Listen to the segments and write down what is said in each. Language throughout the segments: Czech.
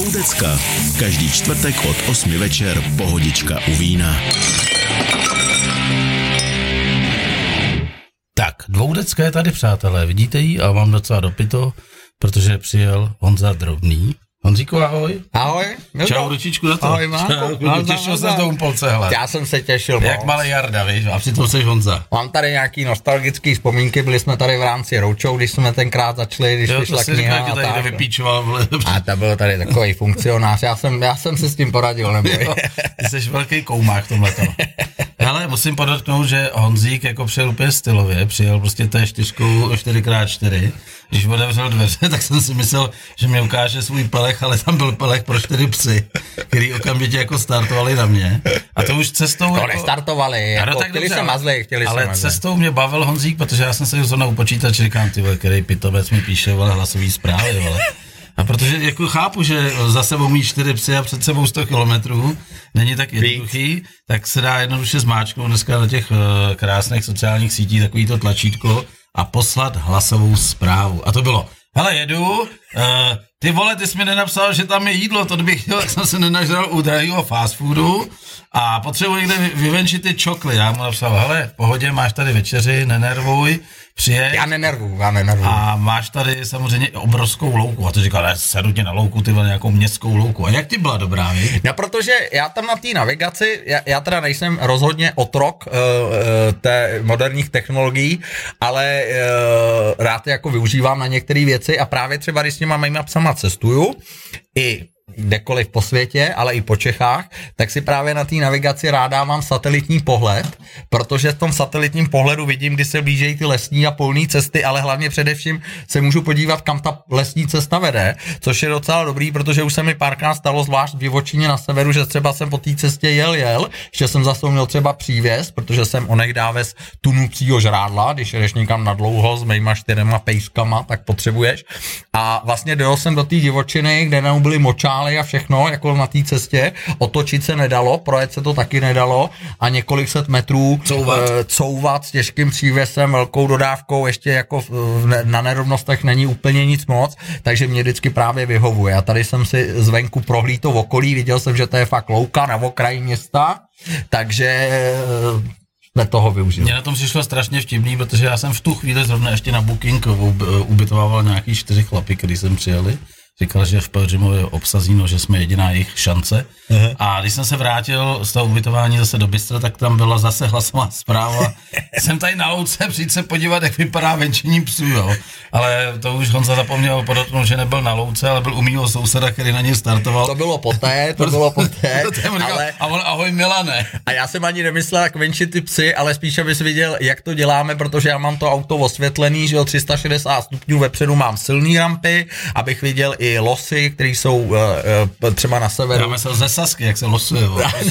Dvoudecka. Každý čtvrtek od 8 večer Pohodička u vína. Tak, Dvoudecka je tady, přátelé, vidíte ji a mám docela dopito, protože přijel Honza Drobný. Honzíku, ahoj. Ahoj. Čau, ručičku za to. Ahoj, Máko. Těšil se s tou Polce, hele. Já jsem se těšil moc. Jak malý Jarda, víš, a přitom jsi Honza. Mám tady nějaký nostalgický vzpomínky, byli jsme tady v rámci roadshow, když jsme tenkrát začali, když vyšla kniha a tak. Tady vypíčoval. A to byl tady takový funkcionář, já jsem si s tím poradil, neboj. Ty jsi velký koumák tomhleto. Hele, musím podotknout, že Honzík jako přijel úplně stylově, přijel prostě té 4x4. Když otevřel dveře, tak jsem si myslel, že mě ukáže svůj pelech, ale tam byl pelech pro 4 psy, který okamžitě jako startovali na mě. A to už cestou... To jako... nestartovali, jako chtěli se mazlit. Ale cestou mě bavil Honzík, protože já jsem se zrovna u počítače, říkám, ty vole, který pitomec mi píše, vole, hlasový zprávy, vole. A protože jako chápu, že za sebou mít 4 psy a před sebou 100 kilometrů není tak jednoduchý, tak se dá jednoduše zmáčknout dneska na těch krásných sociálních sítích takový to tlačítko a poslat hlasovou zprávu. A to bylo, hele, jedu, ty vole, ty jsi mi nenapsal, že tam je jídlo, to bych chtěl, tak jsem se nenažral u drahýho fast foodu a potřebuji někde vyvenčit ty čokly. Já mu napsal, hele, v pohodě, máš tady večeři, nenervuj, přijeď. Já nenervuju. A máš tady samozřejmě obrovskou louku. A to říkal, sedu tě na louku, ty vole, nějakou městskou louku. A jak ty byla dobrá, víš? No, protože já tam na té navigaci, já teda nejsem rozhodně otrok té moderních technologií, ale rád jako využívám na některé věci a právě třeba, když s těma mýma psama cestuju, i kdekoliv po světě, ale i po Čechách, tak si právě na té navigaci rád dávám satelitní pohled, protože v tom satelitním pohledu vidím, kdy se blížejí ty lesní a polní cesty, ale hlavně především se můžu podívat, kam ta lesní cesta vede, což je docela dobrý, protože už se mi párkrát stalo, zvlášť v divočině na severu, že třeba jsem po té cestě jel, že jsem zase měl třeba přívěs, protože jsem onehdy vez tunu psího žrádla, když jedeš někam na dlouho s mýma 4 pejskama, tak potřebuješ. A vlastně dojel jsem do té divočiny, kde nám byly močály a všechno, jako na té cestě, otočit se nedalo, projet se to taky nedalo a několik set metrů couvat s těžkým přívěsem, velkou dodávkou, ještě jako na nerovnostech není úplně nic moc, takže mě vždycky právě vyhovuje. A tady jsem si zvenku prohlídl to okolí, viděl jsem, že to je fakt louka na okraji města, takže jsme toho využili. Mně na tom přišlo strašně vtipný, protože já jsem v tu chvíli zrovna ještě na Booking ubytovával nějaký 4 chlapy, který jsem přijeli. Říkal, že v Pelhřimově je obsazíno, že jsme jediná jejich šance. Uh-huh. A když jsem se vrátil z toho ubytování zase do Bystra, tak tam byla zase hlasová zpráva. Jsem tady na louce, přijď se podívat, jak vypadá venčení psů, jo. Ale to už Honza zapomněl podotknout, že nebyl na louce, ale byl u mýho souseda, který na něj startoval. To bylo poté. Ale... A on, ahoj Milane. A já jsem ani nemyslel, jak venčit ty psy, ale spíš, abys viděl, jak to děláme, protože já mám to auto osvětlený, že jo, 360 stupňů vepředu mám silný rampy, abych viděl i losy, které jsou třeba na severu. Já myslel ze Sasky, jak se losuje.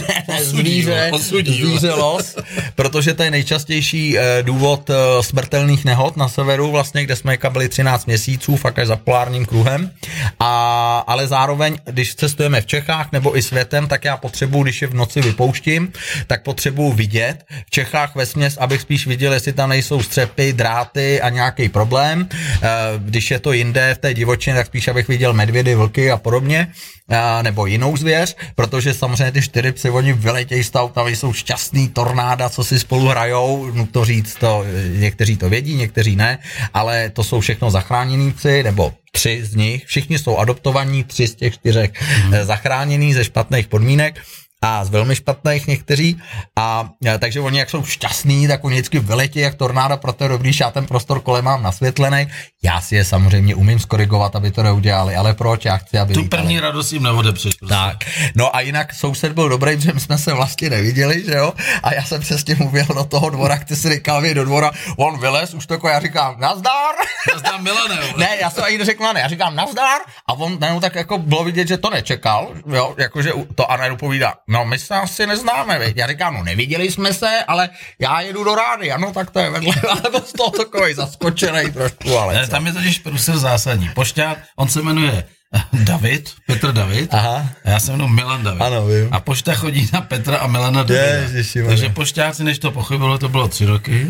Zvíře los, protože to je nejčastější důvod smrtelných nehod na severu, vlastně, kde jsme byli 13 měsíců, fakt až za polárním kruhem. Ale zároveň, když cestujeme v Čechách nebo i světem, tak já potřebuji, když je v noci vypouštím, tak potřebuji vidět. V Čechách vesměs, abych spíš viděl, jestli tam nejsou střepy, dráty a nějaký problém. Když je to jinde v té divočině, tak spíš abych viděl medvědy, vlky a podobně, nebo jinou zvěř, protože samozřejmě ty 4 psy, oni vyletějí z auta, jsou šťastný tornáda, co si spolu hrajou, nutno říct, to, někteří to vědí, někteří ne, ale to jsou všechno zachráněný psy, nebo 3 z nich, všichni jsou adoptovaní, 3 z těch 4 zachráněný ze špatných podmínek a z velmi špatných někteří. A takže oni, jak jsou šťastní, tak oni vždycky vyletí jak tornáda, proto je dobrý, že já ten prostor kolem mám nasvětlený. Já si je samozřejmě umím skorigovat, aby to neudělali, ale proč? Já chci, aby tu první radost jim neodepřeš. Tak. No a jinak soused byl dobrý, že jsme se vlastně neviděli, že jo? A já jsem přesně mluvil do toho dvora, ty si říkal mě do dvora, on vylez, už to já říkám, nazdar. Nazdar Milane. Ne, já jsem ani neřekl Milane, já říkám nazdar a on najednou tak jako bylo vidět, že to nečekal, jo, jakože to a najednou povídá, no my se asi neznáme, viď? Já říkám, no neviděli jsme se, ale já jedu do rády, ano, tak to je vedle, ale to z toho takovej zaskočenej trošku, ale ne, tam je totiž průser zásadní. Pošťák, on se jmenuje David, Petr David. Aha. A já se jmenuji Milan David. Ano, vím. A pošta chodí na Petra a Milana Davida. Takže pošťáci, než to pochybilo, to bylo 3 roky.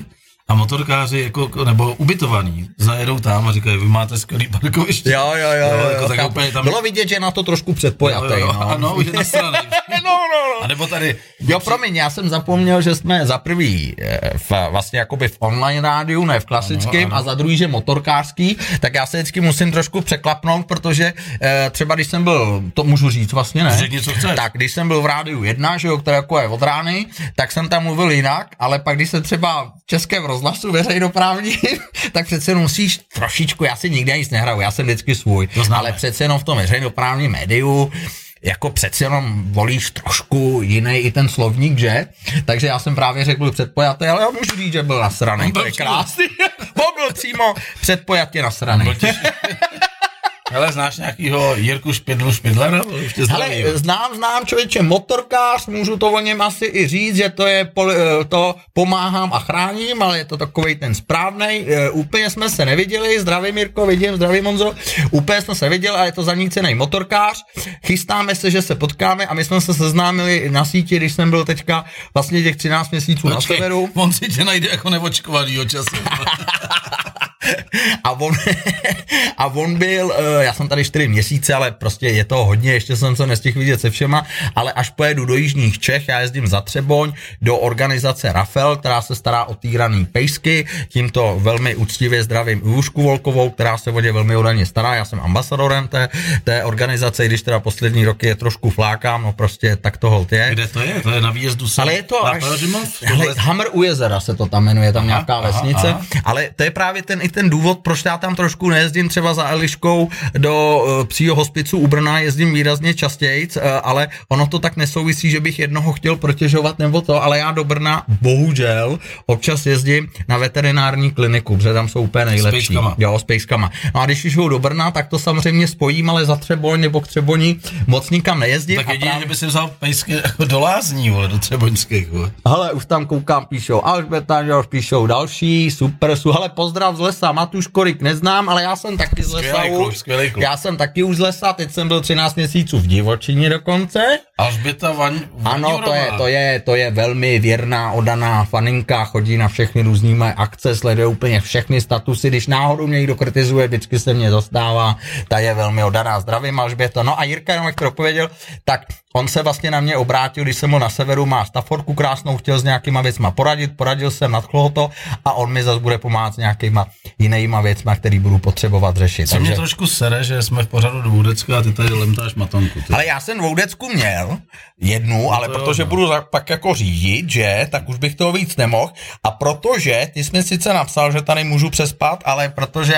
a motorkáři jako, nebo ubytovaní zajedou tam a říkají, vy máte skvělý parkoviště. Jo, tak úplně tam... Bylo vidět, že na to trošku předpojatý. Ano, už je na straně. No. A nebo tady... Jo, promiň, já jsem zapomněl, že jsme za prvý vlastně jakoby v online rádiu, ne v klasickém, ano. A za druhý, že motorkářský, tak já se vždycky musím trošku překlapnout, protože třeba když jsem byl, to můžu říct vlastně, ne? Řekni, co chceš. Tak když jsem byl v rádiu 1, že jo, které jako je od rány, tak jsem tam mluvil jinak, ale pak když jsem třeba v Českém rozhlasu veřejnoprávní, tak přece musíš trošičku, já si nikdy nic nehraju, já jsem vždycky svůj, ale přece jenom v tom veřejnoprávním médiu jako přeci jenom volíš trošku jiný i ten slovník, že? Takže já jsem právě řekl předpojatý, ale já můžu říct, že byl nasranej. To je krásný. Byl přímo předpojatě nasranej. Hele, znáš nějakýho Jirku Špidlera? Hele, znám člověče, motorkář, můžu to o něm asi i říct, že to je, to pomáhám a chráním, ale je to takovej ten správnej. Úplně jsme se neviděli, zdravím Jirko, zdravím Monzo, úplně jsme se viděli, ale je to zanícený motorkář. Chystáme se, že se potkáme a my jsme se seznámili na síti, když jsem byl teďka vlastně těch 13 měsíců na severu. On si tě najde jako neočkovanýho času. A on byl, já jsem tady 4 měsíce, ale prostě je to hodně, ještě jsem se nestihl vidět se všema, ale až pojedu do jižních Čech, já jezdím za Třeboň do organizace Rafel, která se stará o týraný pejsky, tímto velmi úctivě zdravím Ivušku Volkovou, která se o ně velmi oddaně stará, já jsem ambasadorem té organizace, když teda poslední roky je trošku flákám, no prostě tak to holt je. Kde to je? To je na výjezdu se? Ale je to Hamr u jezera se to tam jmenuje, tam nějaká vesnice, ale to je právě ten důvod, proč já tam trošku nejezdím třeba za Eliškou do psího hospicu u Brna, jezdím výrazně častěji, ale ono to tak nesouvisí, že bych jednoho chtěl protěžovat nebo to, ale já do Brna bohužel občas jezdím na veterinární kliniku, protože tam jsou úplně nejlepší. S pejskama. No a když jdu do Brna, tak to samozřejmě spojím, ale za Třeboň nebo k Třeboni moc nikam nejezdím. Tak jedině, že by si vzal pejsky do Lázní, do třeboňských. Hele, už tam koukám, píšou Alžbeta, už píšou další, super, hele, pozdrav z lesa, Matuš Korik neznám, ale já jsem taky z lesa už. Já jsem taky už z lesa, teď jsem byl 13 měsíců v divočině dokonce. Alžběta Ano, to je velmi věrná, oddaná faninka, chodí na všechny různými akce, sleduje úplně všechny statusy, když náhodou mě někdo kritizuje, vždycky se mě zastává, ta je velmi oddaná, zdravím Alžběta. No a Jirka, jenom jak to dopověděl, tak on se vlastně na mě obrátil, když jsem byl na severu, má Staffordku krásnou, chtěl s nějakýma věcma poradil jsem, nadchlo to a on mi zase bude pomáhat s nějakýma jinýma věcma, který budu potřebovat řešit. Co mě trošku sere, že jsme v pořadu Dvoudecka a ty tady lemtáš matonku. Ale já jsem Dvoudecku měl jednu, ale protože budu pak jako řídit, že, tak už bych toho víc nemohl a protože ty jsi mi sice napsal, že tady můžu přespat, ale protože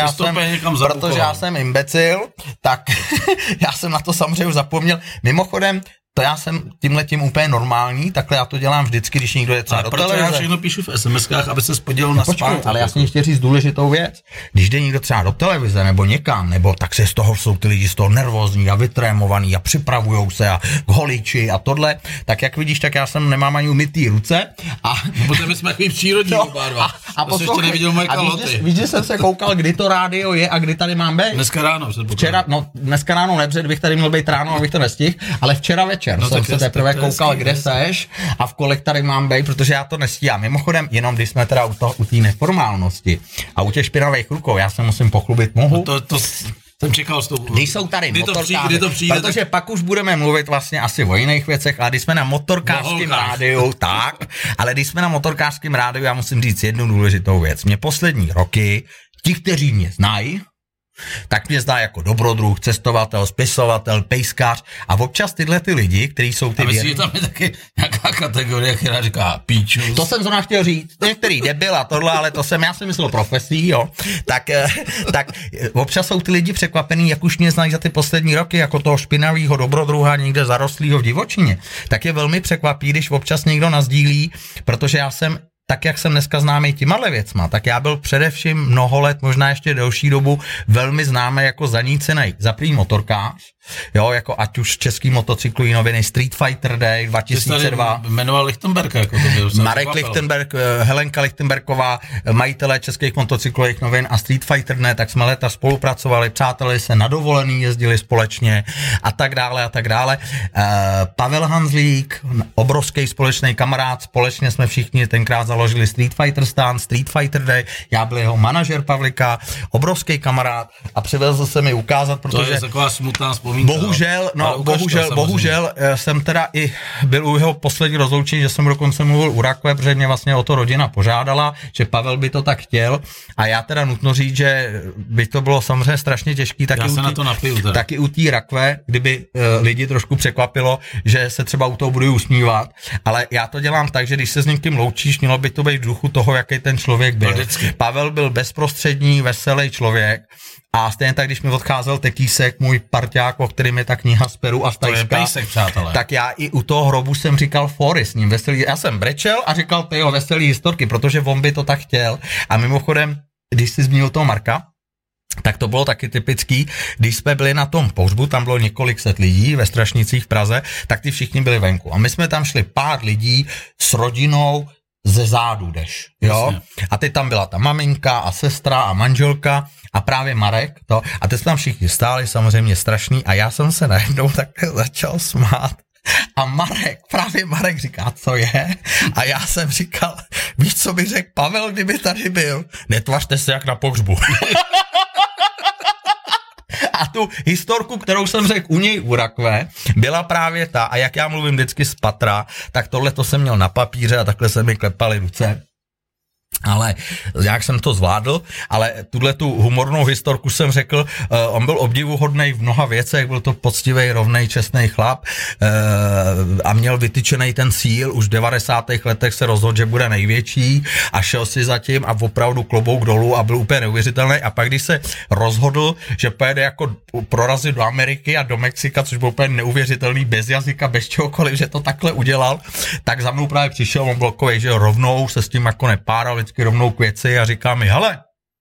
já jsem imbecil, tak já jsem na to samozřejmě už zapomněl. Mimochodem, to já jsem tímhletím úplně normální, takhle já to dělám vždycky, když někdo je třeba do televize. Já všechno píšu v SMS-kách, aby se spodílel na spánku. Ale já jsem chtěl říct důležitou věc. Když jde někdo třeba do televize nebo někam, nebo tak se z toho jsou ty lidi z toho nervózní a vytrémovaní a připravujou se a k holiči a tohle, tak jak vidíš, tak já jsem nemám ani umytý ruce a protože my jsme takový přírodní oba dva. A to ještě neviděl moje kaloty. Víš, že jsem se koukal, kdy to rádio je a kdy tady mám být. Dneska ráno dneska ráno nebře, bych tady měl být ráno, abych to nestihl, ale včera večer jsem se teprve koukal, kde seš a v kolik tady mám být, protože já to nestíhám. Mimochodem, jenom když jsme teda u té neformálnosti a u těch špinavých rukou, já se musím pochlubit, mohu. To jsem čekal s tou. Když jsou tady motorkáři, protože pak už budeme mluvit vlastně asi o jiných věcech, ale když jsme na motorkářském rádiu, tak, ale když jsme na motorkářském rádiu, já musím říct jednu důležitou věc. Mě poslední roky, ti, kteří mě znají, tak mě zdá jako dobrodruh, cestovatel, spisovatel, pejskař a občas tyhle ty lidi, kteří jsou ty věrní. A myslím, že tam je taky nějaká kategorie, která říká píčus. To jsem zrovna chtěl říct, některý debil a tohle, ale to jsem, já si myslel profesí, jo. Tak občas jsou ty lidi překvapený, jak už mě znají za ty poslední roky, jako toho špinavýho dobrodruha někde zarostlýho v divočině. Tak je velmi překvapí, když občas někdo nasdílí, protože já jsem tak jak jsem dneska známý těmahle věcma, tak já byl především mnoho let, možná ještě delší dobu, velmi známý jako zanícený zaprý motorkář, jo, jako ať už český motocyklový noviny Street Fighter Day 2002. Jmenoval Lichtenberg, jako to byl. Marek Lichtenberg, Helenka Lichtenbergová, majitelé českých motocyklových novin a Street Fighter Day, tak jsme leta spolupracovali, přátelé se na dovolený, jezdili společně a tak dále a tak dále. Pavel Hanzlík, obrovský společný kamarád, společně jsme všichni tenkrát založili Street Fighter stan, Street Fighter Day, já byl jeho manažer Pavlika, obrovský kamarád a přivezl se mi ukázat, protože... To je taková smutná vzpomínka. Bohužel jsem teda i byl u jeho poslední rozloučení, že jsem dokonce mluvil u rakve, protože mě vlastně o to rodina požádala, že Pavel by to tak chtěl a já teda nutno říct, že by to bylo samozřejmě strašně těžký, taky u té rakve, kdyby lidi trošku překvapilo, že se třeba u toho budu usmívat, ale já to dělám tak, že když se s někým loučíš, mělo by to být v duchu toho, jaký ten člověk byl. Pavel byl bezprostřední, veselý člověk a stejně tak, když mi odcházel Tekísek, můj parťák, o kterým je ta kniha z Peru a z Tajska, tak já i u toho hrobu jsem říkal fóry s ním, veselý, já jsem brečel a říkal tyjo, veselý historky, protože on by to tak chtěl a mimochodem, když jsi zmínil toho Marka, tak to bylo taky typický, když jsme byli na tom pohřbu, tam bylo několik set lidí ve Strašnicích v Praze, tak ty všichni byli venku. A my jsme tam šli pár lidí s rodinou ze zádu jdeš, jo? Jasně. A teď tam byla ta maminka a sestra a manželka a právě Marek, to, a teď jsme tam všichni stáli, samozřejmě strašný, a já jsem se najednou takhle začal smát. A Marek říká, co je? A já jsem říkal, víš, co by řekl Pavel, kdyby tady byl? Netvařte se jak na pohřbu. A tu historku, kterou jsem řekl u něj u rakve, byla právě ta, a jak já mluvím vždycky z patra, tak tohle to jsem měl na papíře a takhle se mi klepaly ruce. Ale jak jsem to zvládl, ale tuhle tu humornou historku jsem řekl, on byl obdivuhodnej v mnoha věcech, byl to poctivý, rovnej, čestný chlap a měl vytyčený ten cíl, už v 90. letech se rozhodl, že bude největší a šel si za tím a opravdu klobouk dolů a byl úplně neuvěřitelný a pak když se rozhodl, že pojede jako prorazit do Ameriky a do Mexika, což byl úplně neuvěřitelný, bez jazyka, bez čehokoliv, že to takhle udělal, tak za mnou právě přišel, on byl takovej, že rovnou se s tím jako nepáral, vždycky rovnou k věci a říká mi, hele,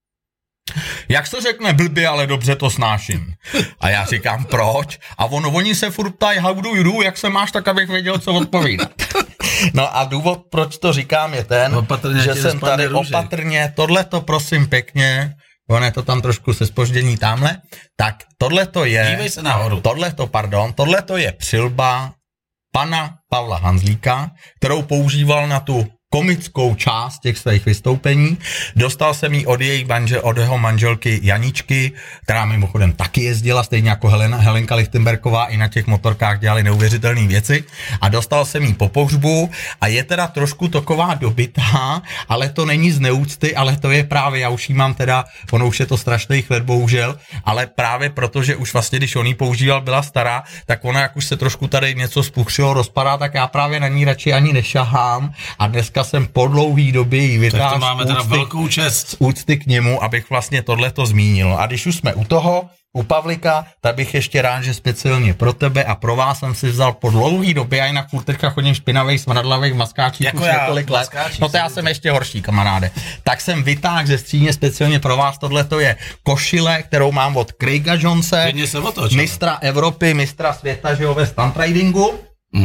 jak se řekne blbě, ale dobře to snáším. A já říkám, proč? A oni se furt ptají, how do you do, jak se máš, tak abych věděl, co odpovídat. No a důvod, proč to říkám, je ten, že jsem tady opatrně, tohleto prosím pěkně, on je to tam trošku se zpoždění tamhle, tak tohleto je, dívej se nahoru. Tohleto je přilba pana Pavla Hanzlíka, kterou používal na tu komickou část těch svých vystoupení. Dostal jsem ji od jeho manželky Janičky, která mimochodem taky jezdila, stejně jako Helenka Lichtenbergová, i na těch motorkách dělali neuvěřitelné věci. A dostal jsem ji po pohřbu a je teda trošku taková dobytá, ale to není z neúcty, ale to je právě, já už jí mám teda, ono už je to strašných let, bohužel, ale právě protože už vlastně, když on ji používal, byla stará, tak ona, jak už se trošku tady něco spuchřilo, rozpadá, tak já právě na ní radši ani nešahám a dneska jsem po dlouhý době jí vytáhl. Tak to máme teda velkou čest. Úcty k němu, abych vlastně tohleto zmínil. A když už jsme u toho, u Pavlika, tak bych ještě rád, že speciálně pro tebe a pro vás jsem si vzal po dlouhý době, a jinak furt teďka chodím špinavej, smradlavej, maskáčích jako už několik let. No to já jsem ještě horší, kamaráde. Tak jsem vytáhl ze skříně speciálně pro vás, tohleto je košile, kterou mám od Craiga Jonese, mistra Evropy, mistra světa, že jo, ve stunt ridingu.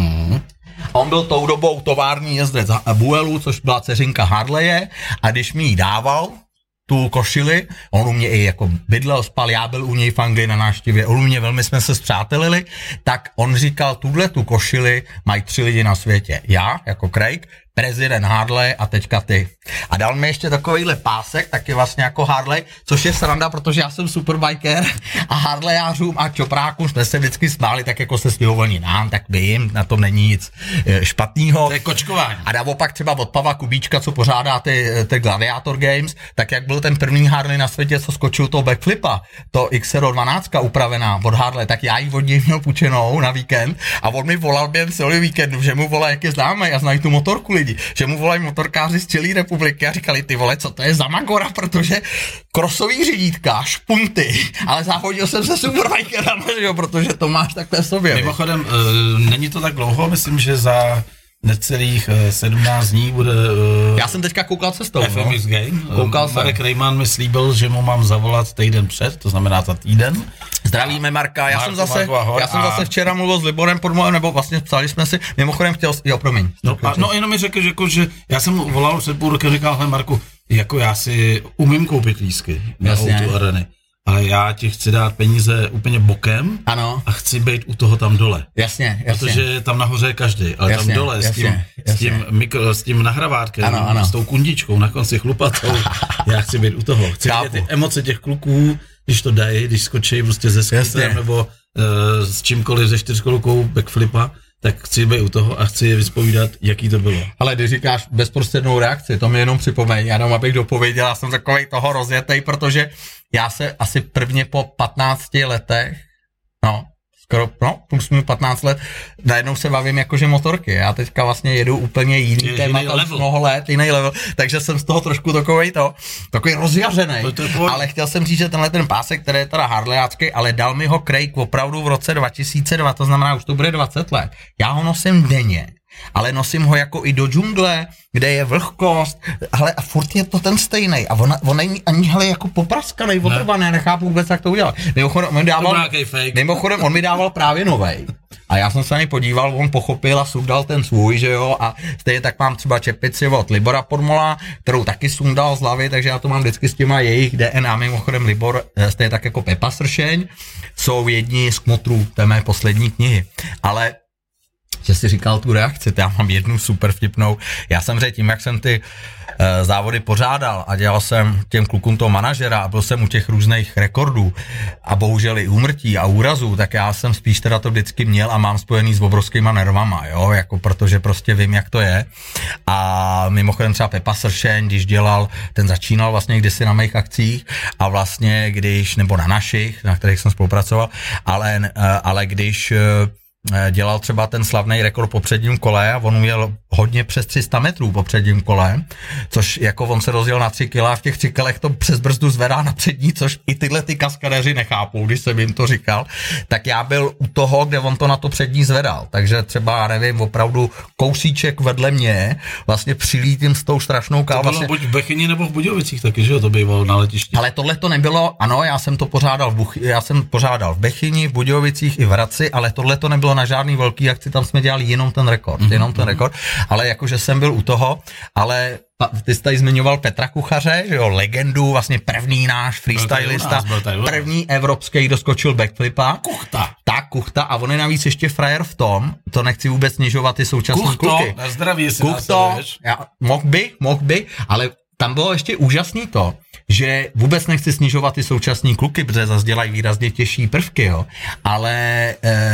On byl tou dobou tovární jezdec Buelu, což byla dceřinka Harleje, a když mi ji dával, tu košili, on u mě i jako bydlel, spal, já byl u něj v Anglii na návštěvě, on u mě velmi jsme se spřátelili, tak on říkal, tu košili mají 3 lidi na světě. Já, jako Craig, prezident Harley a teďka ty. A dal mi ještě takovýhle pásek, taky vlastně jako Harley, což je sranda, protože já jsem superbiker a Harleyářům a čoprákům jsme se vždycky smáli, tak jako se stěhovali nám, tak vím, na tom není nic špatného. To je kočkování. A naopak třeba od Pavla Kubíčka, co pořádá ty Gladiator Games, tak jak byl ten první Harley na světě, co skočil toho backflipa, to XRO 12 upravená od Harley, tak já ji od něj měl půjčenou na víkend a on mi volal během celý víkendu, že mu volá, jak je známý a znají tu motorku lidi, že mu volají motorkáři z celé republiky a říkali, ty vole, co to je za magora, protože krosový řídítka, špunty, ale závodil jsem se superbikerama, protože to máš takhle sobě. Mimochodem, není to tak dlouho, myslím, že za necelých 17 dní bude... Já jsem teďka koukal cestou, FMX Game. Koukal Marek Rejman mi slíbil, že mu mám zavolat týden před, to znamená za týden. Zdravíme Marka, já jsem zase včera mluvil s Liborem Podmolem, nebo vlastně psali jsme si, mimochodem chtěl, promiň. No jenom mi řekl, že já jsem mu volal před půl rokem, říkal, hele Marku, jako já si umím koupit lístky na Outu Areny. ale já ti chci dát peníze úplně bokem Ano. a chci být u toho tam dole. Jasně. Protože tam nahoře je každý, ale jasně, tam dole s tím nahravátkem, ano. s tou kundičkou na konci chlupatou, já chci být u toho. Chci vidět ty emoce těch kluků, když to dají, když skočí prostě ze skýtem nebo s čímkoliv ze 4kolkou backflipa, tak chci být u toho a chci je vyspovídat, jaký to bylo. Ale když říkáš bezprostřednou reakci, to mi jenom připomeň, jenom abych dopověděl, já jsem takovej toho rozjetej, protože já se asi prvně po 15 letech, plus 15 let, najednou se bavím jakože motorky. Já teďka vlastně jedu úplně jiný téma, už mnoho let, jiný level, takže jsem z toho trošku takový rozjařenej. Ale chtěl jsem říct, že tenhle ten pásek, který je teda harlejácký, ale dal mi ho Craig opravdu v roce 2002, to znamená, už to bude 20 let. Já ho nosím denně, ale nosím ho jako i do džungle, kde je vlhkost, ale a furt je to ten stejnej a on není ani jako popraskanej, otrvaný, nechápu vůbec, jak to udělal. Mimochodem, on mi dával právě novej. A já jsem se na něj podíval, on pochopil a sundal ten svůj, že jo, a stejně tak mám třeba čepici od Libora Podmola, kterou taky sundal z hlavy, takže já to mám vždycky s těma jejich DNA, mimochodem Libor, stejně tak jako Pepa Sršeň, jsou jedni z kmotrů té mé poslední knihy. Ale že jsi říkal tu reakci, já mám jednu super vtipnou. Já jsem řekl tím, jak jsem ty závody pořádal a dělal jsem těm klukům toho manažera a byl jsem u těch různých rekordů a bohužel i úmrtí a úrazů, tak já jsem spíš teda to vždycky měl a mám spojený s obrovskýma nervama, jo, jako protože prostě vím, jak to je. A mimochodem třeba Pepa Sršeň, když dělal, ten začínal vlastně kdysi na mých akcích a vlastně nebo na našich, na kterých jsem spolupracoval, ale když dělal třeba ten slavný rekord po předním kole a on jel hodně přes 300 metrů po předním kole, což jako on se rozjel na 3 kila a v těch 3 kilech to přes brzdu zvedá na přední, což i tyhle ty kaskadeři nechápou, když jsem jim to říkal, tak já byl u toho, kde on to na to přední zvedal, takže třeba, nevím, opravdu kousíček vedle mě, vlastně přilítím s tou strašnou To bylo buď v Bechyni nebo v Budějovicích taky, že jo, to bývalo na letišti. Ale tohle to nebylo, ano, já jsem pořádal v Bechyni, v Budějovicích i v Hradci, ale tohle to nebylo na žádný velký akci, tam jsme dělali jenom ten rekord, ale jakože jsem byl u toho, ale ty jsi tady zmiňoval Petra Kuchaře, že jo, legendu, vlastně první náš freestylista, první evropský, kdo skočil backflipa. Kuchta a on je navíc ještě frajer v tom, to nechci vůbec snižovat ty současné kluky. Na zdraví, jestli Kuchto, mohl by, ale tam bylo ještě úžasný to, že vůbec nechci snižovat ty současní kluky, protože zase dělají výrazně těžší prvky, jo. Ale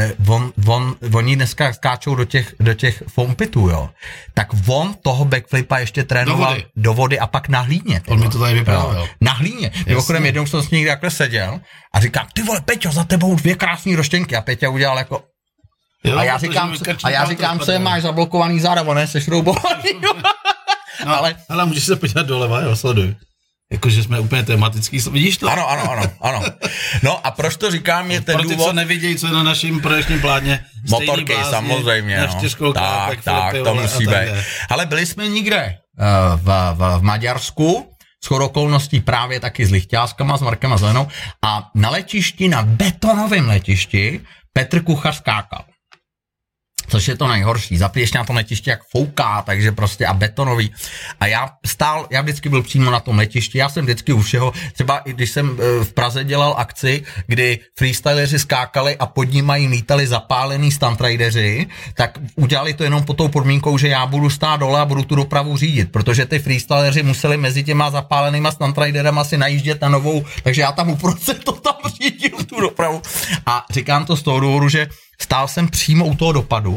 oni dneska skáčou do těch foam pitů, jo. Tak on toho backflipa ještě trénoval do vody a pak na hlíně. On mi to tady vyprávěl. Na hlíně. Mimochodem jednou jsem s někde takhle seděl a říkám, ty vole, Peťo, za tebou 2 krásný roštěnky a Peťa udělal jako... Jo, a já říkám, co je máš zablokovaný záda, on je sešroubovaný. No, ale můžeš se podívat doleva, jo, sleduj. Jakože jsme úplně tematický, vidíš to? Ano. No a proč to říkám, je ten důvod... Pro ty, co nevidějí, co je na našem projekčním pláně. Motorky, blázni, samozřejmě, no. Tak, to musí být. Ale byli jsme nikde v Maďarsku, shodou okolností právě taky s lichťáskama, s Markem a Zelenou, a na letišti, na betonovém letišti, Petr Kuchař skákal. Což je to nejhorší. Zapiješ na tom letišti jak fouká, takže prostě a betonový. A já vždycky byl přímo na tom letišti, já jsem vždycky u všeho, třeba i když jsem v Praze dělal akci, kdy freestyleři skákali a pod nimi jim lítali zapálený stuntrideři, tak udělali to jenom pod tou podmínkou, že já budu stát dole a budu tu dopravu řídit, protože ty freestyleři museli mezi těma zapálenýma stuntriderama si najíždět na novou, takže já tam uprostřed to tam řídil tu dopravu. A říkám to z toho důvodu, že stál jsem přímo u toho dopadu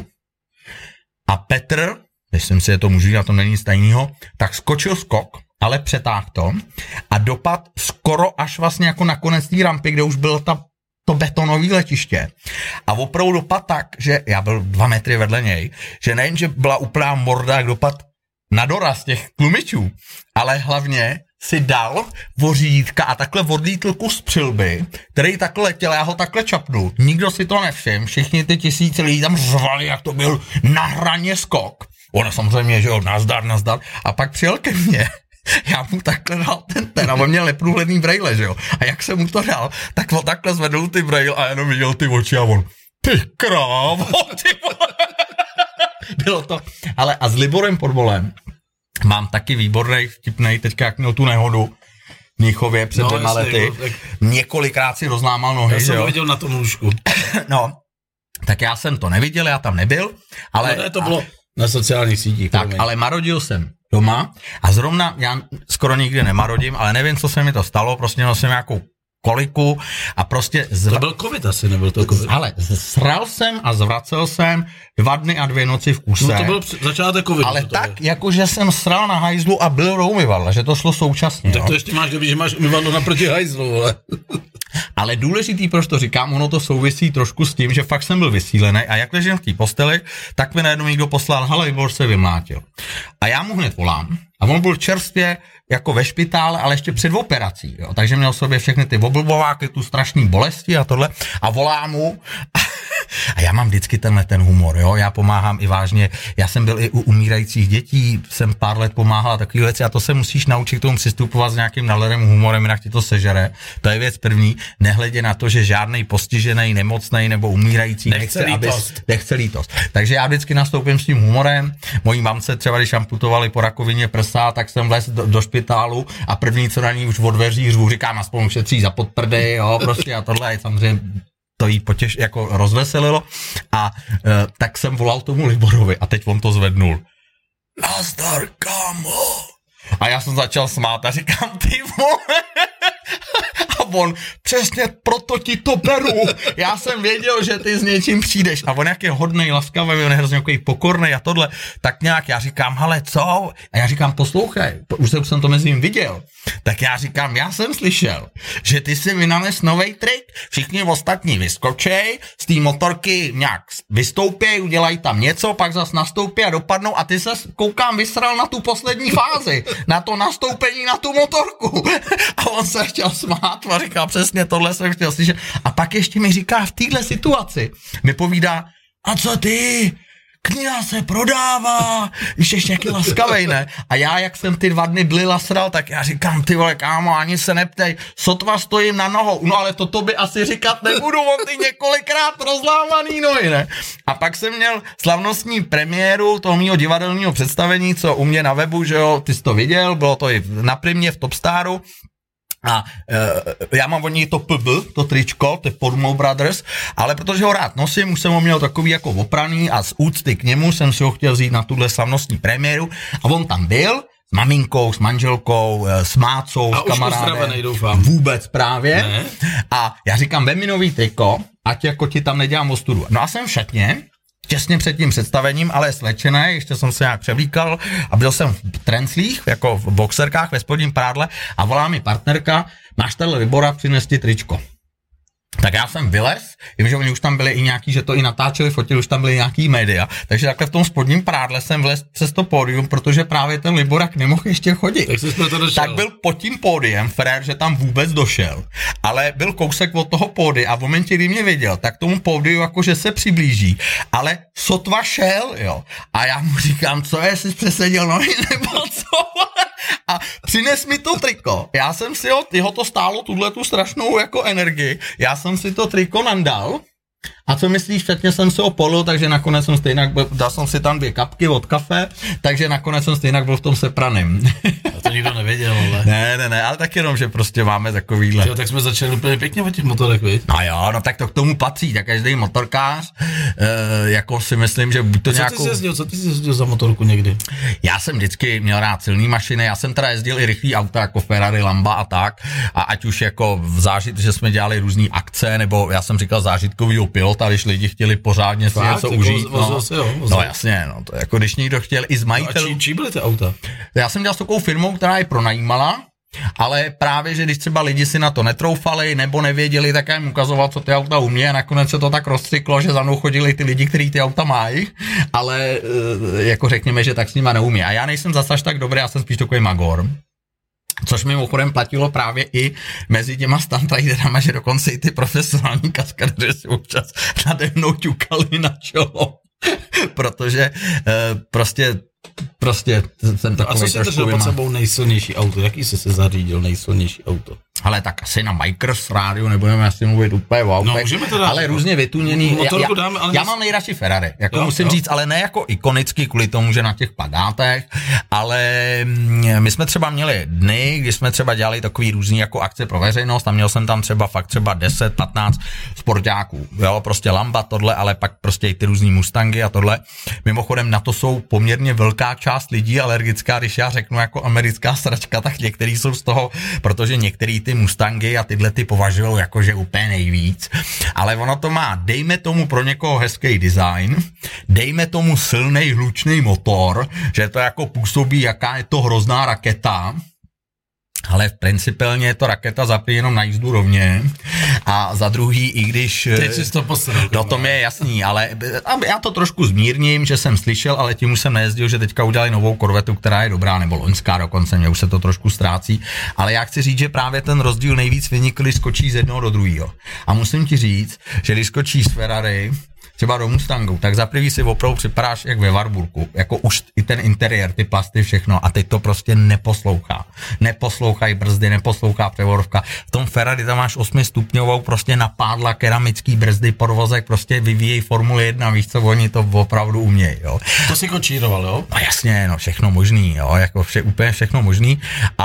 a Petr, myslím si, že to můžu, na tom není nic tajného, tak skočil skok, ale přetáhl to a dopad skoro až vlastně jako na konec té rampy, kde už bylo to betonové letiště. A opravdu dopad tak, že já byl 2 metry vedle něj, že nejen, že byla úplná morda, jak dopad na doraz těch tlumičů, ale hlavně si dal vořítka a takhle odlítl kus přilby, který takhle letěl, já ho takhle čapnul. Nikdo si to nevšiml, všichni ty 1000 lidí tam řvali, jak to byl na hraně skok. Ono samozřejmě, že jo, nazdar. A pak přijel ke mně. Já mu takhle dal ten a on měl neprůhledný brejle, že jo. A jak jsem mu to dal, tak on takhle zvedl ty brejle a jenom viděl ty oči a on, ty krávo, ty vole. Bylo to, ale a s Liborem Podvolem mám taky výbornej, vtipnej, teďka jak měl tu nehodu, Mnichově před 2 lety. Tak... Několikrát si rozlámal nohy, já jsem jo? ho viděl na tom lůžku. No, tak já jsem to neviděl, já tam nebyl, ale... No, to bylo na sociálních sítích. Tak, ale marodil jsem doma a zrovna, já skoro nikdy nemarodím, ale nevím, co se mi to stalo, prostě měl jsem nějakou koliku a prostě... To byl covid asi, nebyl to covid. Ale sral jsem a zvracel jsem 2 dny a 2 noci v kuse. No to byl začátek covidu. Ale tak, jakože jsem sral na hajzlu a byl do umyvadla, že to šlo současně. Tak to ještě máš dobrý, že máš umyvadlo naproti hajzlu, ale... Ale důležitý, proč to říkám, ono to souvisí trošku s tím, že fakt jsem byl vysílený a jak ležím v té posteli, tak mi najednou někdo poslal, hele, Libor se vymlátil. A já mu hned volám. A on byl čerstvě jako ve špitále, ale ještě před operací, jo. Takže měl v sobě všechny ty oblbováky, tu strašný bolesti a tohle. A volám mu a já mám vždycky ten humor, jo. Já pomáhám i vážně, já jsem byl i u umírajících dětí, jsem pár let pomáhal takové věci a to se musíš naučit k tomu přistupovat s nějakým nalerem humorem, jinak ti to sežere. To je věc první, nehledě na to, že žádnej postižený, nemocnej nebo umírající nechce lítost. Takže já vždycky nastoupím s tím humorem. Mojí mamce třeba, když amputovali po rakovině prsa, tak jsem vlez do špitálu a první, co na ní už od dveří řvu, říkám, aspoň ušetří za podprdy, jo, prostě a tohle je samozřejmě to jí jako rozveselilo a tak jsem volal tomu Liborovi a teď on to zvednul. Nazdar, kámo. A já jsem začal smát a říkám, ty vole. A on, přesně proto ti to beru. Já jsem věděl, že ty s něčím přijdeš. A on jak je hodnej, laskavý, on je hrozně takový pokornej a tohle. Tak nějak já říkám, hele, co? A já říkám, poslouchej, už jsem to mezi ním viděl. Tak já říkám, já jsem slyšel, že ty si vynales novej trik. Všichni ostatní vyskočej, z té motorky nějak vystoupěj, udělají tam něco, pak zas nastoupí a dopadnou a ty se, koukám, vysral na tu poslední fázi, na to nastoupení na tu motorku. A on se chtěl smát a říká, přesně tohle jsem chtěl slyšet. A pak ještě mi říká v téhle situaci, mi povídá, a co ty? Kniha se prodává, ještě nějaký laskavej, ne? A já, jak jsem ty 2 dny dlil a sral, tak já říkám, ty vole, kámo, ani se neptej, sotva stojím na nohou, no ale to by asi říkat nebudu, on ty několikrát rozlámaný nohy, ne? A pak jsem měl slavnostní premiéru toho mýho divadelního představení, co u mě na webu, že jo, ty jsi to viděl, bylo to i na Primě v Topstaru. A já mám od něj to PB, to tričko, to je Pormo Brothers, ale protože ho rád nosím, už jsem ho měl takový jako opraný a z úcty k němu jsem si ho chtěl vzít na tuhle slavnostní premiéru a on tam byl s maminkou, s manželkou, s mácou, s kamarádem. Doufám. Vůbec právě. Ne? A já říkám, vem mi nový triko, ať jako ti tam nedělám ostudu. No a jsem v šatně, těsně před tím představením, ale slečený, ještě jsem se nějak převlíkal a byl jsem v trenclích, jako v boxerkách, ve spodním prádle a volá mi partnerka, máš tady Libora, přines ti tričko. Tak já jsem vylez, vím, že oni už tam byli i nějaký, že to i natáčeli, fotili, už tam byly nějaký média, takže takhle v tom spodním prádle jsem vlez přes to pódium, protože právě ten Liborak nemohl ještě chodit. Tak byl pod tím pódiem, frér, že tam vůbec došel, ale byl kousek od toho pódia a v momentě, kdy mě viděl, tak tomu pódiu jakože se přiblíží, ale sotva šel, jo. A já mu říkám, co je, jsi přeseděl nohy nebo co? A přines mi to triko. Já jsem si jeho to stálo tu strašnou jako energii. Já jsem si to triko nandal. A co myslíš, předtím jsem si ho polil, takže nakonec jsem stejnak, dal jsem si tam 2 kapky od kafe, takže nakonec jsem stejnak byl v tom sepraným. A to nikdo nevěděl, ale... Ne, ale tak jenom, že prostě máme takovýhle. Jo, tak jsme začali úplně pěkně o těch motorech, viď? No jo, no tak to k tomu patří, tak každý motorkář, jako si myslím, že buď to nějakou... Co ty jsi jezdil za motorku někdy? Já jsem vždycky měl rád silný mašiny, já jsem teda jezdil i rychlý auta, jako Ferrari, Lamba a tak, a ať už jako v zážit, že jsme dělali různý akce, nebo já jsem říkal zážitkovýho pilota, když lidi chtěli pořádně si něco užít. No jasně, no to jako když někdo chtěl i z majitelů. No a čí byly ty auta? Já jsem dělal s takovou firmou, která je pronajímala, ale právě, že když třeba lidi si na to netroufali nebo nevěděli, tak já jim ukazoval, co ty auta umí a nakonec se to tak rozcyklo, že za mnou chodili ty lidi, kteří ty auta mají, ale jako řekněme, že tak s nima neumí. A já nejsem zase tak dobrý, já jsem spíš takový magor. Což mimochodem platilo právě i mezi těma stuntriderama, že dokonce i ty profesionální kaskadeři si občas nade mnou ťukali na čelo. Protože prostě jsem takovej trošku A co si držel pod sebou nejsilnější auto? Jaký jsi se zařídil nejsilnější auto? Ale tak asi na Bikers rádiu nebudeme asi mluvit úplně wow, ale různě vytuněný. Já mám nejradši Ferrari, jako musím říct, ale ne jako ikonicky kvůli tomu, že na těch plakátech, ale my jsme třeba měli dny, kdy jsme třeba dělali takový různý jako akce pro veřejnost a měl jsem tam třeba 10-15 sportáků, jo, prostě Lamba tohle, ale pak prostě i ty různý Mustangy a tohle. Mimochodem na to jsou poměrně velká část lidí alergická, když já řeknu jako americká sračka, tak některý jsou z toho, protože některý ty Mustangy a tyhle ty považujou jakože úplně nejvíc, ale ono to má, dejme tomu pro někoho hezký design, dejme tomu silnej hlučný motor, že to jako působí, jaká je to hrozná raketa, ale principálně je to raketa zapí jenom na jízdu rovně a za druhý, i když... Teď si to posral. No to mi je jasný, ale já to trošku zmírním, že jsem slyšel, ale tím už jsem nejezdil, že teďka udělali novou Corvetu, která je dobrá, nebo loňská dokonce, mě už se to trošku ztrácí, ale já chci říct, že právě ten rozdíl nejvíc vynikl, když skočí z jednoho do druhého. A musím ti říct, že když skočí z Ferrari třeba do Mustangu, tak za prvý si opravdu připadáš jak ve Warburgu, jako už i ten interiér, ty plasty, všechno a teď to prostě neposlouchá. Neposlouchají brzdy, neposlouchá převodovka. V tom Ferrari tam máš 8stupňovou prostě napádla keramický brzdy, podvozek, prostě vyvíjejí Formule 1, víš co, oni to opravdu umějí, jo. To si kočíroval, jo? No jasně, no všechno možný, jo, jako úplně všechno možný,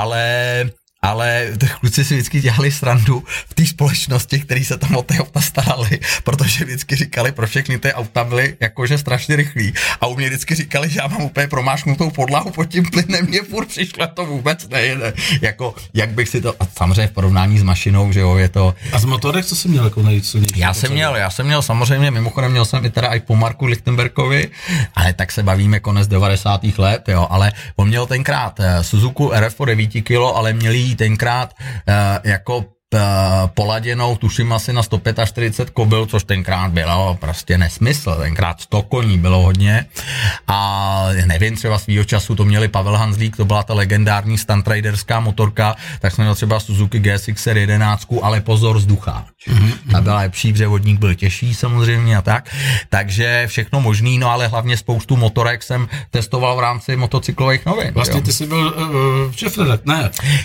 ale kluci si vždycky dělali srandu v té společnosti, který se tam o ty auta starali, protože vždycky říkali, pro všechny ty auta byly jakože strašně rychlí a u mě vždycky říkali, že já mám úplně promášnutou podlahu pod tím plynem, mě furt přišlo, to vůbec nejde, jako jak bych si to, a samozřejmě v porovnání s mašinou, že jo, je to... A z motorek co jsi měl jako nejsilnější? Já jsem měl samozřejmě, mimochodem měl jsem i teda i po Marku Lichtenbergovi, ale tak se bavíme konec 90. let, jo, ale on měl tenkrát Suzuki RF po 9 kg, ale měli tenkrát jako poladěnou, tuším asi na 145 kobyl, což tenkrát bylo prostě nesmysl, tenkrát 100 koní bylo hodně a nevím, třeba svýho času to měli Pavel Hanzlík, to byla ta legendární standriderská motorka, tak jsme měli třeba Suzuki GSX-R 11, ale pozor, vzducháč. Ta byla lepší, protože vodník byl těžší samozřejmě a tak, takže všechno možný, no ale hlavně spoustu motorek jsem testoval v rámci motocyklových novin. Vlastně jo. Ty jsi byl šéfredaktor, ne?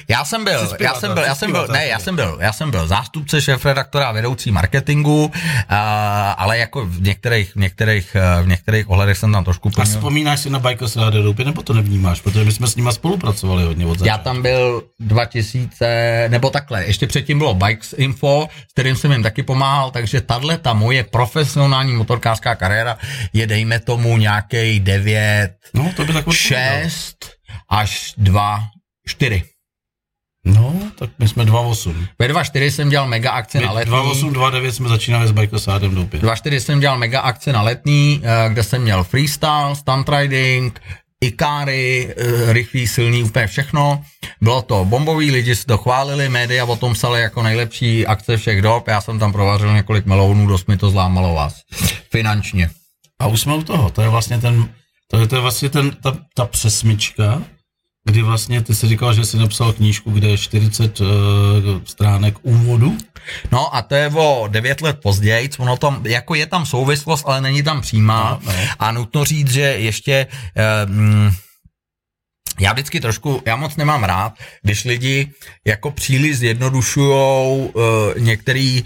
Já jsem byl zástupce šéfredaktora, vedoucí marketingu, ale jako v některých ohledech jsem tam trošku plnil. A vzpomínáš si na Bikers Radio Doupě, nebo to nevnímáš? Protože my jsme s nima spolupracovali hodně od začátku. Já tam byl 2000, nebo takhle, ještě předtím bylo Bikes Info, s kterým jsem jim taky pomáhal, takže ta moje profesionální motorkářská kariéra je, dejme tomu, nějakej 9, 6 až 2, 4. No, tak my jsme 2.8. Ve 2.4 jsem dělal mega akce na letní. 2.8, 2.9 jsme začínali s Bikers Radio Doupě. 2.4 jsem dělal mega akce na letní, kde jsem měl freestyle, stunt riding, Ikáry, rychlý, silný, úplně všechno. Bylo to bombový, lidi si to chválili, média o tom psali jako nejlepší akce všech dob, já jsem tam provařil několik milionů, dost mi to zlámalo vás finančně. A už jsme u toho, to je vlastně ta přesmička, kdy vlastně ty jsi říkal, že jsi napsal knížku, kde je 40 stránek úvodu. No a to je o 9 let později, ono tam, jako je tam souvislost, ale není tam přímá. No. A nutno říct, že ještě já vždycky já moc nemám rád, když lidi jako příliš zjednodušujou některý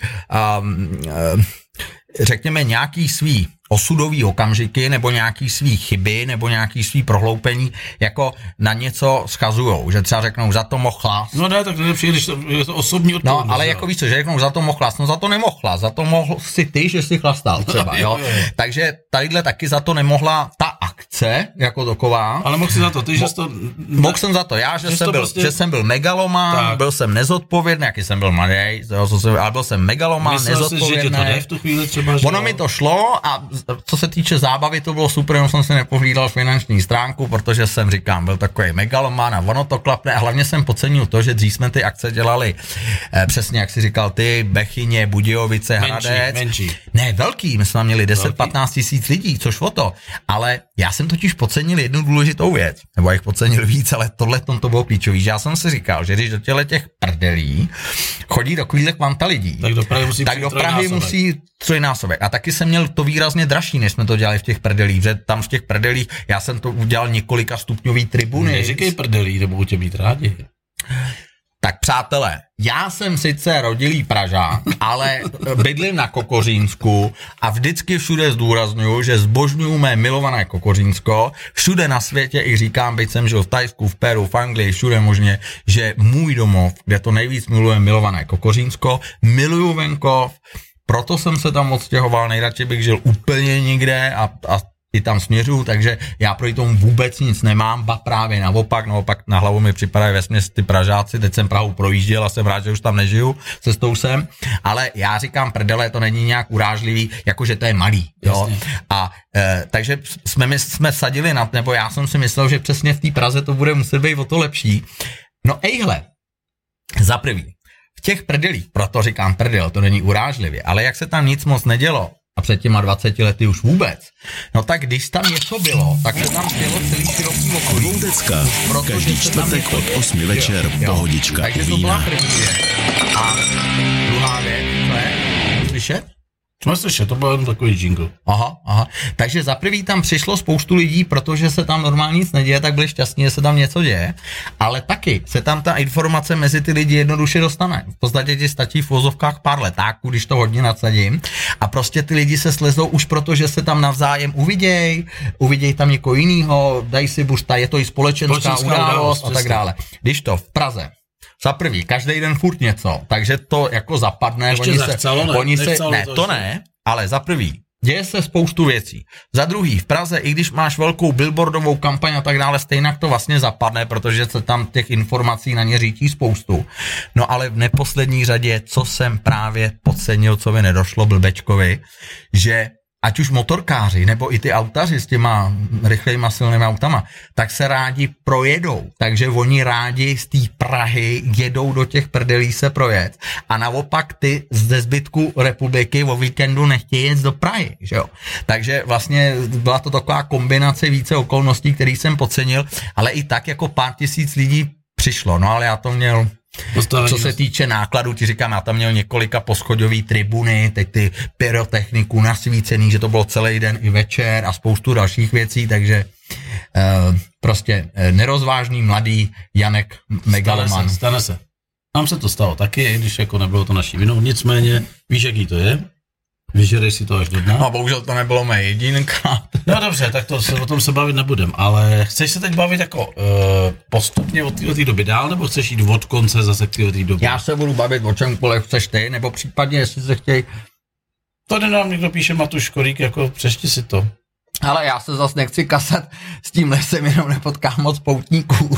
řekněme nějaký svý osudový okamžiky, nebo nějaký svý chyby, nebo nějaký svý prohloupení, jako na něco schazujou, že třeba řeknou, za to mohl chlas. No ne, tak nejlepší, když to je to osobní odpovědnost. No, ale jako víš co, že řeknou, za to mohl chlas, no za to nemohl chlas, za to mohl si ty, že jsi chlastal třeba, jo. Takže tadyhle taky za to nemohla ta akce, jako taková. Ale mohl si za to, ty, že jsi to... Mohl jsem za to, já, že jsem byl megaloman, tak. Byl jsem nezodpovědný, jaký jsem byl mladý, ale byl jsem megaloman, nezodpovědný. Ono mi to šlo a co se týče zábavy, to bylo super, jenom jsem si nepohlídal finanční stránku, protože jsem říkám, byl takový megaloman a ono to klapne a hlavně jsem podcenil to, že dřív jsme ty akce dělali přesně, jak si říkal ty, Bechyně, Budějovice, Hradec. Menší. Ne, velký, my jsme měli 10-15 tisíc lidí, což o to, ale já jsem totiž podcenil jednu důležitou věc, nebo jich podcenil víc, ale tohle to bylo klíčový, že já jsem si říkal, že když do těch prdelí chodí takovýhle kvanta lidí, tak do Prahy musí trojnásobek. A taky jsem měl to výrazně dražší, než jsme to dělali v těch prdelích, že tam v těch prdelích, já jsem to udělal několika stupňový tribuny. Neříkej prdelí, nebo tě být rádi. Tak přátelé, já jsem sice rodilý Pražák, ale bydlím na Kokořínsku a vždycky všude zdůraznuju, že zbožňuju mé milované Kokořínsko. Všude na světě i říkám, byť jsem žil v Thajsku, v Peru, v Anglii, všude možně, že můj domov, kde to nejvíc miluje, milované Kokořínsko, miluju venkov, proto jsem se tam odstěhoval, nejradši bych žil úplně nikde a i tam směřuju, takže já proti tomu vůbec nic nemám, ba právě naopak na hlavu mi připadají vesměs ty Pražáci, teď jsem Prahu projížděl a jsem rád, že už tam nežiju, cestou jsem, ale já říkám prdele, to není nějak urážlivý, jakože to je malý, jo, a takže jsme sadili nebo já jsem si myslel, že přesně v té Praze to bude muset být o to lepší. No ejhle, za prvý, v těch prdelích, proto říkám prdel, to není urážlivě, ale jak se tam nic moc nedělo, a před těma 20 lety už vůbec. No tak když tam něco bylo, tak se tam dělo celý široký okolí. Loudecka, každý čtvrtek od 8 večer, Pohodička takže u to byla vína. první věc. A druhá věc, co je? Slyšet? Jsme slyšet, to byl takový jingle. Aha. Takže za prvý tam přišlo spoustu lidí, protože se tam normálně nic neděje, tak byli šťastní, že se tam něco děje, ale taky se tam ta informace mezi ty lidi jednoduše dostane. V podstatě ti stačí v vozovkách pár letáků, když to hodně nadsadím, a prostě ty lidi se slezou už proto, že se tam navzájem uviděj tam někoho jinýho, dají si bušta, je to i společenská událost a tak dále. Když to v Praze za prvý, každý den furt něco, takže to jako zapadne. Ale za prvý, děje se spoustu věcí. Za druhý, v Praze, i když máš velkou billboardovou kampaň a tak dále, stejně to vlastně zapadne, protože se tam těch informací na ně řítí spoustu. No ale v neposlední řadě, co jsem právě podcenil, co by nedošlo blbečkovi, že ať už motorkáři, nebo i ty autaři s těma rychlejma silnými autama, tak se rádi projedou. Takže oni rádi z té Prahy jedou do těch prdelí se projet. A naopak ty ze zbytku republiky o víkendu nechtějí jet do Prahy, že jo. Takže vlastně byla to taková kombinace více okolností, který jsem podcenil, ale i tak jako pár tisíc lidí přišlo. No ale já to měl... Co se týče nákladů, ti říkám, já tam měl několika poschodový tribuny, teď ty pyrotechniku nasvícený, že to bylo celý den i večer a spoustu dalších věcí, takže prostě nerozvážný mladý Janek Megaloman. Stane se. Nám se to stalo taky, když jako nebylo to naší vinou, nicméně víš, jaký to je? Vyžerej si to až do dna. No bohužel to nebylo mé jedinkrát. No dobře, tak o tom se bavit nebudem, ale chceš se teď bavit jako postupně od té doby dál, nebo chceš jít od konce zase k té doby? Já se budu bavit o čemkoliv chceš ty, nebo případně, jestli se chtějí... Tady nám někdo píše Matuš Korík, jako přečti si to. Ale já se zase nechci kasat, s tímhle jsem jenom nepotkám moc poutníků.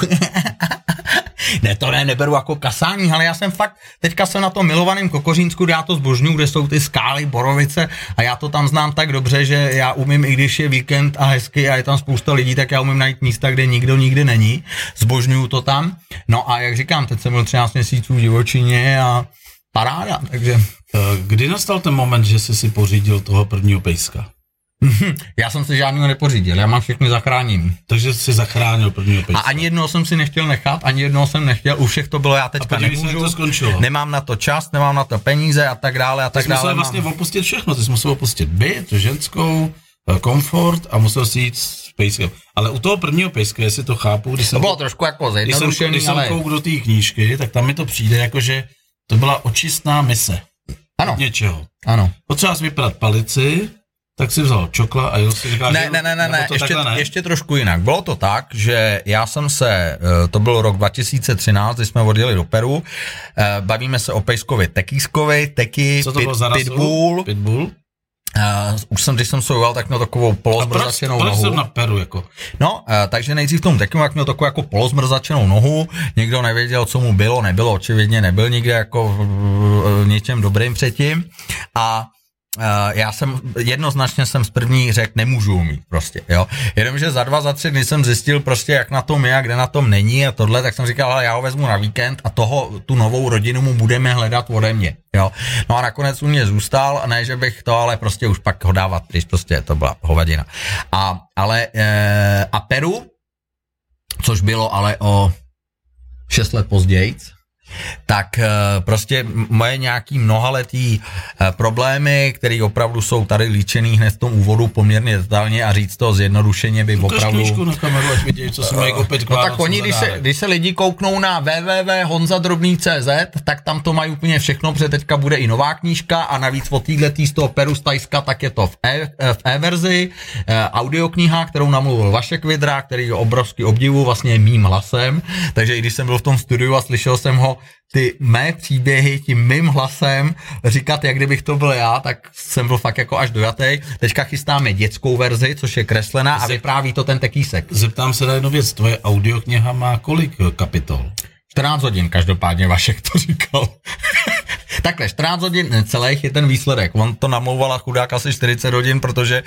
Ne, to neberu jako kasání, ale já jsem fakt, teďka jsem na tom milovaném Kokořínsku, kde já to zbožňuju, kde jsou ty skály, borovice a já to tam znám tak dobře, že já umím, i když je víkend a hezky a je tam spousta lidí, tak já umím najít místa, kde nikdo nikdy není, zbožňuju to tam. No a jak říkám, teď jsem byl 13 měsíců v divočině a paráda, takže... Kdy nastal ten moment, že jsi si pořídil toho prvního pejska? Já jsem si žádného nepořídil, já mám všechny zachráněný. Takže jsi zachránil prvního pejska. A ani jednoho jsem si nechtěl nechat, ani jednoho jsem nechtěl, u všech to bylo, já teďka nemůžu, to skončilo. Nemám na to čas, nemám na to peníze a tak dále a tak dále. Ty jsi musel vlastně opustit všechno, ty jsi musel opustit byt, ženskou, komfort a musel si jít s pejskem. Ale u toho prvního pejska, jestli to chápu, když to bylo trošku jako zjednodušený, když jsem kouk do té knížky, tak tam mi to přijde jako, že to byla očistná mise. Ano. Něčeho. Ano. Potřeba si vypadat palici, tak si vzal čokla a jel si říkal, ne, ještě trošku jinak. Bylo to tak, že já jsem se, to byl rok 2013, když jsme odjeli do Peru, bavíme se o pejskovi Tekískovi, Pitbull. Už jsem, když jsem se ujel, tak měl takovou polozmrzačenou nohu. Proč na Peru, jako? No, takže nejdřív v tom Tekimu, jak měl takovou jako polozmrzačenou nohu, nikdo nevěděl, co mu bylo, nebylo, očividně nebyl nikde jako v něčem dobrým předtím a já jsem jednoznačně z první řekl, nemůžu umít prostě, jo. Jenomže za 2, za 3 dny jsem zjistil prostě, jak na tom je a kde na tom není a tohle, tak jsem říkal, ale já ho vezmu na víkend a tu novou rodinu mu budeme hledat ode mě, jo. No a nakonec u mě zůstal a ne, že bych to, ale prostě už pak ho dávat, když prostě to byla hovadina. A Peru, což bylo ale o 6 let později, tak prostě moje nějaký mnohaletý problémy, které opravdu jsou tady líčený hned v tom úvodu poměrně detailně a říct to zjednodušeně by opravdu... Knížku na kameru, ať vidějí, co se mají koupit. No tak oni, když se lidi kouknou na www.honzadrobný.cz, tak tam to mají úplně všechno, protože teďka bude i nová knížka a navíc od týhletý z toho Peru z Tajska, tak je to v e-verzi, audiokniha, kterou namluvil Vašek Vidra, který je obrovský obdivu, vlastně mým hlasem, takže i když jsem byl v tom studiu a slyšel jsem ho ty mé příběhy tím mým hlasem říkat, jak kdybych to byl já, tak jsem byl fakt jako až dojatý. Teďka chystáme dětskou verzi, což je kreslená a vypráví to ten tekýsek. Zeptám se na jednu věc, tvoje audiokniha má kolik kapitol? 14 hodin, každopádně Vašek to říkal. Takhle, 14 hodin celých je ten výsledek. On to namlouval chudák asi 40 hodin, protože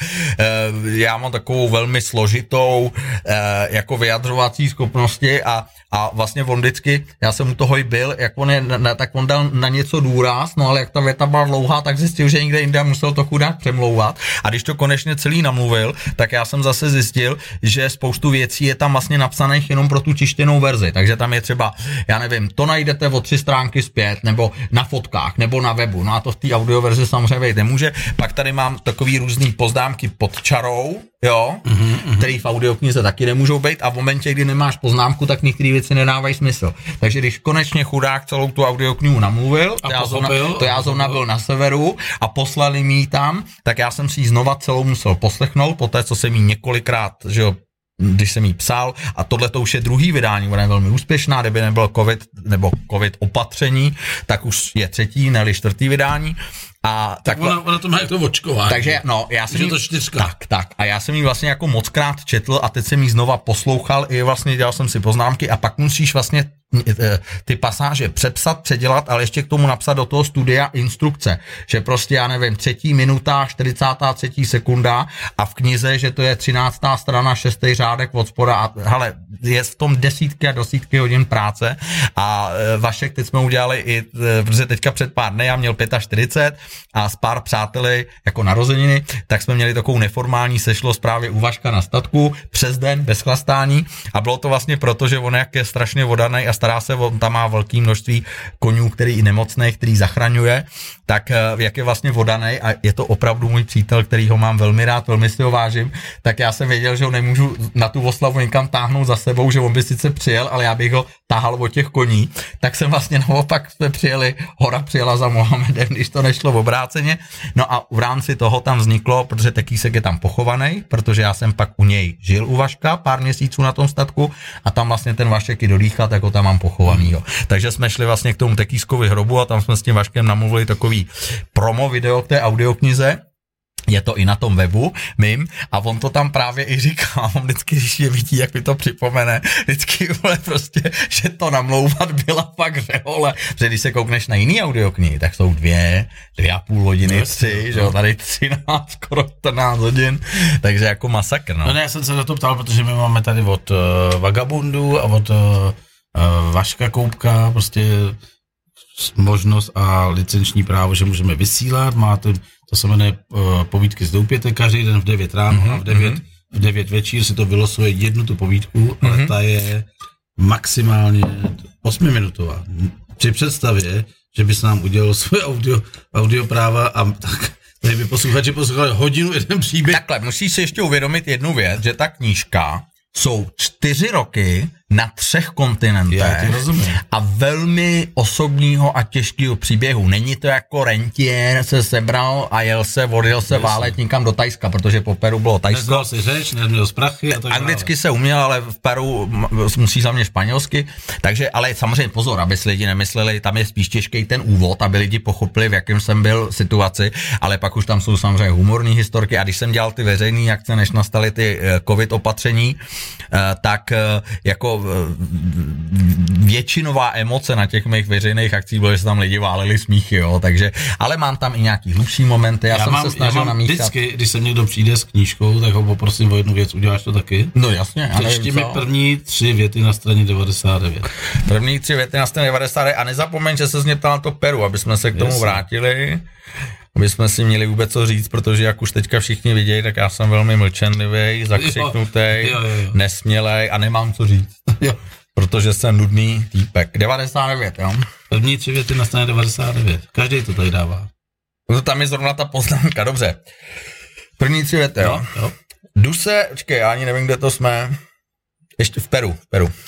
já mám takovou velmi složitou jako vyjadřovací schopnosti a vlastně on vždycky, já jsem u toho i byl, jak on je, tak on dal na něco důraz, no ale jak ta věta byla dlouhá, tak zjistil, že někde jinde musel to chudák přemlouvat. A když to konečně celý namluvil, tak já jsem zase zjistil, že spoustu věcí je tam vlastně napsaných jenom pro tu tištěnou verzi. Takže tam je třeba, já nevím, to najdete o 3 stránky zpět, nebo na fotkách, nebo na webu. No a to v té audioverzi samozřejmě být nemůže. Pak tady mám takový různý poznámky pod čarou, jo, který v audioknize taky nemůžou být a v momentě, kdy nemáš poznámku, tak některé věci nedávají smysl. Takže když konečně chudák celou tu audioknihu namluvil, to já zrovna byl na severu a poslali mi ji tam, tak já jsem si ji znova celou musel poslechnout, poté co jsem ji několikrát, že jo, když jsem jí psal a tohle to už je druhý vydání, ona je velmi úspěšná, kdyby nebylo covid opatření, tak už je třetí, ne-li 4. vydání. A tak ona to má jako očkování. Takže no, já jsem to 4. Tak. A já jsem jí vlastně jako mockrát četl a teď jsem jí znova poslouchal i vlastně dělal jsem si poznámky a pak musíš vlastně ty pasáže přepsat, předělat, ale ještě k tomu napsat do toho studia instrukce, že prostě já nevím, 3. minuta, 43. sekunda a v knize, že to je 13. strana, 6. řádek od spoda a hele, je v tom desítky a desítky hodin práce a Vašek, teď jsme udělali i, protože teďka před pár dny, já měl 45 a s pár přáteli jako narozeniny, tak jsme měli takovou neformální sešlost právě u Vaška na statku, přes den, bez chlastání a bylo to vlastně proto, že on jak je strašně vodanej a stará se, on tam má velké množství konňů, který i nemocný, který zachraňuje, tak jak je vlastně vodanej a je to opravdu můj přítel, který ho mám velmi rád, velmi si ho vážím, tak já jsem věděl, že ho nemůžu na tu oslavu někam táhnout za sebou, že on by sice přijel, ale já bych ho tahal od těch koní, tak jsem vlastně naopak jsme přijeli, hora přijela za Mohamedem, když to nešlo obráceně. No a v rámci toho tam vzniklo, protože Tekýsek je tam pochovaný, protože já jsem pak u něj žil u Vaška pár měsíců na tom statku a tam vlastně ten Vašek i dodýchat, jako tam mám pochovanýho. Takže jsme šli vlastně k tomu Tekýskovi hrobu a tam jsme s tím Vaškem namluvili takový promo video k té audioknize. Je to i na tom webu mým a on to tam právě i říká, on vždycky, když je vidí, jak mi to připomene, vždycky vole prostě, že to namlouvat byla fakt řehole, protože když se koukneš na jiný audioknihy, tak jsou 2,5 hodiny, 3, že jo, tady 13, skoro 14 hodin, takže jako masakr, no. No ne, já jsem se na to ptal, protože my máme tady od Vagabundu a od Vaška Koupka prostě možnost a licenční právo, že můžeme vysílat, máte, to se jmenuje povídky z Doupěte, každý den v 9 ráno a v 9 večer si to vylosuje jednu tu povídku, ale ta je maximálně 8minutová. Při představě, že bys nám udělal svoje audio práva a tak tady by posluchači poslouchali hodinu jeden příběh. Takhle, musíš si ještě uvědomit jednu věc, že ta knížka jsou 4 roky na 3 kontinentech a velmi osobního a těžkého příběhu. Není to jako rentier se sebral a odjel se válet někam do Tajska, protože po Peru bylo Tajsko. Neznal si řeč, neměl sprachy a tak dále. Anglicky se uměl, ale v Peru musí za mě španělsky. Takže, ale samozřejmě pozor, aby si lidi nemysleli, tam je spíš těžký ten úvod, aby lidi pochopili, v jakém jsem byl situaci, ale pak už tam jsou samozřejmě humorní historky a když jsem dělal ty veřejné akce, než nastaly ty covid opatření, tak jako většinová emoce na těch mých veřejných akcích bylo, že se tam lidi váleli smíchy, jo, takže, ale mám tam i nějaký hlubší momenty, já jsem se snažil namíchat. Vždycky, když se někdo přijde s knížkou, tak ho poprosím o jednu věc, uděláš to taky? No jasně. Přečti mi první 3 věty na straně 99. První 3 věty na straně 99 a nezapomeň, že se z mě ptal na to Peru, aby jsme se k tomu vrátili. Aby jsme si měli vůbec co říct, protože jak už teďka všichni vidějí, tak já jsem velmi mlčenlivý, zakřiknutý, nesmělej a nemám co říct. Jo. protože jsem nudný týpek. 99, jo? První 3 věty na straně 99. Každý to tady dává. No tam je zrovna ta poznámka, dobře. První 3 věty, jo? Jo. Jdu se, počkej, já ani nevím, kde to jsme. Ještě v Peru.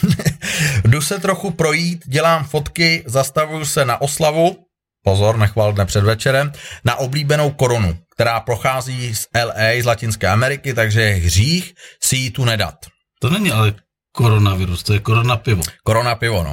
Jdu se trochu projít, dělám fotky, zastavuju se na oslavu, pozor, nechval dne před večerem, na oblíbenou koronu, která prochází z LA, z Latinské Ameriky, takže je hřích si ji tu nedat. To není ale koronavirus, to je korona pivo. Korona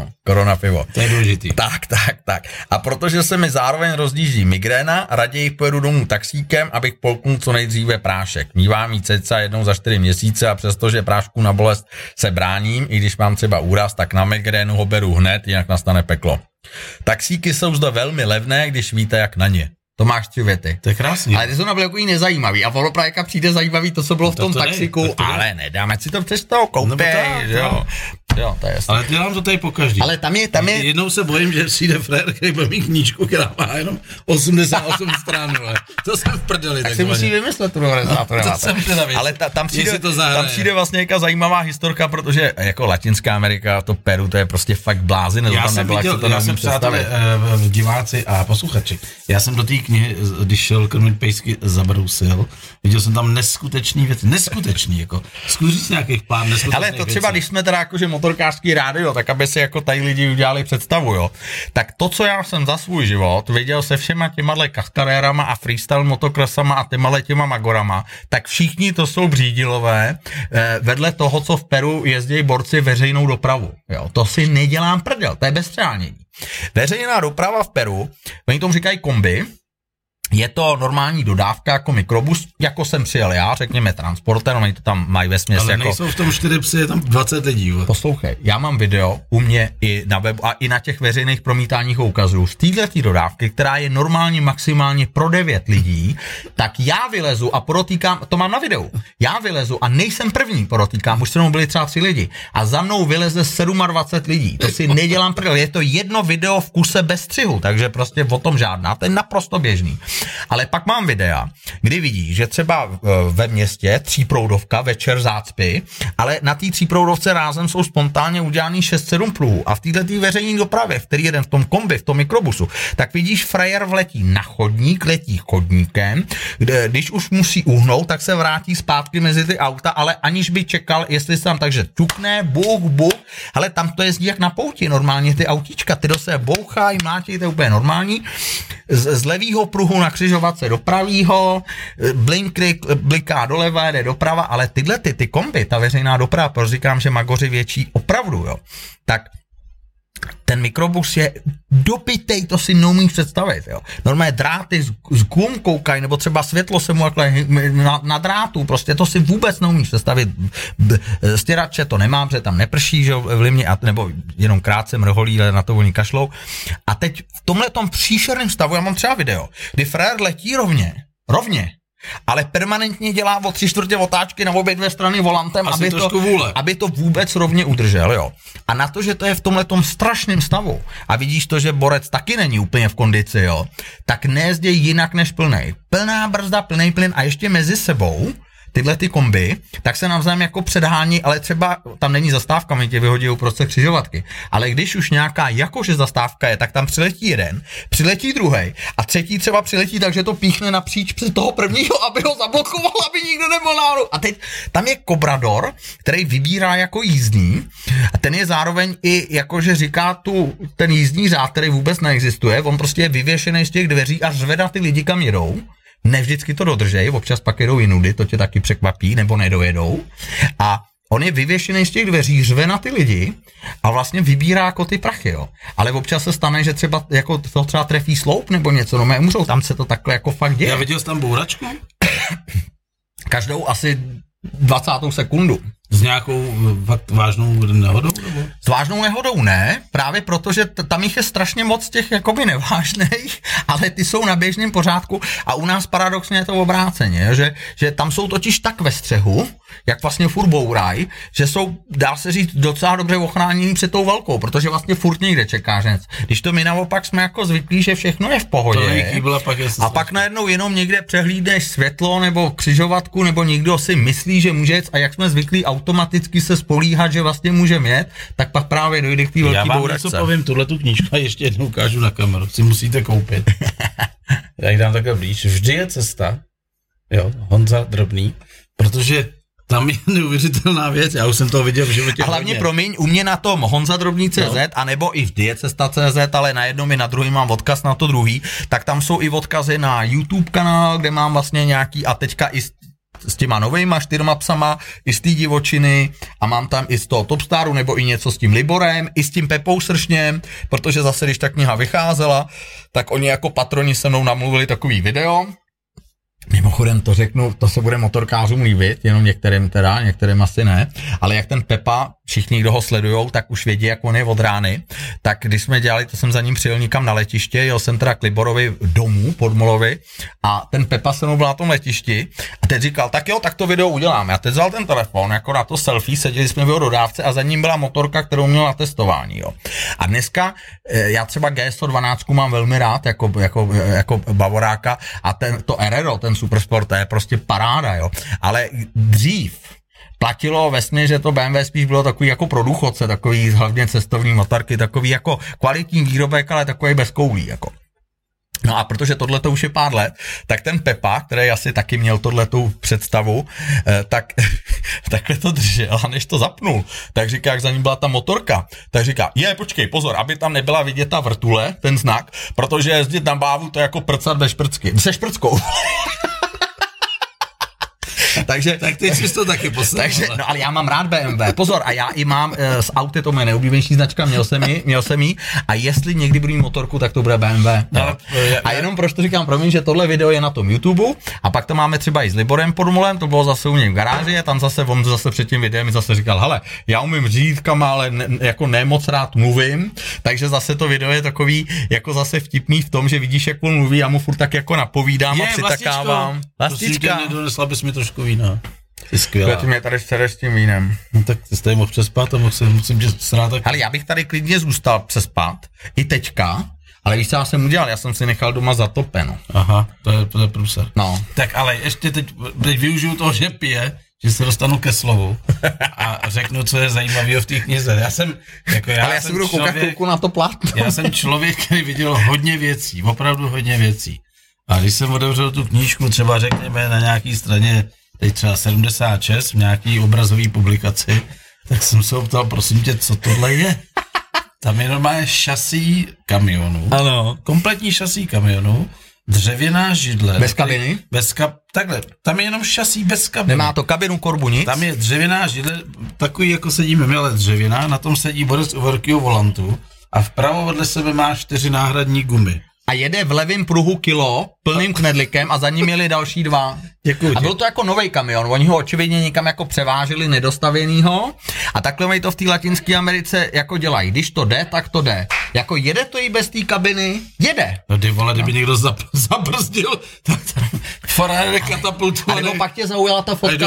pivo. To je důležitý. Tak. A protože se mi zároveň rozdíží migréna, raději pojedu domů taxíkem, abych polknul co nejdříve prášek. Mívám jí cca jednou za 4 měsíce a přestože prášku na bolest se bráním, i když mám třeba úraz, tak na migrénu ho beru hned, jinak nastane peklo. Taxíky jsou zde velmi levné, když víte, jak na ně. To máš 3 věty. To je krásný. Ale ty jsou nabyly jako i nezajímavý. A ono právě přijde zajímavý to, co bylo v tom taxiku. Ale nedáme si to přes toho koupej, jo. Jo, to je jasný. Ale dělám to tady po každý. Ale tam je... Jednou se bojím, že přijde frér, který bude mít knížku, která má jenom 88 stran, ale to jsem v prdeli. Tak si musí vymyslet tu novelizátor. Ale tam přijde vlastně nějaká zajímavá historka, protože jako Latinská Amerika, to Peru, to je prostě fakt blázin. Já jsem přátelé, diváci a posluchači. Já jsem do té knihy, když šel krmit pejsky, zabrousil. Viděl jsem tam neskutečný věci. Neskutečný, jako. Zkusit nějakých pár neskutečných ale to třeba, když jsme teda jakože motorkářský rádio, tak aby si jako tady lidi udělali představu, jo. Tak to, co já jsem za svůj život viděl se všema těma kaskadérama a freestyle motocrossama a těma magorama, tak všichni to jsou břídilové vedle toho, co v Peru jezdí borci veřejnou dopravu, jo. To si nedělám prdel, to je bezstřelnění. Veřejná doprava v Peru, oni tomu říkají kombi. Je to normální dodávka jako mikrobus, jako jsem přijel já, řekněme transporter, oni to tam mají vesměs ale jako... Ale nejsou v tom 4 psy, je tam 20 lidí. Poslouchej, já mám video u mě i na webu a i na těch veřejných promítáních ukazuju. Z této dodávky, která je normálně maximálně pro 9 lidí, tak já vylezu a podotýkám, to mám na videu, já vylezu a nejsem první, podotýkám, už se mnou byli třeba 3 lidi a za mnou vyleze 27 lidí. To si nedělám prdel, je to jedno video v kuse bez střihu, takže prostě o tom žádná, to je naprosto běžný. Ale pak mám videa, kdy vidíš, že třeba ve městě 3proudovka, večer zácpy, ale na té 3proudovce rázem jsou spontánně udělaný 6-7 pluhů a v této veřejné dopravě, v který jeden v tom kombi, v tom mikrobusu, tak vidíš frajer vletí na chodník, letí chodníkem, kde, když už musí uhnout, tak se vrátí zpátky mezi ty auta, ale aniž by čekal, jestli se tam takže ťukne, buch, ale tam to jezdí jak na pouti, normálně ty autíčka, ty do sebe bouchají, mlátí, to je úplně normální. Z levýho pruhu na křižovatce do pravýho, bliká doleva, jde doprava, ale tyhle ty kombi, ta veřejná doprava, proč říkám, že magoři větší opravdu, jo, tak ten mikrobus je dopitej, to si neumím představit, jo. Normálně dráty z gum koukají, nebo třeba světlo se mu na drátu, prostě to si vůbec neumím představit. Stěrače to nemám, protože tam neprší, že jo, v Limě, nebo jenom krátce mrholí, ale na to oni kašlou. A teď v tomhletom příšerném stavu, já mám třeba video, kdy frér letí rovně, ale permanentně dělá o 3/4 otáčky na obě dvě strany volantem, aby to vůbec rovně udržel, jo. A na to, že to je v tomhletom strašném stavu a vidíš to, že borec taky není úplně v kondici, jo, tak nejezdí jinak než plnej. Plná brzda, plný plyn a ještě mezi sebou tyhle ty kombi, tak se navzájem jako předhání, ale třeba tam není zastávka, my tě vyhodí uprostřed křižovatky. Ale když už nějaká jakože zastávka je, tak tam přiletí jeden, přiletí druhej a třetí třeba přiletí, takže to píchne napříč před toho prvního, aby ho zablokoval, aby nikdo nebyl náhodou. A teď tam je kobrador, který vybírá jako jízdní a ten je zároveň i jakože říká ten jízdní řád, který vůbec neexistuje, on prostě je vyvěšený z těch dveří a řve na ty lidi, kam jedou. Ne vždycky to dodržej, občas pak jedou jinudy, to tě taky překvapí, nebo nedojedou. A on je vyvěšený z těch dveří, řve na ty lidi a vlastně vybírá jako ty prachy, jo. Ale občas se stane, že třeba jako to třeba trefí sloup nebo něco, no umřou, tam se to takhle jako fakt děje. Já viděl jsi tam bouračku? Každou asi 20. sekundu. S nějakou fakt vážnou nehodou? Nebo? S vážnou nehodou ne, právě protože tam jich je strašně moc těch jakoby nevážných, ale ty jsou na běžném pořádku a u nás paradoxně je to obráceně, že tam jsou totiž tak ve střehu, jak vlastně furt bouraj, že jsou, dá se říct, docela dobře ochránění před tou velkou, protože vlastně furt někde čekáš něco. Když to my naopak jsme jako zvyklí, že všechno je v pohodě a pak najednou jenom někde přehlídneš světlo nebo křižovatku nebo někdo si myslí, že může jet a jak jsme zvyklí automaticky se spolíhat, že vlastně můžeme jet, tak pak právě dojde k té velké bouračce. Já vám něco povím, tuhletu knížku a ještě jednou ukážu na kameru, si musíte koupit. Já ji dám takhle blíž, vždy je cesta, jo, Honza Drobný, protože tam je neuvěřitelná věc, já už jsem toho viděl v životě. A hlavně, promiň, u mě na tom honzadrobný.cz, anebo i v diecesta.cz, ale na jednom i na druhém mám odkaz na to druhý, tak tam jsou i odkazy na YouTube kanál, kde mám vlastně nějaký, a teďka i s těma novejma 4 psama, i z té divočiny, a mám tam i z toho Topstaru, nebo i něco s tím Liborem, i s tím Pepou Sršněm, protože zase, když ta kniha vycházela, tak oni jako patroni se mnou namluvili takový video. Mimochodem to řeknu, to se bude motorkářům líbit, jenom některým asi ne, ale jak ten Pepa, všichni, kdo ho sledujou, tak už vědí, jak on je od rány, tak když jsme dělali, to jsem za ním přijel nikam na letiště, jel jsem teda k Liborovi domů, Podmolovi, a ten Pepa se mnou byl na tom letišti a teď říkal, tak jo, tak to video uděláme. A teď vzal ten telefon, jako na to selfie, seděli jsme v jeho dodávce a za ním byla motorka, kterou měl na testování, jo. A dneska, já třeba GS112 mám velmi rád, jako bavoráka, a to RRO, ten Supersport, to je prostě paráda, jo. Ale dřív platilo vesměs, že to BMW spíš bylo takový jako pro důchodce, takový hlavně cestovní motorky, takový jako kvalitní výrobek, ale takový bez koulí, jako. No a protože tohleto už je pár let, tak ten Pepa, který asi taky měl tohletou představu, tak takhle to držel, a než to zapnul, tak říká, jak za ním byla ta motorka, tak říká, počkej, pozor, aby tam nebyla vidět ta vrtule, ten znak, protože jezdit na bávu to je jako prcat se šprckou. Takže, tak ty jsi to taky poslal. Takže, no ale já mám rád BMW. Pozor, a já i mám z auty, to moje nejoblíbenější značka, měl jsem jí, a jestli někdy budu mít motorku, tak to bude BMW. No, a jenom proč to říkám, promiň, že tohle video je na tom YouTube, a pak to máme třeba i s Liborem Podmolem, to bylo zase u něj v garáži, a tam zase on zase před tím videem mi zase říkal, hele, já umím řídkama, ale jako nemoc rád mluvím, takže zase to video je takový jako zase vtipný v tom, že vidíš, jak on mluví, já mu furt tak jako napovídám a přitakávám. Vlastička. Nedonesla bys mi trošku vína. Jsi skvělá. Ty mě tady včera s tím vínem. No tak ty jsi tady mohl přespat a musím tě srát tak. Ale já bych tady klidně zůstal přespat, i teďka, ale víš, co já jsem udělal, já jsem si nechal doma zatopeno. Aha, to je průser. No. Tak ale ještě teď využiju toho, že pije, že se dostanu ke slovu a řeknu, co je zajímavého v té knize. Já jsem si budu koukat na to plátno. Já jsem člověk, který viděl hodně věcí, opravdu hodně věcí. A když jsem otevřel tu knížku, třeba řekněme na nějaký straně, teď třeba 76, v nějaký obrazový publikaci, tak jsem se optal, prosím tě, co tohle je? Tam je normálně šasí kamionu. Ano. Kompletní šasí kamionu, dřevěná židle. Bez kabiny? Takhle, tam je jenom šasí bez kabiny. Nemá to kabinu, korbu, nic? Tam je dřevěná židle, takový jako sedíme my, ale dřevěná, na tom sedí Boris u velkého volantu a vpravo vedle sebe má 4 náhradní gumy. A jede v levém pruhu kilo, plným knedlikem, a za ním jeli další 2. Děkuji. A byl to jako novej kamion, oni ho očividně někam jako převáželi nedostavěnýho, a takhle mají to v té Latinské Americe jako dělají. Když to jde, tak to jde. Jako jede to i bez té kabiny? Jede. No ty vole, kdyby někdo zabrzdil, tak Ferrari katapultovaný. A nebo pak tě zaujala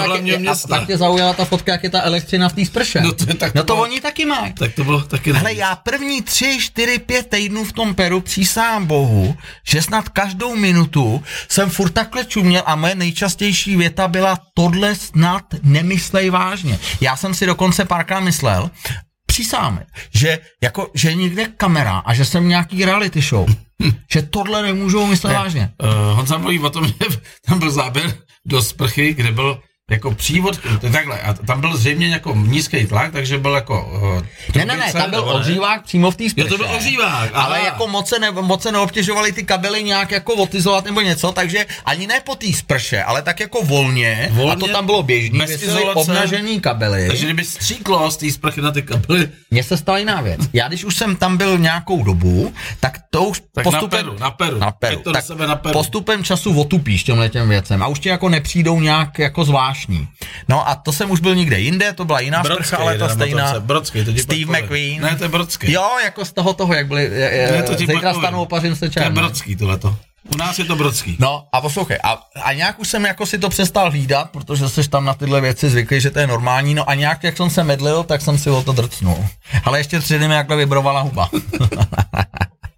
ta fotka, jak je ta elektřina v té sprše. No to oni taky mají. Tak to bylo taky. Ale já první 3, 4, 5 týdnů v tom Peru přísahám Bohu, že snad každou minutu jsem furt takhle čuměl, a moje nejčastější věta byla, tohle snad nemyslej vážně. Já jsem si dokonce párkrát myslel, přísáme, že je někde kamera a že jsem nějaký reality show. Že tohle nemůžou myslet vážně. Honza mluví o tom, že tam byl záběr do sprchy, kde byl jako přívod, takhle, a tam byl zřejmě jako nízký tlak, takže byl jako... Ne, tam byl ohřívák přímo v té sprše. Jo, to byl ohřívák. Ale jako moc se neobtěžovali ty kabely nějak jako otizovat nebo něco, takže ani ne po té sprše, ale tak jako volně, a to tam bylo běžný, vysely obnažený kabely. Takže kdyby stříklo z té sprchy na ty kabely... Mně se stala jiná věc. Já když už jsem tam byl nějakou dobu, tak to už tak postupem... Na Peru. Tak postupem času otupíš těmhletěm věcem a už ti jako nepřijdou nějak jako zvláštní. No a to jsem už byl někde jinde, to byla jiná sprcha, ale ta stejná. Brodský, Steve McQueen. Ne, to je Brodský. Jo, jako z toho, jak byli zítra stanu opařím se černý. To je Brodský tohleto. U nás je to Brodský. No a poslouchej, a nějak už jsem jako si to přestal hlídat, protože jsi tam na tyhle věci zvyklý, že to je normální, no a nějak jak jsem se medlil, tak jsem si o to drcnul. Ale ještě 3 dny mi jakhle vibrovala huba.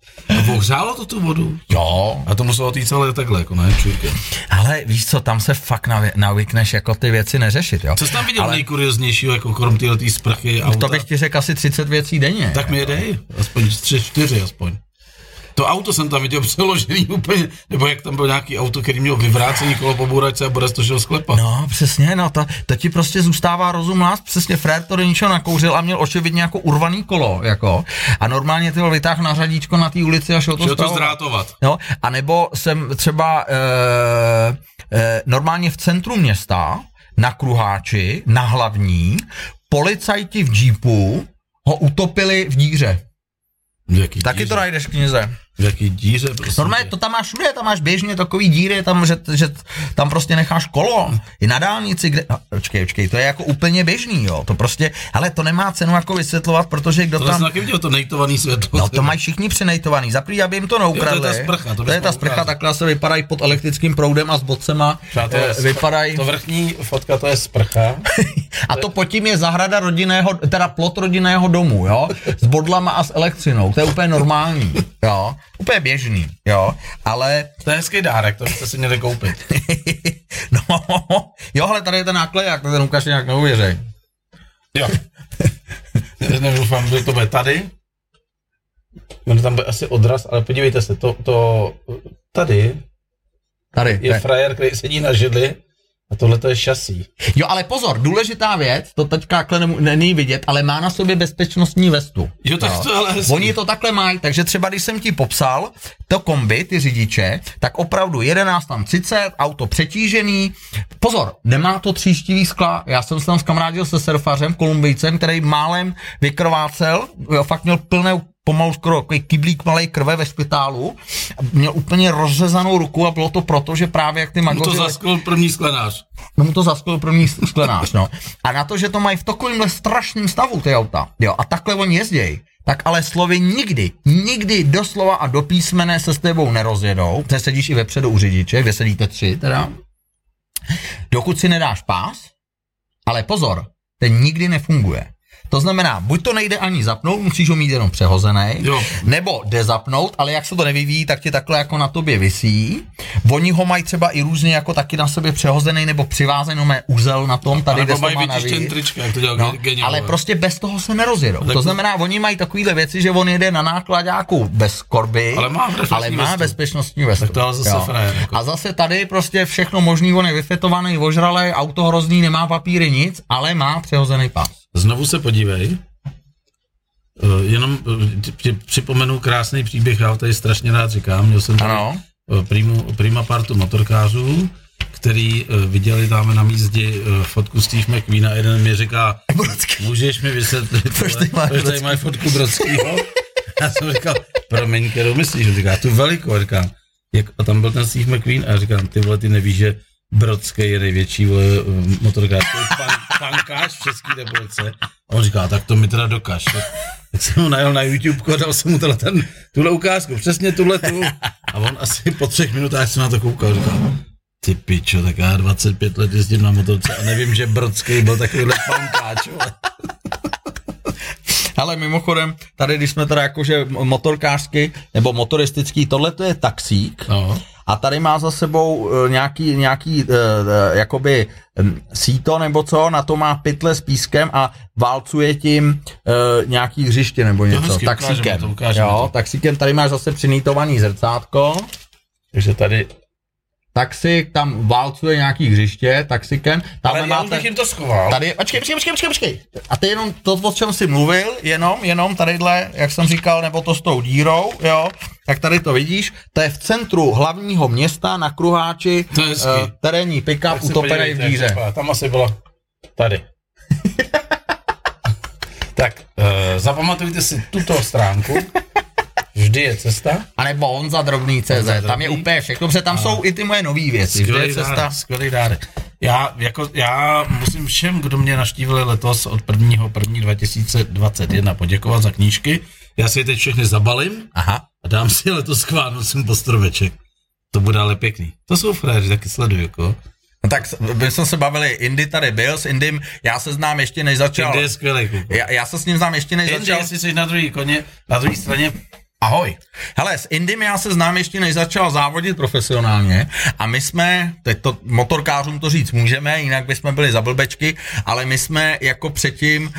ohřálo to tu vodu? Jo. A to muselo týct celé takhle, jako ne, čurkem. Ale víš co, tam se fakt navykneš jako ty věci neřešit, jo. Co jsi tam viděl nejkurioznějšího, jako krom tyhle sprchy, auta? To bych ti řekl asi 30 věcí denně. Tak mi je dej, aspoň 3-4 aspoň. To auto jsem tam viděl přeložený úplně, nebo jak tam byl nějaký auto, který měl vyvrácený kolo po bůračce a Boris to šel sklepat. No, přesně, no, to ti prostě zůstává rozum nás, přesně Frér to do ničeho nakouřil a měl očividně jako urvaný kolo, jako, a normálně ty vytáhl na řadíčko na té ulici a šel to zdrátovat. No, a nebo jsem třeba normálně v centru města, na Kruháči, na Hlavní, policajti v džípu ho utopili v díře. Taky to najdeš v knize. V jaký díře? Normálně to tam máš všude, tam máš běžně takový díry, tam, že tam prostě necháš kolo. I na dálnici, kde... No, počkej, to je jako úplně běžný, jo. To prostě, ale to nemá cenu jako vysvětlovat, protože kdo to tam... To taky viděl, to nejtovaný světlo. No to mají všichni přenejtovaný, zaprý, aby jim to neukradli. To je ta sprcha. To je ta sprcha, takhle se vypadají pod elektrickým proudem a s bodcema vypadají... To vrchní fotka, to je sprcha. A to pod tím je zahrada rodinného, teda plot rodinného domu, jo. S bodlama a s elektřinou, to je úplně normální, jo. Úplně běžný, jo, ale... To je hezký dárek, to byste si měli koupit. No, jo, ale tady je ten nákleják, ten Lukáš nějak neuvěřej. Jo. Nedoufám, že to bude tady. Ono tam bude asi odraz, ale podívejte se, to tady je frajer, který sedí na židli a tohle to je šasí. Jo, ale pozor, důležitá věc, to teďka takhle není vidět, ale má na sobě bezpečnostní vestu. Jo, tak jo. To ale hezký. Oni to takhle mají, takže třeba když jsem ti popsal to kombi, ty řidiče, tak opravdu 11:30, auto přetížený. Pozor, nemá to tříštivý skla, já jsem se tam skamarádil se surfařem, Kolumbijcem, který málem vykrvácel, jo, fakt měl plné pomalu skoro kyblík malej krve ve špitálu, měl úplně rozřezanou ruku a bylo to proto, že právě jak ty magoři... Mu to zaskl první sklenář. No mu to zaskl první sklenář, no. A na to, že to mají v takovémhle strašném stavu ty auta, jo, a takhle oni jezdějí, tak ale slovy nikdy doslova a do písmene se s tebou nerozjedou, ty sedíš i vepředu u řidiče, kde sedíte 3 teda, dokud si nedáš pás, ale pozor, ten nikdy nefunguje. To znamená, buď to nejde ani zapnout, musíš ho mít jenom přehozený, nebo jde zapnout, ale jak se to nevyvíjí, tak ti takhle jako na tobě visí. Oni ho mají třeba i různě jako taky na sobě přehozený nebo přivázený, má uzel na tom, tady kde to má navíc. Jak to dělá Ale prostě bez toho se nerozjedou. To znamená, oni mají takovýhle věci, že on jede na nákladáku bez korby, ale má bezpečnostní vestu. Tak to zase frajer, jako. A zase tady prostě všechno možný, on je vyfetovaný, ožralej, auto hrozný, nemá papíry, nic, ale má přehozený pás. Znovu se podívej, jenom připomenu krásný příběh, já tady strašně rád říkám, měl jsem tady prima partu motorkářů, který viděli tam na místě fotku Steve McQueen a jeden mi říká, můžeš mi vysvětlit, proč tady mají fotku Brodskýho? Já jsem říkal, promiň, kterou myslíš? On říká, tu velikou, říkám, a tam byl ten Steve McQueen a já říkám, ty vole, ty nevíš, že Brodský je největší motorkář, pankář v České republice. A on říká, tak to mi teda dokaž. Tak jsem mu najel na YouTube a dal jsem mu tuhle ukázku, přesně tuhletu. A on asi po 3 minutách se na to koukal a říkal, ty pičo, tak já 25 let jezdím na motorce a nevím, že Brodský byl takovýhle pankáč. Ale mimochodem, tady když jsme teda jakože motorkářský nebo motoristický, tohle to je taxík. No. A tady má za sebou nějaký jakoby síto nebo co, na to má pytle s pískem a válcuje tím nějaký hřiště nebo něco. Taxíkem. Taxíkem, tady máš zase přinýtovaný zrcátko. Takže tady... Taxík tam válcuje nějaký hřiště, taxíkem. Ale já už bych jim to schoval. Tady, počkej. A to je jenom to, o čem jsi mluvil, jenom tadyhle, jak jsem říkal, nebo to s tou dírou, jo, tak tady to vidíš, to je v centru hlavního města na Kruháči, terénní pick-up utopený v díře. Tam asi bylo tady. Tak, zapamatujte si tuto stránku. Vždy je cesta. A nebo Honza Drobný CZ, tam je úplně všechno, protože tam jsou i ty moje nový věci. Skvělý dárek. Já musím všem, kdo mě navštívili letos od 1.1.2021 poděkovat za knížky. Já si je teď všechny zabalím a dám si letos k Vánocům postrveček. To bude ale pěkný. To jsou frajeři, taky sleduju, jako. No tak my jsme se bavili, Indy tady byl, s Indym já se znám ještě než začal. Indy je skvělej, já se s ním znám ještě než začal. Indy, jestli jsi na druhé straně Ahoj. Hele, s Indym já se znám ještě než začal závodit profesionálně a my jsme, teď to motorkářům to říct můžeme, jinak bychom byli za blbečky, ale my jsme jako předtím,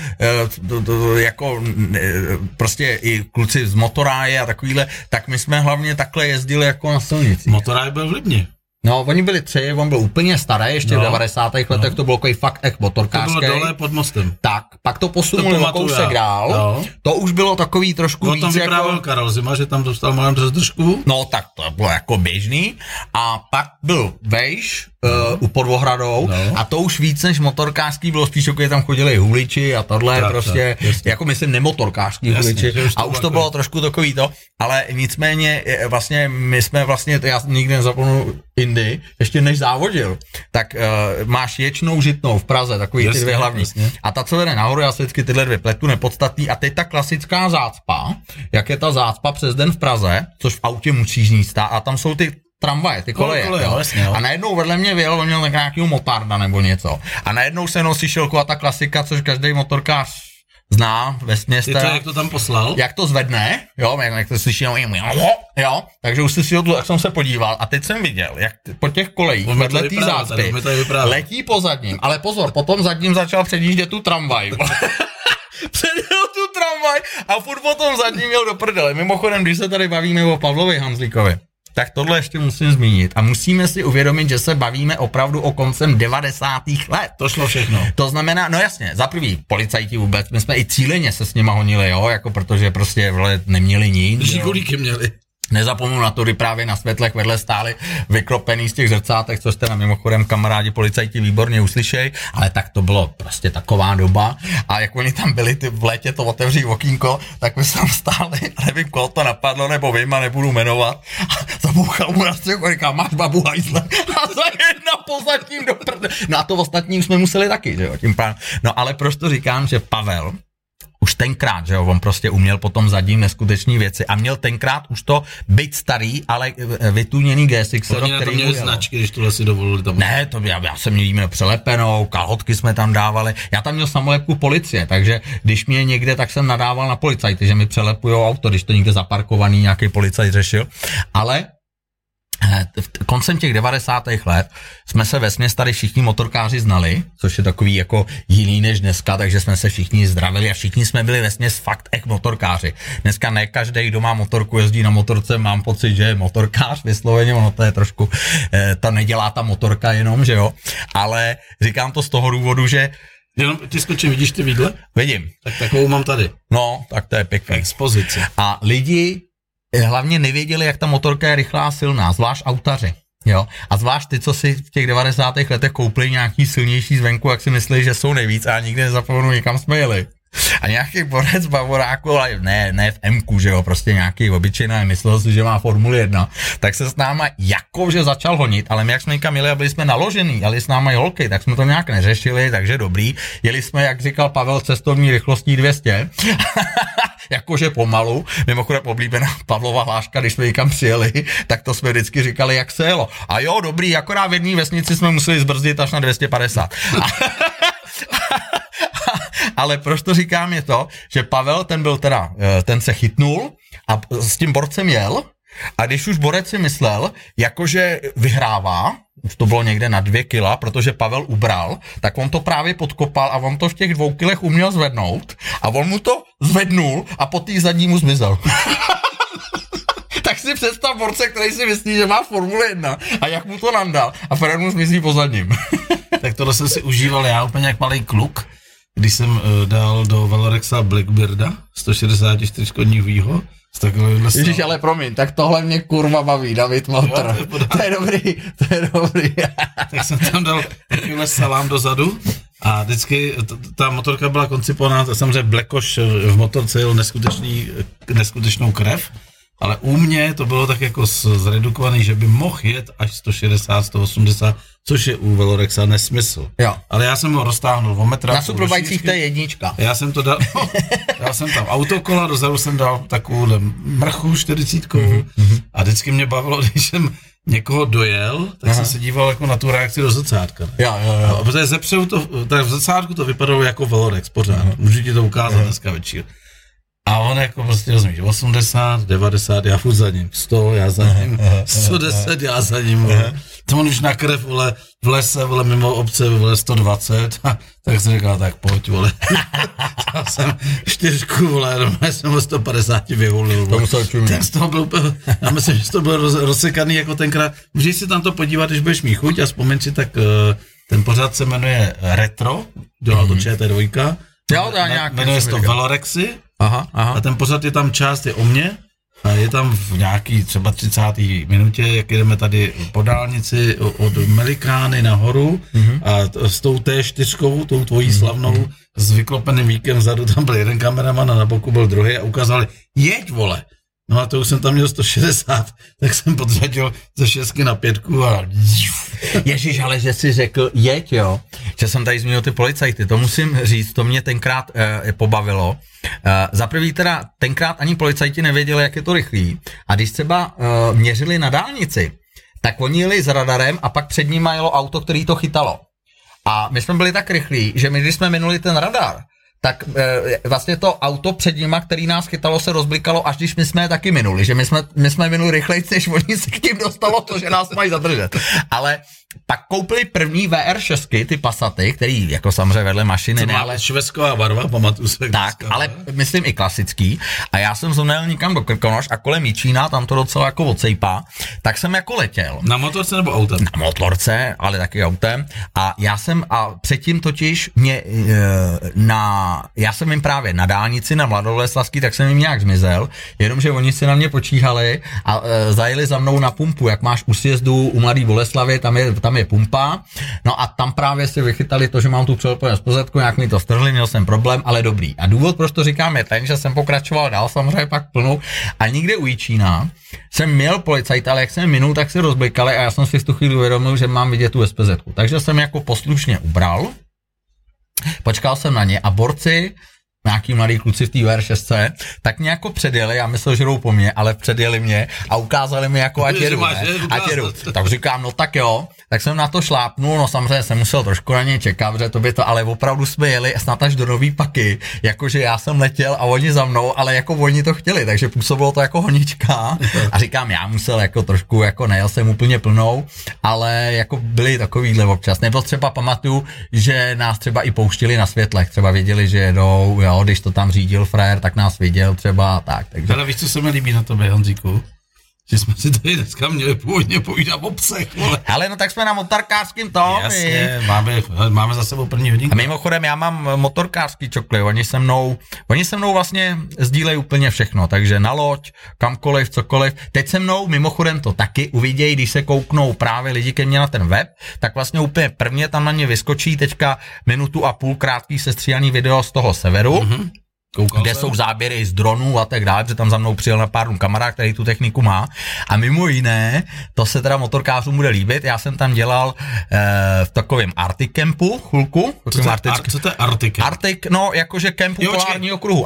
prostě i kluci z Motoráje a takovýhle, tak my jsme hlavně takhle jezdili jako na silnici. Motoráj byl v Libni. No, oni byli 3, on byl úplně starý, ještě v 90. letech to bylo takový fakt motorkářský. To bylo dole pod mostem. Tak, pak to posunuli o kousek dál, to už bylo takový trošku víc tam vyprávěl jako... Karel Zima, že tam dostal malém rozdržku. No, tak to bylo jako běžný. A pak byl vejš u Podvohradou a to už víc než motorkářský bylo spíš, jako tam chodili huliči a tohle tak, prostě, jako myslím nemotorkářský huliči a už to bylo trošku takový to, ale nicméně vlastně my jsme vlastně, já nikdy nezapomenu Indy, ještě než závodil, tak máš Ječnou, Žitnou v Praze, takový ty dvě hlavní. A ta, co vede nahoru, já se vždycky tyhle dvě pletu nepodstatný a teď ta klasická zácpa, jak je ta zácpa přes den v Praze, což v autě musíš níst a tam jsou ty tramvaje, ty koleje, jo. A najednou vedle mě vyjel, on měl tak nějakýho motarda nebo něco. A najednou se nosí šilko a ta klasika, což každý motorkář zná ve směstě. Jak to tam poslal? Jak to zvedne, jo, jak to slyší, jo, takže už si jak jsem se podíval a teď jsem viděl, jak po těch kolejích vedle té zácpy letí po zadním, ale pozor, potom zadním začal předjíždět tu tramvaj. Předjel tu tramvaj a furt potom zadním měl do prdele. Mimochodem, když se tady bavíme o Pavlovi Hanzlíkovi, tak tohle ještě musím zmínit. A musíme si uvědomit, že se bavíme opravdu o koncem 90. let. To šlo všechno. To znamená, no jasně, za prvý, policajti vůbec, my jsme i cíleně se s nima honili, jo, jako protože prostě neměli nic. Žikulíky měli. Nezapomenu na to, kdy právě na světlech vedle stáli vyklopený z těch zrcátek, co jste na mimochodem kamarádi policajti výborně uslyšej, ale tak to bylo prostě taková doba a jak oni tam byli, v létě to otevří okýnko, tak my jsme tam stáli a nevím, koho to napadlo, nebo vím a nebudu jmenovat a zabouchal mu na střechu a říká, máš babu hajzle a za jedna pozadním do prde. No a to ostatním jsme museli taky, že jo, tím pádem. No ale proč to říkám, že Pavel už tenkrát, že jo, on prostě uměl potom zadním neskutečný věci a měl tenkrát už to být starý, ale vytuněný GSX, který to měli značky, když tohle si dovolili tam. Ne, to já jsem měl přelepenou, kalhotky jsme tam dávali, já tam měl samolepku policie, takže když mě někde, tak jsem nadával na policajty, že mi přelepujou auto, když to někde zaparkovaný nějaký policajt řešil, ale koncem těch 90. let jsme se vesměs tady všichni motorkáři znali, což je takový jako jiný než dneska, takže jsme se všichni zdravili a všichni jsme byli vesměs fakt motorkáři. Dneska ne každý, kdo má motorku, jezdí na motorce, mám pocit, že je motorkář vysloveně, ono to je trošku, ta nedělá ta motorka jenom, že jo, ale říkám to z toho důvodu, že jenom ti skočím, vidíš ty vidle? Vidím. Tak takovou mám tady. No, tak to je pěkný. Expozice. A lidi hlavně nevěděli, jak ta motorka je rychlá a silná, zvlášť autaři. Jo? A zvlášť ty, co si v těch 90. letech koupili nějaký silnější zvenku, jak si mysleli, že jsou nejvíc a nikdy nezapomenu, někam jsme jeli. A nějaký borec Bavoráku, ale ne v M-ku, že jo, prostě nějaký obyčejný, myslel si, že má Formuli 1, tak se s náma jakože začal honit, ale my jak jsme někam jeli a byli jsme naložený, ale s náma i holky, tak jsme to nějak neřešili, takže dobrý. Jeli jsme, jak říkal Pavel, cestovní rychlostí 200, jakože pomalu, mimochodem oblíbená Pavlova hláška, když jsme někam přijeli, tak to jsme vždycky říkali, jak se jelo. A jo, dobrý, akorát v jedné vesnici jsme museli zbrzdit až na 250. Ale proč to říkám je to, že Pavel, ten se chytnul a s tím borcem jel a když už borec si myslel, jakože vyhrává, už to bylo někde na 2 kila, protože Pavel ubral, tak on to právě podkopal a on to v těch 2 kilech uměl zvednout a on mu to zvednul a po té zadní mu zmizel. Tak si představ borce, který si myslí, že má Formule 1 a jak mu to nandal a Fred mu zmizí po zadním. Tak tohle jsem si užíval já úplně jak malý kluk, když jsem dal do Velorexa Blackbearda 164 koní výho. Ježíš, ale promiň, tak tohle mě kurva baví, David Motor. To je dobrý. Tak jsem tam dal takovýhle salám dozadu a vždycky ta motorka byla koncipovaná, samozřejmě Blackoš v motorce jel neskutečnou krev, ale u mě to bylo tak jako zredukovaný, že by mohl jet až 160, 180, což je u Velorexa nesmysl. Jo. Ale já jsem ho roztáhnul o metr. Na suplovajících to je jednička. Já jsem to dal, dal jsem tam autokola, dozadu jsem dal takovou mrchu 40 a vždycky mě bavilo, když jsem někoho dojel, tak jsem se díval jako na tu reakci do zrcátka. Jo. A protože zepředu tak v zrcátku to vypadalo jako Velorex pořád. Můžu ti to ukázat dneska večer. A on jako prostě rozumíš, 80, 90, já furt za ním, 100, já za ním, 110, já za ním, vole. To on už na krev, vole, v lese, vole, mimo obce, vole, 120, tak jsem říkal, tak pojď, vole. Já jsem 4, vole, normálně jsem o 150 vyvolil, vole. Ten z toho byl, já myslím, že to byl rozsekaný jako tenkrát. Můžeš si tam to podívat, když budeš mít chuť a vzpomeň si, tak ten pořad se jmenuje Retro, dělal to ČT2, Jo, jmenuje se to Velorexy. Aha. A ten pořad je tam část je o mně a je tam v nějaký třeba 30. minutě, jak jdeme tady po dálnici od Melikány nahoru a s tou T4, tou tvojí slavnou, s vyklopeným víkem vzadu, tam byl jeden kameraman a na boku byl druhý a ukázali, jeď, vole. No a to už jsem tam měl 160, tak jsem podřadil ze 6 na 5 a... Ježíš, ale že jsi řekl jeď, jo, že jsem tady zmínil ty policajty, to musím říct, to mě tenkrát pobavilo. Za prvý teda, tenkrát ani policajti nevěděli, jak je to rychlý a když třeba měřili na dálnici, tak oni jeli s radarem a pak před nimi jelo auto, který to chytalo. A my jsme byli tak rychlí, že my když jsme minuli ten radar, tak vlastně to auto před nima, který nás chytalo, se rozblikalo, až když my jsme je taky minuli, že my jsme minuli rychleji, než oni se k tím dostalo to, že nás mají zadržet. Ale pak koupili první VR6, ty Passaty, který jako samozřejmě vedle mašiny, ne, ale... Švesková barva, pamatuju se. Tak, ale myslím i klasický. A já jsem zonel nikam do Krkonoš a kolem Jičína, tam to docela jako odsejpá, tak jsem jako letěl. Na motorce nebo autem? Na motorce, ale taky autem. A já jsem, a předtím totiž mě já jsem jim právě na dálnici, na Mladoboleslavský, tak jsem jim nějak zmizel, jenomže oni si na mě počíhali a zajeli za mnou na pumpu, jak máš u sjezdu u Mladý Boleslavy, tam je pumpa, no a tam právě si vychytali to, že mám tu přelepojenou spozetku, nějak mi to strhli, měl jsem problém, ale dobrý. A důvod, proč to říkám, je ten, že jsem pokračoval dál, samozřejmě pak plnou, a někde u Jičína jsem měl policajt, ale jak jsem minul, tak si rozblikali a já jsem si v tu chvíli uvědomil, že mám vidět tu SPZ-ku. Takže jsem jako poslušně ubral, počkal jsem na ně a borci, nějaký mladý kluci v té VR6, tak mě jako předjeli, já myslel, že jdou po mně, ale předjeli mě a ukázali mi jako ať jedu. Tak říkám, no tak jo, tak jsem na to šlápnul, no samozřejmě jsem musel trošku na ně čekat, že to by to, ale opravdu jsme jeli snad až do Nový Paky, jakože já jsem letěl a oni za mnou, ale jako oni to chtěli, takže působilo to jako honička a říkám, já musel jako trošku, jako nejel jsem úplně plnou, ale jako byli takovýhle občas, nebo třeba pamatuju, že nás třeba i pouštili na světlech, třeba věděli, že jedou, jo, když to tam řídil frajer, tak nás viděl třeba tak. Takže... Ale víš, co se mi líbí na tobě, Honzíku? Že jsme si tady dneska měli původně povídat o psech, vole. Ale no tak jsme na motorkářským tom. Jasně, máme za sebou první hodinku. A mimochodem já mám motorkářský čokly, oni se mnou vlastně sdílejí úplně všechno, takže na loď, kamkoliv, cokoliv. Teď se mnou mimochodem to taky uvidějí, když se kouknou právě lidi ke mně na ten web, tak vlastně úplně prvně tam na ně vyskočí teďka 1,5 minuty krátký sestříhaný video z toho severu. Kde jsou záběry z dronů a tak dále, protože tam za mnou přijel na pár kamarád, který tu techniku má. A mimo jiné, to se teda motorkářům bude líbit, já jsem tam dělal v takovém Arctic campu chvilku. Co to je Arctic camp? Arctic, no jakože kemp u polárního kruhu.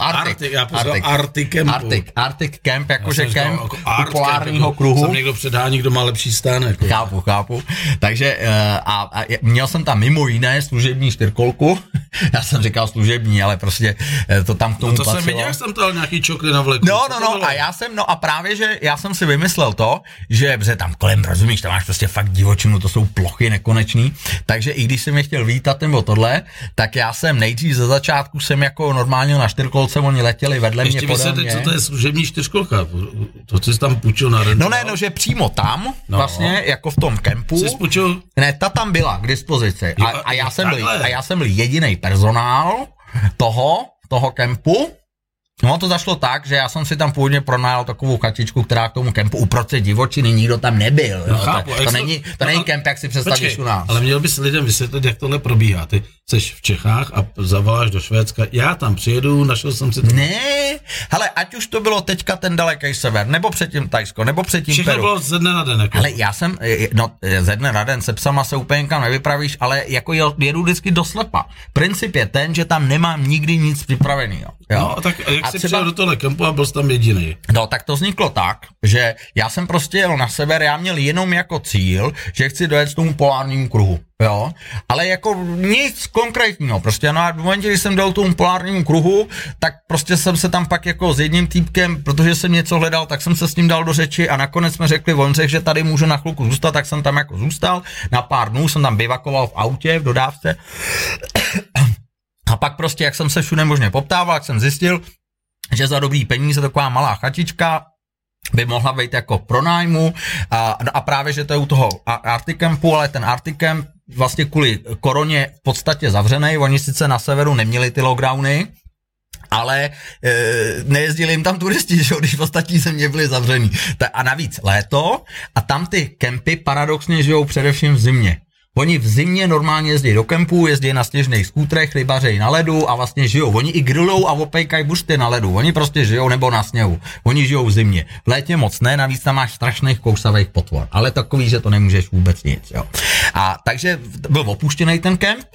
Arctic camp, jakože kemp u polárního kruhu. Jsem někdo předhání, kdo má lepší stánek. Chápu. Takže a měl jsem tam mimo jiné služební 4kolku. Já jsem říkal služební, ale prostě to tam k tomu patřilo. Jsem viděl, jak jsem to nějaký čokly na vleku. A právě, že já jsem si vymyslel to, že tam kolem, rozumíš, tam máš prostě fakt divočinu, to jsou plochy nekonečný, takže i když jsem je chtěl vítat nebo tohle, tak já jsem nejdřív ze začátku jsem jako normálně na 4kolce, oni letěli vedle mě podle mě. Co to je služební 4kolka? To jsi tam půjčil na rentu? No, že přímo tam, vlastně, jako v tom kempu. Jsi půjčil? Ne, ta tam byla k dispozici. A já jsem byl jedinej personál toho kempu. No to zašlo tak, že já jsem si tam původně pronajal takovou chatičku, která k tomu kempu uprostřed divočiny, nikdo tam nebyl. No, chápu, to není kemp, jak si představíš u nás. Ale měl bys lidem vysvětlit, jak tohle probíhá. Ty seš v Čechách a zavoláš do Švédska, já tam přijedu, našel jsem si to. Ne, hele, ať už to bylo teďka ten daleký sever, nebo předtím Tajsko, nebo předtím Všechno Peru. bylo ze dne na den. Jako. Ale já jsem, ze dne na den se psama se úplně kam nevypravíš, ale jako jedu vždycky doslepa. Princip je ten, že tam nemám nikdy nic připraveného. No, tak Jak jsi přijel do tohle kempu a byl jsi tam jediný? No, tak to vzniklo tak, že já jsem prostě jel na sever, já měl jenom jako cíl, že chci dojet tomu polárnímu kruhu, jo, ale jako nic konkrétního, prostě no a v momentě, kdy jsem dal tomu polárnímu kruhu, tak prostě jsem se tam pak jako s jedním týpkem, protože jsem něco hledal, tak jsem se s ním dal do řeči a nakonec jsme řekli, on řekl, že tady můžu na chvilku zůstat, tak jsem tam jako zůstal, na pár dnů jsem tam bivakoval v autě, v dodávce. A pak prostě, jak jsem se všude možně poptával, jak jsem zjistil, že za dobrý peníze taková malá chatička by mohla být jako pronájmu a právě, že to je u toho Arcticampu, ale ten Arcticamp vlastně kvůli koroně v podstatě zavřenej, oni sice na severu neměli ty lockdowny, ale nejezdili jim tam turisti, že, když v ostatní země byli zavřený. A navíc léto a tam ty kempy paradoxně žijou především v zimě. Oni v zimě normálně jezdí do kempů, jezdí na sněžných skútrech, rybařejí na ledu a vlastně žijou. Oni i grillou a opejkají bušty na ledu. Oni prostě žijou nebo na sněhu. Oni žijou v zimě. V létě moc ne, navíc tam máš strašných kousavých potvor. Ale takový, že to nemůžeš vůbec nic. Jo. A takže byl opuštěný ten kemp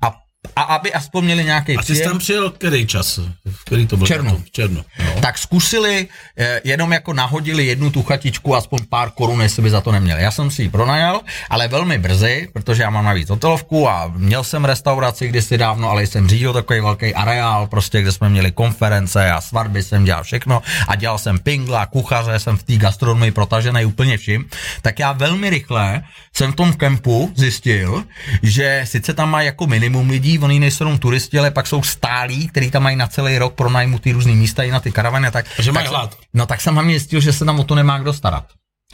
a aby aspoň měli nějaký příjem. A ty jsi tam přijel který čas? Který to byl? V červnu. No. Tak zkusili, jenom jako nahodili jednu tu chatičku, aspoň pár korun, jestli by za to neměli. Já jsem si ji pronajal, ale velmi brzy, protože já mám navíc hotelovku a měl jsem restauraci kdysi dávno, ale jsem řídil takový velký areál, prostě, kde jsme měli konference a svatby, jsem dělal všechno a dělal jsem pingla, kuchaře, jsem v té gastronomii protažený úplně vším. Tak já velmi rychle jsem v tom kempu zjistil, že sice tam má jako minimum lidí, oni nejsou jenom turisti, ale pak jsou stálí, kteří tam mají na celý rok pronajmutý různý místa i na ty karavany. Takže mají hlad. No tak jsem hlavně zjistil, že se tam o to nemá kdo starat.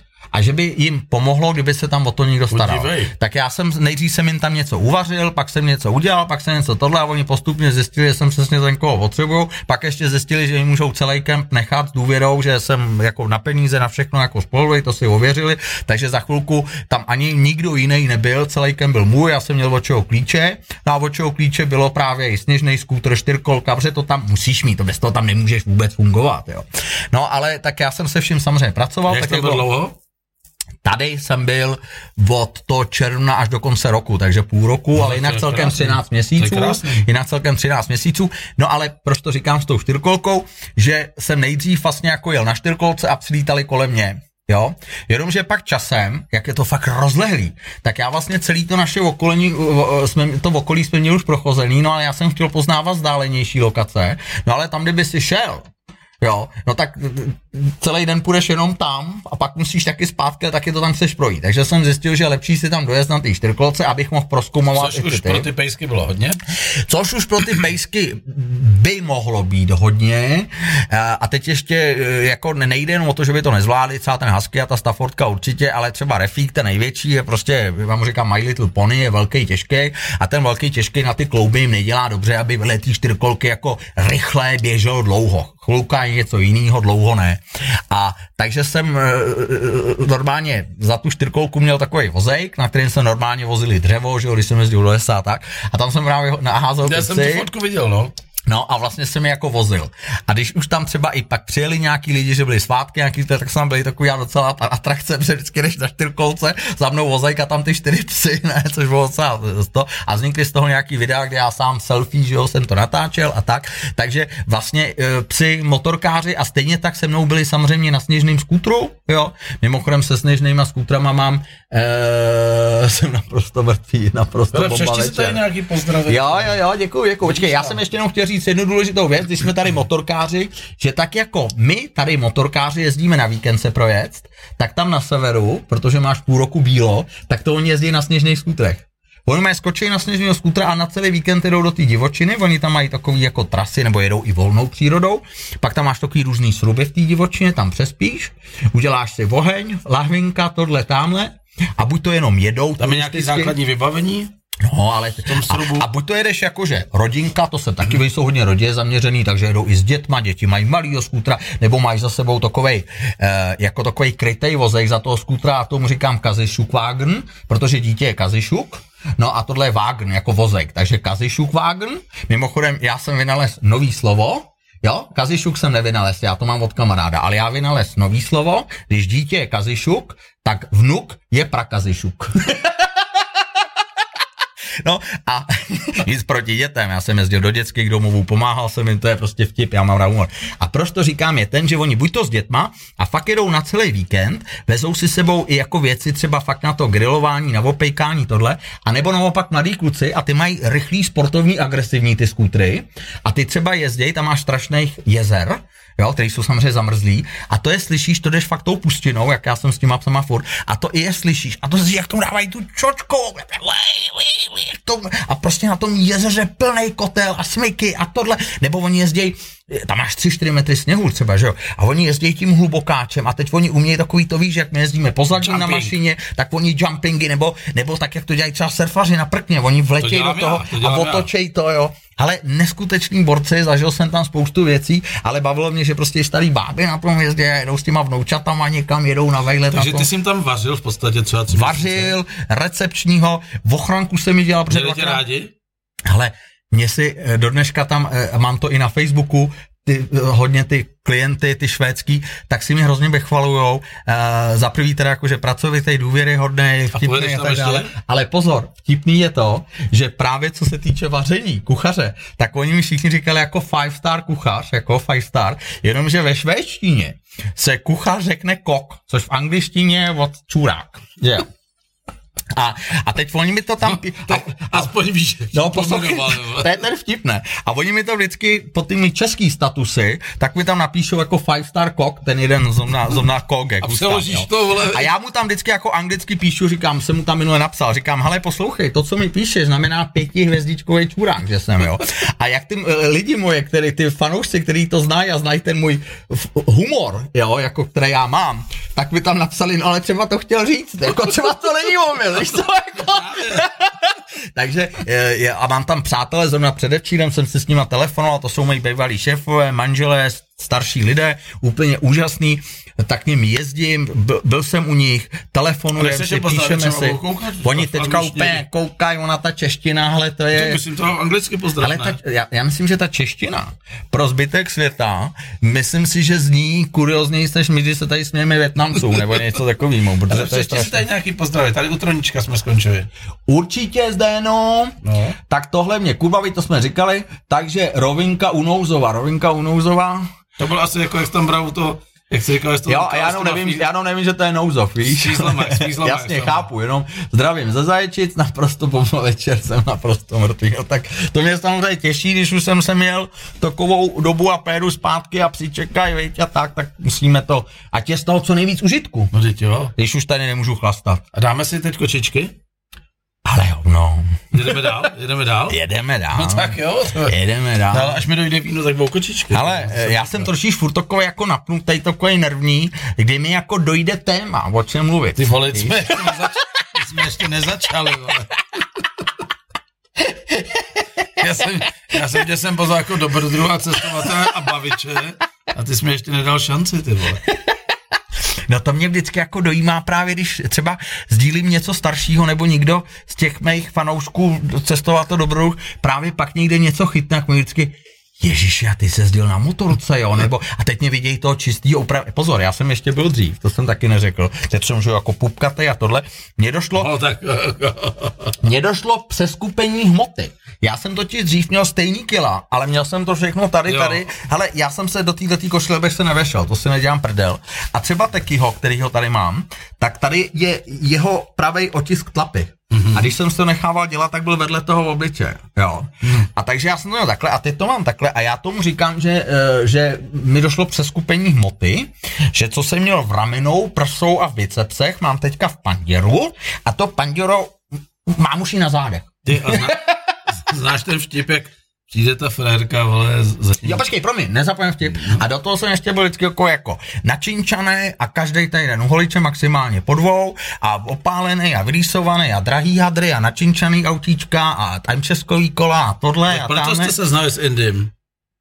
A že by jim pomohlo, kdyby se tam o to někdo staral. Tak já nejdřív jsem jim tam něco uvařil, pak jsem něco udělal, pak jsem něco tohle a oni postupně zjistili, že jsem přesně ten, koho potřebuju, pak ještě zjistili, že jim můžou celý kemp nechat s důvěrou, že jsem jako na peníze, na všechno jako spoluvej, to si ověřili, takže za chvilku tam ani nikdo jiný nebyl, celý kemp byl můj, já jsem měl od čeho klíče, a od čeho klíče bylo právě i sněžný skútr, čtyřkolka, protože to tam musíš mít, to bez toho tam nemůžeš vůbec fungovat, jo. No ale tak já jsem se vším samozřejmě pracoval. Jak to bylo dlouho? Tady jsem byl od toho června až do konce roku, takže půl roku, no, ale jinak celkem 13 měsíců. No ale proč to říkám s tou čtyřkolkou, že jsem nejdřív vlastně jako jel na čtyřkolce a přilítali kolem mě. Jo, jenomže pak časem, jak je to fakt rozlehlý, tak já vlastně celý to naše okolí jsme měli už prochozený, no ale já jsem chtěl poznávat vzdálenější lokace, no ale tam, kdyby si šel, jo, no tak celý den půjdeš jenom tam a pak musíš taky zpátky a taky to tam chceš projít. Takže jsem zjistil, že je lepší si tam dojezd na ty čtyřkolce, abych mohl prozkoumovat. Což už pro ty pejsky bylo hodně? Což už pro ty pejsky by mohlo být hodně. A teď ještě jako nejde jen o to, že by to nezvládli, celá ten husky a ta Staffordka určitě, ale třeba Refík, ten největší, je prostě, vám říkám, My Little Pony, je velký, těžký a ten velký, těžký na ty klouby jim nedělá dobře, aby byly ty čtyřkolky jako rychle běžel dlouho. Chvilka je něco jiného, dlouho ne. A takže jsem normálně za tu čtyřkolku měl takový vozejk, na kterým se normálně vozili dřevo, že jo, když jsem jezdil do lesa a tak. A tam jsem právě naházel Já jsem tu fotku viděl, no. No a vlastně jsem je jako vozil. A když už tam třeba i pak přijeli nějaký lidi, že byli svátky nějaký, tak jsem byli takový docela atrakce, protože vždycky jdeš na čtyřkolce, za mnou vozejka tam ty 4 psy, ne, což bylo docela to. A vznikly z toho nějaký videa, kde já sám selfie, že jo, jsem to natáčel a tak. Takže vlastně psi motorkáři a stejně tak se mnou byli samozřejmě na sněžném skútru, jo. Mimochodem se sněžnýma skútrama mám, jsem naprosto mrtvý, naprosto bomba večer. Si tady nějaký pozdrav. Jo, děkuju. Počkej, já jsem ještě jenom chtěl říct jednu důležitou věc, když jsme tady motorkáři, že tak jako my tady motorkáři jezdíme na víkend se projet, tak tam na severu, protože máš půl roku bílo, tak to oni jezdí na sněžných skútrech. Oni mají skočí na sněžného skútra a na celý víkend jdou do té divočiny, oni tam mají takový jako trasy nebo jedou i volnou přírodou, pak tam máš takový různý sruby v té divočině, tam přespíš, uděláš si oheň, lahvinka, tohle, tamhle a buď to jenom jedou. Tam je nějaký základní vybavení? No, ale a buď to jedeš jakože rodinka, to se taky jsou hodně rodě zaměřený, takže jedou i s dětma, děti mají malýho skútra, nebo mají za sebou takovej, jako takovej krytej vozejk za toho skútra a tomu říkám Kazišukwagen, protože dítě je Kazišuk. No a tohle je vágn, jako vozejk, takže Kazišukwagen. Mimochodem, já jsem vynalez nový slovo, jo, Kazišuk jsem nevynalez, já to mám od kamaráda, ale já vynalez nový slovo, když dítě je Kazišuk, tak vnuk je prakazišuk. No a nic proti dětem, já jsem jezdil do dětských domovů, pomáhal jsem jim, to je prostě vtip, já mám rád humor. A proč to říkám je ten, že oni buď to s dětma a fakt jedou na celý víkend, vezou si sebou i jako věci třeba fakt na to grilování, na opejkání tohle, a nebo naopak mladí kluci a ty mají rychlý, sportovní, agresivní ty skútry a ty třeba jezdějí, tam máš strašných jezer, jo, který jsou samozřejmě zamrzlí, a to je slyšíš, to jdeš fakt tou pustinou, jak já jsem s těma psama furt, a to i je slyšíš, a to slyšíš, jak tomu dávají tu čočku, a prostě na tom jezeře plnej kotel a smyky a tohle, nebo oni jezdějí, tam máš 3-4 metry sněhu třeba, že jo, a oni jezdí tím hlubokáčem a teď oni umějí takový to, víš, jak my jezdíme pozadí na mašině, tak oni jumpingy, nebo tak, jak to dělají třeba surfaři na prkně, oni vletějí do toho a otočej to, jo. Ale neskutečný borci, zažil jsem tam spoustu věcí, ale bavilo mě, že prostě starý báby na tom jezdě, jedou s těma vnoučatama někam, jedou na vejlet. Takže ty jsi jim tam vařil v podstatě třeba 3 vařil, recepčního, v ochranku jsem mi dělal. Měli tě rádi? Ale mě si do dneška tam, mám to i na Facebooku, hodně ty klienty, ty švédský, tak si mě hrozně vychvalujou. Za prvý teda jakože pracovitej, důvěryhodnej, vtipný a tak dále. Ale pozor, vtipný je to, že právě co se týče vaření, kuchaře, tak oni mi všichni říkali jako 5-star kuchař, jako 5-star, jenomže ve švédštině se kuchař řekne kok, což v angličtině je od čurák. Yeah. A teď oni mi to tam... Aspoň víš, no, to je ten vtipné. A oni mi to vždycky po tými český statusy, tak mi tam napíšou jako 5-star kok, ten jeden zrovna kogek. A přeložíš to, vole. A já mu tam vždycky jako anglicky píšu, říkám, jsem mu tam minule napsal, říkám, hele, poslouchej, to, co mi píšeš, znamená 5hvězdičkový čurák, že jsem, jo. A jak ty lidi moje, ty fanoušci, který to znají a znají ten můj humor, jo, jako který já mám, tak mi tam napsali, no ale třeba to chtěl říct, jako třeba to není omyl. Takže a mám tam přátelé, zrovna předevčírem jsem si s nima telefonoval, to jsou moji bývalí šéfové, manželé, starší lidé, úplně úžasný, tak k ním jezdím, byl jsem u nich, telefonujeme si, píšeme si, oni teďka úplně koukají, ona ta čeština, hele, to je... Myslím to anglicky pozdravit, ale já myslím, že ta čeština pro zbytek světa, myslím si, že zní kuriozněji, než my, když se tady smějeme Vietnamcům, nebo něco takovýmu, protože to je strašné. Si tady nějaký pozdravit, tady u Tronička jsme skončili. Určitě Zdeno, no. Tak tohle mě Kubaví, to jsme říkali, takže rovinka unouzová. To bylo asi jako, jak jsi tam bral to, jak jsi říkal, jo, a já nevím, že to je nouzov, víš? Jasně, chápu, jenom zdravím ze Zaječic, naprosto pomno večer, jsem naprosto mrtvý. No, tak to mě samozřejmě těší, když už jsem se měl takovou dobu a péru zpátky a psi čekají, veď, a tak musíme to, ať je z toho co nejvíc užitku. No teď jo. Když už tady nemůžu chlastat. A dáme si teď kočičky? Ale jo, no. Jedeme dál? Jedeme dál. No tak jo. Jedeme dál. No, ale až mi dojde víno, tak budou kočičky. Ale já jsem trošič furt takový jako napnutý, takový nervní, kdy mi jako dojde téma, o čem mluvit. Ty vole, jsme ještě nezačali, vole. Já jsem tě sem pozval jako dobrodruha, cestovatele a baviče a ty jsi mi ještě nedal šanci, ty vole. No to mě vždycky jako dojímá právě, když třeba sdílím něco staršího, nebo někdo z těch mých fanoušků cestovatel dobrodruh právě pak někde něco chytne, jak mi vždycky, ježiši, a ty se jezdil na motorce, jo, nebo a teď mě vidějí toho čistýho opravdu. Pozor, já jsem ještě byl dřív, to jsem taky neřekl. Teď jsem žil jako pupkatej a tohle. Mně došlo přeskupení hmoty. Já jsem totiž dřív měl stejný kila, ale měl jsem to všechno tady. Ale já jsem se do této košile bych se nevešel, to si nedělám prdel. A třeba Tekyho, kterýho tady mám, tak tady je jeho pravej otisk tlapy. Mm-hmm. A když jsem se to nechával dělat, tak byl vedle toho obličeje, jo. A takže já jsem to měl takhle a teď to mám takhle a já tomu říkám, že mi došlo přeskupení hmoty, že co jsem měl v ramenou, prsou a v bicepsech, mám teďka v panděru a to panděro mám už i na zádech. Ty a znáš ten vtip, jak přijde ta frérka, vole, Jo, počkej, promiň, nezapomeň vtip. A do toho jsem ještě byl vždycky jako načinčaný a každej týden uholiče maximálně po 2 a opálený a vyrýsovaný a drahý hadry a načinčaný autíčka a tam českový kola a tohle tak a proto jste se znali s Indym?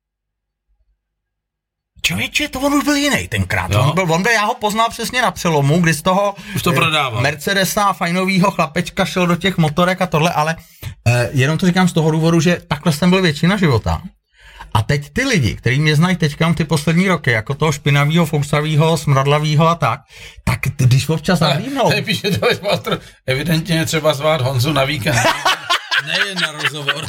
Člověče, to on už byl jiný tenkrát. On byl, já ho poznal přesně na přelomu, kdy z toho Mercedesa a fajnovýho chlapečka šel do těch motorek a tohle, ale jenom to říkám z toho důvodu, že takhle jsem byl většina života. A teď ty lidi, kteří mě znají teďka ty poslední roky, jako toho špinavýho, fousavýho, smradlavýho a tak když občas zahlídnou. Tady píše to evidentně třeba zvát Honzu na víkend. Nejen na rozhovor.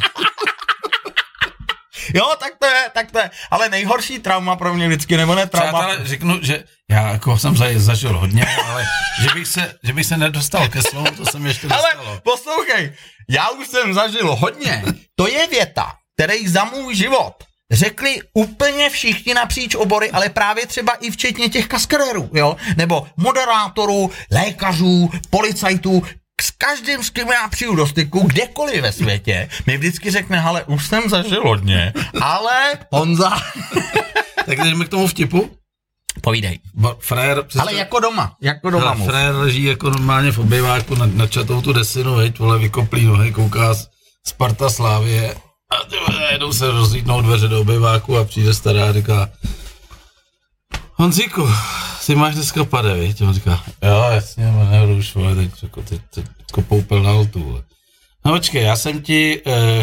Jo, tak to je. Ale nejhorší trauma pro mě vždycky, nebo ne trauma. Přátelé, řeknu, že já jako jsem zažil hodně, ale že bych se nedostal ke slovu, to se mi ještě nestalo. Ale poslouchej, já už jsem zažil hodně. To je věta, který za můj život řekli úplně všichni napříč obory, ale právě třeba i včetně těch kaskadérů, jo? Nebo moderátorů, lékařů, policajtů. S každým, s kým já přijdu do styku, kdekoliv ve světě, mi vždycky řekne, hele, už jsem zažil hodně, ale Honza... Tak jdeme k tomu vtipu? Povídej. Frér, ale jako doma mu. Frér leží jako normálně v obýváku nad čatou tu desinu, veď, vole, vykoplý nohy, kouká Sparta Slávie a jedou se rozlítnou dveře do obýváku a přijde stará a říká: Honzíku, ty máš dneska pade, viď? On říká: jo, jasně, neruš, vole, teď koupil na altu, vole. No počkej, já jsem ti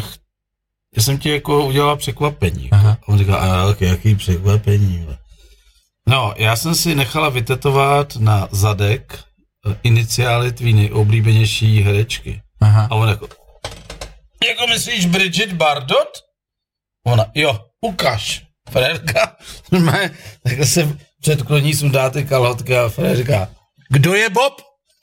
jako udělal překvapení. A on říká: jaký překvapení, vole. No, já jsem si nechala vytetovat na zadek iniciály tvý nejoblíbenější herečky. Aha. A on jako myslíš Bridget Bardot? Ona, jo, ukaž. Frérka, takhle se předkloní, sundá ty kalhotky a Frér říká: kdo je Bob?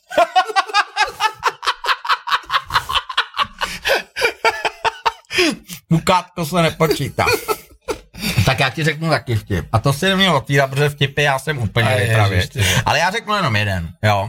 Ukátko se nepočítá. Tak já ti řeknu taky vtip. A to si neměl otvírat, protože vtipy já jsem úplně vypravě. Ale já řeknu jenom jeden, jo.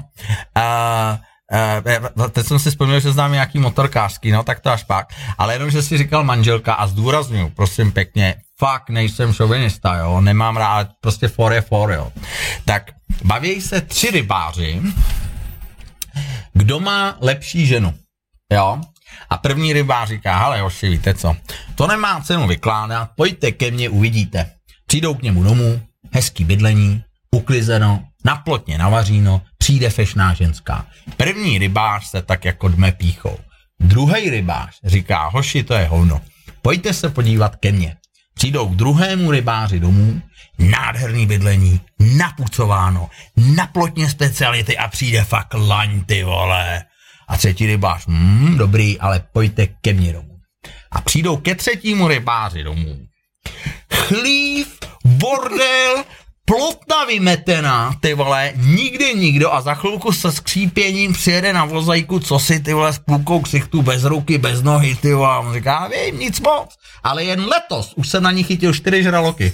Teď jsem si vzpomněl, že znám nějaký motorkářský, no tak to až pak. Ale jenom, že si říkal manželka a zdůrazňuji, prosím pěkně, fakt nejsem šovinista, jo. Nemám rád, prostě for je for, jo. Tak baví se 3 rybáři, kdo má lepší ženu, jo. A první rybář říká: hele Joši, víte co, to nemá cenu vykládat, pojďte ke mně, uvidíte. Přijdou k němu domů, hezký bydlení, uklizeno, naplotně navaříno, přijde fešná ženská. První rybář se tak jako dme píchou. Druhý rybář říká: hoši, to je hovno, pojďte se podívat ke mně. Přijdou k druhému rybáři domů, nádherný bydlení, napucováno, naplotně speciality a přijde fakt laň, ty vole. A třetí rybář: dobrý, ale pojďte ke mně domů. A přijdou ke třetímu rybáři domů. Chlív, bordel, plotna vymetená, ty vole, nikdy nikdo, a za chvilku se skřípěním přijede na vozajku, co si, ty vole, s půlkou ksichtů, bez ruky, bez nohy, ty vole. A on říká: vím, nic moc, ale jen letos už jsem na ní chytil 4 žraloky.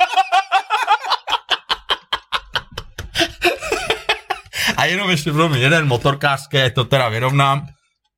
A jenom ještě pro mě jeden motorkářský, to teda vyrovnám.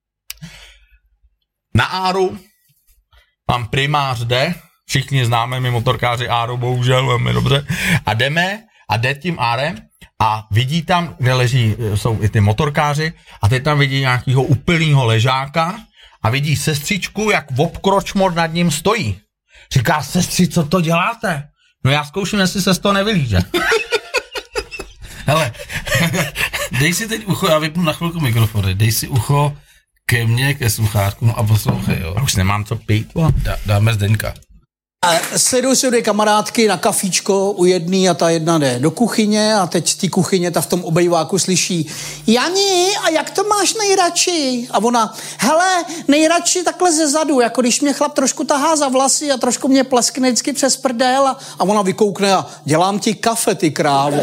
Na Áru mám primář D, všichni známe my motorkáři Áru, bohužel, velmi dobře. A jde tím Árem a vidí tam, kde jsou i ty motorkáři, a teď tam vidí nějakýho úplnýho ležáka a vidí sestřičku, jak obkročmor nad ním stojí. Říká: sestři, co to děláte? No já zkouším, jestli se z toho nevylíže. Hele, dej si teď ucho, já vypnu na chvilku mikrofony, dej si ucho ke mně, ke sluchátku a poslouchej, jo. A už nemám co pít. Dáme Zdeňka. Sleduju si dvě kamarádky na kafíčko u jedný a ta jedna jde do kuchyně a teď z té kuchyně ta v tom obejváku slyší: Jani, a jak to máš nejradši? A ona: hele, nejradši takhle ze zadu, jako když mě chlap trošku tahá za vlasy a trošku mě pleskne vždycky přes prdel, a ona vykoukne a: dělám ti kafe, ty krávo.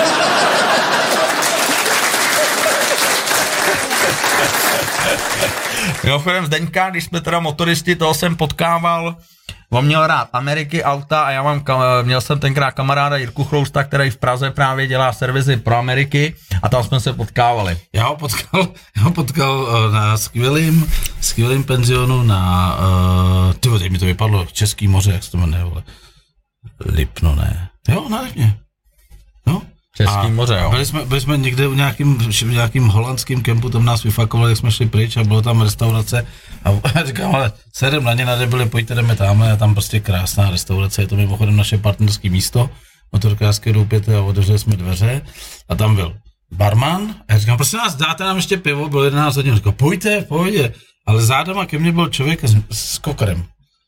Mimochodem Zdeňka, když jsme teda motoristi, toho jsem potkával. On měl rád Ameriky, auta, a já měl jsem tenkrát kamaráda Jirku Chrousta, který v Praze právě dělá servisy pro Ameriky, a tam jsme se potkávali. Já ho potkal na skvělým penzionu na, teď mi to vypadlo, Český moře, jak se to jmenuje, vole. Lipno, ne? Jo, na Lipně. No. Český moře, jo. Byli jsme někde v nějakým holandským kempu, tam nás vyfakovali, jak jsme šli pryč a bylo tam restaurace a říkám: ale sedem na ně nadebili, pojďte, jdeme tamhle, a tam prostě krásná restaurace, je to mimochodem naše partnerské místo, motorkářské Doupěte, a otevřeli jsme dveře a tam byl barman a já říkám: prosím vás, dáte nám ještě pivo, bylo 11 hodin, říkám: pojďte, ale zádama ke mně byl člověk s kokrem.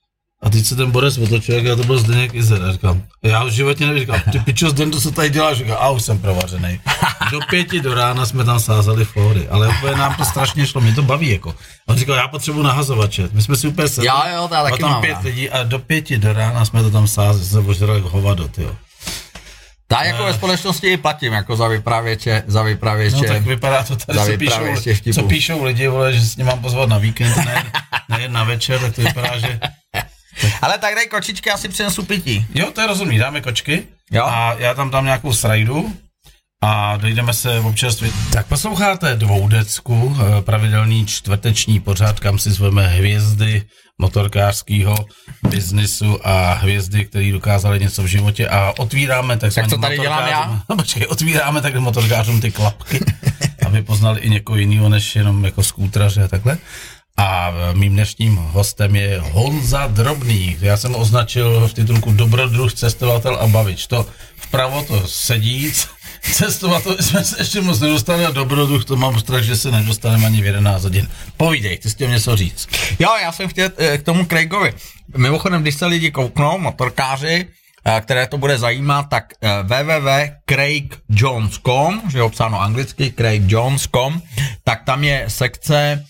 A teď se ten borec otočil, a to byl Zdeněk Izer. A říkám, já už životě neříkám, ty pičo, Zdeno, co tady děláš? Říkám, a už jsem provařenej. Do 5 do rána jsme tam sázeli fóry, ale úplně nám to strašně šlo, mě to baví jako. A on říkal, já potřebuji nahazovače. My jsme si úplně sedli, jo, to já taky tam 5 lidí a do 5 do rána jsme to tam sázeli, jsme požrali hovado, tyjo. Tak jako ve společnosti i platím, jako za vypravěče. No tak vypadá to tady, co píšou lidi, vole, že s ním mám pozvat na víkend, ne na večer, tak to vypadá, že... Ale tak dej kočičky, já si přinesu pití. Jo, to je rozumný, dáme kočky jo? A já tam dám nějakou srajdu a dojdeme se občerstvit. Tak posloucháte Dvoudecku, pravidelný čtvrteční pořad, kam si zveme hvězdy motorkářského biznisu a hvězdy, které dokázaly něco v životě a otvíráme tak co tady dělám já? No počkej, otvíráme tak motorkářům ty klapky, aby poznali i někoho jiného, než jenom jako skútraře a takhle. A mým dnešním hostem je Honza Drobný. Já jsem označil v titulku Dobrodruh, cestovatel a bavič. To vpravo to sedí, cestovatel jsme se ještě moc nedostali a dobrodruh to mám strach, že se nedostaneme ani v 11 hodin. Povídej, ty jsi chtěl něco říct. Jo, já jsem chtěl k tomu Craigovi. Mimochodem, když se lidi kouknou, motorkáři, které to bude zajímat, tak www.craigjones.com, že je obsáno anglicky, craigjones.com, tak tam je sekce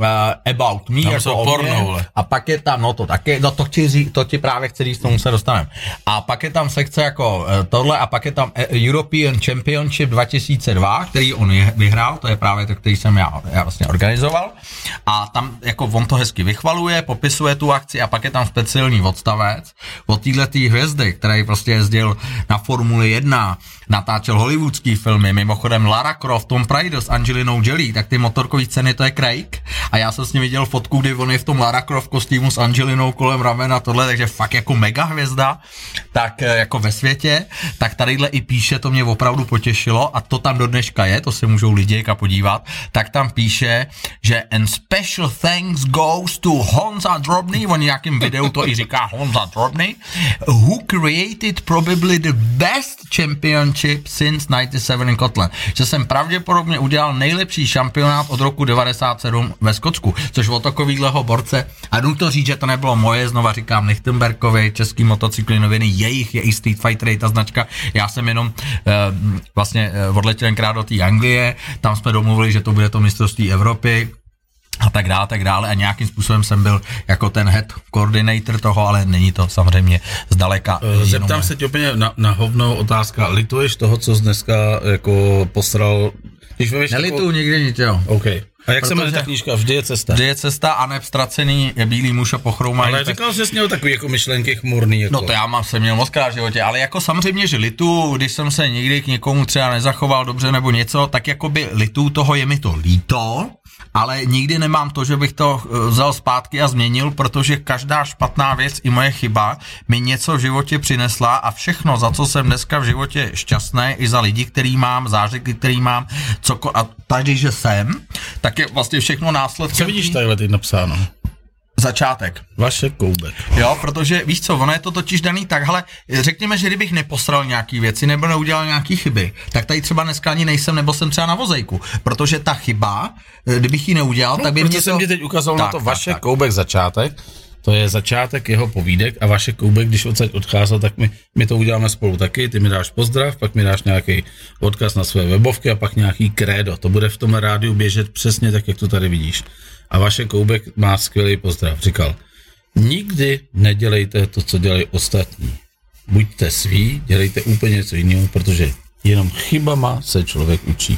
About Me, tam jako porno, a pak je tam, no to taky, no to ti právě chci říct, tomu se dostaneme. A pak je tam sekce jako tohle a pak je tam European Championship 2002, který on vyhrál, to je právě to, který jsem já vlastně organizoval. A tam jako on to hezky vychvaluje, popisuje tu akci a pak je tam speciální odstavec od téhletý hvězdy, který prostě jezdil na Formuli 1, natáčel hollywoodský filmy, mimochodem Lara Croft, Tom Raider s Angelinou Jolie, tak ty motorkový ceny to je Craig. A já jsem s ním viděl fotku, kdy on je v tom Lara Croft kostýmu s Angelinou kolem ramena tohle, takže fakt jako mega hvězda, tak jako ve světě, tak tadyhle i píše, to mě opravdu potěšilo a to tam do dneška je, to se můžou lidi podívat, tak tam píše, že and special thanks goes to Honza Drobný, on nějakým videu to i říká Honza Drobný, who created probably the best championship since 97 in Scotland, že jsem pravděpodobně udělal nejlepší šampionát od roku 97 ve Skotsku, což o takovýhleho borce, a jdu to říct, že to nebylo moje, znova říkám Lichtenbergovi, český motocykly noviny, jejich je i Street Fighter, ta značka, já jsem jenom vlastně odletěl tenkrát do té Anglie, tam jsme domluvili, že to bude to mistrovství Evropy, a tak dále a nějakým způsobem jsem byl jako ten head coordinator toho, ale není to samozřejmě zdaleka. Zeptám se tě úplně na hovnou otázka, lituješ toho, co jsi dneska jako posral? Nelituju nikdy nic, jo. OK. A jak se jmenuje ta knížka? Vždy je cesta. Vždy je cesta a nevztracený bílý muž a pochroumaný. Ale říkal jsi měl takový jako myšlenky chmurný. Jako. No to já jsem měl moc krát v životě, ale jako samozřejmě, že litu, když jsem se někdy k někomu třeba nezachoval dobře nebo něco, tak jako by litu toho, je mi to líto, ale nikdy nemám to, že bych to vzal zpátky a změnil, protože každá špatná věc i moje chyba mi něco v životě přinesla a všechno, za co jsem dneska v životě šťastný, i za lidi, který mám, zážitky, který mám, a tady, že jsem, tak je vlastně všechno následkem. Co vidíš tadyhle teď napsáno? Začátek. Vašek Koubek. Jo, protože víš co, ono je to totiž daný tak, hele, řekněme, že kdybych neposral nějaký věci nebo neudělal nějaký chyby, tak tady třeba dneska ani nejsem, nebo jsem třeba na vozejku, protože ta chyba, kdybych ji neudělal, tak by mě to... jsem ti teď ukázal na to Vašek Koubek začátek, to je začátek jeho povídek a Vašek Koubek, když odsaď odcházel, tak my to uděláme spolu taky, ty mi dáš pozdrav, pak mi dáš nějaký odkaz na své webovky a pak nějaký krédo, to bude v tom rádiu běžet přesně tak, jak to tady vidíš. A Vašek Koubek má skvělý pozdrav. Říkal, nikdy nedělejte to, co dělají ostatní. Buďte svý, dělejte úplně něco jiného, protože jenom chybama se člověk učí.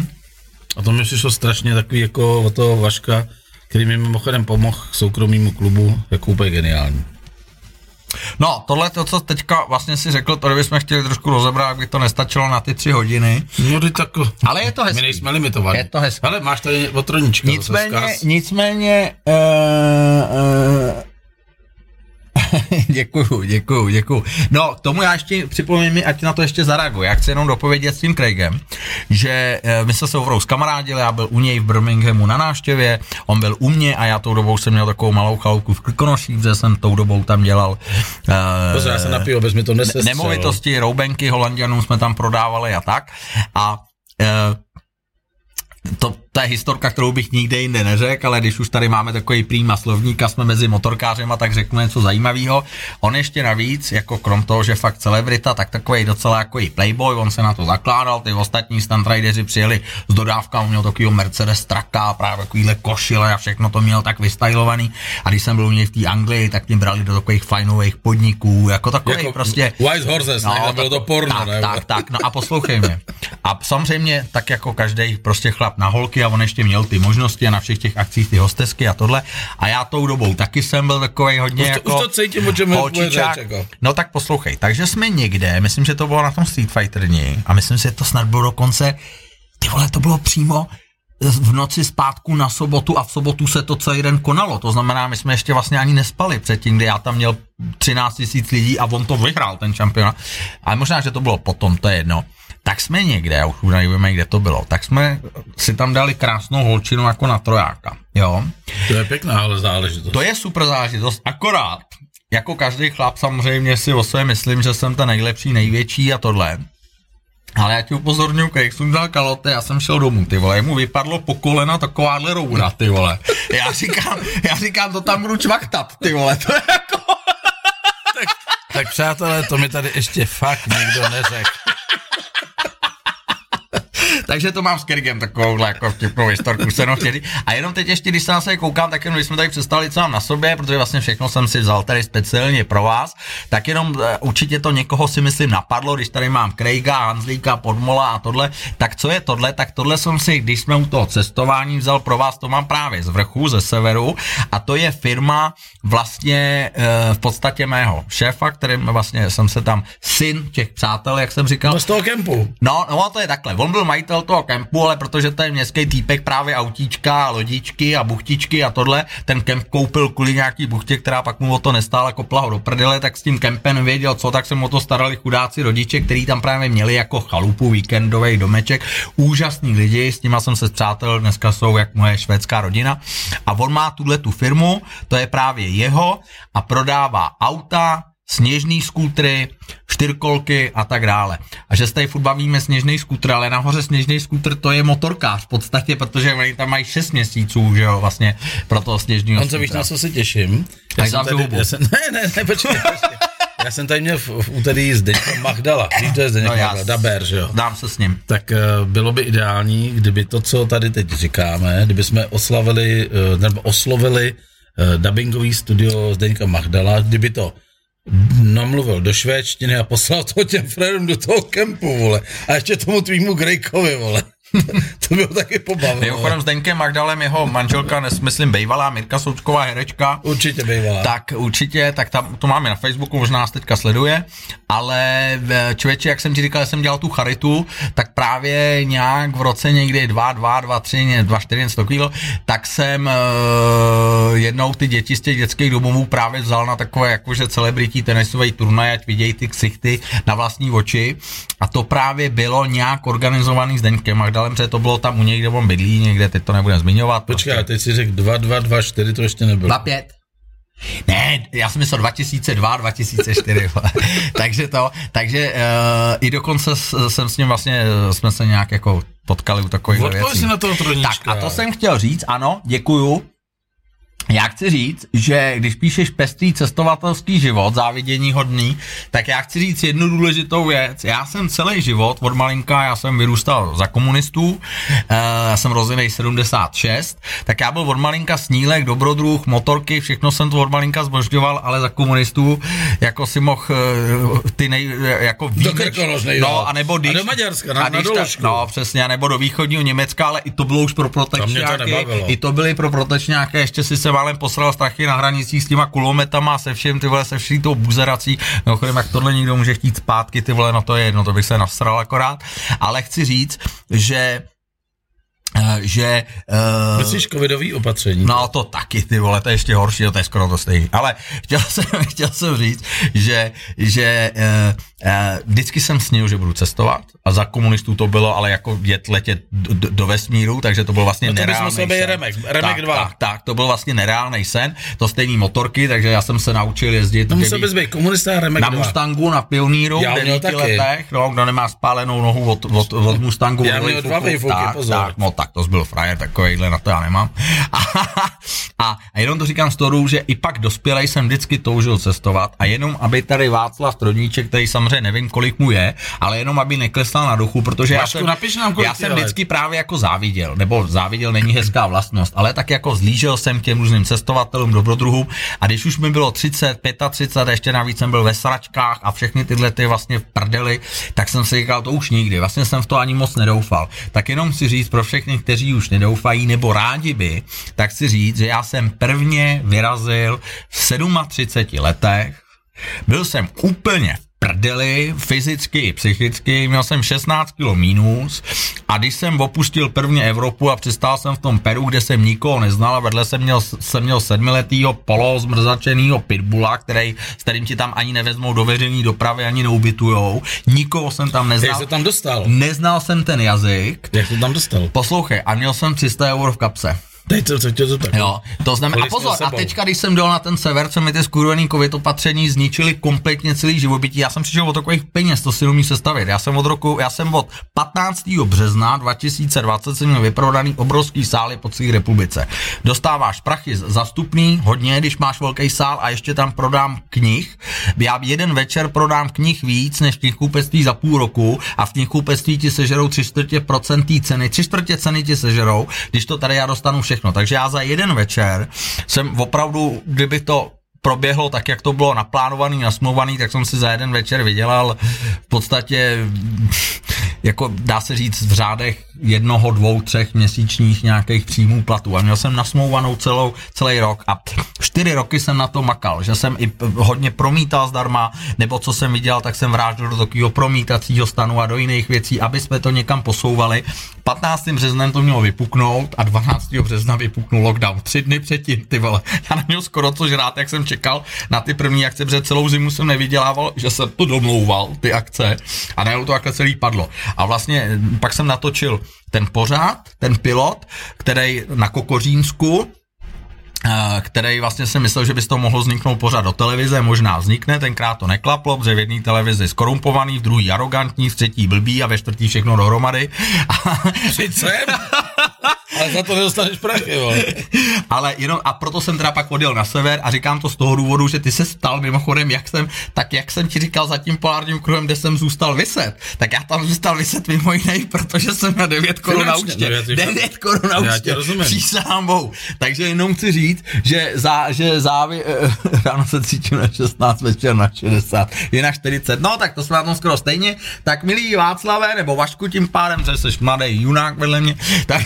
A to mi přišlo strašně takový jako od toho Vaška, který mi mimochodem pomohl k soukromému klubu, jako úplně geniální. No, tohle to, co teďka vlastně si řekl, to bychom chtěli trošku rozebrat, aby to nestačilo na ty 3 hodiny. No, tak... Ale je to hezký. My nejsme limitovaní. Je to hezký. Ale máš tady otronička. Nicméně, Děkuju. No, k tomu já ještě připomínám mi, ať na to ještě zareaguji. Já chci jenom dopovědět s tím Craigem, že my jsme se opravdu zkamarádili, já byl u něj v Birminghamu na návštěvě, on byl u mě a já tou dobou jsem měl takovou malou chalku v Krkonoších, že jsem tou dobou tam dělal já se napiju, bez mi to nesestřel. Nemovitosti, roubenky Holanďanům jsme tam prodávali a tak. A to je historka, kterou bych nikde jinde neřekl, ale když už tady máme takový prýma slovník a jsme mezi motorkářema, tak řeknu něco zajímavého. On ještě navíc, jako krom toho, že fakt celebrita, tak takový docela jako i playboy, on se na to zakládal, ty ostatní stuntrideri přijeli s dodávkami, měl takovýho Mercedes traka, právě takovýhle košile a všechno to měl tak vystylovaný. A když jsem byl u něj v té Anglii, tak mě brali do takových fajnových podniků, jako takový jako prostě... White Horses, no, ne? Bylo to porno, ne? Tak, no a poslouchej mě. A samozřejmě, tak jako každý prostě chlap na holky a on ještě měl ty možnosti a na všech těch akcích ty hostesky a tohle. A já tou dobou taky jsem byl takovej hodně jako... Už to cítím, o čem bude řeč, jako. No tak poslouchej, takže jsme někde, myslím, že to bylo na tom Street Fighter dni a myslím, že to snad bylo dokonce, ty vole, to bylo přímo v noci zpátku na sobotu a v sobotu se to celý den konalo, to znamená, my jsme ještě vlastně ani nespali předtím, kdy já tam měl 13 000 lidí a on to vyhrál, ten šampionát, ale možná, že to bylo potom, to je jedno. Tak jsme někde, já už nevíme, kde to bylo, tak jsme si tam dali krásnou holčinu jako na trojáka, jo. To je pěkná ale záležitost. To je super záležitost, akorát, jako každý chlap samozřejmě si o sobě myslím, že jsem ten nejlepší, největší a tohle. Ale já ti upozorňuji, když jsem dal kaloty, já jsem šel domů, ty vole, mu vypadlo po kolena takováhle roura, ty vole. Já říkám, to tam budu čvachtat, ty vole, to je jako... Tak přátelé, to mi tady ještě fakt nikdo neřekl. Takže to mám s Kerigem takovouhle jako vtipnou historku se chtěli. A jenom teď ještě, když se na sebe koukám, tak jenom když jsme tady představili, co mám na sobě, protože vlastně všechno jsem si vzal tady speciálně pro vás, tak jenom určitě to někoho si myslím napadlo, když tady mám Craiga, Hanzlíka, Podmola a tohle, tak co je tohle? Tak tohle jsem si, když jsme u toho cestování vzal pro vás, to mám právě z vrchu, ze severu a to je firma vlastně v podstatě mého šéfa, kterým vlastně jsem se tam syn těch přátel, jak jsem říkal. No z toho kempu. No to je takhle, on byl majitel toho kempu, ale protože to je městský týpek, právě autíčka, lodičky a buchtičky a tohle, ten kemp koupil kvůli nějaký buchtě, která pak mu o to nestála, kopla ho do prdele, tak s tím kempem nevěděl co, tak se mu o to starali chudáci rodiče, který tam právě měli jako chalupu, víkendový domeček, úžasný lidi, s nima jsem se spřátel, dneska jsou jak moje švédská rodina a on má tu firmu, to je právě jeho a prodává auta, sněžný skútry, čtyřkolky a tak dále. A že se tady furt bavíme sněžný skútr, ale nahoře sněžný skútr to je motorkář v podstatě, protože oni tam mají 6 měsíců, že jo, vlastně pro toho sněžnýho skútra. Víš, na co se těším? Počkej. Já jsem tady měl v úterý Zdeňka Magdala. Víš, to je Zdeněk Magdala, Daber, že jo? Dám se s ním. Tak bylo by ideální, kdyby to, co tady teď říkáme, kdyby jsme oslovili dabingový studio Zdeňka Magdala, kdyby to namluvil do švédštiny a poslal to těm frérům do toho kempu, vole. A ještě tomu tvýmu Grejkovi, vole. To bylo taky pobavné. Mimochodem s Deňkem Magdalem, jeho manželka, myslím bejvalá Mirka Součková, herečka. Určitě bejvalá. Tak určitě, tak tam to máme na Facebooku, možná nás teďka sleduje, ale člověče, jak jsem ti říkal, jsem dělal tu charitu, tak právě nějak v roce někdy 2004, něco takového, tak jsem jednou ty děti z těch dětských domovů právě vzal na takové jakože celebrití tenisový turnaj, ať vidějí ty ksichty na vlastní oči a to právě bylo nějak organizovaný s Deňkem Magdalem, protože to bylo tam u něj, kde on bydlí, někde, teď to nebudem zmiňovat. Počkej, prostě. Teď si řekl 2224, to ještě nebylo. 25. Ne, já jsem myslel 2002, 2004, takže i dokonce jsem s ním vlastně, jsme se nějak jako potkali u takových věcí. Odpověď si na toho tronička. Tak a to jsem chtěl říct, ano, děkuju. Já chci říct, že když píšeš pestrý cestovatelský život, závidění hodný, tak já chci říct jednu důležitou věc. Já jsem celý život od malinka, já jsem vyrůstal za komunistů, já jsem rozený 76, tak já byl od malinka snílek, dobrodruh, motorky, všechno jsem to od malinka zbožďoval, ale za komunistů jako si mohl ty jako výjimečný, no, a nebo do Maďarska, na doložku. No, přesně, nebo do východního Německa, ale i to bylo už pro protečňáky, i to byly pro protečňáky, ještě si se málem posral strachy na hranicích s těma kulometama, se všem, ty vole, se vším tou buzerací, mimochodem, jak tohle někdo může chtít zpátky, ty vole, no to je jedno, to bych se nasral akorát, ale chci říct, že myslíš covidový opatření? No to taky, ty vole, to je ještě horší, to je skoro to stejný. Ale chtěl jsem říct, že vždycky jsem snil, že budu cestovat a za komunistů to bylo, ale jako letět do vesmíru, takže to byl vlastně nereálný sen. Remek 2. Tak, to byl vlastně nereálný sen, to stejný motorky, takže já jsem se naučil jezdit. To musel bys být komunista Remek 2. Na Mustangu, na Pioníru, v 9 letech, no, kdo nemá spálenou nohu od Mustangu. Já měl 2 výfuky, pozor. tak to byl frajer, takovejhle na to já nemám. A jenom to říkám z toho, že i pak dospělej jsem vždycky toužil cestovat a jenom, aby tady Václav Trodníček, který samozřejmě nevím, kolik mu je, ale jenom, aby neklesal na duchu, protože já jsem vždycky právě jako záviděl, nebo záviděl není hezká vlastnost, ale tak jako zlížel jsem těm různým cestovatelům, dobrodruhům a když už mi bylo 30, 35 a ještě navíc jsem byl ve sračkách a všechny tyhle ty vlastně v prdeli, tak jsem si říkal, to už nikdy, vlastně jsem v to ani moc nedoufal. Tak jenom si říct pro všechny, kteří už nedoufají nebo rádi by, tak si říct, že já jsem prvně vyrazil v 37 letech, byl jsem úplně v prdeli, fyzicky i psychicky, měl jsem 16 kg mínus a když jsem opustil prvně Evropu a přistál jsem v tom Peru, kde jsem nikoho neznal a vedle jsem měl 7letýho polozmrzačenýho pitbulla, s kterým ti tam ani nevezmou do veřejné dopravy, ani neubytujou. Nikoho jsem tam neznal. Jak se tam dostal? Neznal jsem ten jazyk. Jak se tam dostal? Poslouchej, a měl jsem 300 € v kapse. Jo, to znamená, a pozor, a teďka, když jsem dal na ten sever, co mi ty skurvený covid opatření zničili kompletně celý živobytí, já jsem přišel od takových peněz, to si umí sestavit. Já jsem od 15. března 2020 jsem měl vyprodaný obrovský sály po celé republice. Dostáváš prachy zastupný, hodně, když máš velký sál a ještě tam prodám knih. Já jeden večer prodám knih víc než knihkupectví za půl roku a v knihkupectví ti sežerou 3/4% ceny, 3/4 ceny ti sežerou, když to tady já dostanu všechno. Takže já za jeden večer jsem opravdu, kdyby to proběhlo tak, jak to bylo naplánovaný, nasmluvaný, tak jsem si za jeden večer vydělal v podstatě, jako dá se říct, v řádech 1, 2, 3 měsíčních nějakých příjmů platů. A měl jsem nasmlouvanou celý rok a 4 roky jsem na to makal, že jsem i hodně promítal zdarma, nebo co jsem viděl, tak jsem vrážil do takového promítacího stanu a do jiných věcí, aby jsme to někam posouvali. 15. březnem to mělo vypuknout a 12. března vypuknul lockdown. 3 dny předtím, ty vole. Já neměl skoro co žrát, jak jsem čekal na ty první akce, protože celou zimu jsem nevydělával, že jsem to domlouval, ty akce, a najednou to takhle celý padlo. A vlastně pak jsem natočil ten pořad, ten pilot, který na Kokořínsku, který vlastně jsem myslel, že by z toho mohlo vzniknout pořad do televize, možná vznikne, tenkrát to neklaplo, protože v jedné televizi skorumpovaný, v druhý arrogantní, v třetí blbý a ve čtvrtý všechno dohromady. Ale za to nedostaneš prachy, jo. Ale jenom, a proto jsem teda pak odjel na sever a říkám to z toho důvodu, že ty se ptal mimochodem, jak jsem ti říkal za tím polárním kruhem, kde jsem zůstal viset, tak já tam zůstal viset mimo jiný, protože jsem měl 9 korun na účtě. 9 korun na účtě. Přísahám Bohu. Takže jenom chci říct, že ráno se cítím na 16, večer na 60, je na 40. No tak to jsme na tom skoro stejně. Tak milý Václave, nebo Vašku tím pádem, že jsi mladý junák vedle mě,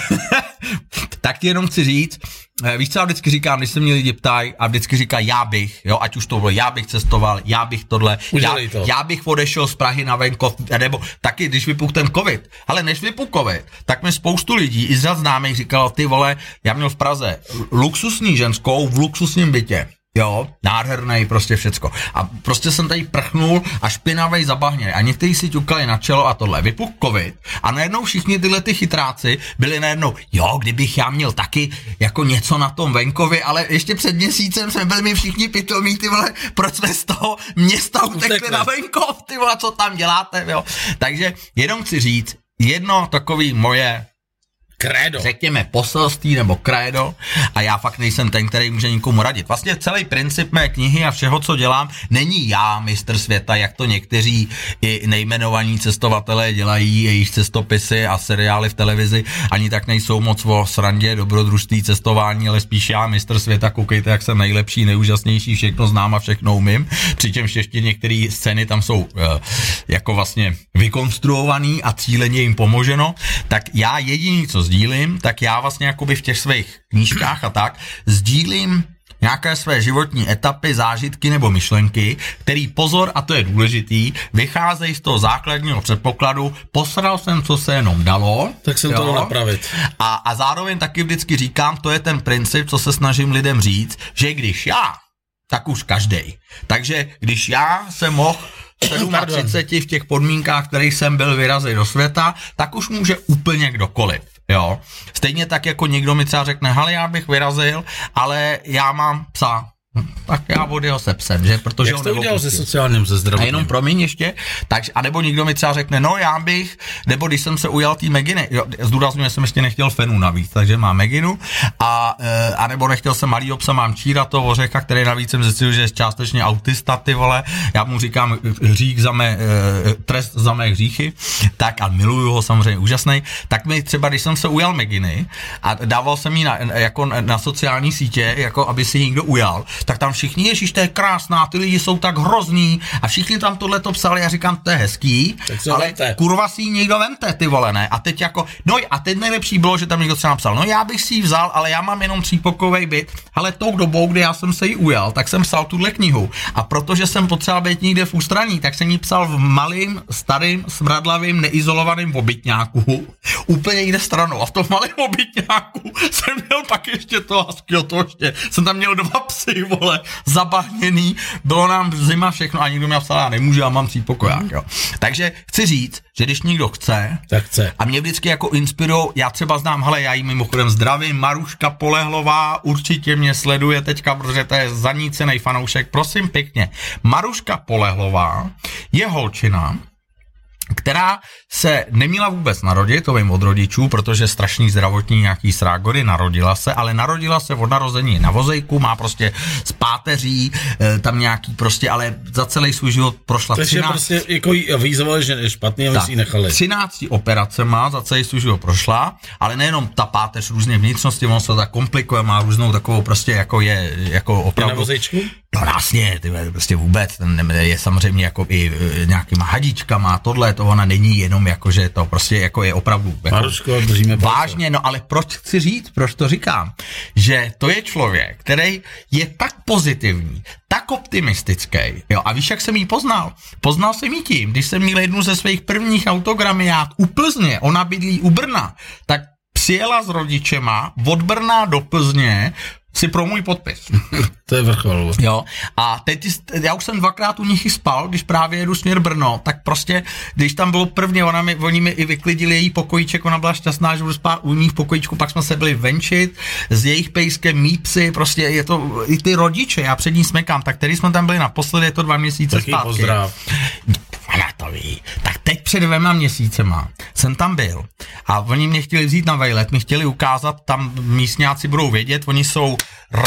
tak ti jenom chci říct, víš co já vždycky říkám, když se mě lidi ptají a vždycky říkají já bych, jo, ať už to bylo, já bych cestoval, já bych tohle, já bych odešel z Prahy na venkov, nebo taky, když vypukl ten covid, ale než vypukl covid, tak mi spoustu lidí i z řad známých říkalo, ty vole, já měl v Praze luxusní ženskou v luxusním bytě. Jo, nádherný, prostě všecko. A prostě jsem tady prchnul a špinavej zabahněný. A někteří si ťukali na čelo a tohle. Vypukl covid a najednou všichni tyhle ty chytráci byli najednou, jo, kdybych já měl taky jako něco na tom venkově, ale ještě před měsícem jsme byli mi všichni pitomí, ty vole, proč jsme z toho města utekli na venkov, ty vole, co tam děláte, jo. Takže jenom chci říct, jedno takový moje krédo. Řekněme poselství nebo krédo a já fakt nejsem ten, který může nikomu radit. Vlastně celý princip mé knihy a všeho, co dělám, není já mistr světa, jak to někteří i nejmenovaní cestovatelé dělají, jejich cestopisy a seriály v televizi, ani tak nejsou moc o srandě, dobrodružství, cestování, ale spíš já mistr světa, koukejte, jak jsem nejlepší, nejúžasnější, všechno znám a všechno umím. Přičemž ještě některé scény tam jsou jako vlastně vykonstruovaný a cíleně jim pomoženo, tak já jediný, co sdílím, tak já vlastně jakoby v těch svých knížkách a tak sdílím nějaké své životní etapy, zážitky nebo myšlenky, který pozor, a to je důležitý, vycházejí z toho základního předpokladu, posral jsem, co se jenom dalo. Tak jsem to napravit. A zároveň taky vždycky říkám, to je ten princip, co se snažím lidem říct, že když já, tak už každej. Takže když já jsem mohl 37 v těch podmínkách, v kterých jsem byl, vyrazit do světa, tak už může úplně kdokoliv. Jo. Stejně tak, jako někdo mi třeba řekne, hele, já bych vyrazil, ale já mám psa. Tak já od jeho sepsem, že? Protože jak jste udělal se sociálním, ze zdravotním? A jenom promiň ještě, takže, anebo někdo mi třeba řekne, no já bych, nebo když jsem se ujal té Meginy, zdůrazňuji, jsem ještě nechtěl fenu navíc, takže mám Meginu, a nebo nechtěl jsem malýho psa, mám Číra toho ořecha, který navíc jsem zjistil, že je částečně autista, ty vole, já mu říkám hřích za mé, trest za mé hříchy, tak a miluju ho samozřejmě, úžasnej, tak mi třeba, když jsem se ujal Meginy a dával jsem jí na sociální sítě, jako aby si někdo ujal, tak tam všichni, ježiš, to je krásná, ty lidi jsou tak hrozný a všichni tam tohleto psali, já říkám, to je hezký, ale vemte. Kurva si ji někdo vemte, ty vole, ne? A teď jako, no a teď nejlepší bylo, že tam někdo třeba napsal, no já bych si ji vzal, ale já mám jenom 3pokojový byt, ale tou dobou, kdy já jsem se jí ujal, tak jsem psal tuhle knihu a protože jsem potřeboval být někde v ústraní, tak jsem ji psal v malým, starým, smradlavým, neizolovaným obytňáku, úplně jde stranou a v tom malém obytňáku jsem měl pak ještě to jsem tam měl 2 psy, vole, zabahněný, bylo nám zima všechno a nikdo mi napsal, já nemůžu, já mám 3pokoják, jo. Takže chci říct, že když někdo chce, tak chce. A mě vždycky jako inspirujou, já třeba znám, hele, já jí mimochodem zdravím, Maruška Polehlová, určitě mě sleduje teďka, protože to je zanícenej fanoušek, prosím pěkně, Maruška Polehlová je holčina, která se neměla vůbec narodit, to vím od rodičů, protože strašný zdravotní nějaký srágory, narodila se, ale narodila se od narození na vozejku, má prostě z páteří, tam nějaký prostě, ale za celý svůj život prošla 13. Takže prostě jako jí avízovali, že je špatný a my si ji nechali. 13 operacema za celý svůj život prošla, ale nejenom ta páteř, různě vnitřnosti, ono se to tak komplikuje, má různou takovou prostě jako je, jako opravdu. Na vozejčku? No vlastně, prostě vůbec, ten je samozřejmě jako i nějakýma hadičkama, tohle, to ona není jenom jako, že to prostě jako je opravdu jako Maruško, držíme vážně, no ale proč chci říct, proč to říkám, že to je člověk, který je tak pozitivní, tak optimistický, jo, a víš, jak jsem jí poznal? Poznal jsem jí tím, když jsem měl jednu ze svých prvních autogramiát u Plzně, ona bydlí u Brna, tak přijela s rodičema od Brna do Plzně si pro můj podpis. To je vrchol. Jo, a teď já už jsem 2krát u nich i spal, když právě jedu směr Brno, tak prostě, když tam bylo prvně, oni mi i vyklidili její pokojíček, ona byla šťastná, že budu spát u ní v pokojíčku, pak jsme se byli venčit s jejich pejskem, mý psy, prostě je to, i ty rodiče, já před ní smekám, tak který jsme tam byli naposledy, je to 2 měsíce taky zpátky. Pozdrav. Ona to ví. Tak teď před 2 měsícema jsem tam byl a oni mě chtěli vzít na vejlet, mi chtěli ukázat, tam místňáci budou vědět, oni jsou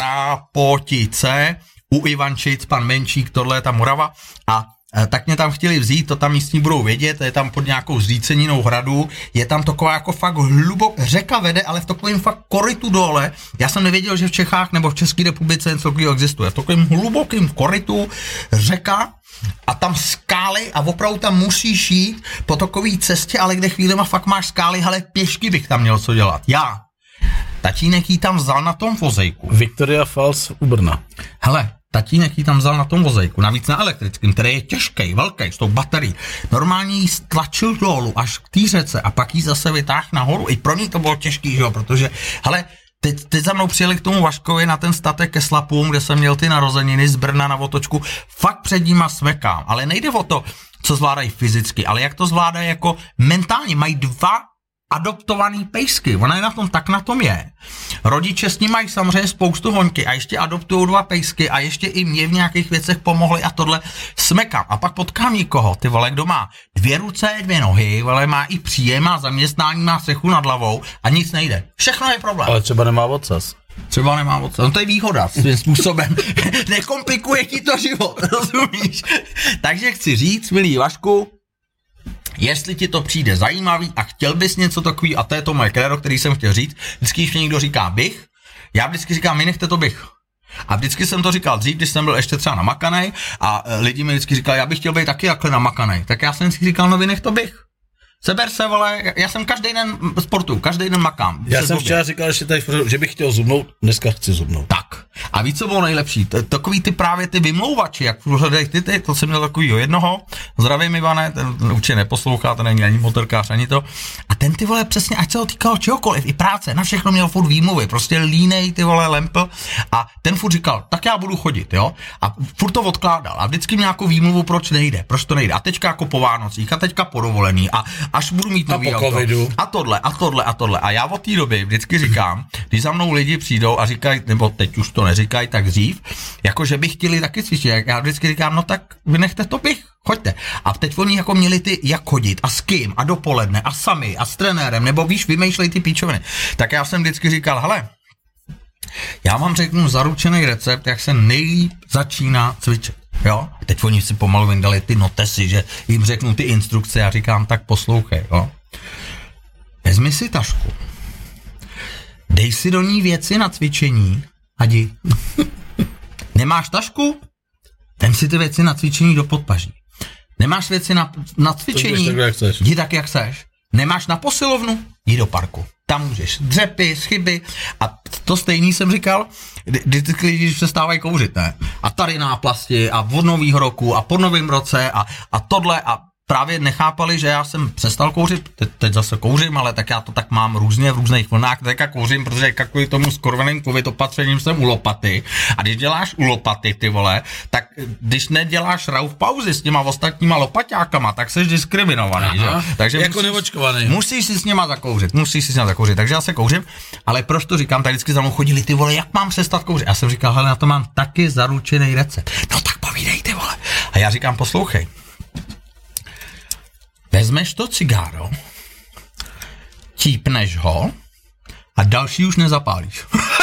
Rápotice, u Ivančic, pan Menčík, tohle je ta Morava a tak mě tam chtěli vzít, to tam místní budou vědět, je tam pod nějakou zříceninou hradu, je tam taková jako fakt řeka vede, ale v takovém fakt korytu dole, já jsem nevěděl, že v Čechách nebo v České republice něco takového existuje, v takovém hlubokém korytu řeka a tam skály a opravdu tam musíš jít po takové cestě, ale kde chvílema fakt máš skály, ale pěšky bych tam měl co dělat, já. Tatínek jí tam vzal na tom vozejku. Victoria Falls u Brna. Hele, tatínek jí tam vzal na tom vozejku, navíc na elektrickém, který je těžký, velký, s tou baterií. Normálně jí stlačil dolů až k té řece a pak jí zase vytáhl nahoru. I pro ní to bylo těžký, že jo, protože, hele, teď za mnou přijeli k tomu Vaškovi na ten statek ke Slapům, kde jsem měl ty narozeniny z Brna na otočku. Fakt před nima smekám, ale nejde o to, co zvládají fyzicky, ale jak to zvládají jako mentálně. Mají 2 adoptovaný pejsky, ona je na tom, tak na tom je. Rodiče s ním mají samozřejmě spoustu hoňky a ještě adoptují 2 pejsky a ještě i mě v nějakých věcech pomohli a tohle smekám. A pak potkám někoho, ty vole, kdo má 2 ruce, 2 nohy, vole, má i příjem, má zaměstnání, má střechu nad hlavou a nic nejde. Všechno je problém. Ale třeba nemá ocas. Třeba nemá ocas. No to je výhoda svým způsobem. Nekomplikuje ti to život, rozumíš? Takže chci říct, milý Vašku, jestli ti to přijde zajímavý a chtěl bys něco takový, a to je to moje krédo, který jsem chtěl říct, vždycky, když mě někdo říká bych, já vždycky říkám, nechte to bych. A vždycky jsem to říkal dřív, když jsem byl ještě třeba namakanej a lidi mi vždycky říkali, já bych chtěl být taky takhle namakanej. Tak já jsem vždycky říkal, no vynech to bych. Seber se, vole, já jsem každý den sportu, každý den makám. Já jsem včera říkal ještě tady, že bych chtěl zubnout, dneska chci zubnout. Tak. A víc, co bylo nejlepší? Takový ty právě ty vymlouvači, jak ty, to jsem měl takovýho jednoho, zdravím Ivane, ten určitě neposlouchá, ten není ani motorkář, ani to. A ten, ty vole, přesně, ať se ho týkalo čehokoliv, i práce, na všechno měl furt výmluvy, prostě línej, ty vole, lempl. A ten furt říkal, tak já budu chodit, jo. A furt to odkládal. A vždycky měl nějakou výmluvu, proč nejde, proč to nejde. A teďka jako po Vánocích, a teďka po dovolený. až budu mít nový auto. covidu. A tohle. A já od té doby vždycky říkám, když za mnou lidi přijdou a říkají, nebo teď už to neříkají, tak dřív, jako že by chtěli taky cvičit. Já vždycky říkám, no tak vynechte to bych, choďte. A teď oni jako měli ty, jak chodit a s kým a dopoledne a sami a s trenérem, nebo víš, vymýšlej ty píčoviny. Tak já jsem vždycky říkal, hele, já vám řeknu zaručený recept, jak se nejlíp začíná cvičit. Jo? A teď oni si pomalu vyndali ty notesy, že jim řeknu ty instrukce a říkám, tak poslouchej. Jo? Vezmi si tašku, dej si do ní věci na cvičení a jdi. Nemáš tašku? Vem si ty věci na cvičení do podpaží. Nemáš věci na cvičení? Jdi tak, jak chceš. Nemáš na posilovnu? Jdi do parku. Tam můžeš dřepy, schyby a to stejný jsem říkal, když přestávají kouřit, ne? A tady náplasti a od novýho roku a po novém roce a tohle a právě nechápali, že já jsem přestal kouřit, teď zase kouřím, ale tak já to tak mám různě v různých vlnách, teďka kouřím, protože kvůli tomu skorveným covid opatřením jsem u lopaty a když děláš u lopaty, ty vole, tak když neděláš rauf pauzy s těma ostatníma lopaťákama, tak jsi diskriminovaný, že? Takže jako neočkovaný. Musíš si s nima zakouřit, takže já se kouřím, ale proč to říkám, tak vždycky za mnou chodili, ty vole, jak mám přestat kouřit? Já jsem říkal, hele, na to mám taky zaručený recept. No tak povídej, ty vole. A já říkám, poslouchej. Vezmeš to cigáro, típneš ho a další už nezapálíš.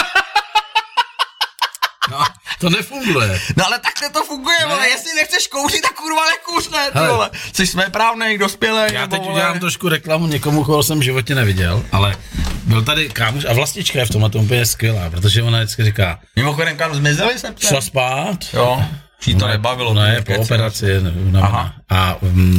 No, to nefunguje. No ale takhle to funguje, ne. Vole, jestli nechceš kouřit, tak kurva nekouř, ne, ty vole. Jsi svéprávnej, dospělej. Já teď udělám trošku reklamu někomu, koho jsem v životě neviděl, ale byl tady kámoš a vlastička je v tomhle úplně skvělá, protože ona vždycky říká. Mimochodem, kam zmizeli se ptě? Šla spát. Jo, jí to nebavilo. Ne, po operaci. A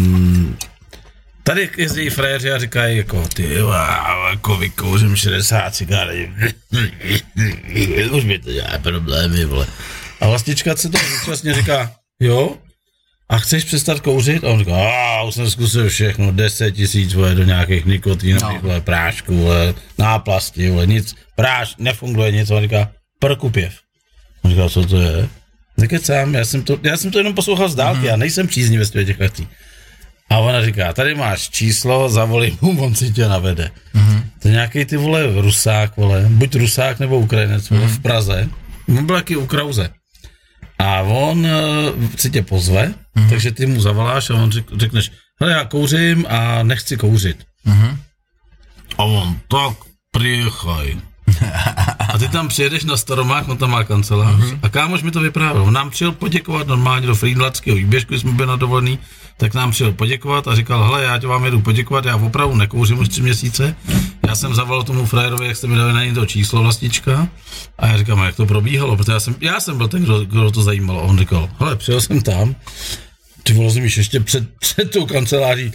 tady jezdí fréři a říkají jako, ty jako vykouřím 60 cigáry. Už mi to dělá problémy, vole. A vlastička se to vlastně říká, jo, a chceš přestat kouřit? A on říká, už jsem zkusil všechno, 10 000, vole, do nějakých nikotinových, vole, prášků, vole, náplasti, vole, nic, nefunguje nic. A on říká, prkupěv. On říká, co to je? Nekecám, já jsem to jenom poslouchal z dálky, já nejsem příznivý z těch akcí. A ona říká, tady máš číslo, zavolej mu, on si tě navede. To je nějaký ty vole Rusák, vole, buď Rusák nebo Ukrajinec, vole, v Praze. On byl taky u Krause. A on si tě pozve, takže ty mu zavoláš a on řekneš, hele, já kouřím a nechci kouřit. A on, tak přichaj. A ty tam přijedeš na Staromák, on tam má kancelář. A kámoš mi to vyprávěl. On nám přijel poděkovat normálně do Frýdlatského výběžku, jsme byli na dovolený, tak nám přijel poděkovat a říkal, hele, já tě vám jedu poděkovat, já opravdu nekouřím už 3 měsíce. Já jsem zavolal tomu frajerovi, jak jste mi dali na něj to číslo vlastička. A já říkám, jak to probíhalo, protože já jsem byl ten, kdo to zajímalo. A on říkal, hele, přijel jsem tam, ty vole, zmiš ještě před tou kanceláří.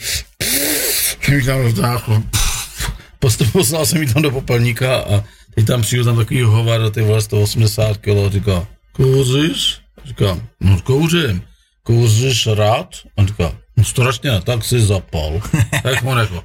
Poslal jsem jí tam do popelníka a teď tam přijdu tam takový hovado, ty vole 180 kg, říká, kouříš? Říkám, no kouřím. Kouříš rád? On říká, no strašně, tak si zapal. Tak on jako,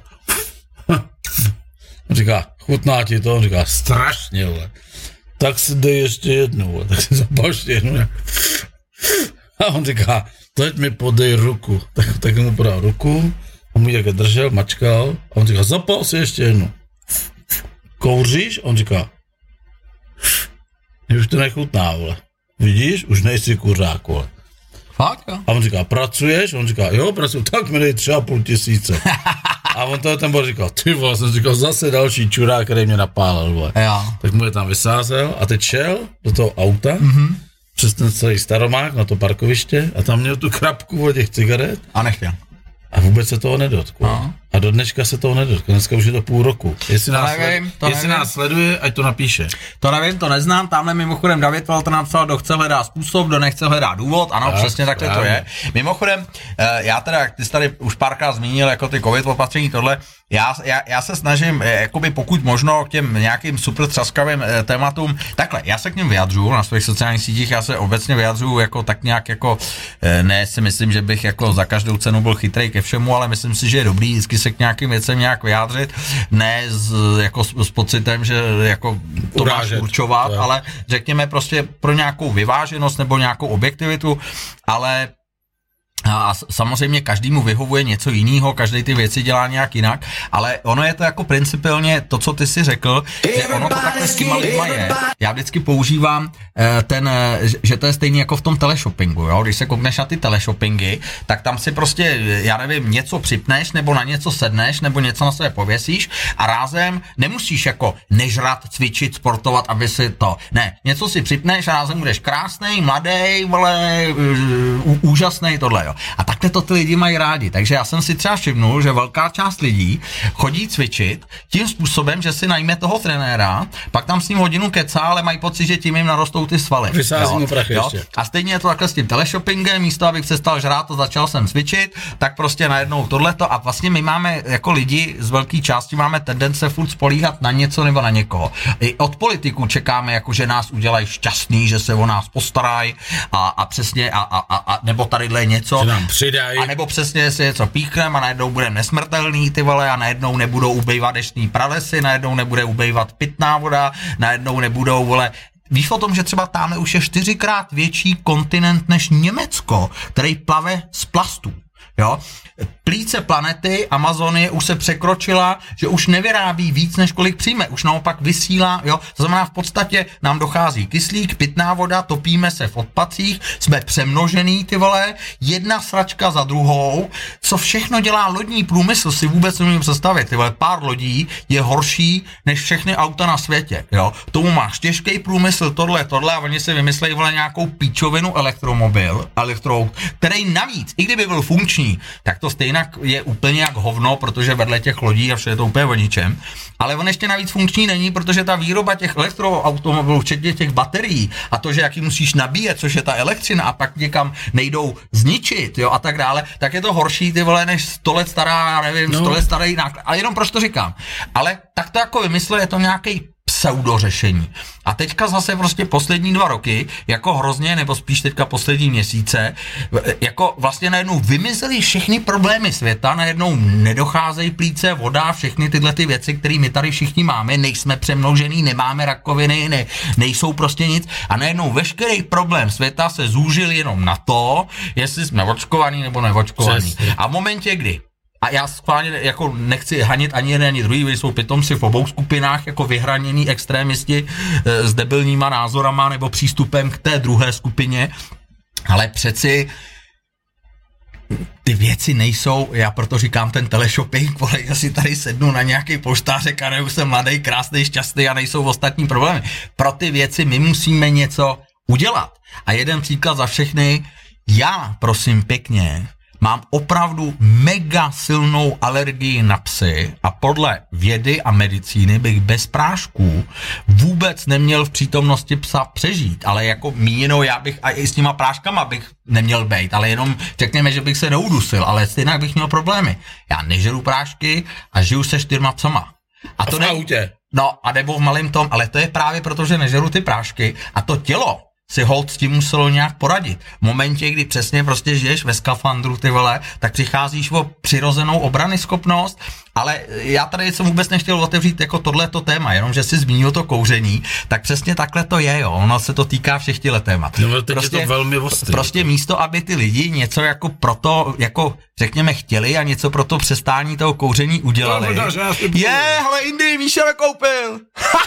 on říká, chutná ti to? On říká, strašně, vole. Tak si dej ještě jednu, vole. Tak si zapal ještě jednu. A on říká, teď mi podej ruku. Tak mu podal ruku, on mu jak držel, mačkal a on říká, zapal si ještě jednu. Kouříš? On říká, už to nechutná, vole. Vidíš? Už nejsi kuřák, vole. Fakt, jo? A on říká, pracuješ? On říká, jo, pracuji, tak mi dej 3 500. A on to ten byl říkal, ty vole, jsem říkal, zase další čurák, který mě napálil, vole. Tak mu je tam vysázel a teď šel do toho auta, přes ten celý Staromák na to parkoviště a tam měl tu krabku od těch cigaret. A nechtěl. A vůbec se toho nedotkl. A do dneška se toho nedotkl. Dneska už je to půl roku. Jestli nás sleduje, ať to napíše. To nevím, to neznám. Tamhle mimochodem David Walter napsal, kdo chce hledá způsob, kdo nechce hledá důvod. Ano, tak, přesně takhle to je. Mimochodem, já teda, ty jsi tady už párkrát zmínil, jako ty covid opatření, tohle. Já se snažím, jakoby pokud možno k těm nějakým super třaskavým tématům, takhle, já se k něm vyjadřuju na svých sociálních sítích, já se obecně vyjadřuju jako tak nějak jako, ne si myslím, že bych jako za každou cenu byl chytrej ke všemu, ale myslím si, že je dobrý vždycky se k nějakým věcem nějak vyjádřit, ne jako s pocitem, že jako to máš určovat, ale řekněme prostě pro nějakou vyváženost nebo nějakou objektivitu, ale A samozřejmě každému vyhovuje něco jiného, každý ty věci dělá nějak jinak, ale ono je to jako principiálně to, co ty si řekl, že ono to takhle s těma lidma je. Já vždycky používám že to je stejný jako v tom teleshoppingu, jo? Když se koukneš na ty teleshoppingy, tak tam si prostě, já nevím, něco připneš, nebo na něco sedneš, nebo něco na sebe pověsíš a rázem nemusíš jako nežrat, cvičit, sportovat, aby si to, ne, něco si připneš a rázem budeš krásnej, mladý, vole, úžasný tohle, jo. A takhle to ty lidi mají rádi. Takže já jsem si třeba všimnul, že velká část lidí chodí cvičit tím způsobem, že si najme toho trenéra, pak tam s ním hodinu kecá, ale mají pocit, že tím jim narostou ty svaly. Vysází prachy ještě. A stejně je to takhle s tím teleshoppingem, místo abych přestal žrát a začal jsem cvičit, tak prostě najednou tohleto a vlastně my máme jako lidi z velké části máme tendence furt spolíhat na něco nebo na někoho. I od politiků čekáme, jako že nás udělají šťastný, že se o nás postarají a přesně a nebo tadyhle něco. Nám přidají. A nebo přesně si něco píchneme a najednou budeme nesmrtelný, ty vole, a najednou nebudou ubejvat deštní pralesy, najednou nebude ubejvat pitná voda, najednou nebudou, vole. Víš o tom, že třeba tamhle už je 4x větší kontinent než Německo, který plave z plastů. Jo? Plíce planety Amazonie už se překročila, že už nevyrábí víc, než kolik přijme, už naopak vysílá, jo, to znamená v podstatě nám dochází kyslík, pitná voda, topíme se v odpadcích, jsme přemnožený, ty vole, jedna sračka za druhou, co všechno dělá lodní průmysl, si vůbec nemůžu představit, ty vole, pár lodí je horší než všechny auta na světě, jo, tomu máš těžký průmysl, tohle a oni si vymyslejí, vole, nějakou píčovinu elektromobil, který navíc, i kdyby byl funkční, tak to stejně je úplně jak hovno, protože vedle těch lodí a vše je to úplně o ničem. Ale on ještě navíc funkční není, protože ta výroba těch elektroautomobilů, včetně těch baterií a to, že jak ji musíš nabíjet, což je ta elektřina a pak někam nejdou zničit, jo, a tak dále, tak je to horší, ty vole, než 100 let stará, já nevím, 100 let starý náklad. Ale jenom proč to říkám. Ale tak to jako vymyslel, je to nějaký pseudořešení. A teďka zase prostě poslední 2 roky, jako hrozně, nebo spíš teďka poslední měsíce, jako vlastně najednou vymizely všechny problémy světa, najednou nedocházejí plíce, voda, všechny tyhle ty věci, které my tady všichni máme, nejsme přemnožený, nemáme rakoviny, nejsou prostě nic a najednou veškerý problém světa se zúžil jenom na to, jestli jsme očkovaný nebo neočkovaný. A v momentě, kdy a já schválně jako nechci hanit ani jeden, ani druhý, jsou pitomci v obou skupinách jako vyhranění extrémisti s debilníma názorama nebo přístupem k té druhé skupině, ale přeci ty věci nejsou, já proto říkám ten teleshopping, vole, já si tady sednu na nějaký polštářek a už jsem mladý, krásný, šťastný a nejsou ostatní problémy. Pro ty věci my musíme něco udělat. A jeden příklad za všechny, já prosím pěkně, mám opravdu mega silnou alergii na psy a podle vědy a medicíny bych bez prášků vůbec neměl v přítomnosti psa přežít, ale jako míněno já bych a i s těma práškama bych neměl bejt, ale jenom řekněme, že bych se neudusil, ale stejně bych měl problémy. Já nežeru prášky a žiju se 4 psama. A to v autě. No a nebo v malém tom, ale to je právě proto, že nežeru ty prášky a to tělo si holt s tím muselo nějak poradit. V momentě, kdy přesně prostě žiješ ve skafandru, ty vole, tak přicházíš o přirozenou obranyschopnost, ale já tady jsem vůbec nechtěl otevřít jako tohleto téma, jenom že si zmínil to kouření, tak přesně takhle to je, jo, ono se to týká všech těchto témat. No, prostě, je to velmi ostrý. Prostě místo, aby ty lidi něco jako proto, jako řekněme chtěli a něco pro to přestání toho kouření udělali. Hele, Indy, Míša koupil!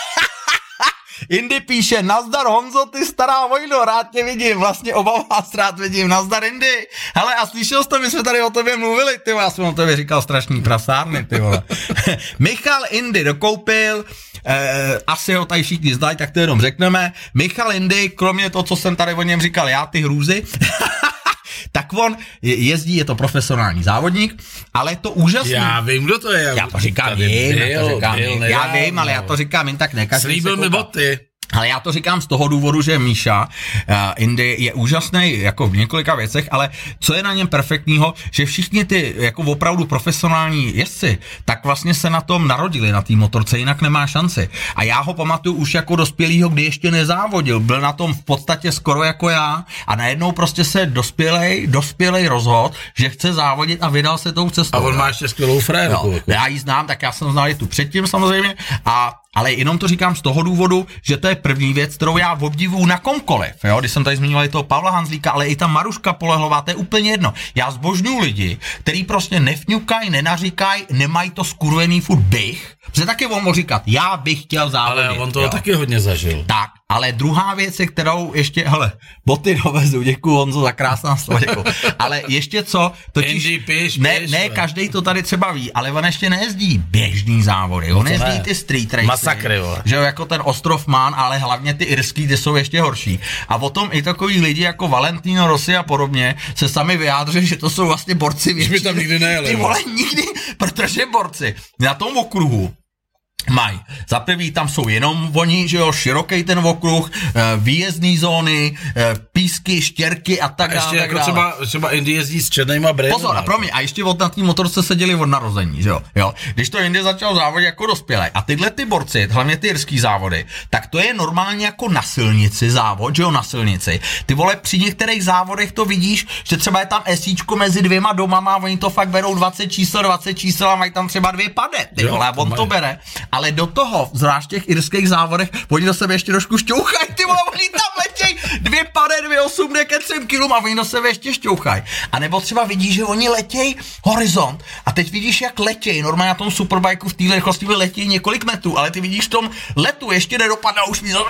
Indy píše, nazdar Honzo, ty stará vojno, rád tě vidím, vlastně oba vás rád vidím, nazdar Indy. Hele, a slyšel jsi to, my jsme tady o tobě mluvili, ty vole, já jsem o tobě říkal strašný prasárny, ty vole. Michal Indy dokoupil, asi ho tady všichni znají, tak to jenom řekneme. Michal Indy, kromě toho, co jsem tady o něm říkal já, ty hrůzy, tak on jezdí, je to profesionální závodník, ale je to úžasný. Já vím, kdo to je. Já to říkám jim, já vím, ale já to říkám jen tak nekaždý. Slíbil mi boty. Ale já to říkám z toho důvodu, že Míša Indy je úžasný jako v několika věcech, ale co je na něm perfektního, že všichni ty jako opravdu profesionální jezdci, tak vlastně se na tom narodili, na té motorce, jinak nemá šanci. A já ho pamatuju už jako dospělýho, kdy ještě nezávodil, byl na tom v podstatě skoro jako já a najednou prostě se dospělej rozhod, že chce závodit a vydal se tou cestou. A on má ještě skvělou frérku. No, já ji znám, tak já jsem znal i tu předtím samozřejmě a ale jenom to říkám z toho důvodu, že to je první věc, kterou já obdivuju na komkoliv, jo, když jsem tady zmínil i toho Pavla Hanzlíka, ale i ta Maruška Polehlová, to je úplně jedno. Já zbožňuju lidi, který prostě nefňukají, nenaříkají, nemají to skurvený furt bych, protože taky on mohl říkat, já bych chtěl závodit. Ale on to taky hodně zažil. Tak, ale druhá věc je, kterou ještě, hele, boty dovezu, děkuju Honzo za krásná slova, děkuju. Ale ještě co, totiž, Andy, piš, ne každej to tady třeba ví, ale on ještě nejezdí běžný závody, on jezdí ty street race. Masakry, vole. Že jo, jako ten Ostrov Man, ale hlavně ty irský, ty jsou ještě horší. A potom i takový lidi jako Valentino Rossi a podobně se sami vyjádří, že to jsou vlastně borci větší. Už by tam nikdy nejeli. Ty vole, nikdy, protože borci na tom okruhu mají. Za prvý tam jsou jenom oni, že jo, široký ten okruh, výjezdní zóny, písky, štěrky a tak dále. Ještě jako třeba Indy jezdí s černýma brejlema. Pozor, a promiň, a ještě na té motorce seděli od narození, že jo. Když to Indy začal závodit jako dospělej a tyhle ty borci, hlavně ty irský závody, tak to je normálně jako na silnici závod, že jo, na silnici. Ty vole, při některých závodech to vidíš, že třeba je tam esíčko mezi dvěma domama, oni to fakt berou 20 čísel a mají tam třeba 2 pade, ty vole, a on to bere. Ale do toho, zvlášť těch irských závodech, oni do sebe ještě trošku šťouchají, ty vole, oni tam letějí 2 pade, 2,8 ke 3 kilům a oni do sebe ještě šťouchají. A nebo třeba vidíš, že oni letějí horizont a teď vidíš, jak letějí, normálně na tom superbajku v téhle rychlosti letějí několik metrů, ale ty vidíš v tom letu ještě nedopadá, už mi to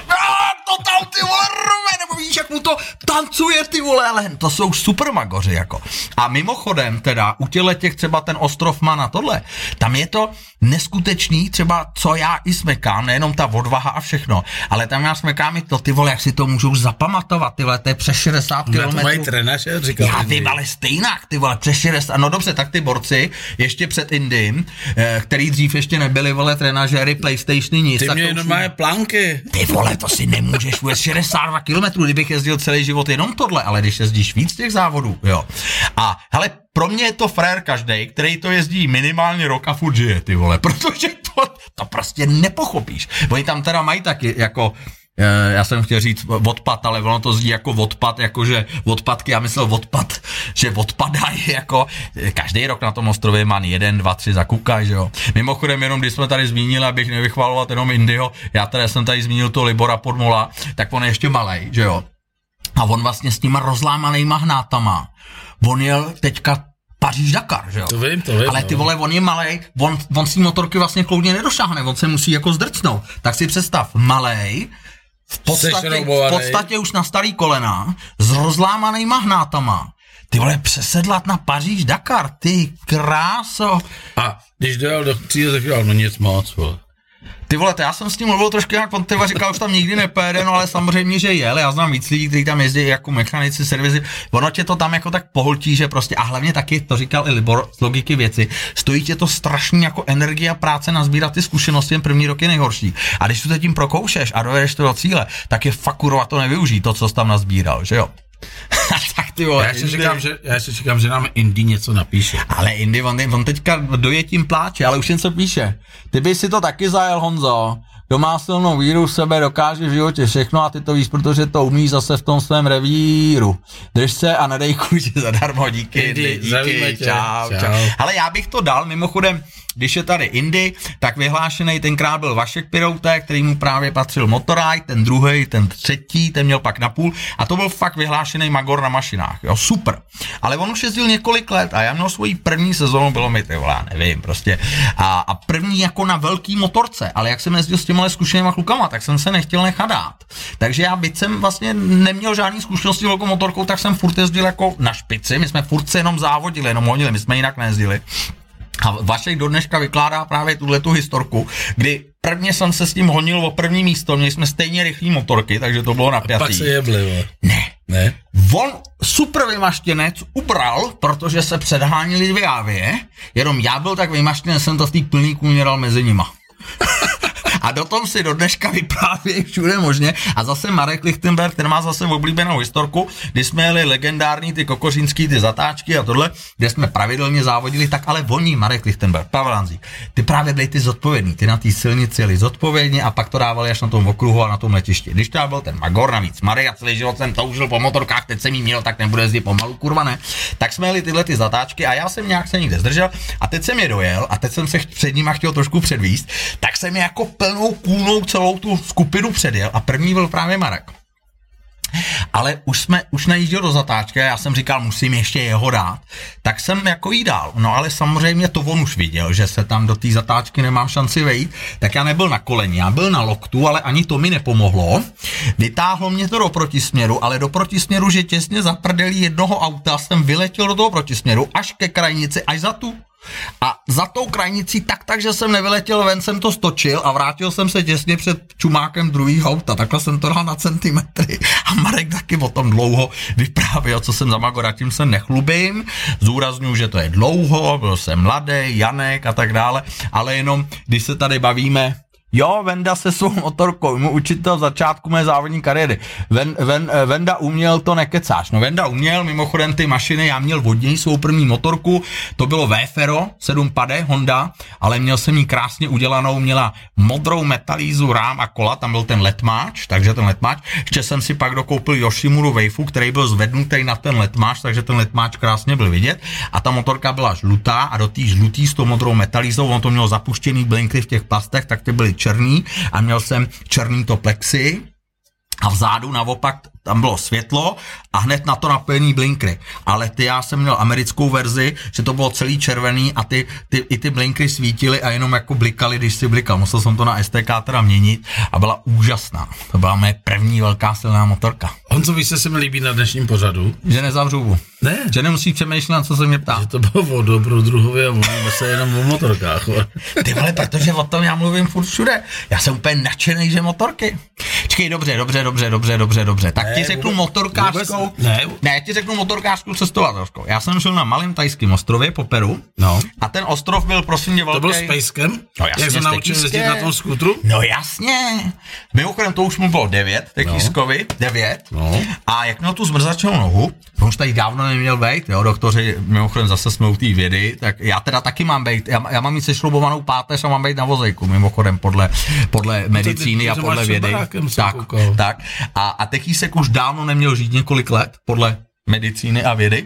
tam ty vole rve, nebo vidíš, jak mu to tancuje, ty vole, ale to jsou supermagoři, jako. A mimochodem, teda, u těch třeba ten Ostrov Man a tohle, tam je to neskutečný, třeba co já i smekám, nejenom ta odvaha a všechno, ale tam já smekám i to, ty vole, jak si to můžou zapamatovat, ty vole, to je přes 60 km. Na to mají trenaže, říkal. Já vím, ale stejnak, ty vole, přes 60, no dobře, tak ty borci, ještě před Indym, který dřív ještě nebyli, vole, trenažéry, PlayStationy, nic. Ty mě normálně plánky. Ty vole, to si nemůžeš vůbec 62 km, kdybych jezdil celý život jenom tohle, ale když jezdíš víc těch závodů, jo. A hele, pro mě je to frér každej, který to jezdí minimálně rok a furt žije, ty vole, protože to prostě nepochopíš. Oni tam teda mají taky jako, já jsem chtěl říct odpad, ale ono to zní jako odpad, jakože odpadky, já myslel odpad, že odpadají jako, každý rok na tom ostrově má 1, 2, 3 zakukaj, že jo. Mimochodem, jenom když jsme tady zmínili, abych nevychvaloval jenom Indyho, já teda jsem tady zmínil to Libora Podmola, tak on je ještě malej, že jo. A on vlastně s těma rozlámanýma hnátama, on jel teďka Paříž-Dakar, že jo? To vím. Ale ty vole, on je malej, on si motorky vlastně kloudně nedošáhne, on se musí jako zdrcnout. Tak si představ, malej, v podstatě už na starý kolena, s rozlámanýma hnátama, ty vole, přesedlat na Paříž-Dakar, ty kráso. A když dojel do cíle, tak říkal, no nic moc, vole. Ty vole, já jsem s ním mluvil trošku jinak, on tyva říkal, že tam nikdy nepojede, no ale samozřejmě, že jel, já znám víc lidí, kteří tam jezdí jako mechanici, servisy, ono tě to tam jako tak pohltí, že prostě, a hlavně taky, to říkal i Libor z logiky věci, stojí tě to strašný jako energie a práce nazbírat ty zkušenosti, jen první rok je nejhorší. A když tu tím prokoušeš a dojedeš to do cíle, tak je fakt kurva to nevyužít, to, co jsi tam nazbíral, že jo? Tak ty vole, já ještě říkám, že nám Indy něco napíše. Ale Indy, on teďka dojetím pláče, ale už něco píše. Ty bys si to taky zajel, Honzo. Kdo má silnou víru v sebe, dokáže v životě všechno a ty to víš, protože to umíš zase v tom svém revíru. Drž se a nedej kůži zadarmo, díky, díky, čau. Ale já bych to dal, mimochodem, když je tady Indy, tak vyhlášený tenkrát byl Vašek Piroutek, který mu právě patřil Motorride, ten druhý, ten třetí, ten měl pak na půl a to byl fakt vyhlášený magor na mašinách, jo, super. Ale on už jezdil několik let a já měl svoji první sezónu, bylo mi ty vole, nevím, prostě. A první jako na velký motorce, ale jak jsem jezdil s těma zkušenýma klukama, tak jsem se nechtěl nechat dát. Takže já byť jsem vlastně neměl žádný zkušenosti velkou motorkou, tak jsem furt jezdil jako na špici, my jsme furt se jenom závodili, jenom honili, my jsme jinak nejezdili. A Vašek do dneška vykládá právě tuhletu historku, kdy prvně jsem se s tím honil o první místo, měli jsme stejně rychlý motorky, takže to bylo napjatý. A pak se jebli, Ne. On super vymaštěnec ubral, protože se předhánili 2 avie, jenom já byl tak vymaštěnec, jsem to v té plný kůně dal mezi nima. A do tom si do dneška vyprávějí všude možně. A zase Marek Lichtenberg, ten má zase oblíbenou historku, kdy jsme jeli legendární ty kokořínský, ty zatáčky a tohle, kde jsme pravidelně závodili, tak ale oni, Marek Lichtenberg, Pavel Hanzík, ty právě byli ty zodpovědní, ty na té silnici jeli zodpovědně a pak to dávali až na tom okruhu a na tom letišti. Když to byl ten magor navíc, Marek a celý život jsem toužil po motorkách, teď jsem jí měl, tak nebude jezdit pomalu, kurva ne. Tak jsme jeli tyhle ty zatáčky a já jsem nějak se někde zdržel a teď jsem je dojel a teď jsem se před nima chtěl trošku předvíst, tak jsem je jako plnou kůlnou celou tu skupinu předjel a první byl právě Marek. Ale už najížděl do zatáčky a já jsem říkal, musím ještě jeho dát. Tak jsem jako jí dal. No ale samozřejmě to on už viděl, že se tam do té zatáčky nemám šanci vejít, tak já nebyl na koleni, já byl na loktu, ale ani to mi nepomohlo. Vytáhlo mě to do protisměru, ale do protisměru, že těsně za prdelí jednoho auta jsem vyletěl do toho protisměru až ke krajnici, až za tu. A za tou krajnicí takže jsem nevyletěl ven, jsem to stočil a vrátil jsem se těsně před čumákem druhýho auta. Takhle jsem to dal na centimetry. A Marek taky o tom dlouho vyprávěl, co jsem za Magora, tím se nechlubím. Zúraznuju, že to je dlouho, byl jsem mladý, Janek a tak dále, ale jenom, když se tady bavíme, jo, Venda se svou motorkou, mu učitel v začátku mé závodní kariéry. Venda uměl, to nekecáš. No Venda uměl, mimochodem ty mašiny, já měl od něj svou první motorku, to bylo Vfero 7 pade Honda, ale měl jsem jí krásně udělanou, měla modrou metalízu, rám a kola, tam byl ten letmáč, takže ten letmáč. Ještě jsem si pak dokoupil Yoshimuru Waveu, který byl zvednutý na ten letmáč, takže ten letmáč krásně byl vidět a ta motorka byla žlutá a do té žlutý s tou modrou metalízou, on to mělo zapuštěný blinkry v těch plastech, tak ty byly černý a měl jsem černý to plexi a vzadu naopak tam bylo světlo a hned na to napojený blinkry. Ale já jsem měl americkou verzi, že to bylo celý červený a ty blinkry svítily a jenom jako blikaly, když si blikal. Musel jsem to na STK teda měnit a byla úžasná. To byla moje první velká silná motorka. Honzo, víš, se mi líbí na dnešním pořadu? Že nezavřu. Ne. Že nemusí přemýšlet, na co se mě ptá. Že to bylo o dobrodruhově a mluvíme se jenom o motorkách. Ty vole, protože o tom já mluvím furt všude. Já jsem úplně nadšený, že motorky. Čekej, dobře. Tak ti řeknu motorkářskou. Ne, já ti řeknu motorkářskou cestovatelskou. Já jsem šel na malém tajském ostrově po Peru. No. A ten ostrov byl prosím mě velký. To byl s pejskem? No jasně, jak se naučil jezdit na tom skútru? No jasně. Mimochodem to už mu bylo 9, tekýskovi, 9. No. A jak měl tu zmrzačnou nohu, to už tady dávno neměl bejt, jo, doktoři mimochodem zase jsme u té vědy, tak já teda taky mám bejt, já mám mít sešroubovanou páteř a mám bejt na vozejku, mimochodem podle medicíny a podle vědy. Tak. A tekýsek už dávno neměl žít několik let, podle medicíny a vědy.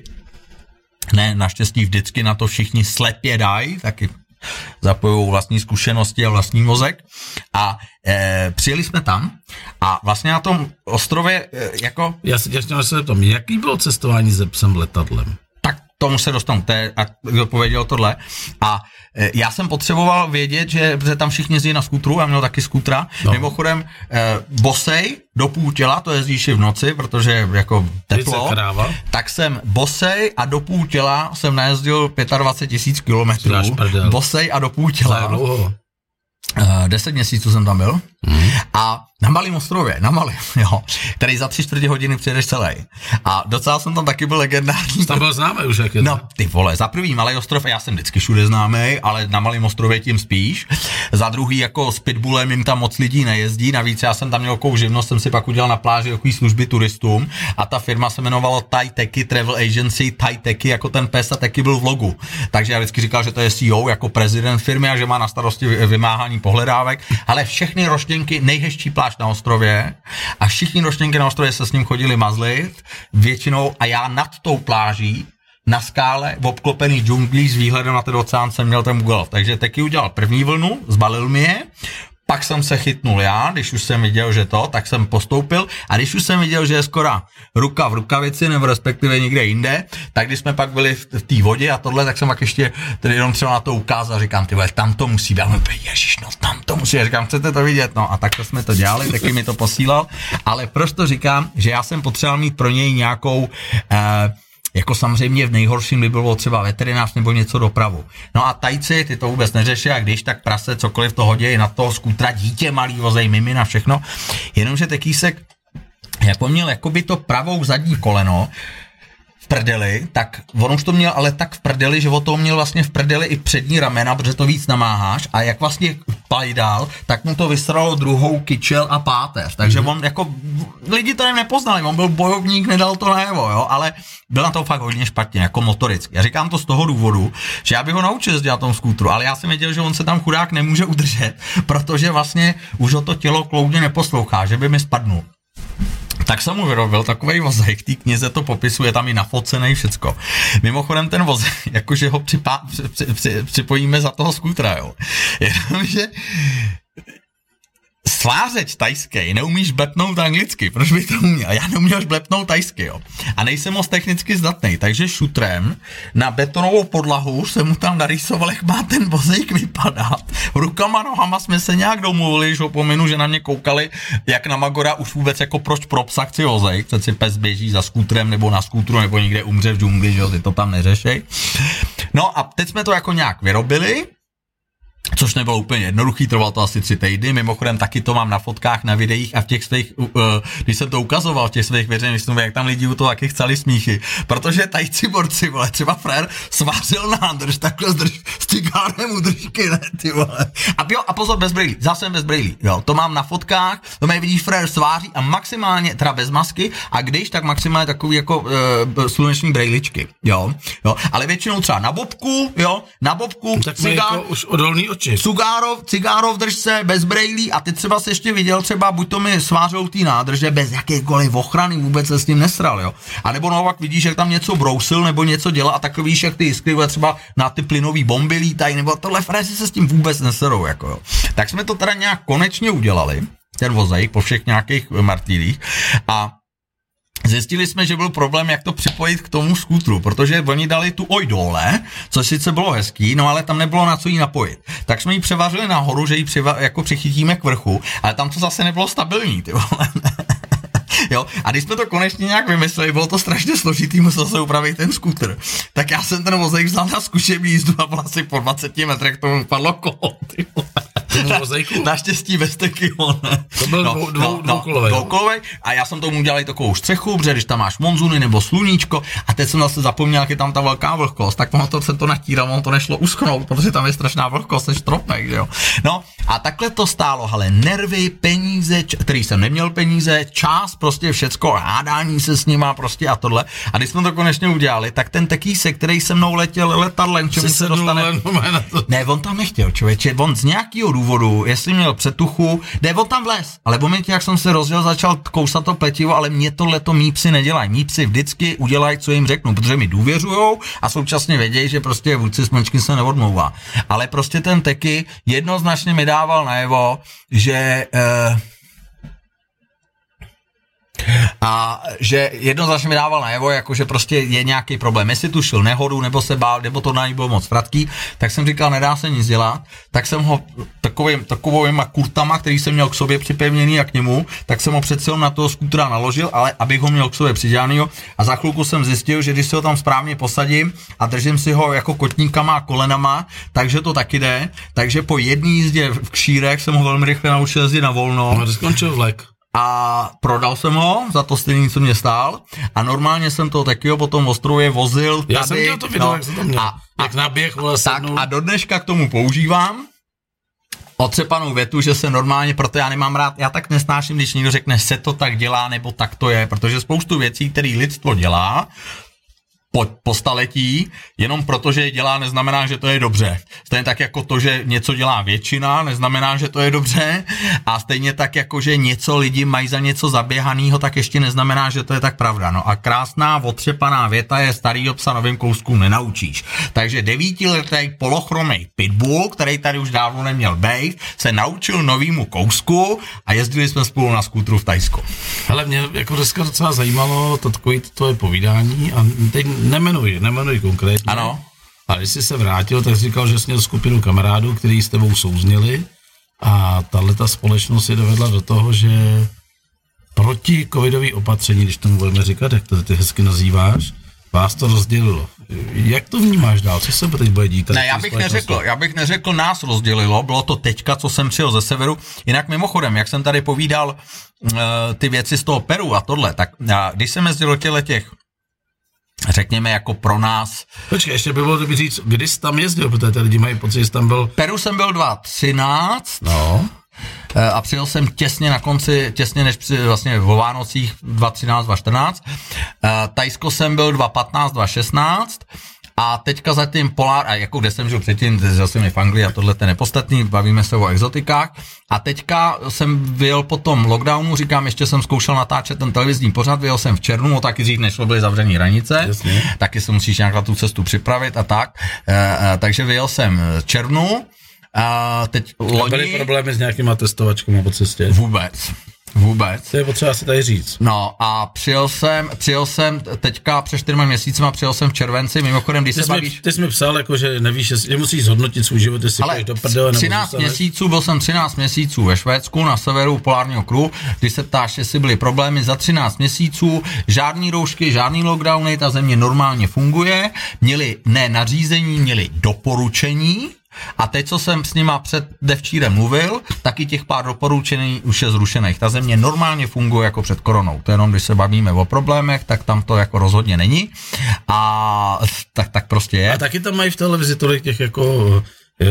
Ne, naštěstí vždycky na to všichni slepě dají, taky zapojou vlastní zkušenosti a vlastní mozek. A přijeli jsme tam a vlastně na tom ostrově jako... Já se zeptám, jaký bylo cestování se psem letadlem? Tak tomu se dostanu, a odpověděl tohle. A já jsem potřeboval vědět, že tam všichni jezdí na skútru, já měl taky skútra. No. Mimochodem, bosej do půl těla, to jezdíš i v noci, protože jako teplo, tak jsem bosej a do půl těla jsem najezdil 25 000 kilometrů. Bosej a do půl těla. 10 měsíců jsem tam byl a na malém ostrově, jo, který za 3/4 hodiny přijedeš celý. A docela jsem tam taky byl legendární. Tam byl známý už jak je. No, ty vole, za prvý malý ostrov, já jsem vždycky všude známý, ale na malém ostrově tím spíš. Za druhý jako s pitbullem jim tam moc lidí nejezdí, navíc já jsem tam měl takovou živnost, jsem si pak udělal na pláži takový služby turistům a ta firma se jmenovala Thai Teky Travel Agency, Thai Teky jako ten pes a Teky byl v logu. Takže já vždycky říkal, že to je CEO jako prezident firmy a že má na starosti vymáhání pohledávek, ale všechny roštěnky, nejhezčí pláž na ostrově a všichni roštěnky na ostrově se s ním chodili mazlit většinou a já nad tou pláží na skále v obklopený džunglí s výhledem na ten oceán jsem měl ten golf. Takže Teky udělal první vlnu, zbalil mi je, pak jsem se chytnul já, když už jsem viděl, že tak jsem postoupil a když už jsem viděl, že je skoro ruka v rukavici nebo respektive někde jinde, tak když jsme pak byli v té vodě a tohle, tak jsem pak ještě tedy jenom třeba na to ukázal, říkám, ty vole, tam to musí být, ježiš, no tam to musí, já říkám, chcete to vidět, no a takhle jsme to dělali, taky mi to posílal, ale proč to říkám, že já jsem potřeboval mít pro něj nějakou jako samozřejmě v nejhorším by bylo třeba veterinář nebo něco dopravu. No a Tajci, ty to vůbec neřeší a když tak prase, cokoliv to hodí na toho skútra, dítě malý vozej, mimina, všechno. Jenomže Tekýsek jako měl jakoby to pravou zadní koleno v prdeli, tak on už to měl ale tak v prdeli, že o toho měl vlastně v prdeli i přední ramena, protože to víc namáháš a jak vlastně pajdal, tak mu to vysralo druhou kyčel a páteř. Takže on jako, lidi to nepoznali, on byl bojovník, nedal to najevo, jo, ale byl na to fakt hodně špatně, jako motoricky. Já říkám to z toho důvodu, že já bych ho naučil jezdit na tom skútru, ale já jsem věděl, že on se tam chudák nemůže udržet, protože vlastně už ho to tělo kloudně neposlouchá, že by mi spadnul. Tak jsem mu vyrobil takovej vozejk, v té knize to popisuje, tam i nafocenej všecko. Mimochodem ten vozejk, jakože ho připojíme za toho skútra, jo. Jenomže svářeč tajský, neumíš blepnout anglicky, proč by to uměl? Já neuměl blepnout tajsky, jo. A nejsem moc technicky zdatný, takže šutrem na betonovou podlahu jsem mu tam narýsoval, jak má ten vozejk vypadat. Rukama, nohama jsme se nějak domluvili, že opominu, že na mě koukali, jak na Magora, už vůbec jako proč pro psa chci vozejk, přeci pes běží za skútrem nebo na skútru nebo někde umře v džungli, že jo, ty to tam neřešej. No a teď jsme to jako nějak vyrobili, což nebylo úplně jednoduchý, trvalo to asi 3 týdny, mimochodem taky to mám na fotkách, na videích a v těch svých, když jsem to ukazoval v těch svých veřejných snůvech, jak tam lidi u toho taky chceli smíchy, protože tajci borci, vole, třeba frér svářil nádrž, takhle s cigárem u držky, ne, ty vole. A pozor, bez brýlí, zase bez brýlí, jo, to mám na fotkách, to mě vidíš, frér sváří a maximálně, teda bez masky, a když, tak maximálně takový jako sluneční brýličky, jo, ale většinou třeba na bobku, tak cigár, jako už odolný oči. Cigáro v držce, bez brejlí a ty třeba se ještě viděl, třeba buď to mi svářou tý nádrže, bez jakékoliv ochrany, vůbec se s tím nesral, jo. A nebo naopak vidíš, jak tam něco brousil, nebo něco dělá a tak víš, jak ty jiskry třeba na ty plynový bomby lítají, nebo tohle frézy se s tím vůbec neserou, jako jo. Tak jsme to teda nějak konečně udělali, ten vozejk, po všech nějakých martýrích a zjistili jsme, že byl problém, jak to připojit k tomu skútru, protože oni dali tu ojdole, což sice bylo hezký, no ale tam nebylo na co jí napojit. Tak jsme ji převařili nahoru, že ji jako přichytíme k vrchu, ale tam to zase nebylo stabilní, ty vole. Jo, a když jsme to konečně nějak vymysleli, bylo to strašně složitý, musel se upravit ten skútr. Tak já jsem ten vozejk vzal na zkušební jízdu a vlastně po 20 metrech tomu padlo kolo, ty vole. Naštěstí bez teky, ne? To byl dvoukolovej. A já jsem tomu udělal takovou střechu, protože když tam máš monzuny nebo sluníčko a teď jsem zase zapomněl, jak je tam ta velká vlhkost, tak ono to se to natíralo, to nešlo uschnout, protože tam je strašná vlhkost, ten stropek, jo. No a takhle to stálo, ale nervy, peníze, který jsem neměl peníze, čas, prostě všecko, hádání se s nima prostě a tohle. A když jsme to konečně udělali, tak ten tekýsek, který se mnou letěl letadlem, čemu se dostane... Ne, on tam nechtěl, člověče, on z nějakého důvodu, jestli měl přetuchu, on tam vlez, ale v momentě, jak jsem se rozděl, začal kousat to pletivo, ale mě tohleto mý psi nedělají. Mý psi vždycky udělají, co jim řeknu, protože mi důvěřujou a současně vědějí, že prostě vůdci smečky se neodmlouvá. Ale prostě ten Teky jednoznačně mi dával najevo, že jednoznačně mi dával najevo, jako že prostě je nějaký problém. Jestli tušil nehodu, nebo se bál, nebo to na ní bylo moc vratký, tak jsem říkal, nedá se nic dělat, tak jsem ho takovýma kurtama, který jsem měl k sobě připevněný a k němu, tak jsem ho přece na toho skútra naložil, ale abych ho měl k sobě přidělanýho a za chvilku jsem zjistil, že když si ho tam správně posadím a držím si ho jako kotníkama a kolenama, takže to taky jde, takže po jedné jízdě v kšírech jsem ho velmi rychle naučil jezdit na volno. No, skončil vlek. A prodal jsem ho za to stejný, co mě stál a normálně jsem toho Tekyho po tom ostrově vozil tady. Já jsem dělal to video, jak se to měl. Jak naběh, vole, sednul. A do dneška k tomu používám otřepanou větu, že se normálně, proto já nemám rád, já tak nesnáším, když někdo řekne, se to tak dělá, nebo tak to je, protože spoustu věcí, které lidstvo dělá, po staletí, jenom proto, že je dělá, neznamená, že to je dobře. Stejně tak jako to, že něco dělá většina, neznamená, že to je dobře. A stejně tak jako, že něco lidi mají za něco zaběhanýho, tak ještě neznamená, že to je tak pravda. No a krásná, otřepaná věta je starýho psa novým kouskům nenaučíš. Takže 9letý polochromej pitbull, který tady už dávno neměl bejt, se naučil novýmu kousku a jezdili jsme spolu na skútru v Tajsku. Ale mě jako dneska docela zajímalo to je povídání a teď nemenuji konkrétně. Ano. A když jsi se vrátil, tak jsi říkal, že jsi měl skupinu kamarádů, kteří s tebou souzněli a tahleta společnost je dovedla do toho, že proti covidový opatření, když tomu budeme říkat, jak to ty hezky nazýváš, vás to rozdělilo. Jak to vnímáš dál? Co se teď bude dít? Ne, já bych neřekl nás rozdělilo, bylo to teďka, co jsem přijel ze severu. Jinak mimochodem, jak jsem tady povídal ty věci z toho Peru a tohle, tak když jsem jezdil do těch řekněme jako pro nás. Počkej, ještě by bylo dobrý říct, kdy jsi tam jezdil, protože ty lidi mají pocit, že jsi tam byl. Peru jsem byl 2013. No. A přijel jsem těsně na konci, těsně než vlastně o Vánocích 2013, 2014. Tajsko jsem byl 2015, 2016. A teďka za tím a jako kde jsem žil předtím, zase jsem v Anglii a tohle je nepodstatný, bavíme se o exotikách. A teďka jsem vyjel po tom lockdownu, říkám, ještě jsem zkoušel natáčet ten televizní pořad, vyjel jsem v červnu, taky dřív nešlo, byly zavřený hranice, taky se musíš nějak na tu cestu připravit a tak. Takže vyjel jsem v červnu Teď byly problémy s nějakýma testovačkama po cestě? Vůbec. To je potřeba si tady říct. No a přijel jsem teďka před 4 měsícima, přijel jsem v červenci, mimochodem, když se bavíš... Ty jsi mi psal, jako, že nevíš, že musíš zhodnotit svůj život, jestli půjdeš do prdele, nebo 13 měsíců, byl jsem 13 měsíců ve Švédsku na severu polárního kruhu, když se ptáš, jestli byly problémy za 13 měsíců, žádný roušky, žádný lockdowny, ta země normálně funguje, měli ne nařízení, měli doporučení. A teď, co jsem s nima předevčírem mluvil, taky těch pár doporučení už je zrušených. Ta země normálně funguje jako před koronou. To jenom, když se bavíme o problémech, tak tam to jako rozhodně není. A tak prostě je. A taky tam mají v televizi tolik těch jako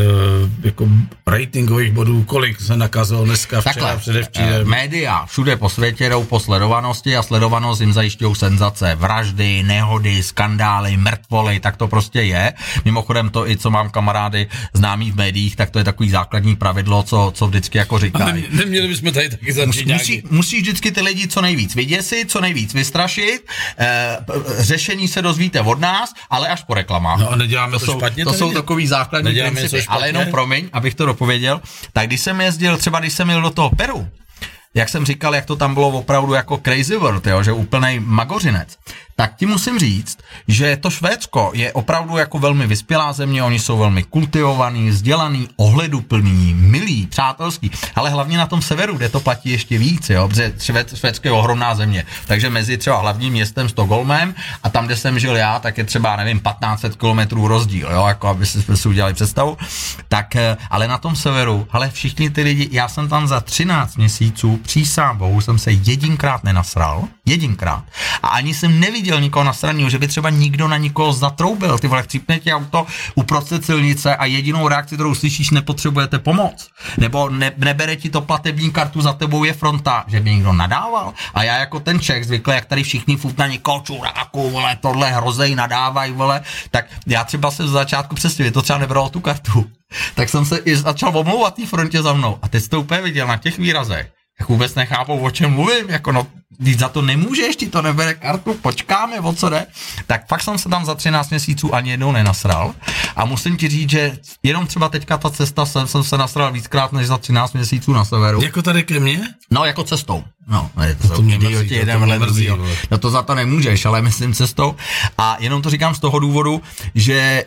ratingových bodů, kolik se nakazilo dneska, včera, předevčírem. Média všude po světě jdou po sledovanosti a sledovanost jim zajišťují senzace, vraždy, nehody, skandály, mrtvoly, tak to prostě je. Mimochodem to i co mám kamarády známí v médiích, tak to je takový základní pravidlo, co vždycky jako říkají. Neměli bychom tady taky začít musíš vždycky ty lidi co nejvíc vyděsit, co nejvíc vystrašit, řešení se dozvíte od nás, ale až po reklamách. No a neděláme to špatně. To jsou takový základní principy, ale jenom promiň, abych to dopověděl, tak když jsem jel do toho Peru, jak jsem říkal, jak to tam bylo opravdu jako crazy world, jo, že úplnej magořinec, tak ti musím říct, že to Švédsko je opravdu jako velmi vyspělá země, oni jsou velmi kultivovaný, vzdělaný, ohleduplný, milý, přátelský, ale hlavně na tom severu, kde to platí ještě víc, jo, protože Švédsko je ohromná země, takže mezi třeba hlavním městem Stockholmem a tam, kde jsem žil já, tak je třeba, nevím, 1500 kilometrů rozdíl, jo, jako aby si udělali představu, tak, ale na tom severu, ale všichni ty lidi, já jsem tam za 13 měsíců, přísám bohu, jsem se jedinkrát nenasral, a ani jsem neviděl nikoho nasranýho, že by třeba nikdo na nikoho zatroubil, ty vole, chcípne ti auto uprostřed silnice a jedinou reakci, kterou slyšíš, nepotřebujete pomoc, nebo nebere ti to platební kartu, za tebou je fronta, že by někdo nadával, a já jako ten Čech zvykle, jak tady všichni furt na někoho čuráku, vole, tohle hrozej, nadávají, vole, tak já třeba se z začátku přesně, to třeba nebralo tu kartu, tak jsem se i začal omlouvat té frontě za mnou a teď jsi to úplně viděl na těch výrazech. Jak vůbec nechápou, o čem mluvím, jako no, když za to nemůžeš, ti to nebere kartu, počkáme, o co jde. Tak fakt jsem se tam za 13 měsíců ani jednou nenasral a musím ti říct, že jenom třeba teďka ta cesta jsem se nasral víckrát než za 13 měsíců na severu. Jako tady ke mně? No, jako cestou. No, to mě mrzí, no to za to nemůžeš, ale myslím cestou. A jenom to říkám z toho důvodu, že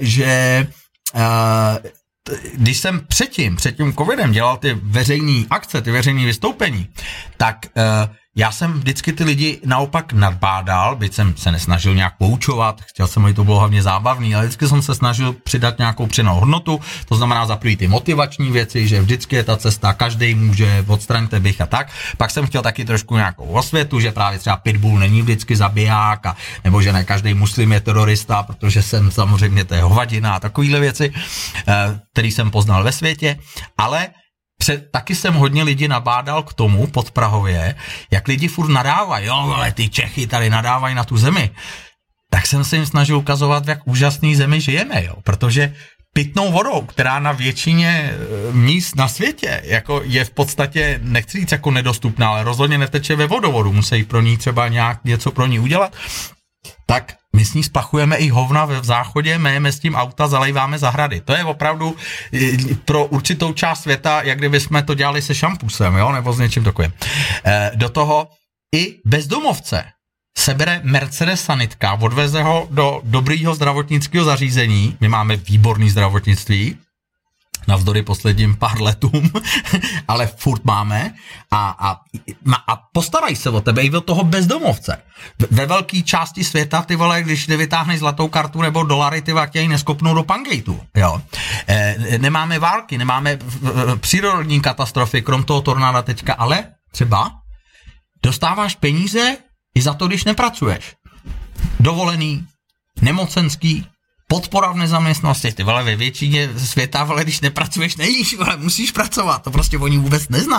když jsem před tím covidem dělal ty veřejné akce, ty veřejné vystoupení, tak já jsem vždycky ty lidi naopak nadbádal, byť jsem se nesnažil nějak poučovat, chtěl jsem, aby to bylo hlavně zábavný, ale vždycky jsem se snažil přidat nějakou přidanou hodnotu, to znamená za první ty motivační věci, že vždycky je ta cesta, každý může, odstraňte bych a tak. Pak jsem chtěl taky trošku nějakou osvětu, že právě třeba pitbull není vždycky zabiják, nebo že ne každý muslim je terorista, protože jsem samozřejmě to je hovadina a takovýhle věci, který jsem poznal ve světě, ale taky jsem hodně lidí nabádal k tomu podprahově, jak lidi furt nadávají, jo, ale ty Čechy tady nadávají na tu zemi. Tak jsem se jim snažil ukazovat, v jak úžasný zemi žijeme, jo, protože pitnou vodou, která na většině míst na světě jako je v podstatě, nechci říct jako nedostupná, ale rozhodně neteče ve vodovodu, musí pro ní třeba nějak něco pro ní udělat, tak my s ní spachujeme i hovna v záchodě, méjeme s tím auta, zalejváme zahrady. To je opravdu pro určitou část světa, jak kdyby jsme to dělali se šampusem, jo, nebo s něčím takovým. Do toho i bezdomovce sebere Mercedes sanitka, odveze ho do dobrýho zdravotnického zařízení, my máme výborný zdravotnictví, navzdory posledním pár letům, ale furt máme a postarají se o tebe i o toho bezdomovce. Ve velké části světa, ty vole, když nevytáhneš zlatou kartu nebo dolary, ty vole, těj neskopnou do pangejtu, jo. Nemáme války, nemáme přírodní katastrofy, krom toho tornáda teďka, ale třeba dostáváš peníze i za to, když nepracuješ. Dovolený, nemocenský, podpora v nezaměstnanosti, ty vole, ve většině světa, vole, když nepracuješ, nejíš, vole, musíš pracovat, to prostě oni vůbec neznají.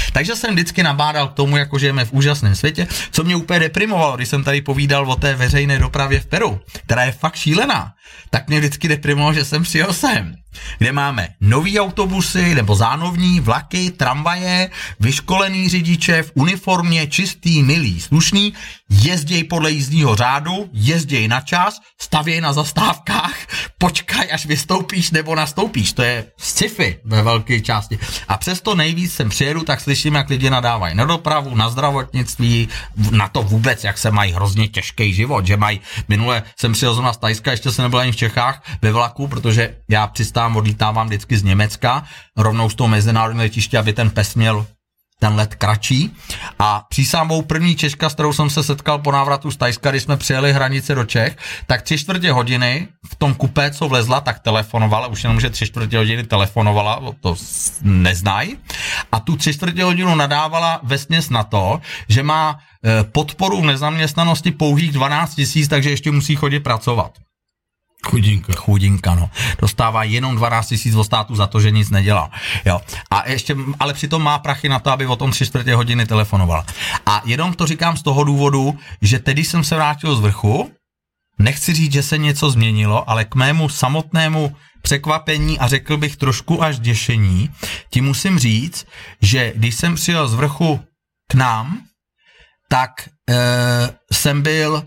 Takže jsem vždycky nabádal k tomu, jako žijeme v úžasném světě, co mě úplně deprimovalo, když jsem tady povídal o té veřejné dopravě v Peru, která je fakt šílená, tak mě vždycky deprimovalo, že jsem přijel sem, kde máme nový autobusy nebo zánovní vlaky, tramvaje, vyškolený řidiče v uniformě, čistý, milý, slušný, jezděj podle jízdního řádu, jezděj na čas, stavěj na zastávkách, počkaj, až vystoupíš nebo nastoupíš. To je sci-fi ve velké části. A přesto nejvíc sem přijedu, tak slyším, jak lidi nadávají na dopravu, na zdravotnictví, na to vůbec, jak se mají hrozně těžký život, že mají, minule jsem přijel zrovna z Thajska, ještě jsem nebyl ani v Čechách ve vlaku, protože já odlítávám vždycky z Německa, rovnou z toho mezinárodního letiště, aby ten pes měl ten let kratší. A přísám první Češka, s kterou jsem se setkal po návratu z Thajska, když jsme přijeli hranice do Čech, tak 3/4 hodiny v tom kupé, co vlezla, tak telefonovala, už jenom, že 3/4 hodiny telefonovala, to neznají. A tu 3/4 hodinu nadávala vesměs na to, že má podporu v nezaměstnanosti pouhých 12 000, takže ještě musí chodit pracovat. Chudinka, no. Dostává jenom 12 000 od státu za to, že nic nedělá. Jo. A ještě, ale přitom má prachy na to, aby o tom 3/4 hodiny telefonovala. A jenom to říkám z toho důvodu, že tedy jsem se vrátil z vrchu, nechci říct, že se něco změnilo, ale k mému samotnému překvapení a řekl bych trošku až děšení, ti musím říct, že když jsem přijel z vrchu k nám, tak jsem byl...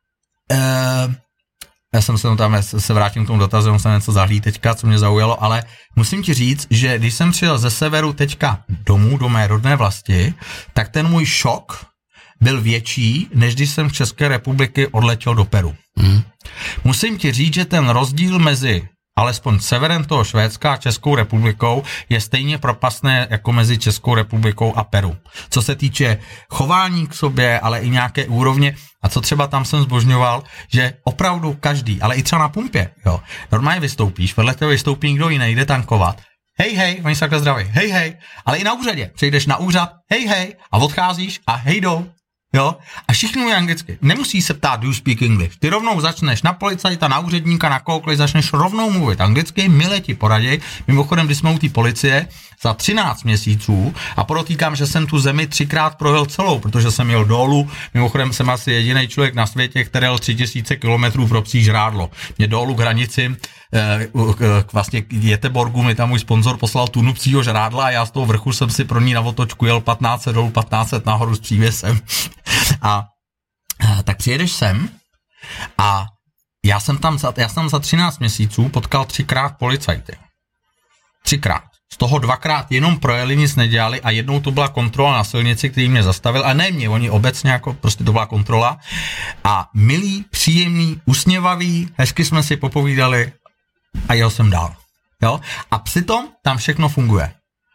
Já jsem se vrátím k tomu dotazu, jsem něco zahlíd teďka, co mě zaujalo, ale musím ti říct, že když jsem přijel ze severu teďka domů, do mé rodné vlasti, tak ten můj šok byl větší, než když jsem z České republiky odletěl do Peru. Musím ti říct, že ten rozdíl mezi alespoň severem toho Švédska a Českou republikou je stejně propastné jako mezi Českou republikou a Peru. Co se týče chování k sobě, ale i nějaké úrovně. A co třeba tam jsem zbožňoval, že opravdu každý, ale i třeba na pumpě, jo, normálně vystoupíš, vedle tebe vystoupí někdo jiný, jde tankovat. Hej, oni se takhle zdraví, hej, ale i na úřadě. Přejdeš na úřad, hej, a odcházíš a hej jdou. Jo? A všichni mluví anglicky. Nemusí se ptát, do you speak English. Ty rovnou začneš na policajta, na úředníka, na kohokoliv, začneš rovnou mluvit anglicky, mile ti poradí. Mimochodem, když jsme u té policie, za 13 měsíců, a podotýkám, že jsem tu zemi 3krát projel celou, protože jsem jel dolů, mimochodem jsem asi jediný člověk na světě, který jel 3000 kilometrů pro psí žrádlo. Mě dolů k hranici, vlastně k Göteborgu, mi tam můj sponzor poslal tunu psího žrádla a já z toho vrchu jsem si pro ní na otočku jel 1500 dolů, 1500 nahoru s přívěsem. A tak přijedeš sem a já jsem za 13 měsíců potkal 3krát policajty. 3krát. Z toho 2krát jenom projeli, nic nedělali a jednou to byla kontrola na silnici, který mě zastavil, a ne mě, oni obecně jako prostě to byla kontrola. A milý, příjemný, usměvavý, hezky jsme si popovídali a jel jsem dál. Jo? A přitom tam všechno funguje.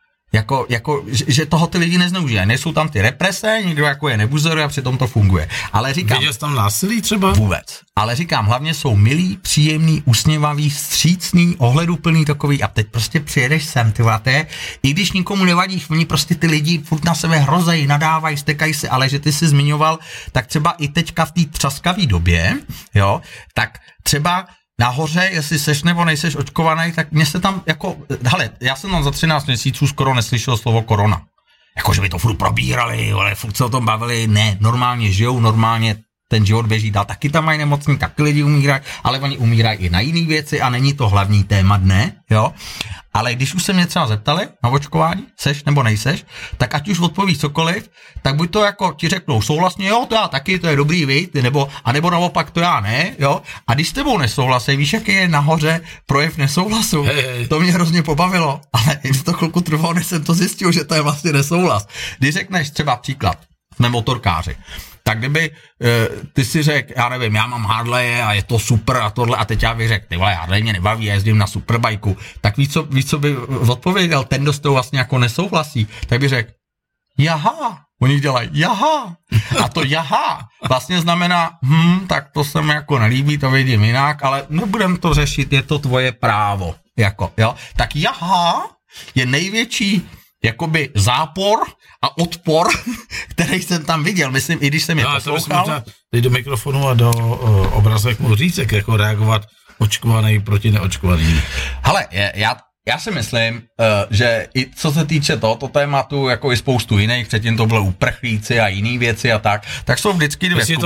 Že toho ty lidi nezneužijí. Nejsou tam ty represe, nikdo jako je nebuzeruje a přitom to funguje. Ale říkám... Viděl jsi tam násilí třeba? Vůbec. Ale říkám, hlavně jsou milí, příjemný, usměvavý, vstřícný, ohleduplný takový a teď prostě přijedeš sem, ty vole, i když nikomu nevadíš, oni prostě ty lidi furt na sebe hrozejí, nadávají, stekají se, ale že ty jsi zmiňoval, tak třeba i teďka v té třaskavé době, jo, tak třeba nahoře, jestli seš nebo nejseš očkovaný, tak mě se tam jako, hele, já jsem tam za 13 měsíců skoro neslyšel slovo korona. Jako, že by to furt probírali, ale furt se o tom bavili, ne, normálně žijou, normálně ten život běží dál, taky tam mají nemocní, taky lidi umírají, ale oni umírají i na jiné věci a není to hlavní téma dne, jo. Ale když už se mě třeba zeptali na očkování, seš nebo nejseš, tak ať už odpovíš cokoliv, tak buď to jako ti řeknou souhlasně, jo, to já taky, to je dobrý, viď, nebo naopak to já ne, jo. A když s tebou nesouhlasí, víš, jaký je nahoře projev nesouhlasu, hej. To mě hrozně pobavilo, ale jen to chvilku trvalo, než jsem to zjistil, že to je vlastně nesouhlas. Když řekneš třeba příklad, jsme motorkáři, tak kdyby ty si řekl, já nevím, já mám Harley a je to super a tohle, a teď já bych řekl, ty vole, Harley mě nebaví, já jezdím na superbajku, tak víš, co by odpověděl ten, kdo s tou vlastně jako nesouhlasí, tak by řekl, jaha, oni dělají, jaha, a to jaha vlastně znamená, tak to se mi jako nelíbí, to vidím jinak, ale nebudem to řešit, je to tvoje právo, jako, jo, tak jaha je největší jakoby zápor a odpor, který jsem tam viděl, myslím, i když jsem je poslouchal. Teď do mikrofonu a do obrazek mohl říct, jak jako reagovat očkovaný proti neočkovaný. Hele, Já si myslím, že i co se týče tohoto tématu, jako i spoustu jiných, předtím to bylo uprchlíci a jiné věci a tak jsou vždycky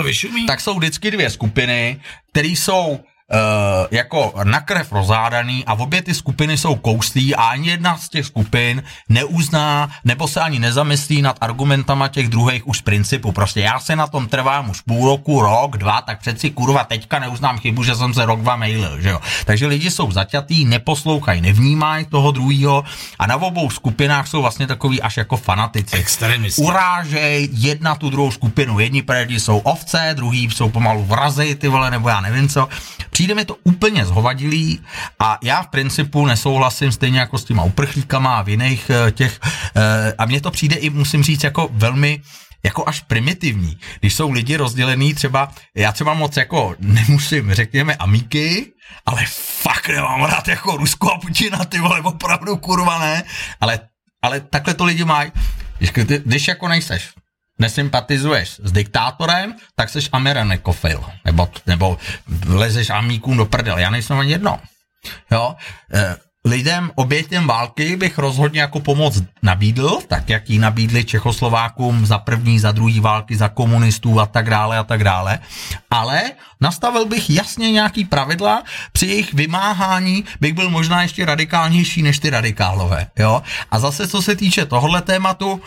dvě skupiny, které jsou jako na krev rozádaný a obě ty skupiny jsou kouslí a ani jedna z těch skupin neuzná nebo se ani nezamyslí nad argumentama těch druhých už z principu. Prostě já se na tom trvám už půl roku, rok, 2, tak přeci kurva teďka neuznám chybu, že jsem se rok 2 mailil, že jo. Takže lidi jsou zaťatý, neposlouchají, nevnímají toho druhýho a na obou skupinách jsou vlastně takový až jako fanatici. Extremisti. Urážej jedna tu druhou skupinu. Jedni predi jsou ovce, druhý jsou pomalu vrazi, ty vole, nebo já nevím co. Přijde mi to úplně zhovadilý a já v principu nesouhlasím stejně jako s těma uprchlíkama a v jiných těch a mně to přijde i, musím říct, jako velmi jako až primitivní. Když jsou lidi rozdělený třeba, já třeba moc jako nemusím, řekněme, amíky, ale fakt nemám rád jako Rusko a Putina, ty vole, opravdu kurva ne, ale takhle to lidi mají. Když jako nejseš, nesympatizuješ s diktátorem, tak seš amerikofil, nebo lezeš amíkům do prdele. Já nejsem ani jedno. Jo? Lidem, obětěm války bych rozhodně jako pomoc nabídl, tak jak ji nabídli Čechoslovákům za první, za druhý války, za komunistů a tak dále, ale nastavil bych jasně nějaký pravidla, při jejich vymáhání bych byl možná ještě radikálnější než ty radikálové. Jo? A zase, co se týče tohohle tématu,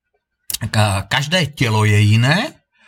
každé tělo je jiné,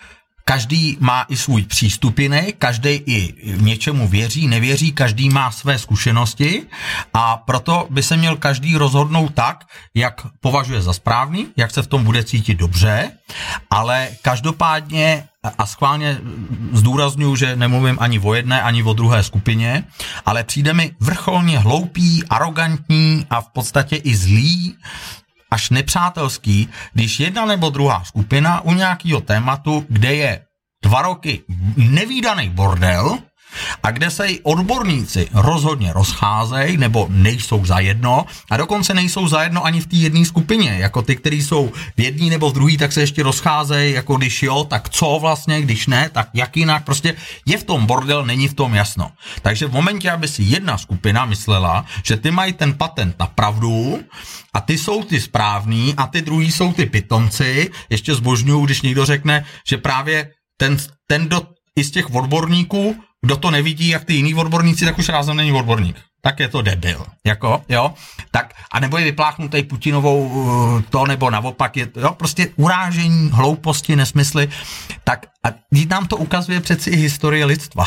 každý má i svůj přístup jiný, každý i něčemu věří, nevěří, každý má své zkušenosti a proto by se měl každý rozhodnout tak, jak považuje za správný, jak se v tom bude cítit dobře, ale každopádně a schválně zdůraznuju, že nemluvím ani o jedné, ani o druhé skupině, ale přijde mi vrcholně hloupý, arrogantní a v podstatě i zlý, až nepřátelský, když jedna nebo druhá skupina u nějakého tématu, kde je 2 roky nevídaný bordel a kde se i odborníci rozhodně rozcházejí nebo nejsou zajedno a dokonce nejsou zajedno ani v té jedné skupině, jako ty, kteří jsou v jedné nebo v druhé, tak se ještě rozcházejí, jako když jo, tak co vlastně, když ne, tak jak jinak, prostě je v tom bordel, není v tom jasno. Takže v momentě, aby si jedna skupina myslela, že ty mají ten patent na pravdu a ty jsou ty správný a ty druhý jsou ty pitomci, ještě zbožňuju, když někdo řekne, že právě ten i z těch odborníků, kdo to nevidí, jak ty jiný odborníci, tak už rázem není odborník. Tak je to debil. Jako, jo? Tak, a nebo je vypláchnutý Putinovou to, nebo naopak je to, jo? Prostě urážení, hlouposti, nesmysly. Tak a nám to ukazuje přeci i historie lidstva.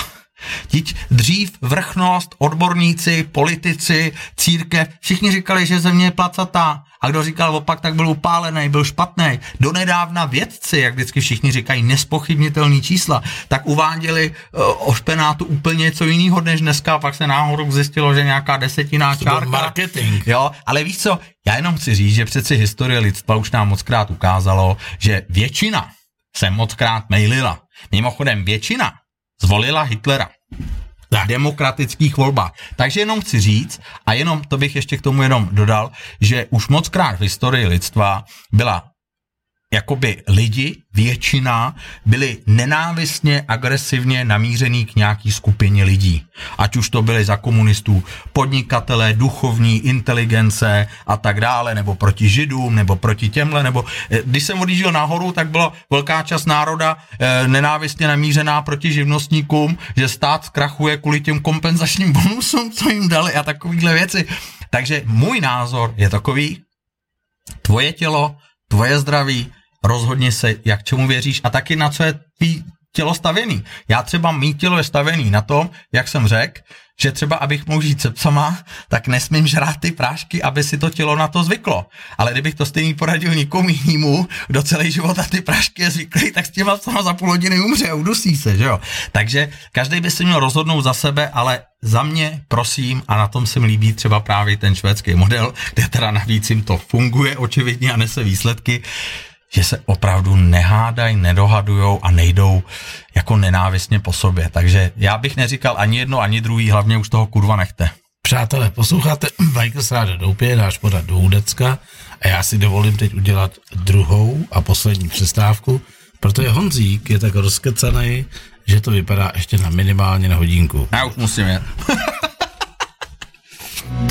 Dřív vrchnost, odborníci, politici, církev, všichni říkali, že země je placatá. A kdo říkal opak, tak byl upálený, byl špatný. Donedávna vědci, jak vždycky všichni říkají, nespochybnitelný čísla, tak uváděli o špenátu úplně něco jiného než dneska, pak se náhodou zjistilo, že nějaká desetinná čárka. Marketing. Jo, ale víš co, já jenom chci říct, že přeci historie lidstva už nám mockrát ukázalo, že většina se mockrát mejlila. Mimochodem většina zvolila Hitlera v demokratických volbách. Takže jenom chci říct, a jenom to bych ještě k tomu jenom dodal, že už mockrát v historii lidstva byla jakoby lidi, většina, byli nenávistně, agresivně namířený k nějaký skupině lidí. Ať už to byli za komunistů podnikatelé, duchovní, inteligence a tak dále, nebo proti židům, nebo proti těmhle, nebo když jsem odjížděl nahoru, tak byla velká část národa nenávistně namířená proti živnostníkům, že stát zkrachuje kvůli těm kompenzačním bonusům, co jim dali a takovýhle věci. Takže můj názor je takový, tvoje tělo, tvoje zdraví, rozhodni se, jak čemu věříš a taky na co je tvý tělo stavěný. Já třeba mý tělo je stavěný na tom, jak jsem řekl, že třeba abych mohl žít se psama, tak nesmím žrát ty prášky, aby si to tělo na to zvyklo. Ale kdybych to stejný poradil nikomu jinému, kdo celý život na ty prášky je zvyklý, tak s těma psama za půl hodiny umře a udusí se, že jo. Takže každý by si měl rozhodnout za sebe, ale za mě, prosím, a na tom se mi líbí třeba právě ten švédský model, kde teda navíc jim to funguje očividně a nese výsledky, že se opravdu nehádají, nedohadujou a nejdou jako nenávistně po sobě. Takže já bych neříkal ani jedno, ani druhý, hlavně už toho kurva nechte. Přátelé, posloucháte Michael Sráda Doupě, náš pořad do Hudecka a já si dovolím teď udělat druhou a poslední přestávku, protože Honzík je tak rozkecanej, že to vypadá ještě na minimálně na hodinku. Já už musím jet.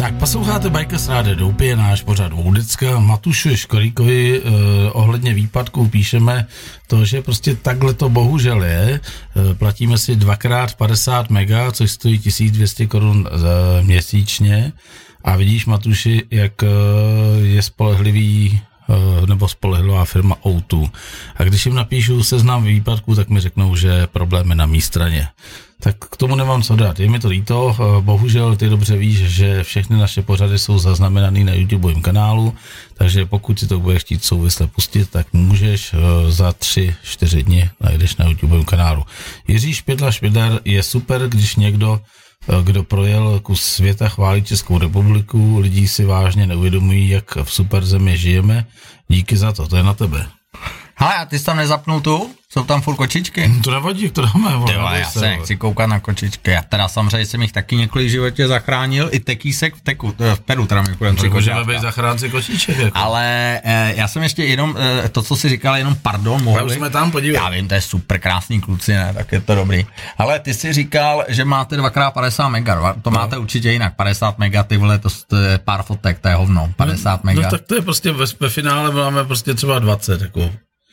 Tak posloucháte Bajka Rádia Doupě, je náš pořad Voudecka. Matuši Školíkovi ohledně výpadků píšeme to, že prostě takhle to bohužel je. Platíme si 2x50 mega, což stojí 1200 korun měsíčně. A vidíš, Matuši, jak je spolehlivý nebo spolehlivá firma O2. A když jim napíšu seznam výpadků, tak mi řeknou, že problém je na mý straně. Tak k tomu nemám co dát. Je mi to líto, bohužel ty dobře víš, že všechny naše pořady jsou zaznamenaný na YouTubeovém kanálu, takže pokud si to budeš chtít souvisle pustit, tak můžeš za 3-4 dny najdeš na YouTubeovém kanálu. Jiří Špidla je super, když někdo, kdo projel kus světa, chválí Českou republiku, lidi si vážně neuvědomují, jak v super zemi žijeme. Díky za to je na tebe. Hele, a ty jsi tam nezapnul tu? Jsou tam furt kočičky? To nevadí, to dáme. Tyhle, já se nechci koukat na kočičky. Já teda samozřejmě jsem jich taky několik životě zachránil, i tekísek v Peru, teda mimochodem 3 kočička. Můžeme být zachránci kočiček. Jako. Ale já jsem ještě jenom, to, co jsi říkal, jenom pardon, mohli. Už jsme tam, podívej. Já vím, to je super krásný kluci, ne, tak je to dobrý. Ale ty jsi říkal, že máte 2x50 mega, to máte určitě jinak, 50 mega, ty vole, to je pár fotek, to je hovno, 50 mega. No tak to je prostě ve finále máme prostě třeba 20, jako.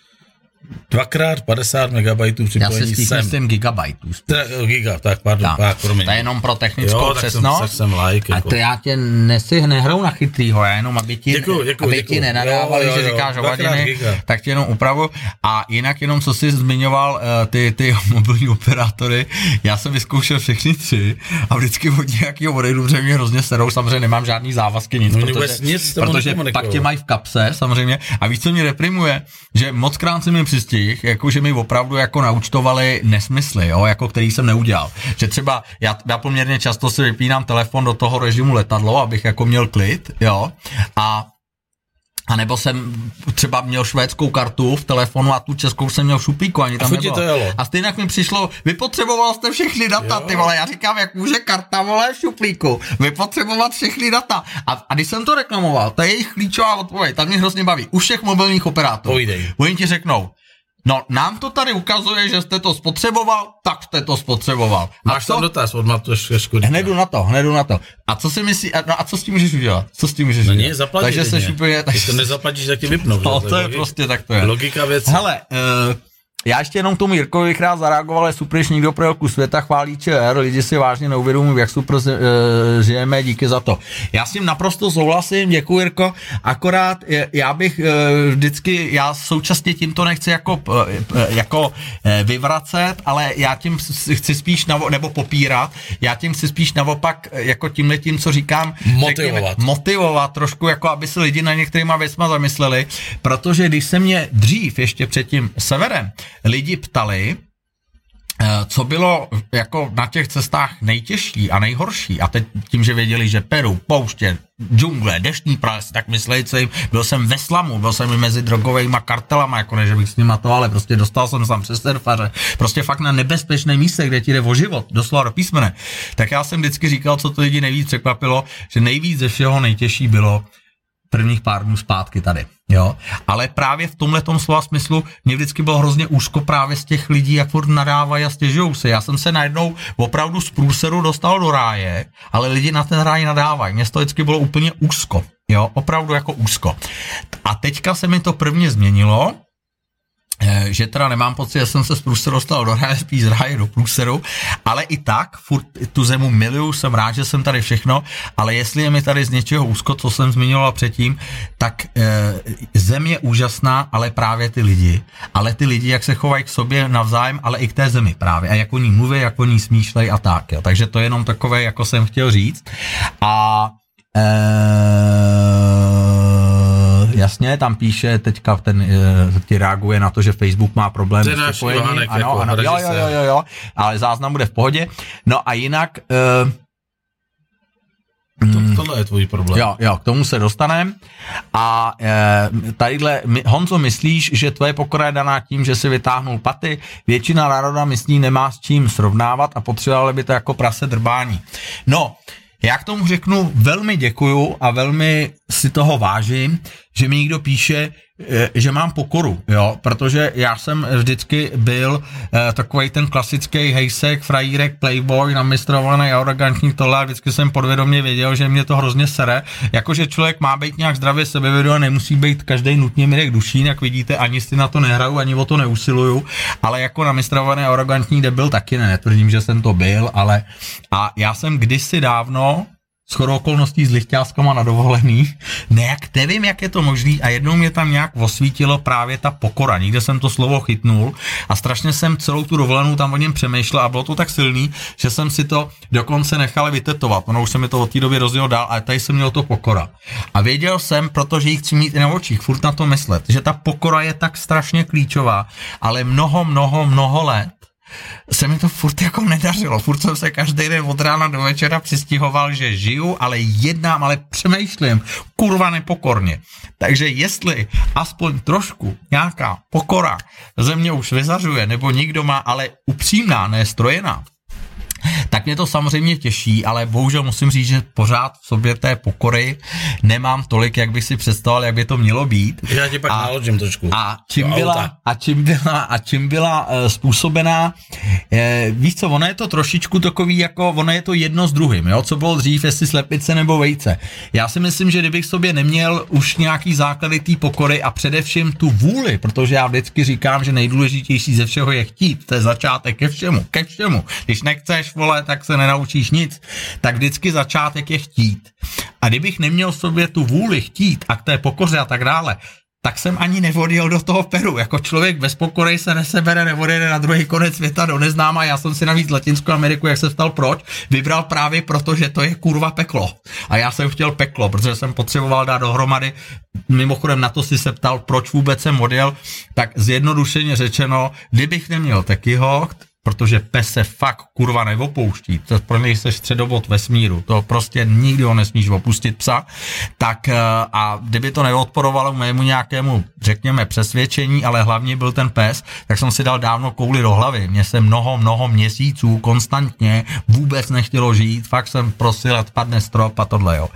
2x50 megabajtů připojení sem. Já si myslím gigabajtů. Pardon, promiň. To je jenom pro technickou přesnost. Jsem like, jako. A to já tě nehrou na chytrýho, já jenom, aby ti nenadávali, že říkáš hovadiny, tak tě jenom upravu. A jinak jenom, co jsi zmiňoval, ty mobilní operátory, já jsem vyzkoušel všechny 3 a vždycky od nějakého odejdu, protože mě hrozně serou, samozřejmě nemám žádný závazky, nic, protože pak tě mají v kapse, samozřejmě. A víš, co mě reprimuje, že mockrát se mi přistih, jako že mi opravdu jako naúčtovali nesmysly, jo, jako který jsem neudělal. Že třeba já poměrně často si vypínám telefon do toho režimu letadlo, abych jako měl klid, jo, a nebo jsem třeba měl švédskou kartu v telefonu a tu českou jsem měl v šuplíku, ani tam nebylo. A stejně mi přišlo, vy potřeboval jste všechny data, ty vole, já říkám, jak může karta, vole, v šuplíku, vy potřebovat všechny data. A když jsem to reklamoval, to je jejich klíčová odpověď, tak mě hrozně baví, u všech mobilních operátorů. Oni ti řeknou, no, nám to tady ukazuje, že jste to spotřeboval, tak jste to spotřeboval. Máš tam dotaz od Matuše Škodíka. Hned na to. A co si myslíš, a co s tím můžeš udělat? Nie, zaplatit. Takže se šupuje. Když to nezaplatíš, tak tě vypnou. No, to je prostě, tak to je. Logika věci. Hele, já ještě jenom k tomu Jirkovi bych rád zareagoval, je super, že někdo projel kus světa, chválí ČR, lidi si vážně neuvědomují, jak super žijeme, díky za to. Já s tím naprosto souhlasím, děkuji Jirko, akorát já bych vždycky, já současně tím to nechci jako vyvracet, ale já tím chci spíš, nebo popírat, já tím chci spíš naopak, jako tímhletím, co říkám, motivovat trošku, jako aby se lidi na některýma věcma zamysleli, protože když se mě dřív, ještě před tím severem, lidi ptali, co bylo jako na těch cestách nejtěžší a nejhorší. A teď tím, že věděli, že Peru, pouště, džungle, deštní prales, tak myslejte jim, byl jsem ve slamu, byl jsem i mezi drogovejma kartelama, jako ne, že bych s nima to, ale prostě dostal jsem tam přes surfaře, prostě fakt na nebezpečné místě, kde ti jde o život, doslova do písmene. Tak já jsem vždycky říkal, co to lidi nejvíc překvapilo, že nejvíc ze všeho nejtěžší bylo prvních pár dnů zpátky tady, jo. Ale právě v tomhletom slova smyslu mě vždycky bylo hrozně úzko právě z těch lidí, jak furt nadávají a stěžujou se. Já jsem se najednou opravdu z průseru dostal do ráje, ale lidi na ten ráj nadávají. Mně to vždycky bylo úplně úzko, jo, opravdu jako úzko. A teďka se mi to prvně změnilo, že teda nemám pocit, že jsem se z průseru dostal do ráje, spíš z ráje do průseru, ale i tak, furt tu zemu miluju, jsem rád, že jsem tady všechno, ale jestli je mi tady z něčeho úzko, co jsem zmiňoval předtím, tak zem je úžasná, ale právě ty lidi. Ale ty lidi, jak se chovají k sobě navzájem, ale i k té zemi právě. A jak o ní mluví, jak o ní smýšlej a tak. Jo. Takže to je jenom takové, jako jsem chtěl říct. A jasně, tam píše, teďka ti reaguje na to, že Facebook má problém s připojením. Ano, jo, ale záznam bude v pohodě. No a jinak tohle je tvůj problém. Jo, k tomu se dostaneme. A tadyhle, Honzo, myslíš, že tvoje pokora je daná tím, že si vytáhnul paty? Většina národa myslí, nemá s čím srovnávat a potřebovali by to jako prase drbání. No, já k tomu řeknu velmi děkuju a velmi si toho vážím, že mi někdo píše, že mám pokoru, jo, protože já jsem vždycky byl takovej ten klasický hejsek, frajírek, playboy, namistrovaný, arrogantní tohle a vždycky jsem podvědomě věděl, že mě to hrozně sere, jakože člověk má být nějak zdravě sebevědomý a nemusí být každý nutně Mirek Dušín, jak vidíte, ani si na to nehraju, ani o to neusiluju, ale jako namistrovaný, arrogantní debil taky netvrdím, že jsem to byl, ale a já jsem kdysi dávno shodou okolností s lichťáskama na dovolený, nevím, jak je to možný a jednou mě tam nějak osvítilo právě ta pokora, nikde jsem to slovo chytnul a strašně jsem celou tu dovolenou tam o něm přemýšlel a bylo to tak silný, že jsem si to dokonce nechal vytetovat, ono už se mi to od té doby rozjelo dál, ale tady jsem měl to pokora. A věděl jsem, protože ji chci mít i na očích, furt na to myslet, že ta pokora je tak strašně klíčová, ale mnoho let se mi to furt jako nedařilo. Furt jsem se každý den od rána do večera přistihoval, že žiju, ale jednám, ale přemýšlím kurva nepokorně. Takže jestli aspoň trošku nějaká pokora ze mě už vyzařuje, nebo nikdo má, ale upřímná, ne strojená, tak mě to samozřejmě těší, ale bohužel musím říct, že pořád v sobě té pokory nemám tolik, jak bych si představoval, jak by to mělo být. Já tě pak naložím trošku. A čím byla způsobená, víš co, ono je to trošičku takový, jako ono je to jedno s druhým, jo, co bylo dřív, jestli slepice nebo vejce. Já si myslím, že kdybych sobě neměl už nějaký základy té pokory a především tu vůli, protože já vždycky říkám, že nejdůležitější ze všeho je chtít, to je začátek ke všemu. Když nechceš, vole, tak se nenaučíš nic, tak vždycky začátek je chtít. A kdybych neměl v sobě tu vůli chtít a k té pokoře a tak dále, tak jsem ani neodjel do toho Peru. Jako člověk bez pokory se nesebere, neodjede na druhý konec světa do neznáma. Já jsem si navíc Latinskou Ameriku, jak se ptal proč, vybral právě proto, že to je kurva peklo. A já jsem chtěl peklo, protože jsem potřeboval dát dohromady. Mimochodem na to si se ptal, proč vůbec jsem odjel, tak zjednodušeně řečeno, kdybych neměl Tekyho, protože pes se fakt kurva neopouští, to pro něj jsi středobod vesmíru, to prostě nikdy ho nesmíš opustit psa, tak a kdyby to neodporovalo mému nějakému, řekněme, přesvědčení, ale hlavně byl ten pes, tak jsem si dal dávno kouli do hlavy, mě se mnoho měsíců konstantně vůbec nechtělo žít, fakt jsem prosil, ať padne strop a tohle, jo.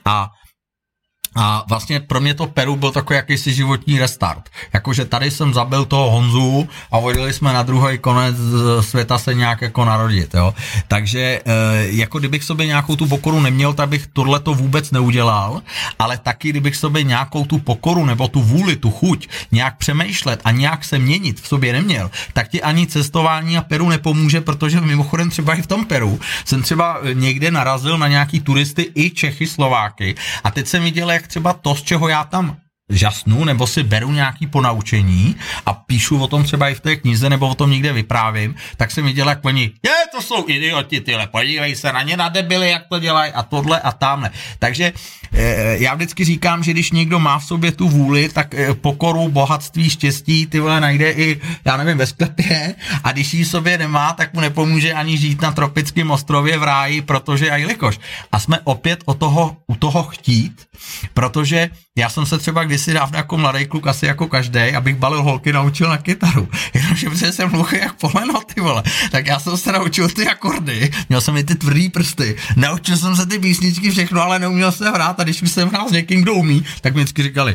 A vlastně pro mě to Peru byl takový jakýsi životní restart. Jakože tady jsem zabil toho Honzu a odjeli jsme na druhý konec světa se nějak jako narodit, jo. Takže jako kdybych sobě nějakou tu pokoru neměl, tak bych tohleto vůbec neudělal, ale taky kdybych sobě nějakou tu pokoru nebo tu vůli, tu chuť nějak přemýšlet a nějak se měnit v sobě neměl, tak ti ani cestování a Peru nepomůže, protože mimochodem třeba i v tom Peru jsem třeba někde narazil na nějaký turisty i Čechy, Slováky a teď jsem viděl, jak třeba to, z čeho já tam žasnu, nebo si beru nějaký ponaučení a píšu o tom třeba i v té knize, nebo o tom někde vyprávím, tak jsem viděl, jak oni, to jsou idioti, tyhle, podívej se na ně, na debily, jak to dělají a tohle a tamhle. Takže já vždycky říkám, že když někdo má v sobě tu vůli, tak pokoru, bohatství, štěstí, ty vole najde i, já nevím, ve sklepě a když ji sobě nemá, tak mu nepomůže ani žít na tropickém ostrově v ráji, protože a jelikož. A jsme opět u toho chtít, protože já jsem se třeba kdysi dávno jako mladý kluk, asi jako každej, abych balil holky, naučil na kytaru. Jenomže protože jsem hluchý jak poleno, ty vole. Tak já jsem se naučil ty akordy, měl jsem i ty tvrdý prsty, naučil jsem se ty písničky všechno, ale neuměl jsem hrát a když jsem hrál s někým, kdo umí, tak mi vždycky říkali,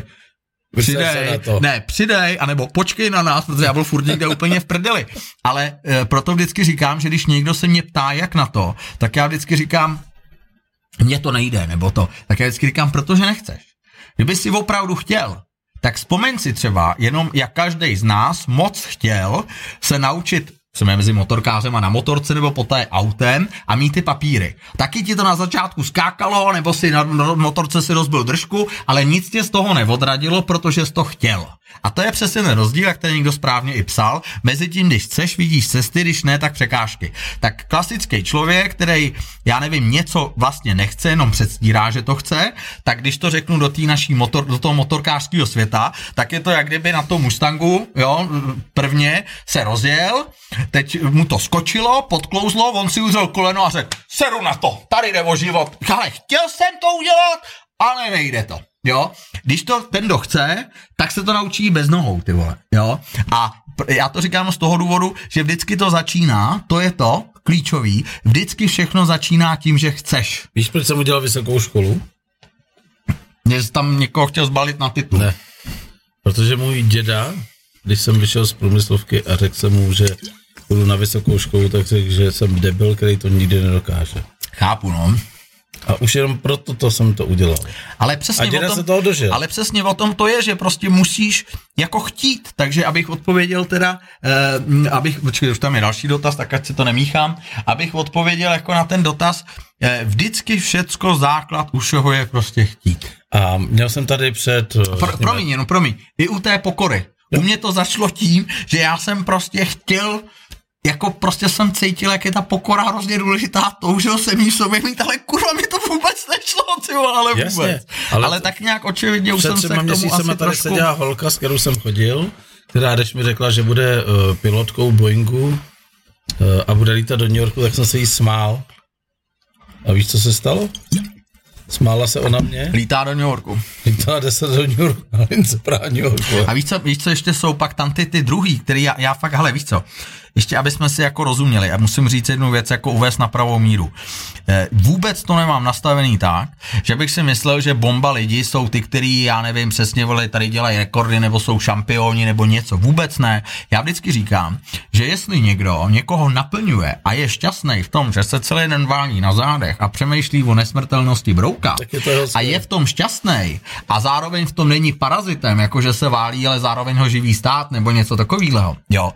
přidej, anebo počkej na nás, protože já byl furt někde úplně v prdeli. Ale proto vždycky říkám, že když někdo se mě ptá, jak na to, tak já vždycky říkám, mně to nejde, nebo to. Tak já vždycky říkám, protože nechceš. Kdyby si opravdu chtěl, tak vzpomeň si třeba, jenom jak každý z nás moc chtěl se naučit, jsme mezi motorkářem a na motorce nebo poté autem a mít ty papíry. Taky ti to na začátku skákalo, nebo si na motorce si rozbil držku, ale nic tě z toho neodradilo, protože jsi to chtěl. A to je přesně ten rozdíl, jak tady někdo správně i psal, mezi tím, když chceš, vidíš cesty, když ne, tak překážky. Tak klasický člověk, který, já nevím, něco vlastně nechce, jenom předstírá, že to chce, tak když to řeknu do do toho motorkářského světa, tak je to, jak kdyby na tom Mustangu, jo, prvně se rozjel, teď mu to skočilo, podklouzlo, on si uzřel koleno a řekl, seru na to, tady jde o život. Ale chtěl jsem to udělat, ale nejde to. Jo, když to ten kdo chce, tak se to naučí bez nohou, ty vole, jo. A já to říkám z toho důvodu, že vždycky to začíná, to je to klíčový, vždycky všechno začíná tím, že chceš. Víš, proč jsem udělal vysokou školu? Že jsi tam někoho chtěl zbalit na titul. Ne. Protože můj děda, když jsem vyšel z průmyslovky a řekl jsem mu, že půjdu na vysokou školu, tak řekl, že jsem debil, který to nikdy nedokáže. Chápu, no. A už jenom proto jsem to udělal. Ale přesně a děda o tom, se toho dožil. Ale přesně o tom to je, že prostě musíš jako chtít. Takže abych odpověděl teda, počkej, už tam je další dotaz, tak ať si to nemíchám, abych odpověděl jako na ten dotaz, vždycky všecko základ u všeho je prostě chtít. A měl jsem tady před... Promiň, i u té pokory. U mě to začalo tím, že já jsem prostě chtěl, jako prostě jsem cítil, jak je ta pokora hrozně důležitá, toužil jsem jí v sobě mít, ale kurva mi to vůbec nešlo, tyvo, ale jasně, vůbec. Ale tak nějak očividně už jsem se k tomu asi tady trošku... seděla holka, s kterou jsem chodil, která když mi řekla, že bude pilotkou Boeingu a bude lítat do New Yorku, tak jsem se jí smál. A víš, co se stalo? Smála se ona mě. Lítá do New Yorku. Lítala 10 do New Yorku, ale se právě New Yorku. A víš co ještě jsou pak tam ty druhý, který já fakt, hele, víš co, ještě aby jsme si jako rozuměli, a musím říct jednu věc, jako uvést na pravou míru. Vůbec to nemám nastavený tak, že bych si myslel, že bomba lidi jsou ty, který, já nevím přesně, vole, tady dělají rekordy, nebo jsou šampioni, nebo něco. Vůbec ne. Já vždycky říkám, že jestli někdo někoho naplňuje a je šťastný v tom, že se celý den válí na zádech a přemýšlí o nesmrtelnosti brouka a je v tom šťastný a zároveň v tom není parazitem, jakože se válí, ale zároveň ho živí stát nebo něco takového. Jo.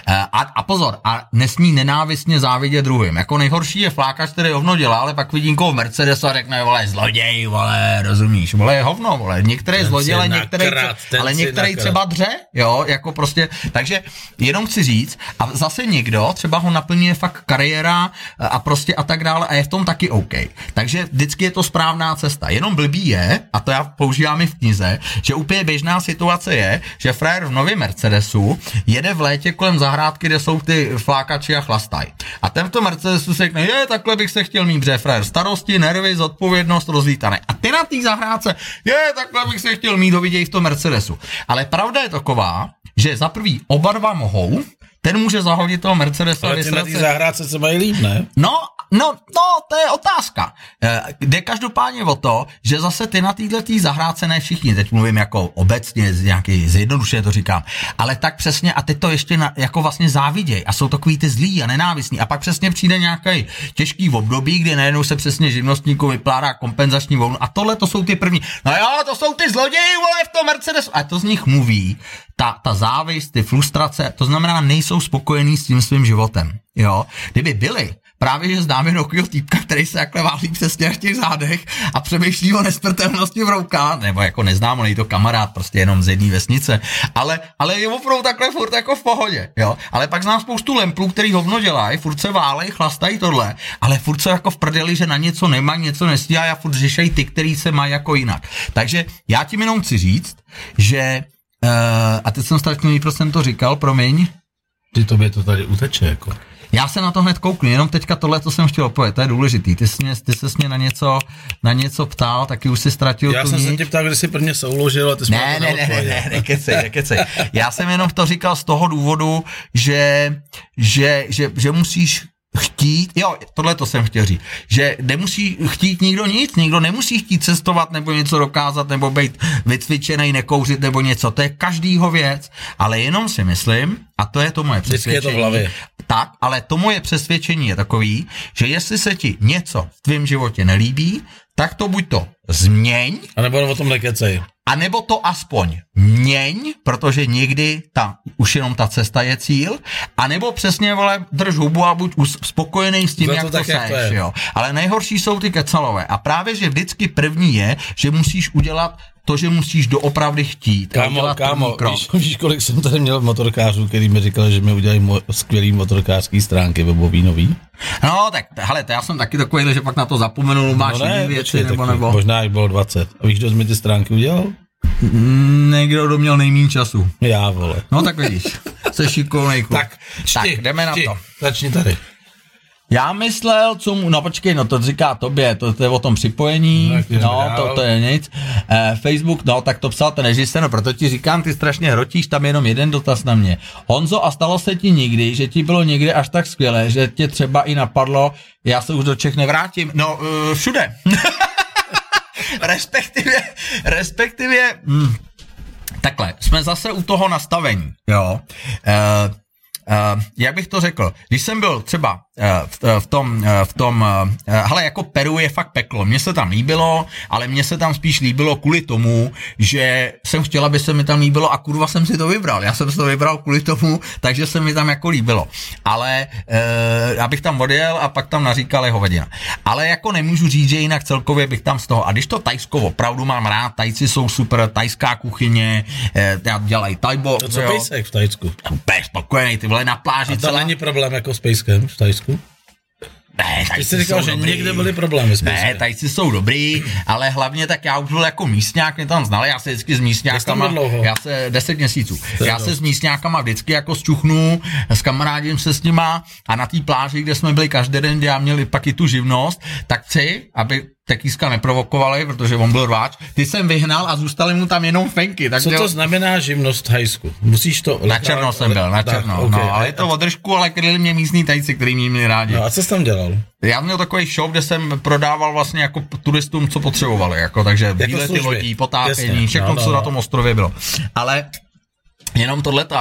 A pozor, a nesmí nenávistně závidět druhým. Jako nejhorší je flákač, který hovno dělá, ale pak vidím koho v Mercedesu a řekne, vole, zloděj, vole, rozumíš, vole, je hovno, vole, některé zloděj, ale některý třeba dře, jo, jako prostě, takže jenom chci říct, a zase někdo, třeba ho naplňuje fakt kariéra a prostě a tak dále a je v tom taky OK. Takže vždycky je to správná cesta. Jenom blbý je, a to já používám i v knize, že úplně běžná situace je, že frajer v novém Mercedesu jede v létě kolem zahrádky, kde jsou ty flákači a chlastají. A tento Mercedesu se řekne, takhle bych se chtěl mít, bře, frajer, starosti, nervy, zodpovědnost, rozlítané. A ty na té zahrádce, takhle bych se chtěl mít, ho vidějí v tom Mercedesu. Ale pravda je taková, že za prvý oba dva mohou, ten může zahodit toho Mercedesu. Ale ty na té zahrádce se mají líp, ne? No, to je otázka. Jde každopádně o to, že zase ty na této zahrádce ne všichni, teď mluvím jako obecně, nějaký zjednodušeně to říkám, ale tak přesně a teď to ještě jako vlastně záviděj a jsou takový ty zlí a nenávistní a pak přesně přijde nějaký těžký období, kdy najednou se přesně živnostníku vypládá kompenzační volnu a tohle to jsou ty první, no jo, to jsou ty zloději, vole, v tom Mercedesu a to z nich mluví, ta závist, ty frustrace, to znamená, nejsou spokojení s tím svým životem, jo, kdyby byli, právě že známe takového týpka, který se takhle válí přesně v těch zádech a přemýšlí o nesmrtelnosti Brouka, nebo jako neznám, on je to kamarád, prostě jenom z jedné vesnice, ale je opravdu takhle furt jako v pohodě, jo. Ale pak znám spoustu lemplů, který hovno dělají, furt se válej, chlastají tohle, ale furt se jako v prdeli, že na něco nemají, něco nestíhají a furt řešají ty, který se mají jako jinak. Takže já tím jenom chci říct, že a teď jsem strašně, proč jsem to říkal, promiň. Ty tobě to tady uteče, jako. Já se na to hned kouknu, jenom teďka tohle, co jsem chtěl odpovědět, to je důležitý. Ty ses mě na něco ptal, taky už si ztratil já tu jsem niť. se tě ptal, kdy jsi prvně souložil a ty jsi Ne, nekecej. Já jsem jenom to říkal z toho důvodu, že musíš chtít, tohle to jsem chtěl říct, že nemusí chtít nikdo nemusí chtít cestovat nebo něco dokázat, nebo být vycvičený, nekouřit nebo něco, to je každýho věc, ale jenom si myslím, a to je to moje přesvědčení. Vždycky je to v hlavě. Tak, ale to moje přesvědčení je takový, že jestli se ti něco v tvém životě nelíbí, tak to buď to změň, a nebo o tom nekecej. a nebo to aspoň měň, protože někdy už jenom ta cesta je cíl, a nebo přesně, vole, drž hubu a buď spokojený s tím, jak to seš, jo. Ale nejhorší jsou ty kecalové. A právě, že vždycky první je, že musíš udělat to, že musíš doopravdy chtít. Kámo, víš, kolik jsem tady měl motorkářů, který mi říkali, že mi udělají skvělý motorkářský stránky webový nový? No, tak, hele, to já jsem taky takový, že pak na to zapomenul, máš jiné věci, nebo... Možná jich bylo 20. A víš, kdo jsi mi ty stránky udělal? Někdo, kdo měl nejméně času. Já, vole. No tak vidíš, jsi šikovnej kluk. Tak jdeme na to. Začni tady. Já myslel, počkej, to říká tobě, to je o tom připojení, to je nic. Facebook, tak to psal ten režisér, proto ti říkám, ty strašně hrotíš, tam jenom jeden dotaz na mě. Honzo, a stalo se ti nikdy, že ti bylo někde až tak skvělé, že tě třeba i napadlo, já se už do Čech nevrátím? No, všude. respektive, Takhle, jsme zase u toho nastavení, jo. Jak bych to řekl, když jsem byl třeba v tom, hele, jako Peru je fakt peklo, mně se tam líbilo, ale mně se tam spíš líbilo kvůli tomu, že jsem chtěl, aby se mi tam líbilo a kurva jsem si to vybral, já jsem si to vybral kvůli tomu, takže se mi tam jako líbilo, ale abych tam odjel a pak tam naříkal jeho hovadina, ale jako nemůžu říct, že jinak celkově bych tam z toho, a když to Tajsko opravdu mám rád, Tajci jsou super, tajská kuchyně, dělají tajbo. To co pejsek v Tajsku? Úplně spokojený, ty vole, na pláži. A to není problém jako s pejskem v Tajsku? Ne, Ty jsi říkal, že někde byly problémy s pejskem. Ne, Tajci jsou dobrý, ale hlavně tak já už byl jako místňák, mě tam znali, já se vždycky s místňákama, já se 10 měsíců, já se s místňákama vždycky jako zčuchnu, s kamarádím se s nima a na té pláži, kde jsme byli každý den, kde já měli pak i tu živnost, tak chci, aby Tekýska neprovokovali, protože on byl rváč, ty jsem vyhnal a zůstaly mu tam jenom fenky. Tak co to znamená živnost v Thajsku? Musíš to... Na černo jsem byl, na černo. Tak, okay. No, ale je to održku, ale kryli mě místní Tajci, který mě měli rádi. No a co jsi tam dělal? Já měl takový shop, kde jsem prodával vlastně jako turistům, co potřebovali, jako, takže výlety lodí, potápění, všechno, co na tom ostrově bylo. Ale jenom tohleto,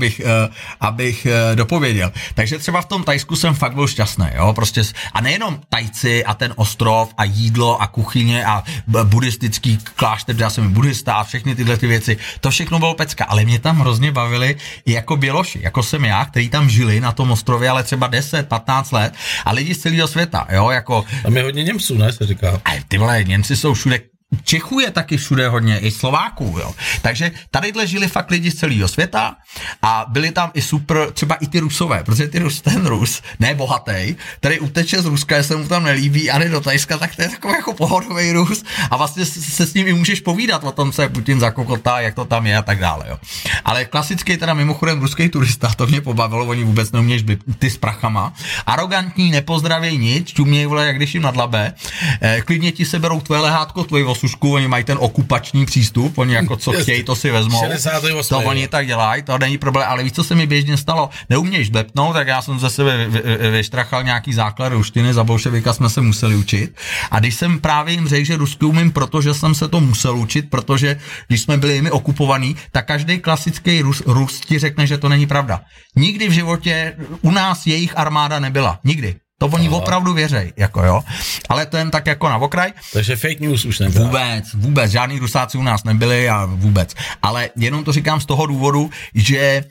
abych dopověděl. Takže třeba v tom Tajsku jsem fakt byl šťastný, jo, prostě, a nejenom Tajci a ten ostrov a jídlo a kuchyně a buddhistický klášter, já jsem buddhista a všechny tyhle ty věci, to všechno bylo pecka, ale mě tam hrozně bavili i jako běloši, jako jsem já, který tam žili na tom ostrově, ale třeba 10-15 let a lidi z celého světa, jo, jako... Tam je hodně Němců, ne, se říká. Ty vole, Němci jsou všude, Čechů je taky všude hodně, i Slováků, jo. Takže tadyhle žili fakt lidi z celého světa a byli tam i super, třeba i ty Rusové, protože ten Rus, ne bohatý, který uteče z Ruska, jestli mu tam nelíbí a jde do Tajska, tak to je takový jako pohodový Rus a vlastně se s ním i můžeš povídat o tom, co je Putin zakokotá, jak to tam je a tak dále, jo. Ale klasický teda mimochodem ruský turista, to mě pobavilo, oni vůbec neumějí ty s prachama, arrogantní, nepozdravěj nic, čuměj, vole, jak když jim nadlabe, klidně ti seberou tvoje lehátko, tvoji osušku, oni mají ten okupační přístup, oni jako co chtějí, to si vezmou. 68. To oni tak dělají, to není problém, ale víš, co se mi běžně stalo? Neuměš blepnout, tak já jsem ze sebe vyštrachal nějaký základ ruštiny, za bolševika jsme se museli učit. A když jsem právě jim řekl, že rusky umím, protože jsem se to musel učit, protože když jsme byli jimi okupovaní, tak každý klasický Rus ti řekne, že to není pravda. Nikdy v životě u nás jejich armáda nebyla. Nikdy. To oni opravdu věřej, jako jo. Ale to jen tak jako na okraj. Takže fake news už nebyla. Vůbec. Žádný Rusáci u nás nebyli a vůbec. Ale jenom to říkám z toho důvodu, že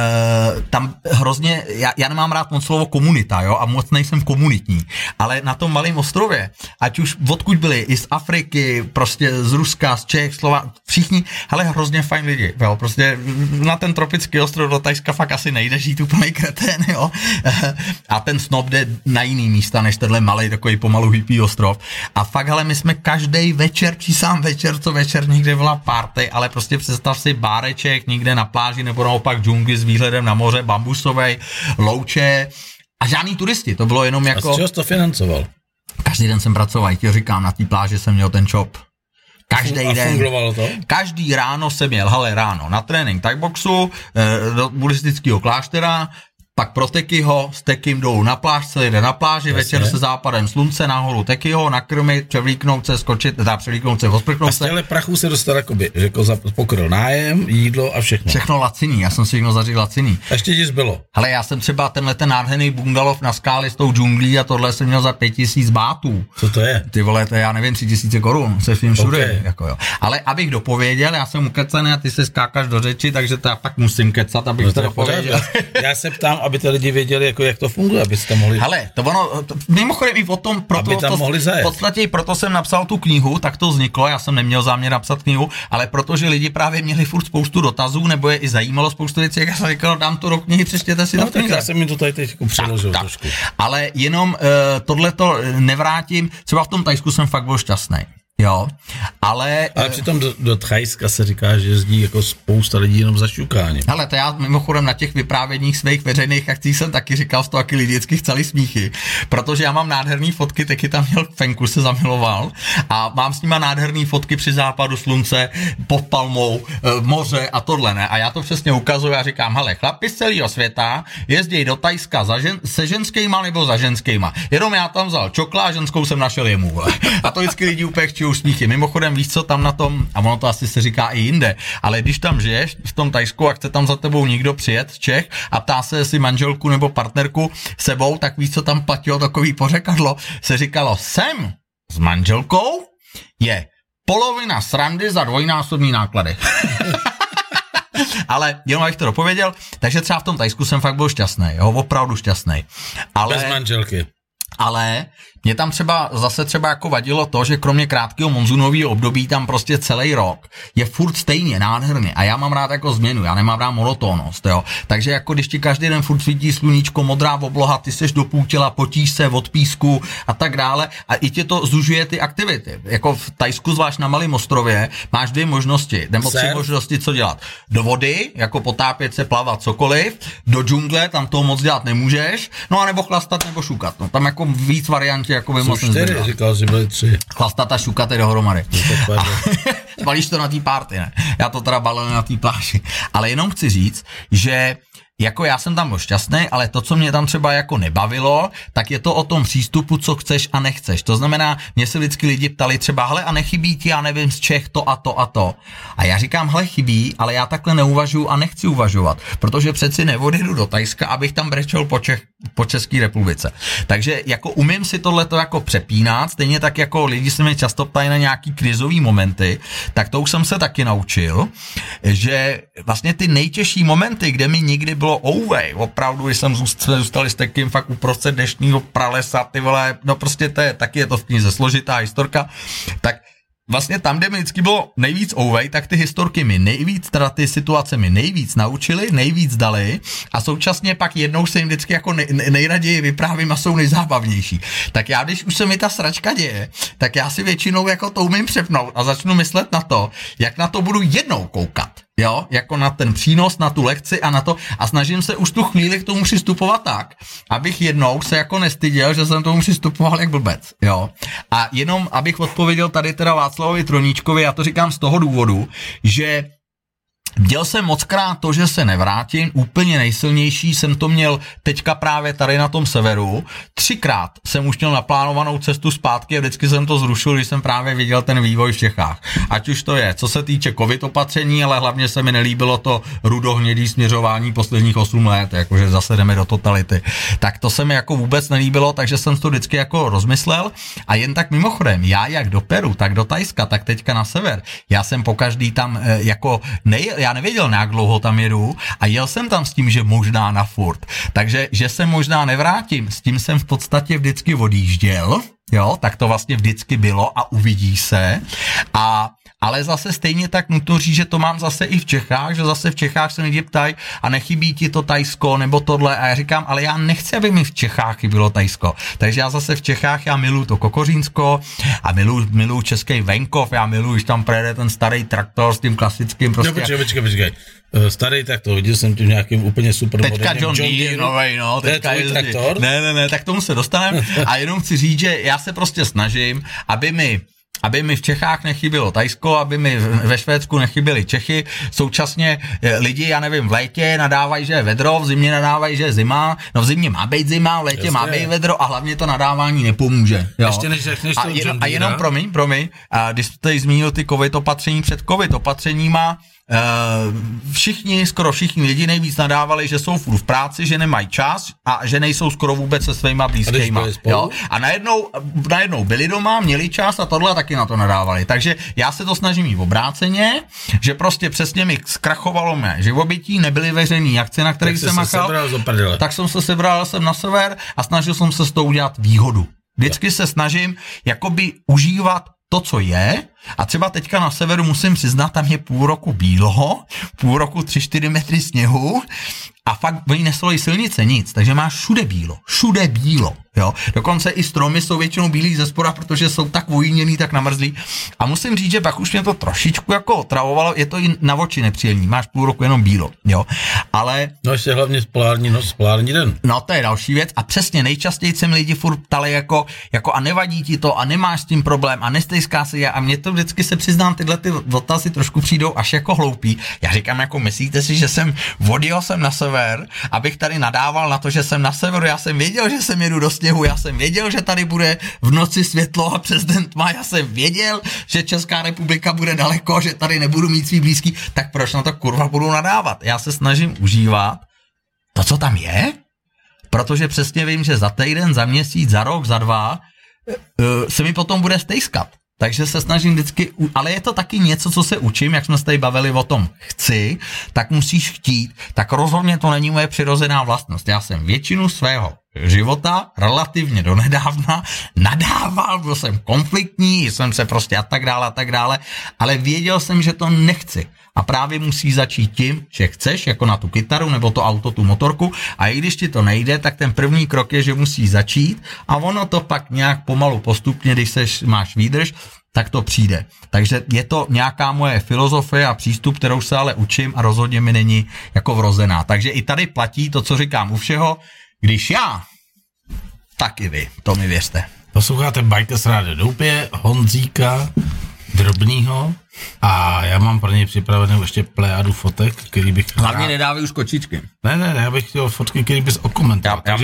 tam hrozně, já nemám rád moc slovo komunita, jo, a moc nejsem komunitní, ale na tom malém ostrově, ať už odkud byli, i z Afriky, prostě z Ruska, z Čech, všichni, hele, hrozně fajn lidi, jo, prostě na ten tropický ostrov do Tajska fakt asi nejde žít úplnej kretén, jo, a ten snob jde na jiný místa, než tenhle malej, takový pomalu hippý ostrov, a fakt, hele, my jsme každý večer, či sám večer, co večer někde byla party, ale prostě představ si báreček někde na pláži, nebo naopak džungli s výhledem na moře, bambusovej, louče a žádný turisti, to bylo jenom jako... A z čeho jsi to financoval? Každý den jsem pracoval, ti říkám, na té pláži jsem měl ten job. Každý den. Fungovalo to? Každý ráno jsem jel, hele, ráno na trénink thaiboxu, do buddhistického kláštera, pak pro Tekyho, s Tekym dolů na pláž, celý den na pláži, jasně. Večer se západem slunce, nahoru Tekyho, nakrmit, převlíknout se, převlíknout se, osprchnout se. A z těhle prachů se dostal jakoby, jako pokryl nájem, jídlo a všechno. Všechno laciný, já jsem si všechno zařídil laciný. A ještě ti zbylo? Hele, já jsem třeba ten nádherný bungalov na skále s tou džunglí a tohle jsem měl za 5000 bátů. Co to je? Ty vole, to je, já nevím, 3000 korun, se vším všude. Okay. Jako jo. Ale abych dopověděl, já jsem ukecaný a ty se skákáš do řeči, takže to já pak musím kecat, abych to dopověděl. Já se ptám, aby ty lidi věděli, jako jak to funguje, abyste tam mohli... Hele, mimochodem i o tom, proto, v podstatě i proto jsem napsal tu knihu, tak to vzniklo, já jsem neměl záměr napsat knihu, ale protože lidi právě měli furt spoustu dotazů, nebo je i zajímalo spoustu věcí, jak já jsem říkal, dám to do knihy, přečtěte si to v knize. Já jsem mi to tady teď jako přeložil trošku. Ale jenom tohleto nevrátím, třeba v tom Tajsku jsem fakt byl šťastný. Jo, ale přitom do Thajska se říká, že jezdí jako spousta lidí jenom za šukáním. Hele, to já mimochodem na těch vyprávěních svých veřejných akcí jsem taky říkal, z toho taky lidi vždycky chceli smíchy, protože já mám nádherný fotky, taky tam měl fenku, se zamiloval a mám s nima nádherný fotky při západu slunce, pod palmou, moře a tohle, ne? A já to přesně ukazuju a říkám, hele, chlapi z celého světa jezdí do Tajska se ženskýma nebo za ženskýma. Jenom já tam vzal čokla a ženskou jsem našel jemu. A to vždycky lidi úplně největší úspěchy. Mimochodem, víš co tam na tom, a ono to asi se říká i jinde, ale když tam žiješ v tom Thajsku a chce tam za tebou někdo přijet z Čech a ptá se, jestli manželku nebo partnerku sebou, tak víš, co tam platilo takový pořekadlo, se říkalo, sem s manželkou je polovina srandy za dvojnásobný náklady. Ale jenom abych to dopověděl, takže třeba v tom Thajsku jsem fakt byl šťastný, jo, opravdu šťastný. Ale, bez manželky. Ale mě tam zase jako vadilo to, že kromě krátkého monzunového období tam prostě celý rok je furt stejně nádherně a já mám rád jako změnu, já nemám rád monotónnost, jo. Takže jako když ti každý den furt svítí sluníčko, modrá obloha, ty seš do půl těla, potíš se od písku a tak dále a i tě to zužuje ty aktivity. Jako v Thajsku, zvlášť na malém ostrově, máš 2 možnosti, nebo 3 možnosti, co dělat. Do vody, jako potápět se, plavat, cokoliv, do džungle, tam toho moc dělat nemůžeš, no a nebo chlastat nebo šukat. No, tam jako víc variantů, jako by moc nezbylo. Říkal, že byly 3. Chlastat a šukat je dohromady. Balíš to na té party, ne? Já to teda balil na té pláži. Ale jenom chci říct, že jako já jsem tam byl šťastný, ale to, co mě tam třeba jako nebavilo, tak je to o tom přístupu, co chceš a nechceš. To znamená, mě se vždycky lidi ptali třeba, hele, a nechybí ti, já nevím, z Čech to a to a to. A já říkám, hele, chybí, ale já takhle neuvažuji a nechci uvažovat, protože přeci neodjedu do Thajska, abych tam brečel po České republice. Takže jako umím si tohleto jako přepínat, stejně tak jako lidi se mě často ptají na nějaký krizový momenty, tak to už jsem se taky naučil, že vlastně ty nejtěžší momenty, kde mi nikdy bylo opravdu, když jsem zůstali s takým fakt uprostřed dešního pralesa, ty vole, no prostě taky je to v knize složitá historka, tak vlastně tam, kde mi vždycky bylo nejvíc tak ty historky mi nejvíc, teda ty situace mi nejvíc naučily, nejvíc dali a současně pak jednou se jim vždycky jako nejraději vyprávím a jsou nejzábavnější. Tak já, když už se mi ta sračka děje, tak já si většinou jako to umím přepnout a začnu myslet na to, jak na to budu jednou koukat. Jo, jako na ten přínos, na tu lekci a na to a snažím se už tu chvíli k tomu přistupovat tak, abych jednou se jako nestyděl, že jsem tomu přistupoval jak blbec, jo. A jenom, abych odpověděl tady teda Václavovi Troníčkovi, já to říkám z toho důvodu, že děl jsem mockrát to, že se nevrátím, úplně nejsilnější jsem to měl teďka právě tady na tom severu. 3krát jsem už měl naplánovanou cestu zpátky a vždycky jsem to zrušil, když jsem právě viděl ten vývoj v Čechách. Ať už to je, co se týče covid opatření, ale hlavně se mi nelíbilo to rudohnědý směřování posledních 8 let, jakože zase jdeme do totality. Tak to se mi jako vůbec nelíbilo, takže jsem to vždycky jako rozmyslel a jen tak mimochodem, já jak do Peru, tak do Thajska, tak teďka na sever, já jsem pokaždý tam jako já nevěděl, jak dlouho tam jedu a jel jsem tam s tím, že možná na furt. Takže, že se možná nevrátím, s tím jsem v podstatě vždycky odjížděl, jo, tak to vlastně vždycky bylo a uvidí se. Ale zase stejně tak nutno říct, že to mám zase i v Čechách, že zase v Čechách se lidi ptají a nechybí ti to Thajsko nebo tohle a já říkám, ale já nechci, aby mi v Čechách chybilo Thajsko. Takže já zase v Čechách já miluju to Kokořínsko a miluju český venkov, já miluju, když tam projede ten starý traktor s tím klasickým prostě. No počkej. Starý traktor, viděl jsem tu nějakým úplně super teďka John Deere, novej, no, teďka je traktor? Ne, tak tomu se dostaneme a jenom chci říct, že já se prostě snažím, aby mi v Čechách nechybilo Thajsko, aby mi ve Švédsku nechyběly Čechy. Současně lidi, já nevím, v létě nadávají, že je vedro, v zimě nadávají, že je zima. No v zimě má být zima, v létě má být vedro a hlavně to nadávání nepomůže. Jo. Ještě než řekneš to a jenom promiň, když jste zmínil ty covid opatření před covid opatřeníma, skoro všichni lidi nejvíc nadávali, že jsou furt v práci, že nemají čas a že nejsou skoro vůbec se svýma blízkýma. A najednou byli doma, měli čas a tohle taky na to nadávali. Takže já se to snažím jít obráceně, že prostě přesně mi zkrachovalo mé živobytí, nebyly veřejný akce, na kterých jsem machal, tak jsem se sebral na sever a snažil jsem se z toho udělat výhodu. Vždycky se snažím jakoby užívat to, co je, a třeba teďka na severu musím přiznat, tam je půl roku bílho, půl roku 3-4 metry sněhu a fakt oni nesolí silnice nic, takže máš všude bílo, jo. Dokonce i stromy jsou většinou bílý ze spoda, protože jsou tak vojíněný, tak namrzlý. A musím říct, že pak už mě to trošičku jako otravovalo, je to i na oči nepříjemný, máš půl roku jenom bílo, jo. Ale no ještě hlavně polární den. No to je další věc a přesně nejčastěji se mi lidi furt ptali jako a nevadí ti to a nemáš s tím problém a nestejská se a mě to vždycky se přiznám, tyhle ty dotazy trošku přijdou až jako hloupý. Já říkám jako myslíte si, že jsem odjel jsem na sever, abych tady nadával na to, že jsem na severu, já jsem věděl, že sem jedu dost sněhu, já jsem věděl, že tady bude v noci světlo a přes den tma, já jsem věděl, že Česká republika bude daleko, že tady nebudu mít svý blízký, tak proč na to kurva budu nadávat? Já se snažím užívat to, co tam je, protože přesně vím, že za týden, za měsíc, za rok, za 2 se mi potom bude stejskat. Takže se snažím vždycky, ale je to taky něco, co se učím, jak jsme se tady bavili o tom chci, tak musíš chtít, tak rozhodně to není moje přirozená vlastnost. Já jsem většinu svého života, relativně donedávna, nadával, byl jsem konfliktní, jsem se prostě a tak dále, ale věděl jsem, že to nechci. A právě musíš začít tím, že chceš, jako na tu kytaru, nebo to auto, tu motorku, a i když ti to nejde, tak ten první krok je, že musíš začít a ono to pak nějak pomalu postupně, když máš výdrž, tak to přijde. Takže je to nějaká moje filozofie a přístup, kterou se ale učím a rozhodně mi není jako vrozená. Takže i tady platí to, co říkám u všeho, když já, tak i vy, to mi věřte. Posloucháte Bajka Rádia Doupě, Honzíka Drobnýho a já mám pro něj připravenou ještě plejádu fotek, který bych... Hlavně nedávej už kočičky. Ne, já bych chtěl fotky, který bys okomentoval. Já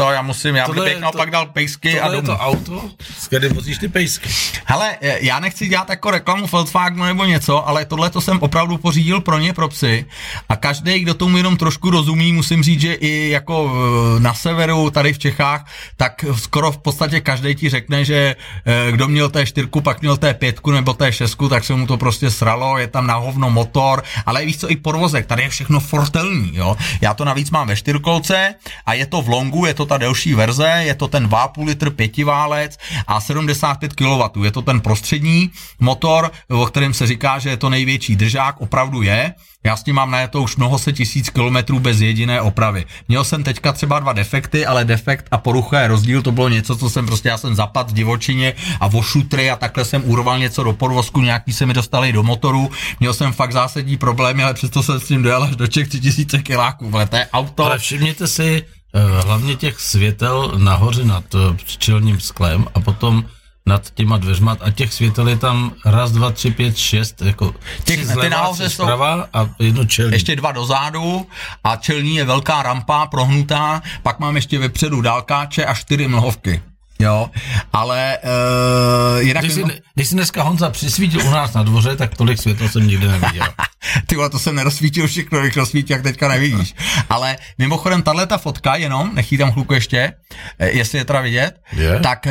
bych naopak dal pejsky a domů. Tohle je to auto, s kterým vozíš ty pejsky. Hele, já nechci dělat jako reklamu Volkswagenu nebo něco, ale tohle to jsem opravdu pořídil pro ně, pro psy. A každý, kdo tomu jenom trošku rozumí, musím říct, že i jako na severu, tady v Čechách, tak skoro v podstatě každý ti řekne, že kdo měl T4, pak měl T5 nebo T6, tak se mu to prostě sralo, je tam na hovno motor, ale víš co, i podvozek, tady je všechno fortelní, jo. Já to navíc mám ve 4kolce a je to v longu, je to ta delší verze, je to ten 2,5 litr 5válec a 75 kW, je to ten prostřední motor, o kterém se říká, že je to největší držák, opravdu je. Já s tím mám najeto už mnoho set tisíc kilometrů bez jediné opravy. Měl jsem teďka třeba 2 defekty, ale defekt a porucha je rozdíl, to bylo něco, co jsem prostě, já jsem zapadl v divočině a o šutry a takhle jsem urval něco do podvozku, nějaký se mi dostali do motoru, měl jsem fakt zásadní problémy, ale přesto jsem s tím dojel až do těch 3000 kiláků, ale to je auto. Ale všimněte si hlavně těch světel nahoře nad čelním sklem a potom nad těma dveřma a těch světel je tam 1, 2, 3, 5, 6, jako ty nahoře jsou zprava a jedno čelní. Ještě 2 dozadu a čelní je velká rampa prohnutá, pak mám ještě vepředu dálkáče a 4 mlhovky. Jo, ale jinak... Když si dneska Honza přisvítil u nás na dvoře, tak tolik světla jsem nikdy neviděl. Ty vole, to jsem nerozsvítil všechno, když rozsvítil, jak teďka nevidíš. Ale mimochodem, tato fotka jenom, nechý tam chluku ještě, jestli je teda vidět, tak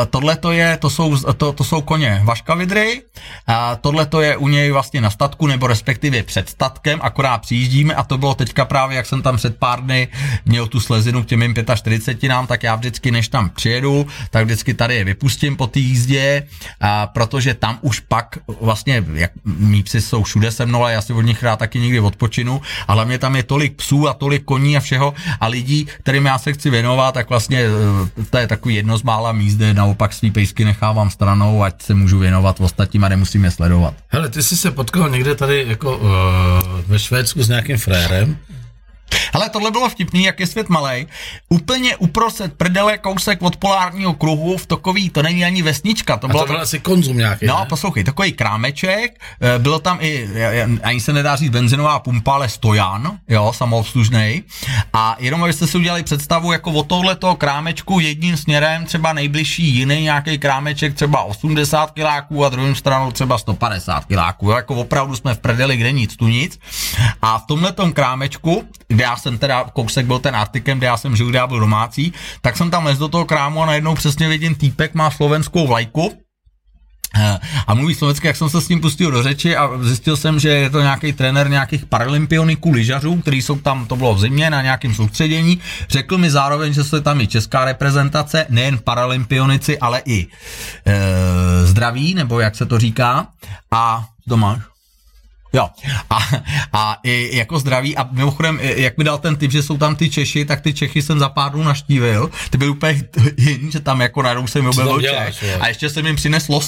to jsou koně Vaška Vidry, tohle to je u něj vlastně na statku, nebo respektive před statkem, akorát přijíždíme a to bylo teďka právě, jak jsem tam před pár dny měl tu slezinu k těm 45, tak já vždycky, než tam přijedu, tak vždycky tady je vypustím po té jízdě, protože tam už pak vlastně, jak mý psi jsou všude se mnou, ale já si od nich rád taky někdy odpočinu, a hlavně tam je tolik psů a tolik koní a všeho a lidí, kterým já se chci věnovat, tak vlastně to je takový jedno z mála míst, kde naopak svý pejsky nechávám stranou, ať se můžu věnovat ostatním a nemusím je sledovat. Hele, ty jsi se potkal někde tady jako ve Švédsku s nějakým frérem? Hele, tohle bylo vtipný, jak je svět malej. Úplně uprostřed prdele, kousek od polárního kruhu, v takový, to není ani vesnička. To byl asi konzum nějaký, no, ne? Poslouchej, takový krámeček, bylo tam i, ani se nedá říct benzinová pumpa, ale stojan, jo, samoobslužnej. A jenom abyste si udělali představu, jako od tohletoho krámečku jedním směrem třeba nejbližší jiný nějaký krámeček, třeba 80 kiláků a druhým stranou třeba 150 kiláků. Jako opravdu jsme v prdeli, kde nic, tu nic. A v tomhletom krámečku, kde já jsem teda, kousek byl ten Artikem, kde já jsem žil, kde já byl domácí, tak jsem tam lez do toho krámu a najednou přesně vidím, týpek má slovenskou vlajku a mluví slovensky, jak jsem se s ním pustil do řeči a zjistil jsem, že je to nějaký trenér nějakých paralympioniků, lyžařů, kteří jsou tam, to bylo v zimě, na nějakém soustředění. Řekl mi zároveň, že je tam i česká reprezentace, nejen paralympionici, ale i zdraví, nebo jak se to říká. A to máš? Jo, a i jako zdraví a mimochodem, jak mi dal ten tip, že jsou tam ty Češi, tak ty Čechy jsem za pár dnů naštívil, ty byly úplně hin, že tam jako najednou jsem objevil Čech a ještě jsem jim přines losa.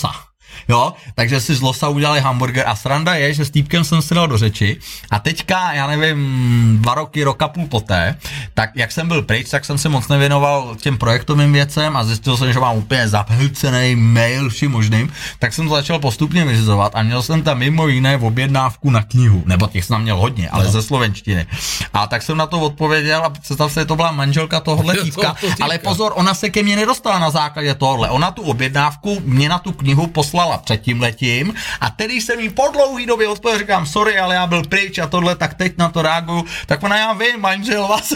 Jo, takže si z losa udělali hamburger a sranda je, že s týpkem jsem se dal do řeči a teďka, já nevím, 2 roky, rok a půl poté, tak jak jsem byl pryč, tak jsem se moc nevěnoval těm projektovým věcem a zjistil jsem, že mám úplně zahlcený mail vším možným, tak jsem to začal postupně vyřizovat a měl jsem tam mimo jiné objednávku na knihu, nebo těch jsem tam měl hodně, ale ze slovenštiny. A tak jsem na to odpověděl a představ se, to byla manželka tohohle týpka, ale pozor, ona se ke mně nedostala na základě tohohle, ona tu objednávku mě na tu knihu poslala před tím letím a tedy jsem jí po dlouhý době odpověděl, říkám, sorry, ale já byl pryč a tohle, tak teď na to reaguju, tak ona, já vím, manžel vás.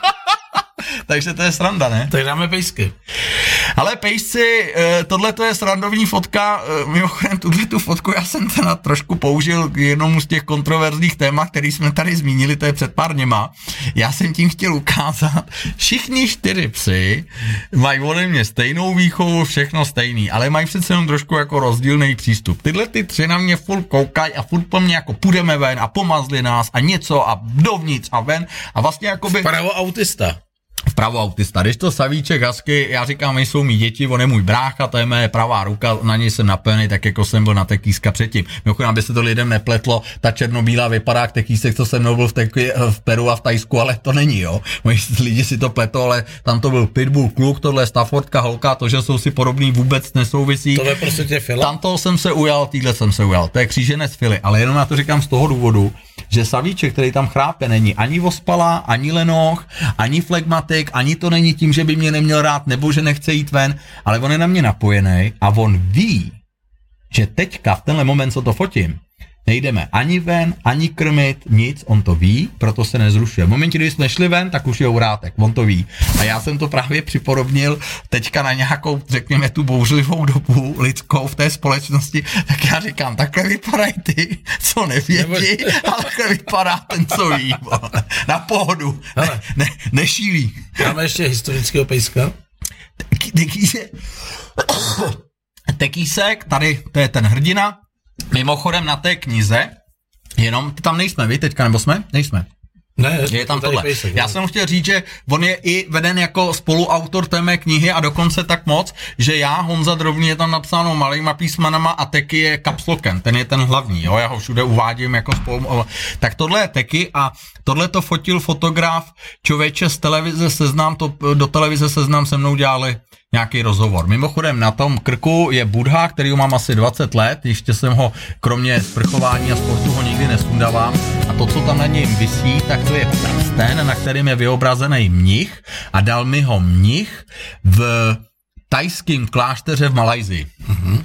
Takže to je sranda, ne? Tak dáme pejsky. Ale pejsci, tohle to je srandovní fotka, mimochodem tu fotku já jsem teda trošku použil k jednomu z těch kontroverzních témat, který jsme tady zmínili, to je před pár dněma. Já jsem tím chtěl ukázat, všichni 4 psy mají ode mě stejnou výchovu, všechno stejný, ale mají přece jenom trošku jako rozdílný přístup. Tyhle ty 3 na mě furt koukají a furt po mně jako půjdeme ven a pomazli nás a něco a dovnitř a ven a vlastně jakoby... Pravo autista. Vpravo autista, když to Savíček Husky, já říkám, nejsou mý děti, on je můj brácha, to je mé pravá ruka, na něj jsem napojený, tak jako jsem byl na Tekýska předtím. Mimochodem, aby se to lidem nepletlo, ta černobílá vypadá jak Tekýsek, co se mnou byl v Peru a v Tajsku, ale to není, jo. Moji lidi si to pletou, ale tam to byl Pitbull kluk, tohle je Staffordka holka, to, že jsou si podobný, vůbec nesouvisí. To je prostě tě Fila? Tam toho jsem se ujal, týhle jsem se ujal, to je kříženec Fily, ale jenom na to říkám z toho důvodu, že Savíček, který tam chrápe, není ani ospala, ani lenoch, ani flegmatik, ani to není tím, že by mě neměl rád, nebo že nechce jít ven, ale on je na mě napojený a on ví, že teďka v tenhle moment, co to fotím, nejdeme ani ven, ani krmit, nic, on to ví, proto se nezrušuje. V momentě, kdy jsme šli ven, tak už je urátek, on to ví. A já jsem to právě připodobnil teďka na nějakou, řekněme, tu bouřlivou dobu lidskou v té společnosti, tak já říkám, takhle vypadají ty, co nevědí, ale takhle vypadá ten, co ví. Na pohodu, nešílí. Máme ještě historického pejska. Tekýsek, tady, to je ten hrdina. Mimochodem na té knize, jenom tam nejsme, vy teďka, nebo jsme? Nejsme. Ne, je tam tohle. Pejsek, já jsem chtěl říct, že on je i veden jako spoluautor té mé knihy a dokonce tak moc, že já, Honza Drobný, je tam napsáno malýma písmenama a Teky je kapslokem, ten je ten hlavní, jo, já ho všude uvádím jako spolu. Tak tohle je Teky a tohle to fotil fotograf člověče z televize Seznam, to do televize Seznam se mnou dělali nějaký rozhovor. Mimochodem na tom krku je Budha, který mám asi 20 let, ještě jsem ho kromě sprchování a sportu ho nikdy nesundávám a to, co tam na něm visí, tak to je prsten, na kterým je vyobrazený mnich a dal mi ho mnich v tajském klášteře v Malajsii. Mhm.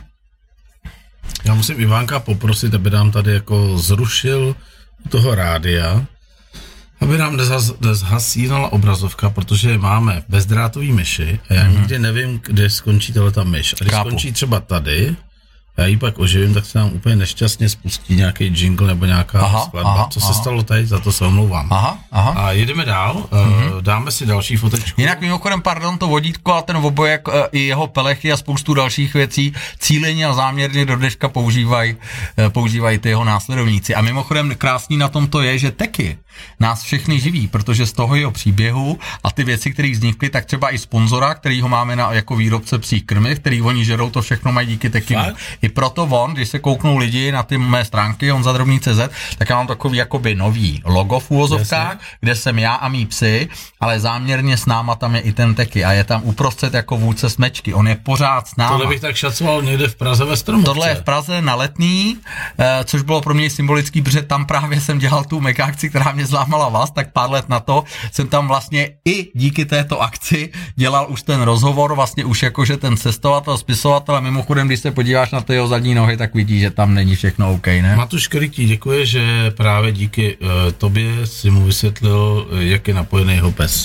Já musím Ivánka poprosit, aby nám tady jako zrušil toho rádia, aby nám nezhasínala obrazovka, protože máme bezdrátový myši a já nikdy nevím, kde skončí tato myš. A když skončí třeba tady, já ji pak oživím, tak se nám úplně nešťastně spustí nějaký jingle nebo nějaká skladba. Co se stalo tady, za to se omlouvám. A jedeme dál, dáme si další fotečku. Jinak mimochodem, pardon, to vodítko a ten obojek i jeho pelechy a spoustu dalších věcí cíleně a záměrně do dneška používají ty jeho následovníci. A mimochodem krásný na tom to je, že Teky nás všechny živí, protože z toho jeho příběhu a ty věci, které vznikly, tak třeba i sponzora, který ho máme jako výrobce psích krmiv, který oni žerou, to všechno mají díky Teky. I proto on, když se kouknou lidi na ty mé stránky honzadrobný.cz, tak já mám takový jakoby nový logo v úvozovkách, kde jsem já a mý psy, ale záměrně s náma tam je i ten Teky a je tam uprostřed jako vůdce smečky. On je pořád s náma. Tohle bych tak šacoval někde v Praze ve Stromovce. Tohle je v Praze na Letný, což bylo pro mě symbolický, protože tam právě jsem dělal tu mega akci, která mě zlámala vás, tak pár let na to jsem tam vlastně i díky této akci dělal už ten rozhovor, vlastně už jakože ten cestovatel, spisovatel a mimochodem, když se podíváš na ty jeho zadní nohy, tak vidíš, že tam není všechno OK, ne? Matuš Krytí, děkuje, že právě díky tobě si mu vysvětlil, jak je napojený jeho pes.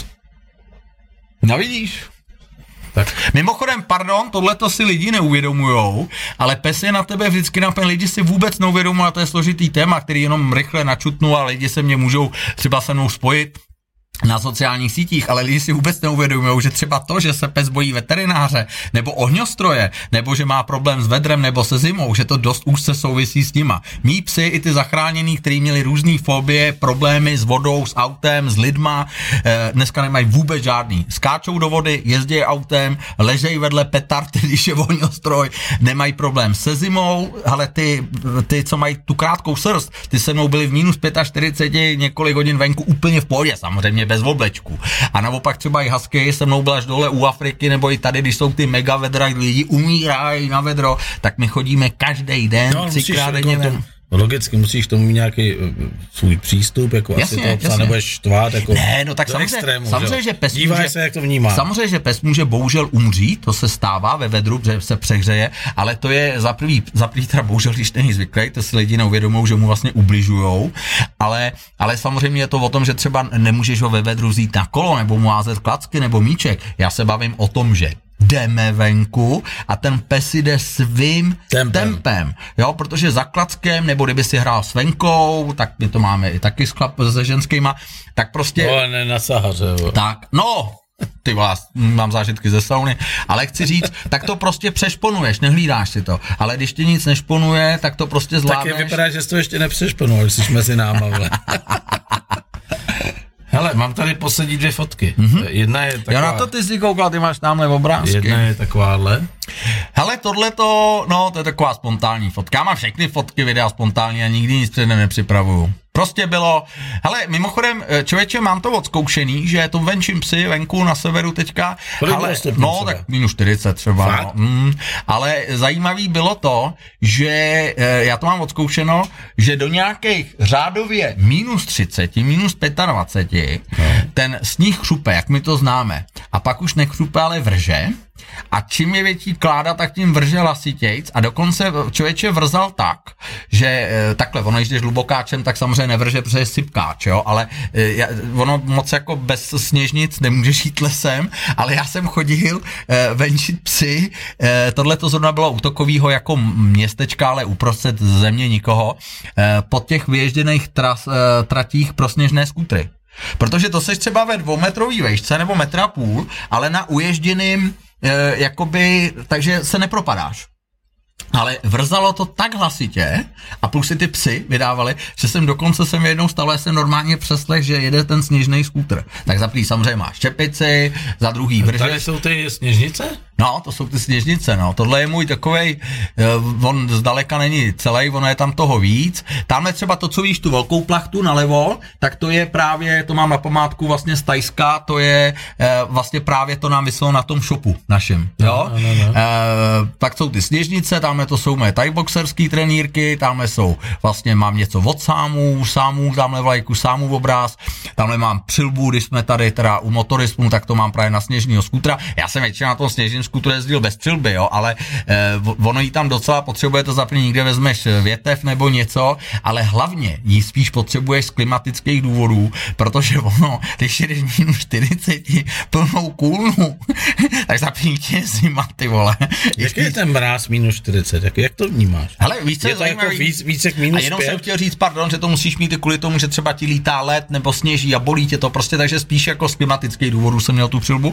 No vidíš. Tak. Mimochodem, pardon, tohleto si lidi neuvědomujou, ale pes je na tebe vždycky napojen. Lidi si vůbec neuvědomují, a to je složitý téma, který jenom rychle načutnu a lidi se mě můžou třeba se mnou spojit. na sociálních sítích, ale lidi si vůbec neuvědomují, že třeba to, že se pes bojí veterináře, nebo ohňostroje, nebo že má problém s vedrem nebo se zimou, že to dost úzce souvisí s nima. Mí psi i ty zachráněný, kteří měli různý fobie, problémy s vodou, s autem, s lidma, dneska nemají vůbec žádný. Skáčou do vody, jezdí autem, ležejí vedle petard, když je ohňostroj, nemají problém se zimou, ale ty, co mají tu krátkou srst, ty se mnou byli v minus 45 několik hodin venku úplně v pohodě, samozřejmě bez oblečku. A naopak třeba i husky se mnou byl až dole u Afriky, nebo i tady, když jsou ty mega vedra, kdy lidi umírají na vedro, tak my chodíme každý den, 3krát denně ven. Logicky musíš tomu mít nějaký svůj přístup, jako jasně, asi toho psa nebudeš štvát, jako ne, no tak samozřejmě, že pes díváš se, jak to vnímá. Samozřejmě, že pes může bohužel umřít, to se stává ve vedru, že se přehřeje, ale to je za prvý teda bohužel, když není zvyklý, to si lidi neuvědomují, že mu vlastně ubližujou, ale samozřejmě je to o tom, že třeba nemůžeš ho ve vedru vzít na kolo, nebo mu házet klacky, nebo míček. Já se bavím o tom, že jdeme venku a ten pes jde svým tempem. Jo, protože za klackem, nebo kdyby si hrál s venkou, tak my to máme i taky se ženskýma, tak prostě... No, ne na sahaře, jo. Tak, no, ty vás, mám zážitky ze sauny, ale chci říct, tak to prostě přešponuješ, nehlídáš si to, ale když ti nic nešponuje, tak to prostě zvládneš. Tak je vypadá, že jsi to ještě nepřešponoval, když jsi mezi náma, vle. Hele, mám tady poslední 2 fotky. Jedna je taková... Já na to ty jsi koukal, ty máš tamhle obrázky. Jedna je takováhle. Hele, tohleto, no, to je taková spontánní fotka. Já mám všechny fotky, videa spontánní a nikdy nic předem nepřipravuju. Prostě bylo, hele, mimochodem, člověče, mám to odzkoušený, že to venčím psi venku na severu teďka, ale, no, tak minus 40 třeba, no. Ale zajímavý bylo to, že já to mám odzkoušeno, že do nějakých řádově minus 30, minus 25, ten sníh chřupe, jak my to známe, a pak už nechřupe, ale vrže. A čím je větší kláda, tak tím vrže hlasitějc a dokonce člověče vrzal tak, že takhle, ono, když jdeš hlubokáčem, tak samozřejmě nevrže, protože je sypkáč, jo, ale ono moc jako bez sněžnic nemůžeš jít lesem, ale já jsem chodil venčit psy, tohle to zrovna bylo útokovýho jako městečka, ale uprostřed země nikoho, po těch vyježděných tratích pro sněžné skútry. Protože to seš třeba ve 2metrový vejšce nebo 1,5 metru, ale na uježděným jakoby, takže se nepropadáš. Ale vrzalo to tak hlasitě a plus si ty psy vydávali, že jsem dokonce jednou stalo, já jsem normálně přeslech, že jede ten sněžný skútr. Tak za prvý samozřejmě máš čepici, za druhý vrže. Tady jsou ty sněžnice? No, to jsou ty sněžnice, no. Tohle je můj takovej, on zdaleka není celý, ono je tam toho víc. Tamhle třeba to, co víš, tu velkou plachtu nalevo, tak to je právě, to mám na památku vlastně z Tajska, to je vlastně právě to nám vyselo na tom shopu našem, jo. No. Tak jsou ty sněžnice, tamhle to jsou mé thaiboxerský trenýrky, tamhle jsou, vlastně mám něco od sámů, tamhle vlajku, sámů obráz, tamhle mám přilbu, když jsme tady teda u motorismu, tak to mám právě na sněžního skútra. Já jsem většinou na tom sněžním skútru jezdil bez přilby, jo, ale ono jí tam docela potřebuje, to zaprvé někde vezmeš větev nebo něco, ale hlavně jí spíš potřebuješ z klimatických důvodů, protože ono, když jedeš minus 40 plnou kůlnu, tak zaprvé tě je zima, ty vole. Jaký je ten mráz minus 40? Jak to vnímáš? Hele, víš, co je to jako víc jak minus 5? A jenom jsem chtěl říct, pardon, že to musíš mít i kvůli tomu, že třeba ti lítá led nebo sněží a bolí tě to prostě, takže spíš jako z klimatických důvodů jsem měl tu přilbu,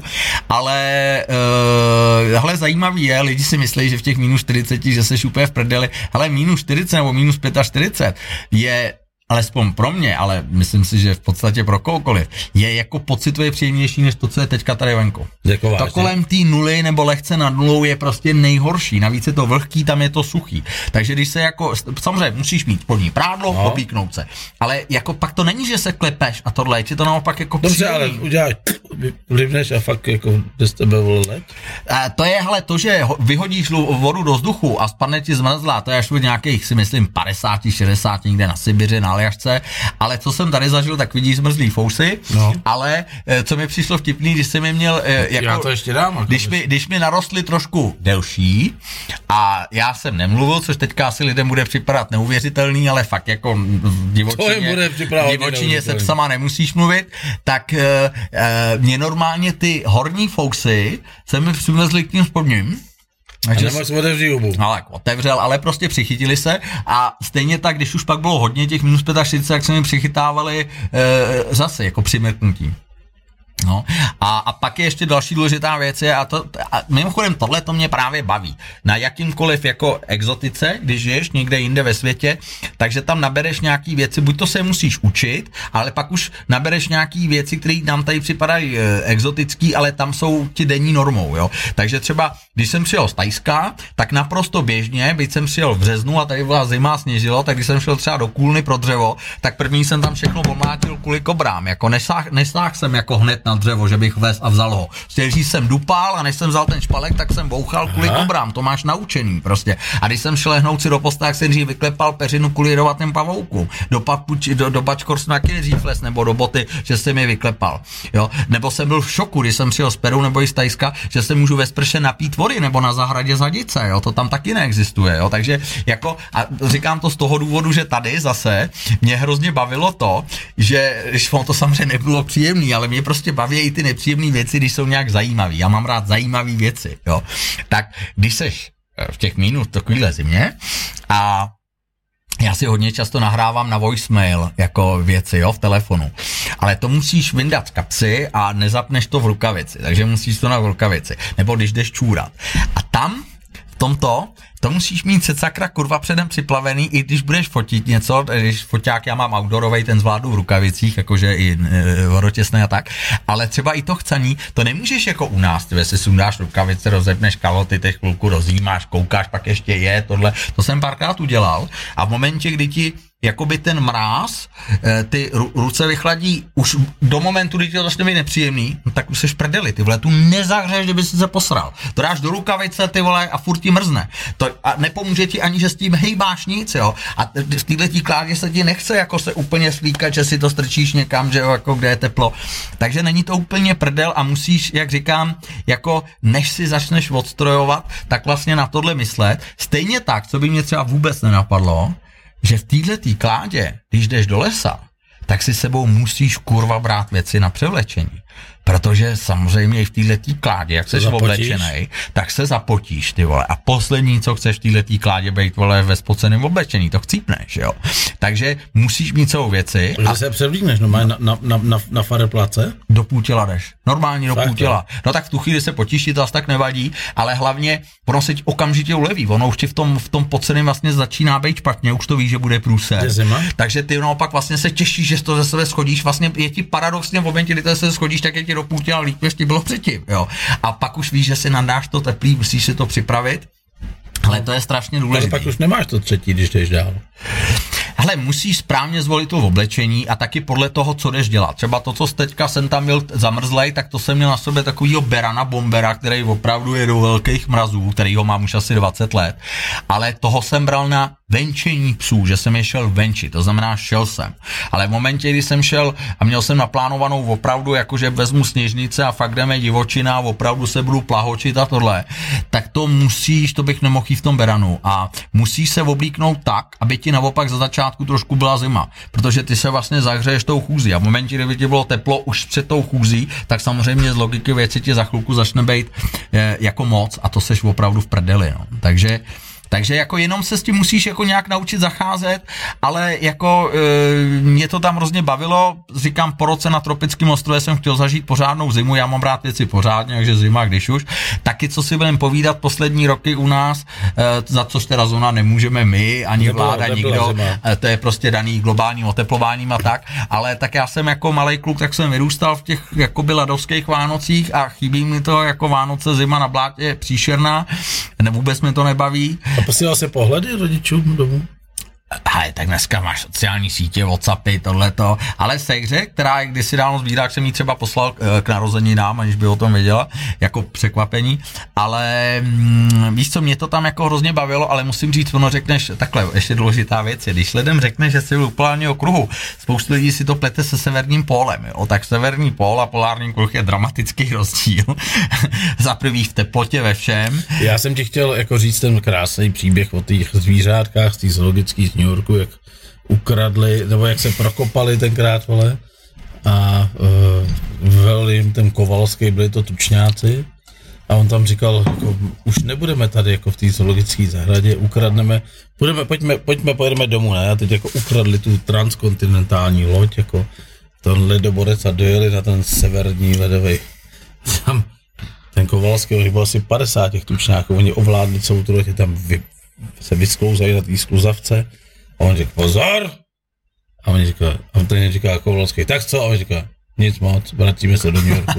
ale hele, zajímavý je, lidi si myslí, že v těch minus 40, že seš úplně v prdeli, hele, minus 40 nebo minus 45 je alespoň pro mě, ale myslím si, že v podstatě pro kohokoliv, je jako pocitově příjemnější, než to, co je teďka tady venku. To kolem té nuly nebo lehce nad nulou je prostě nejhorší, navíc je to vlhký, tam je to suchý. Takže když se jako, samozřejmě musíš mít spodní prádlo, oblíknout se, ale jako pak to není, že se klepeš a tohle, je to naopak jako dobře, ale uděláš, vlivneš a fakt jako jde z tebe let? To je, hele, to, že vyhodíš vodu do vzduchu a spadne ti zmrzlá, to je až od nějakých, si myslím, 50, 60 někde na Sibiři, na Aljašce, ale co jsem tady zažil, tak vidíš zmrzlý fousy, ale co mi přišlo vtipný, když jsem je měl, jako, já to ještě dám, když mi narostly trošku delší a já jsem nemluvil, což teďka asi lidem bude připadat neuvěřitelný, ale fakt jako v divočině se psama nemusíš mluvit, tak mě normálně ty horní fousy se mi přimlezly k tím spodním. A nemohl jsem otevřít hubu. Ale otevřel, ale prostě přichytili se a stejně tak, když už pak bylo hodně těch minus 45, tak se mi přichytávali zase jako při mrknutí. No. A pak je ještě další důležitá věc, a mimochodem tohle to mě právě baví. Na jakýmkoliv jako exotice, když žiješ někde jinde ve světě, takže tam nabereš nějaký věci, buď to se musíš učit, ale pak už nabereš nějaký věci, které nám tady připadají exotický, ale tam jsou ti denní normou, jo. Takže třeba, když jsem přijel z Thajska, tak naprosto běžně, byť jsem přijel v březnu a tady byla zima, sněžilo, tak když jsem šel třeba do Kůlny pro dřevo, tak první jsem tam všechno omlátil kvůli kobrám, jako nesáhl jsem jako hned na dřevo, že bych vlez a vzal ho. Když jsem dupal a než jsem vzal ten špalek, tak jsem bouchal kvůli kobrám, to máš naučený prostě. A když jsem šel lehnout si do postele, tak jsem dřív vyklepal peřinu kvůli jedovatým pavoukům. Do bačkor jsem taky dřív les, nebo do boty, že jsem je vyklepal. Jo? Nebo jsem byl v šoku, když jsem přijel z Peru nebo i z Thajska, že se můžu ve sprše napít vody nebo na zahradě zadice, jo? To tam taky neexistuje, jo? Takže jako, a říkám to z toho důvodu, že tady zase mě hrozně bavilo to, že to samozřejmě nebylo příjemný, ale mě prostě baví i ty nepříjemné věci, když jsou nějak zajímavý. Já mám rád zajímavé věci, jo. Tak když seš v těch minut takovýhle zimě a já si hodně často nahrávám na voicemail jako věci, jo, v telefonu. Ale to musíš vyndat z kapsy a nezapneš to v rukavici, takže musíš to na rukavici. Nebo když jdeš čůrat. A tam v tomto to musíš mít sakra kurva předem připlavený, i když budeš fotit něco, když foťák já mám outdoorovej, ten zvládnu v rukavicích, jakože i vodotěsné a tak, ale třeba i to chcaní, to nemůžeš jako u nás, ty si sundáš rukavice, rozepneš kalhoty, teď chvilku rozjímáš, koukáš, pak ještě je tohle, to jsem párkrát udělal a v momentě, kdy ti jakoby ten mráz, ty ruce vychladí už do momentu, kdy ti to začne být nepříjemný, no tak už seš prdeli, ty vole, tu nezahřeješ, kdyby si se posral. To dáš do rukavice, ty vole, a furt ti mrzne. A nepomůže ti ani, že s tím hejbáš nic, jo. A v této kládě se ti nechce jako se úplně slíkat, že si to strčíš někam, že jo, jako kde je teplo. Takže není to úplně prdel a musíš, jak říkám, jako než si začneš odstrojovat, tak vlastně na tohle myslet. Stejně tak, co by mě třeba vůbec nenapadlo, že v této kládě, když jdeš do lesa, tak si sebou musíš kurva brát věci na převlečení. Protože samozřejmě i v této kládě, jak jsi oblečenej, tak se zapotíš, ty vole. A poslední, co chceš v této kládě být, vole, ve spoceném oblečení, to chcípneš, jo. Takže musíš mít celou věci. A se převlíkneš, no na fareplace? Do půl těla jdeš. Normálně do půl těla. No tak v tu chvíli se potíš, to asi tak nevadí, ale hlavně ono se okamžitě uleví. Ono už ti v tom podceném vlastně začíná být špatně, už to víš, že bude průser. Takže ty naopak vlastně se těšíš, že to ze sebe schodíš. Vlastně je ti paradoxně v momentě, kdy to se schodíš, tak je ti do půl těla líp, než ti bylo předtím, jo. A pak už víš, že si nadáš to teplý, musíš si to připravit, ale to je strašně důležité. Ale pak už nemáš to třetí, když jdeš dál. Hele, musíš správně zvolit to oblečení a taky podle toho, co jdeš dělat. Třeba to, co teďka jsem tam měl zamrzlej, tak to jsem měl na sobě takovýho berana bombera, který opravdu je do velkých mrazů, kterýho mám už asi 20 let, ale toho jsem bral na venčení psů, že jsem je šel venčit, to znamená šel jsem. Ale v momentě, kdy jsem šel a měl jsem naplánovanou opravdu, jakože vezmu sněžnice a fakt jdeme divočina a opravdu se budu plahočit a tohle, tak to musíš, to bych nemohl jít v tom beranu a musíš se oblíknout tak, aby ti naopak za začátku trošku byla zima, protože ty se vlastně zahřeješ tou chůzí a v momentě, kdyby ti bylo teplo už před tou chůzí, tak samozřejmě z logiky věci ti za chvilku začne být jako moc a to seš opravdu v prdeli, no. Takže jako jenom se s tím musíš jako nějak naučit zacházet, ale jako mě to tam hrozně bavilo, říkám, po roce na tropickém ostrově jsem chtěl zažít pořádnou zimu, já mám rád věci pořádně, takže zima, když už, taky co si budeme povídat poslední roky u nás, za což teda zóna nemůžeme my, ani vláda, nikdo, to je prostě daný globálním oteplováním a tak, ale tak já jsem jako malej kluk, tak jsem vyrůstal v těch jakoby ladovských Vánocích a chybí mi to jako Vánoce, zima na blátě příšerná, vůbec mi to nebaví. A posílal se pohledy rodičům domů? Ale tak dneska máš sociální sítě, WhatsAppy, tohleto, ale Sejře, která kdysi dávno sbírák, jsem jí třeba poslal k narozeninám, aniž by o tom věděla, jako překvapení, ale víš co, mě to tam jako hrozně bavilo, ale musím říct, ono řekneš, takhle, ještě důležitá věc je, když lidem řekneš, že jsi byl u polárního kruhu, spoustu lidí si to plete se severním pólem, jo, tak severní pól a polární kruh je dramatický rozdíl, za prvý v teplotě ve všem. Já jsem ti chtěl jako říct ten krásný příběh o těch zvířátkách z té zoologické New Yorku, jak ukradli, nebo jak se prokopali tenkrát, vole, a vel jim ten Kovalský, byli to tučňáci a on tam říkal, jako, už nebudeme tady jako v té zoologické zahradě, ukradneme, pojedeme domů, ne, a teď jako ukradli tu transkontinentální loď, jako ten ledoborec a dojeli na ten severní ledový. Tam ten Kovalský, už bylo asi 50 těch tučňáků, oni ovládli celou tu loď, tam se vysklouzají na té skluzavce a on řekl pozor! A on ten říká Kovalský, tak co? A on říká, nic moc, vrátíme se do New Yorku.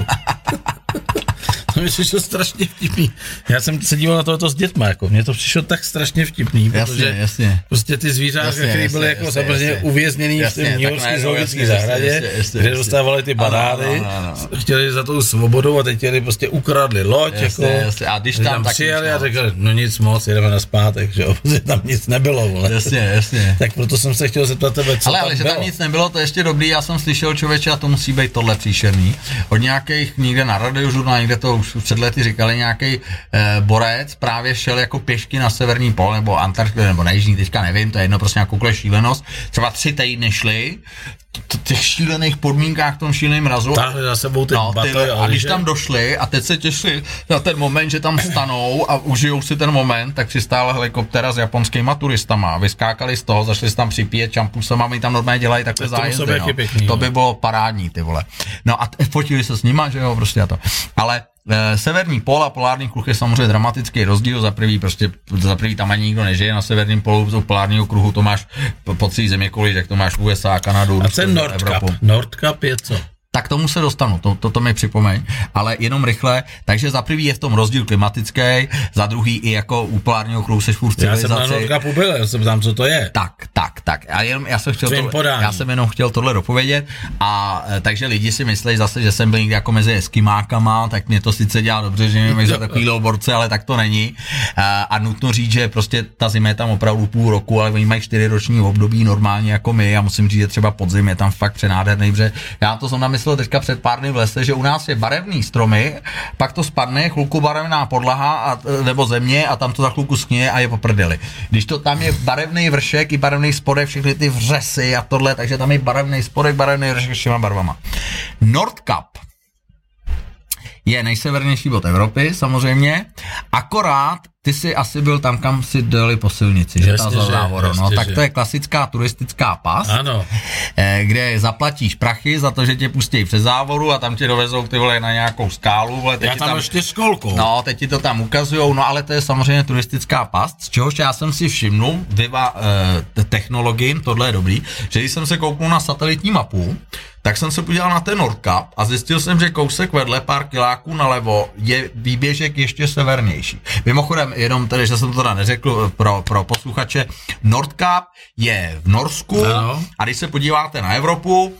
To mi přišlo strašně vtipný. Já jsem se díval na tohoto s dětma, jako mně to přišlo tak strašně vtipný, protože jasně. prostě ty zvířátka, které byly jako samozřejmě uvězněný v té New Yorkské zoologické zahradě, kde dostávali ty banány, chtěli za tou svobodou a teď chtěli prostě ukradli loď, jasně. A když tam přijeli a řekli, no nic moc, jedeme na zpátek, že tam nic nebylo, vole. Jasně. Tak proto jsem se chtěl zeptat tebe, co ale že tam nic nebylo, to ještě dobrý, já jsem slyšel, člověče, a to musí být tohle příšerný. Od nějakých někde na Radiožurnálu, někde to už před lety říkali, nějaký borec právě šel jako pěšky na severní pol, nebo Antarktidu, nebo na jižní, teďka nevím, to je jedno, prostě nějakou šílenost. Třeba 3 týdny šli, v těch šílených podmínkách, v tom šíleném mrazu. Táhli za sebou ten batoj, a když tam došli a teď se těšili na ten moment, že tam stanou a užijou si ten moment, tak přistála helikoptéra s japonskýma turistama, vyskákali z toho, zašli si tam připíjet čampusama, my tam normálně dělají takové zájezdy, no. Pěkný, to by bylo parádní, ty vole. No a fotili se s nima, že jo, prostě a to. Ale severní pól a polární kruh je samozřejmě dramatický rozdíl. Za prvý tam ani nikdo nežije na severním polu polárního kruhu, to máš po celý zeměkouli, tak to máš USA, Kanadu, a ten Nordkap je co? Tak tomu se dostanu, to mi připomeň, ale jenom rychle, takže za prvý je v tom rozdíl klimatický, za druhý i jako u polárního kruhu seš furt civilizaci. Já jsem na Nordkapu byl, já jsem tam, co to je. Tak. A já jsem jenom chtěl tohle dopovědět a takže lidi si myslí zase, že jsem byl někde jako mezi eskimákama, tak mě to sice dělá dobře, že mě za takovýhle borce, ale tak to není. A nutno říct, že prostě ta zima je tam opravdu půl roku, ale oni mají 4roční období normálně jako my a musím říct, že třeba podzim je tam fakt přenádherný, protože já to jsem namyslel teďka před pár dny v lese, že u nás je barevný stromy, pak to spadne, chvilku barevná podlaha nebo země a tam to za chvilku schně a je po prdeli. Když to tam je barevný vršek i barevný spodek, všechny ty vřesy a tohle, takže tam je barevný spodek, barevný vršek s všema barvama. Nordkap je nejsevernější bod Evropy, samozřejmě, akorát ty jsi asi byl tam, kam si dojeli po silnici, že ta za závoru, no, tak to je klasická turistická pas, ano. Kde zaplatíš prachy za to, že tě pustí přes závoru a tam tě dovezou ty vole na nějakou skálu, vole, já tam ještě školkou. No, teď ti to tam ukazujou, no ale to je samozřejmě turistická pas, z čehož já jsem si všimnul, technologii, tohle je dobrý, že když jsem se kouknul na satelitní mapu, tak jsem se podíval na ten Nordkap a zjistil jsem, že kousek vedle, pár kiláků nalevo, je výběžek ještě severnější. Mimochodem, jenom tady, že jsem to teda neřekl pro posluchače, Nordkap je v Norsku, ano. A když se podíváte na Evropu,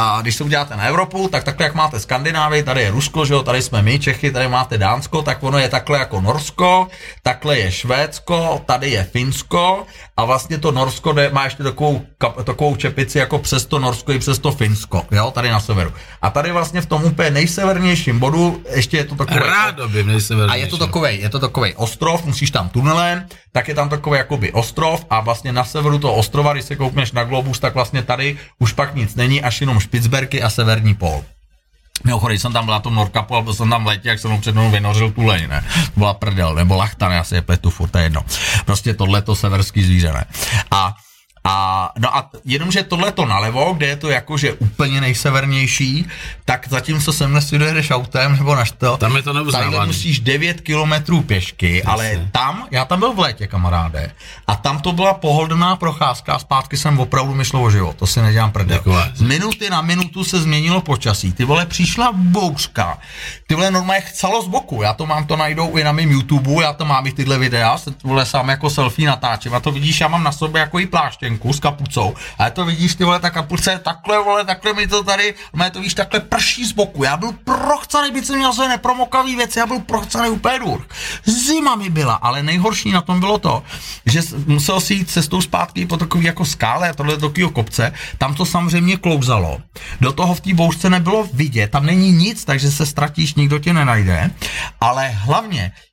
tak takhle jak máte Skandinávii, tady je Rusko, že jo, tady jsme my Čechy, tady máte Dánsko, tak ono je takhle jako Norsko, takhle je Švédsko, tady je Finsko a vlastně to Norsko má ještě takovou čepici jako přes to Norsko i přes to Finsko, jo, tady na severu. A tady vlastně v tom úplně nejsevernějším bodu ještě je to takový a je to takovej ostrov, musíš tam tunelem, tak je tam takový jakoby ostrov a vlastně na severu toho ostrova, když se koukneš na globus, tak vlastně tady už pak nic není, až jenom Špicberky a severní pól. Mimochodem, jsem tam byl na tom Nordkapu, ale byl jsem tam v létě, jak jsem mu před mnou vynořil tuleň, ne? To byla prdel, nebo lachtan, já si je pletu furt, to je jedno. Prostě tohleto severský zvíře, ne? A jenomže tohleto nalevo, kde je to jakože úplně nejsevernější, tak zatímco sem si dojedeš autem nebo to, tam je to neuznávaný. Tady musíš 9 kilometrů pěšky, ale tam, já tam byl v létě, kamaráde, a tam to byla pohodlná procházka a zpátky jsem opravdu myslel o život, to si nedělám prdel. Z minuty na minutu se změnilo počasí, ty vole přišla bouřka, ty vole normálně chcelo z boku, to najdou i na mém YouTube, já to mám i tyhle videa, se vole sám jako selfie natáčím a to vidíš, já mám na sobě jako i pláštěnku s kapucou. Ale to vidíš, ty vole, ta kapuce je takhle, vole, takhle mi to tady, to víš, takhle prší z boku. Já byl prochcanej, byť jsem měl své nepromokavý věci, já byl prochcanej úplně důr. Zima mi byla, ale nejhorší na tom bylo to, že musel si jít cestou zpátky po takový jako skále a tohle takovýho kopce, tam to samozřejmě klouzalo. Do toho v té bouřce nebylo vidět, tam není nic, takže se ztratíš, nikdo tě nenajde. Ale hlavně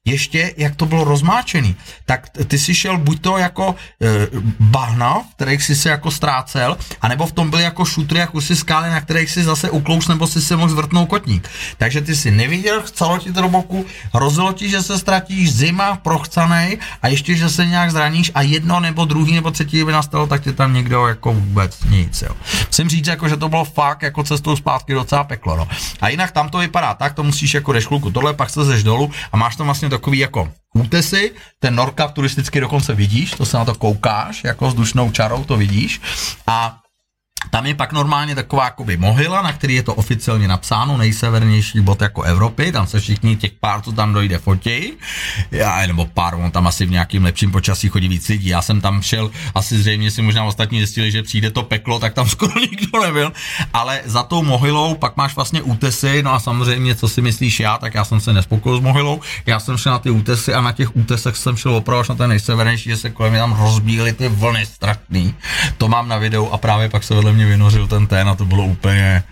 ještě jak to bylo rozmáčený, tak ty si šel buď to jako bahna, v kterých si se jako ztrácel, anebo v tom byly jako šutry, jako si skály, na kterých si zase uklous, nebo si se mohl zvrtnout kotník. Takže ty si neviděl, chcelo ti to do boku, hrozilo ti, že se ztratíš, zima, prochcanej a ještě, že se nějak zraníš a jedno nebo druhý nebo třetí by nastalo, tak ti tam někdo jako vůbec nic, jo. Musím říct, jako, že to bylo fakt jako cestou zpátky docela peklo, no. A jinak tam to vypadá tak, to musíš jako jdeš chvilku tohle, pak se zeš dolů a máš tam vlastně takový jako útesy, ten Nordkapp turisticky dokonce vidíš, to se na to koukáš, jako vzdušnou čarou to vidíš a tam je pak normálně taková jakoby mohyla, na který je to oficiálně napsáno, nejsevernější bod jako Evropy, tam se všichni těch pár, co tam dojde, fotí, nebo pár, on tam asi v nějakým lepším počasí chodí víc lidí, já jsem tam šel, asi zřejmě si možná ostatní zjistili, že přijde to peklo, tak tam skoro nikdo nebyl, ale za tou mohylou pak máš vlastně útesy, no a samozřejmě, co si myslíš já, tak já jsem se nespokojil s mohylou, já jsem šel na ty útesy a na těch útesech jsem šel opravdu až na ten nejsevernější, že se kolem mě tam rozbíjely ty vlny strašný, to mám na videu a právě pak se vedle mě vynořil ten a to bylo úplně...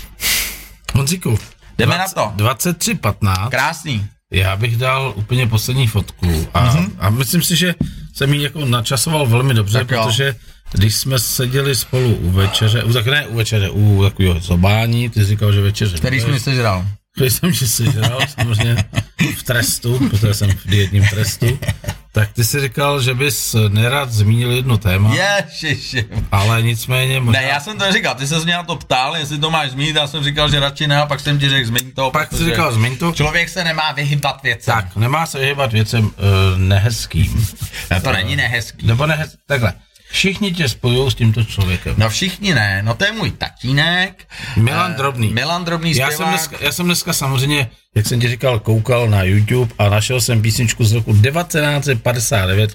Honzíku, jdeme na to. 23:15. Krásný. Já bych dal úplně poslední fotku a myslím si, že jsem ji jako načasoval velmi dobře, tak protože když jsme seděli spolu u večeře, u takového zobání, ty jsi říkal, že večeře. Který jsi mi sežral? Který jsem si sežral, samozřejmě v trestu, protože jsem v dietním trestu. Tak ty jsi říkal, že bys nerad zmínil jedno téma. Ježiši. Ale nicméně možná... Ne, já jsem to neříkal, ty se mě na to ptal, jestli to máš zmínit, já jsem říkal, že radši ne, a pak jsem ti řekl, zmíň to. Pak jsi říkal, zmíň to. Člověk se nemá vyhybat věcem. Tak, nemá se vyhybat věcem nehezkým. To není nehezký. Nebo takhle. Všichni tě spojujou s tímto člověkem. No všichni ne, no to je můj tatínek. Milan Drobný. Milan Drobný zpěvák. Já jsem dneska samozřejmě, jak jsem ti říkal, koukal na YouTube a našel jsem písničku z roku 1959.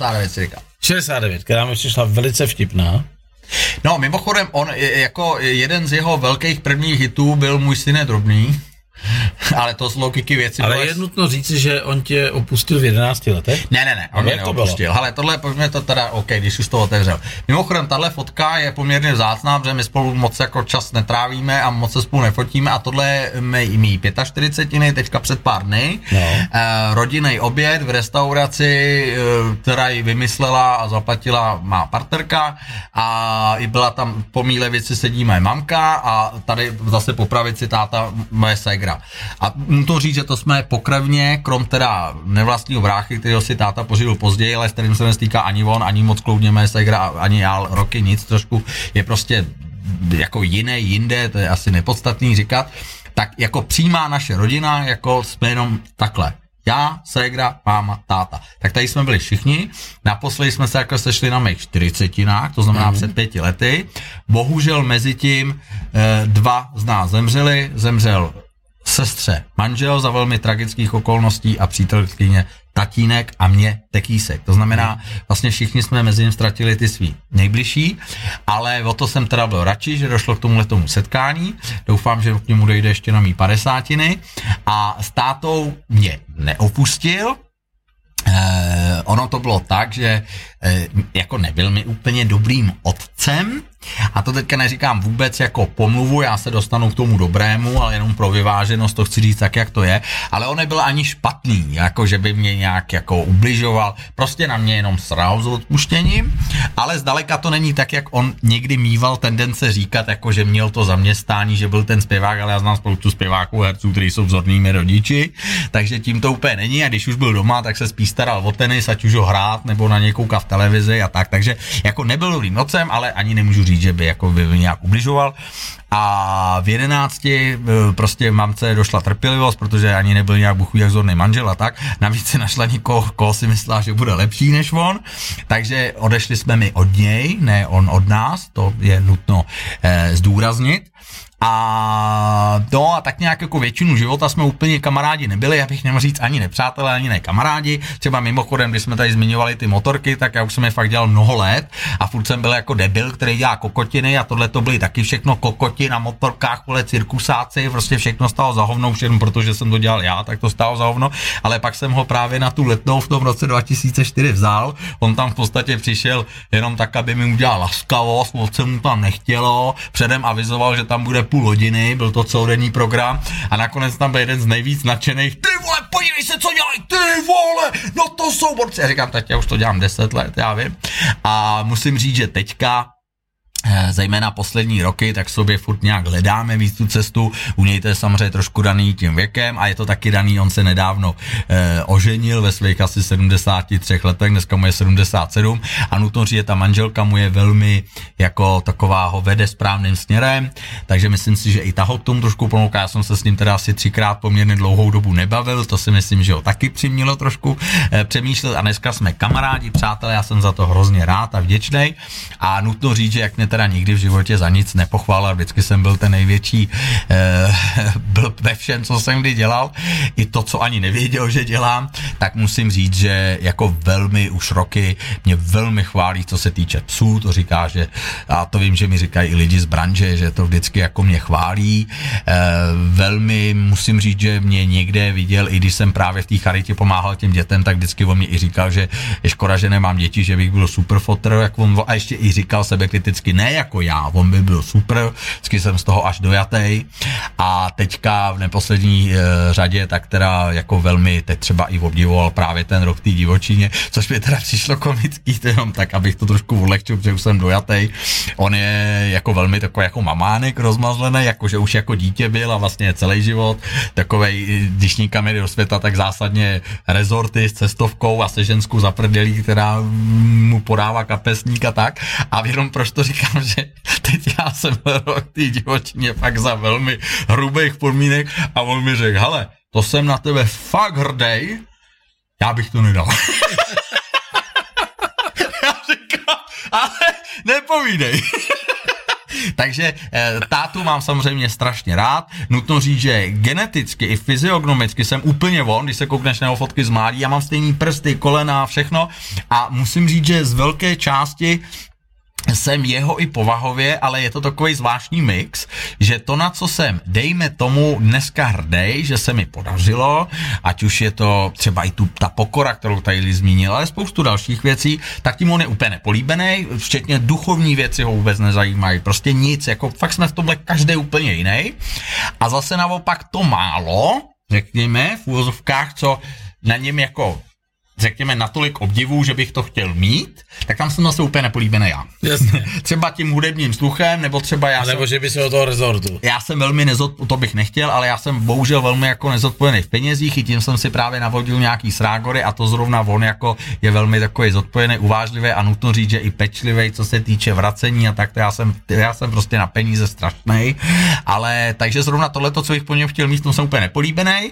69, která mi přišla velice vtipná. No mimochodem, on jako jeden z jeho velkých prvních hitů byl Můj syne Drobný. Ale to z logiky věci. Ale je nutno říci, že on tě opustil v 11 letech? Ne, on mě neopustil. Ale tohle, pojďme to teda, když už to otevřel. Mimochodem, tahle fotka je poměrně vzácná, protože my spolu moc jako čas netrávíme a moc se spolu nefotíme a tohle je mý 45, teďka před pár dny. No. Rodinný oběd v restauraci, která ji vymyslela a zaplatila má partnerka a i byla tam po mý levici sedí moje mamka a tady zase po pravici táta moje ségra. A můžu říct, že to jsme pokrevně, krom teda nevlastního bráchy, kterého si táta pořídil později, ale s kterým se nestýká ani on, ani moc kloudně mé ségra, ani já roky nic, trošku je prostě jako jinde, to je asi nepodstatný říkat, tak jako přímá naše rodina, jako jsme jenom takhle. Já, ségra, máma, táta. Tak tady jsme byli všichni. Naposledy jsme se jako sešli na mých 40, to znamená před 5 lety. Bohužel mezi tím 2 z nás zemřeli. Zemřel sestře manžel za velmi tragických okolností a přítelkyně tatínek a mě tekýsek. To znamená, vlastně všichni jsme mezi ním ztratili ty svý nejbližší, ale o to jsem teda byl radši, že došlo k tomuhletomu setkání. Doufám, že k němu dojde ještě na mý 50. A s tátou mě neopustil. Ono to bylo tak, že jako nebyl mi úplně dobrým otcem, a to teďka neříkám vůbec jako pomluvu, já se dostanu k tomu dobrému, ale jenom pro vyváženost to chci říct tak, jak to je, ale on nebyl ani špatný, jako že by mě nějak jako ubližoval, prostě na mě jenom sral s odpuštěním, ale zdaleka to není tak, jak on někdy mýval tendence říkat, jako že měl to zaměstnání, že byl ten zpěvák, ale já znám spoustu zpěváků herců, kteří jsou vzornými rodiči, takže tím to úplně není a když už byl doma, tak se spíš staral o tenis, ať už ho hrát, nebo na něj koukat v televizi a tak, takže jako nebyl dobrým otcem, ale ani nemůžu říct, že by jako by nějak ubližoval. A v 11 prostě mamce došla trpělivost, protože ani nebyl nějak buchví jak vzorný manžel a tak. Navíc si našla někoho, koho si myslela, že bude lepší než on. Takže odešli jsme my od něj, ne on od nás, to je nutno zdůraznit. A tak nějak jako většinu života jsme úplně kamarádi nebyli, já bych nemohl říct ani nepřátelé, ani ne kamarádi. Třeba mimochodem, když jsme tady zmiňovali ty motorky, tak já už jsem je fakt dělal mnoho let a furt jsem byl jako debil, který dělá kokotiny a tohle to byly taky všechno kokoti na motorkách, cirkusáci, prostě všechno stálo za hovno, všechno, protože jsem to dělal já, tak to stálo za hovno, ale pak jsem ho právě na tu Letnou v tom roce 2004 vzal, on tam v podstatě přišel jenom tak, aby mi udělal laskavost, moc se mu tam nechtělo, předem avizoval, že tam bude půl hodiny, byl to celodenní program a nakonec tam byl jeden z nejvíc nadšených, ty vole, podívej se, co dělají, ty vole, no to jsou borci. Já říkám, tak já už to dělám 10 let, já vím. A musím říct, že teďka zejména poslední roky, tak sobě furt nějak hledáme víc tu cestu, u něj to je samozřejmě trošku daný tím věkem a je to taky daný, on se nedávno oženil ve svých asi 73 letech, dneska mu je 77 a nutno říct, že ta manželka mu je velmi jako taková ho vede správným směrem, takže myslím si, že i ta ho k tomu trošku ponouká, já jsem se s ním teda asi 3krát poměrně dlouhou dobu nebavil, to si myslím, že ho taky přimělo trošku přemýšlet a dneska jsme kamarádi, přátelé, já jsem za to hrozně rád a vděčnej a nutno říct, že jak mě teda nikdy v životě za nic nepochválil, vždycky jsem byl ten největší byl ve všem, co jsem kdy dělal, i to, co ani nevěděl, že dělám, tak musím říct, že jako velmi už roky mě velmi chválí, co se týče psů, to říká, že a to vím, že mi říkají i lidi z branže, že to vždycky jako mě chválí, velmi musím říct, že mě někde viděl, i když jsem právě v té charitě pomáhal těm dětem, tak vždycky o mě i říkal, že je škoda, že nemám děti, že bych byl super fotr, jak on, a ještě i říkal sebekriticky, ne jako já, on by byl super, vždycky jsem z toho až dojatej a teďka v neposlední řadě tak teda jako velmi teď třeba i obdivoval právě ten rok v té divočině, což mi teda přišlo komický, jenom tak, abych to trošku ulehčil, protože už jsem dojatej. On je jako velmi takový jako mamánek rozmazlený, jakože už jako dítě byl a vlastně celý život takovej, když nikam jde do světa, tak zásadně rezorty s cestovkou a se ženskou zaprdelí, která mu podává kapesník a tak. A jenom proč to říkám, že teď já jsem byl rok v té divočině fakt za velmi hrubých podmínek a on mi řekl, hele, to jsem na tebe fakt hrdej, já bych to nedal. Já říkám, ale nepovídej. Takže tátu mám samozřejmě strašně rád. Nutno říct, že geneticky i fyziognomicky jsem úplně von, když se koukneš na fotky z mládí, já mám stejný prsty, kolena, všechno a musím říct, že z velké části jsem jeho i povahově, ale je to takový zvláštní mix, že to, na co jsem, dejme tomu, dneska hrdej, že se mi podařilo, ať už je to třeba i ta pokora, kterou tady zmínil, ale spoustu dalších věcí, tak tím on je úplně nepolíbený, včetně duchovní věci ho vůbec nezajímají, prostě nic, jako fakt jsme v tomhle každý úplně jiný. A zase naopak to málo, řekněme, v úvozovkách, co na něm jako řekněme natolik obdivu, že bych to chtěl mít, tak tam jsem zase úplně nepolíbený já. Jasně. Třeba tím hudebním sluchem, nebo třeba já nebo že by se o toho rezortu. Já jsem velmi to bych nechtěl, ale já jsem bohužel velmi jako nezodpovědný v penězích, i tím jsem si právě navodil nějaký srágory a to zrovna on jako je velmi takový zodpovědný, uvážlivý a nutno říct, že i pečlivý, co se týče vracení a tak, to já jsem prostě na peníze strašnej, ale takže zrovna tohleto, co bych po něm chtěl mít, to jsem úplně nepolíbený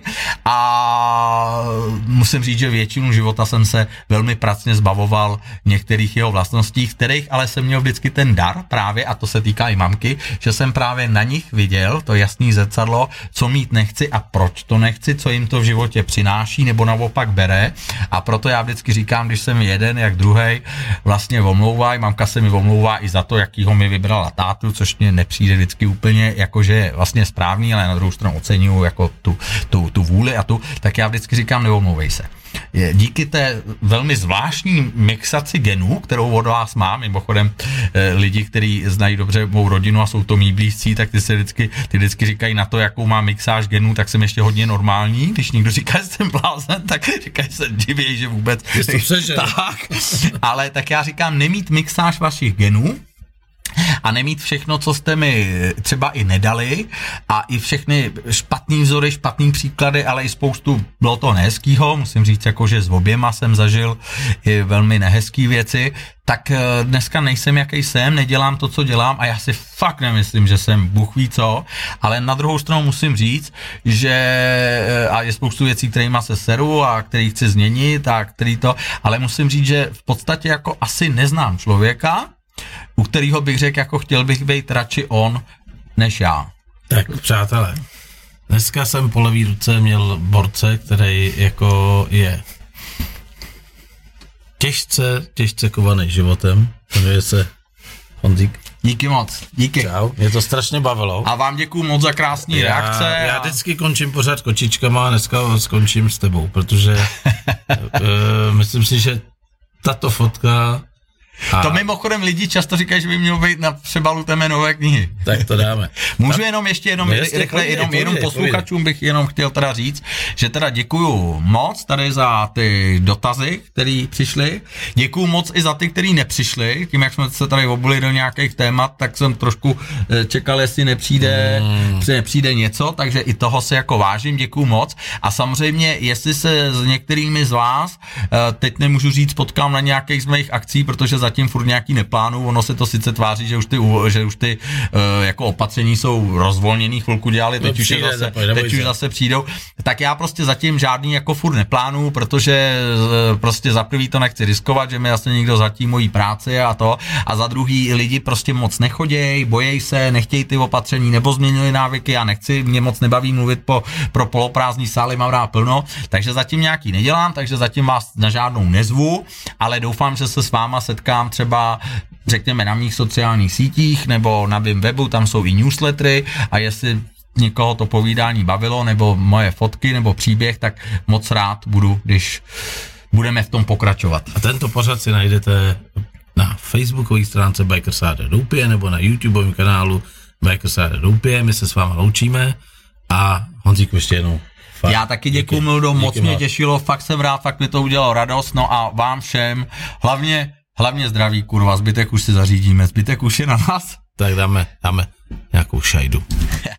a musím říct, že většinu života jsem se velmi pracně zbavoval některých jeho vlastností, kterých ale jsem měl vždycky ten dar právě, a to se týká i mamky, že jsem právě na nich viděl to jasný zrcadlo, co mít nechci a proč to nechci, co jim to v životě přináší nebo naopak bere a proto já vždycky říkám, když jsem jeden, jak druhej vlastně omlouvají, mamka se mi omlouvá i za to, jakýho mi vybrala tátu, což mě nepřijde vždycky úplně jakože je vlastně správný, ale na druhou stranu oceňuju jako tu vůli a tak já vždycky říkám, neomlouvej se. Díky té velmi zvláštní mixaci genů, kterou od vás mám, mimochodem lidi, kteří znají dobře mou rodinu a jsou to mý blízcí, tak ty vždycky říkají na to, jakou mám mixáž genů, tak jsem ještě hodně normální. Když někdo říká, že jsem blázen, tak říkají se divějí, že vůbec. Tak, ale tak já říkám, nemít mixáž vašich genů, a nemít všechno, co jste mi třeba i nedali a i všechny špatný vzory, špatný příklady, ale i spoustu bylo to nehezkýho, musím říct, jako, že s oběma jsem zažil i velmi nehezký věci, tak dneska nejsem, jaký jsem, nedělám to, co dělám a já si fakt nemyslím, že jsem Bůh ví co, ale na druhou stranu musím říct, že a je spoustu věcí, kterýma se seru a který chci změnit a který to, ale musím říct, že v podstatě jako asi neznám člověka, u kterého bych řekl, jako chtěl bych být radši on, než já. Tak, přátelé, dneska jsem po levý ruce měl borce, který jako je těžce kovaný životem, jmenuje se Honzík. Díky moc, díky. Čau, mě to strašně bavilo. A vám děkuju moc za krásný reakce. Já vždycky končím pořád kočičkama a dneska skončím s tebou, protože myslím si, že tato fotka To mimochodem lidi často říkají, že by mělo být na přebalu té nové knihy. Tak to dáme. Můžu jenom ještě rychle posluchačům bych jenom chtěl teda říct, že teda děkuju moc tady za ty dotazy, které přišly. Děkuju moc i za ty, který nepřišli. Tím, jak jsme se tady obuli do nějakých témat, tak jsem trošku čekal, jestli nepřijde něco, takže i toho se jako vážím, děkuju moc. A samozřejmě, jestli se s některými z vás, teď nemůžu říct, potkám na nějakých z mých akcí, protože zatím furt nějaký neplánu, ono se to sice tváří, že už ty jako opatření jsou rozvolněný, chvilku dělali, teď už zase přijdou, tak já prostě zatím žádný jako furt neplánu, protože prostě za prvý to nechci riskovat, že mi zase někdo zatím mojí práci a to, a za druhý lidi prostě moc nechoděj, bojejí se, nechtějí ty opatření nebo změnili návyky, já nechci, mě moc nebaví mluvit pro poloprázdný sály, mám rád plno, takže zatím nějaký nedělám, takže zatím vás na žádnou nezvu, ale doufám, že se s váma setkám třeba řekněme na mých sociálních sítích nebo na mém webu, tam jsou i newslettery a jestli někoho to povídání bavilo nebo moje fotky nebo příběh, tak moc rád budu, když budeme v tom pokračovat. A tento pořad si najdete na facebookové stránce Bikers AD Doupě nebo na YouTubeovém kanálu Bikers AD Doupě, my se s váma loučíme a Honzíku ještě jednou. Já taky děkuju, Mildo, moc mě těšilo, fakt jsem rád, fakt mi to udělalo radost, no a vám všem, hlavně zdraví, kurva, zbytek už si zařídíme, zbytek už je na nás. Tak dáme nějakou šajdu.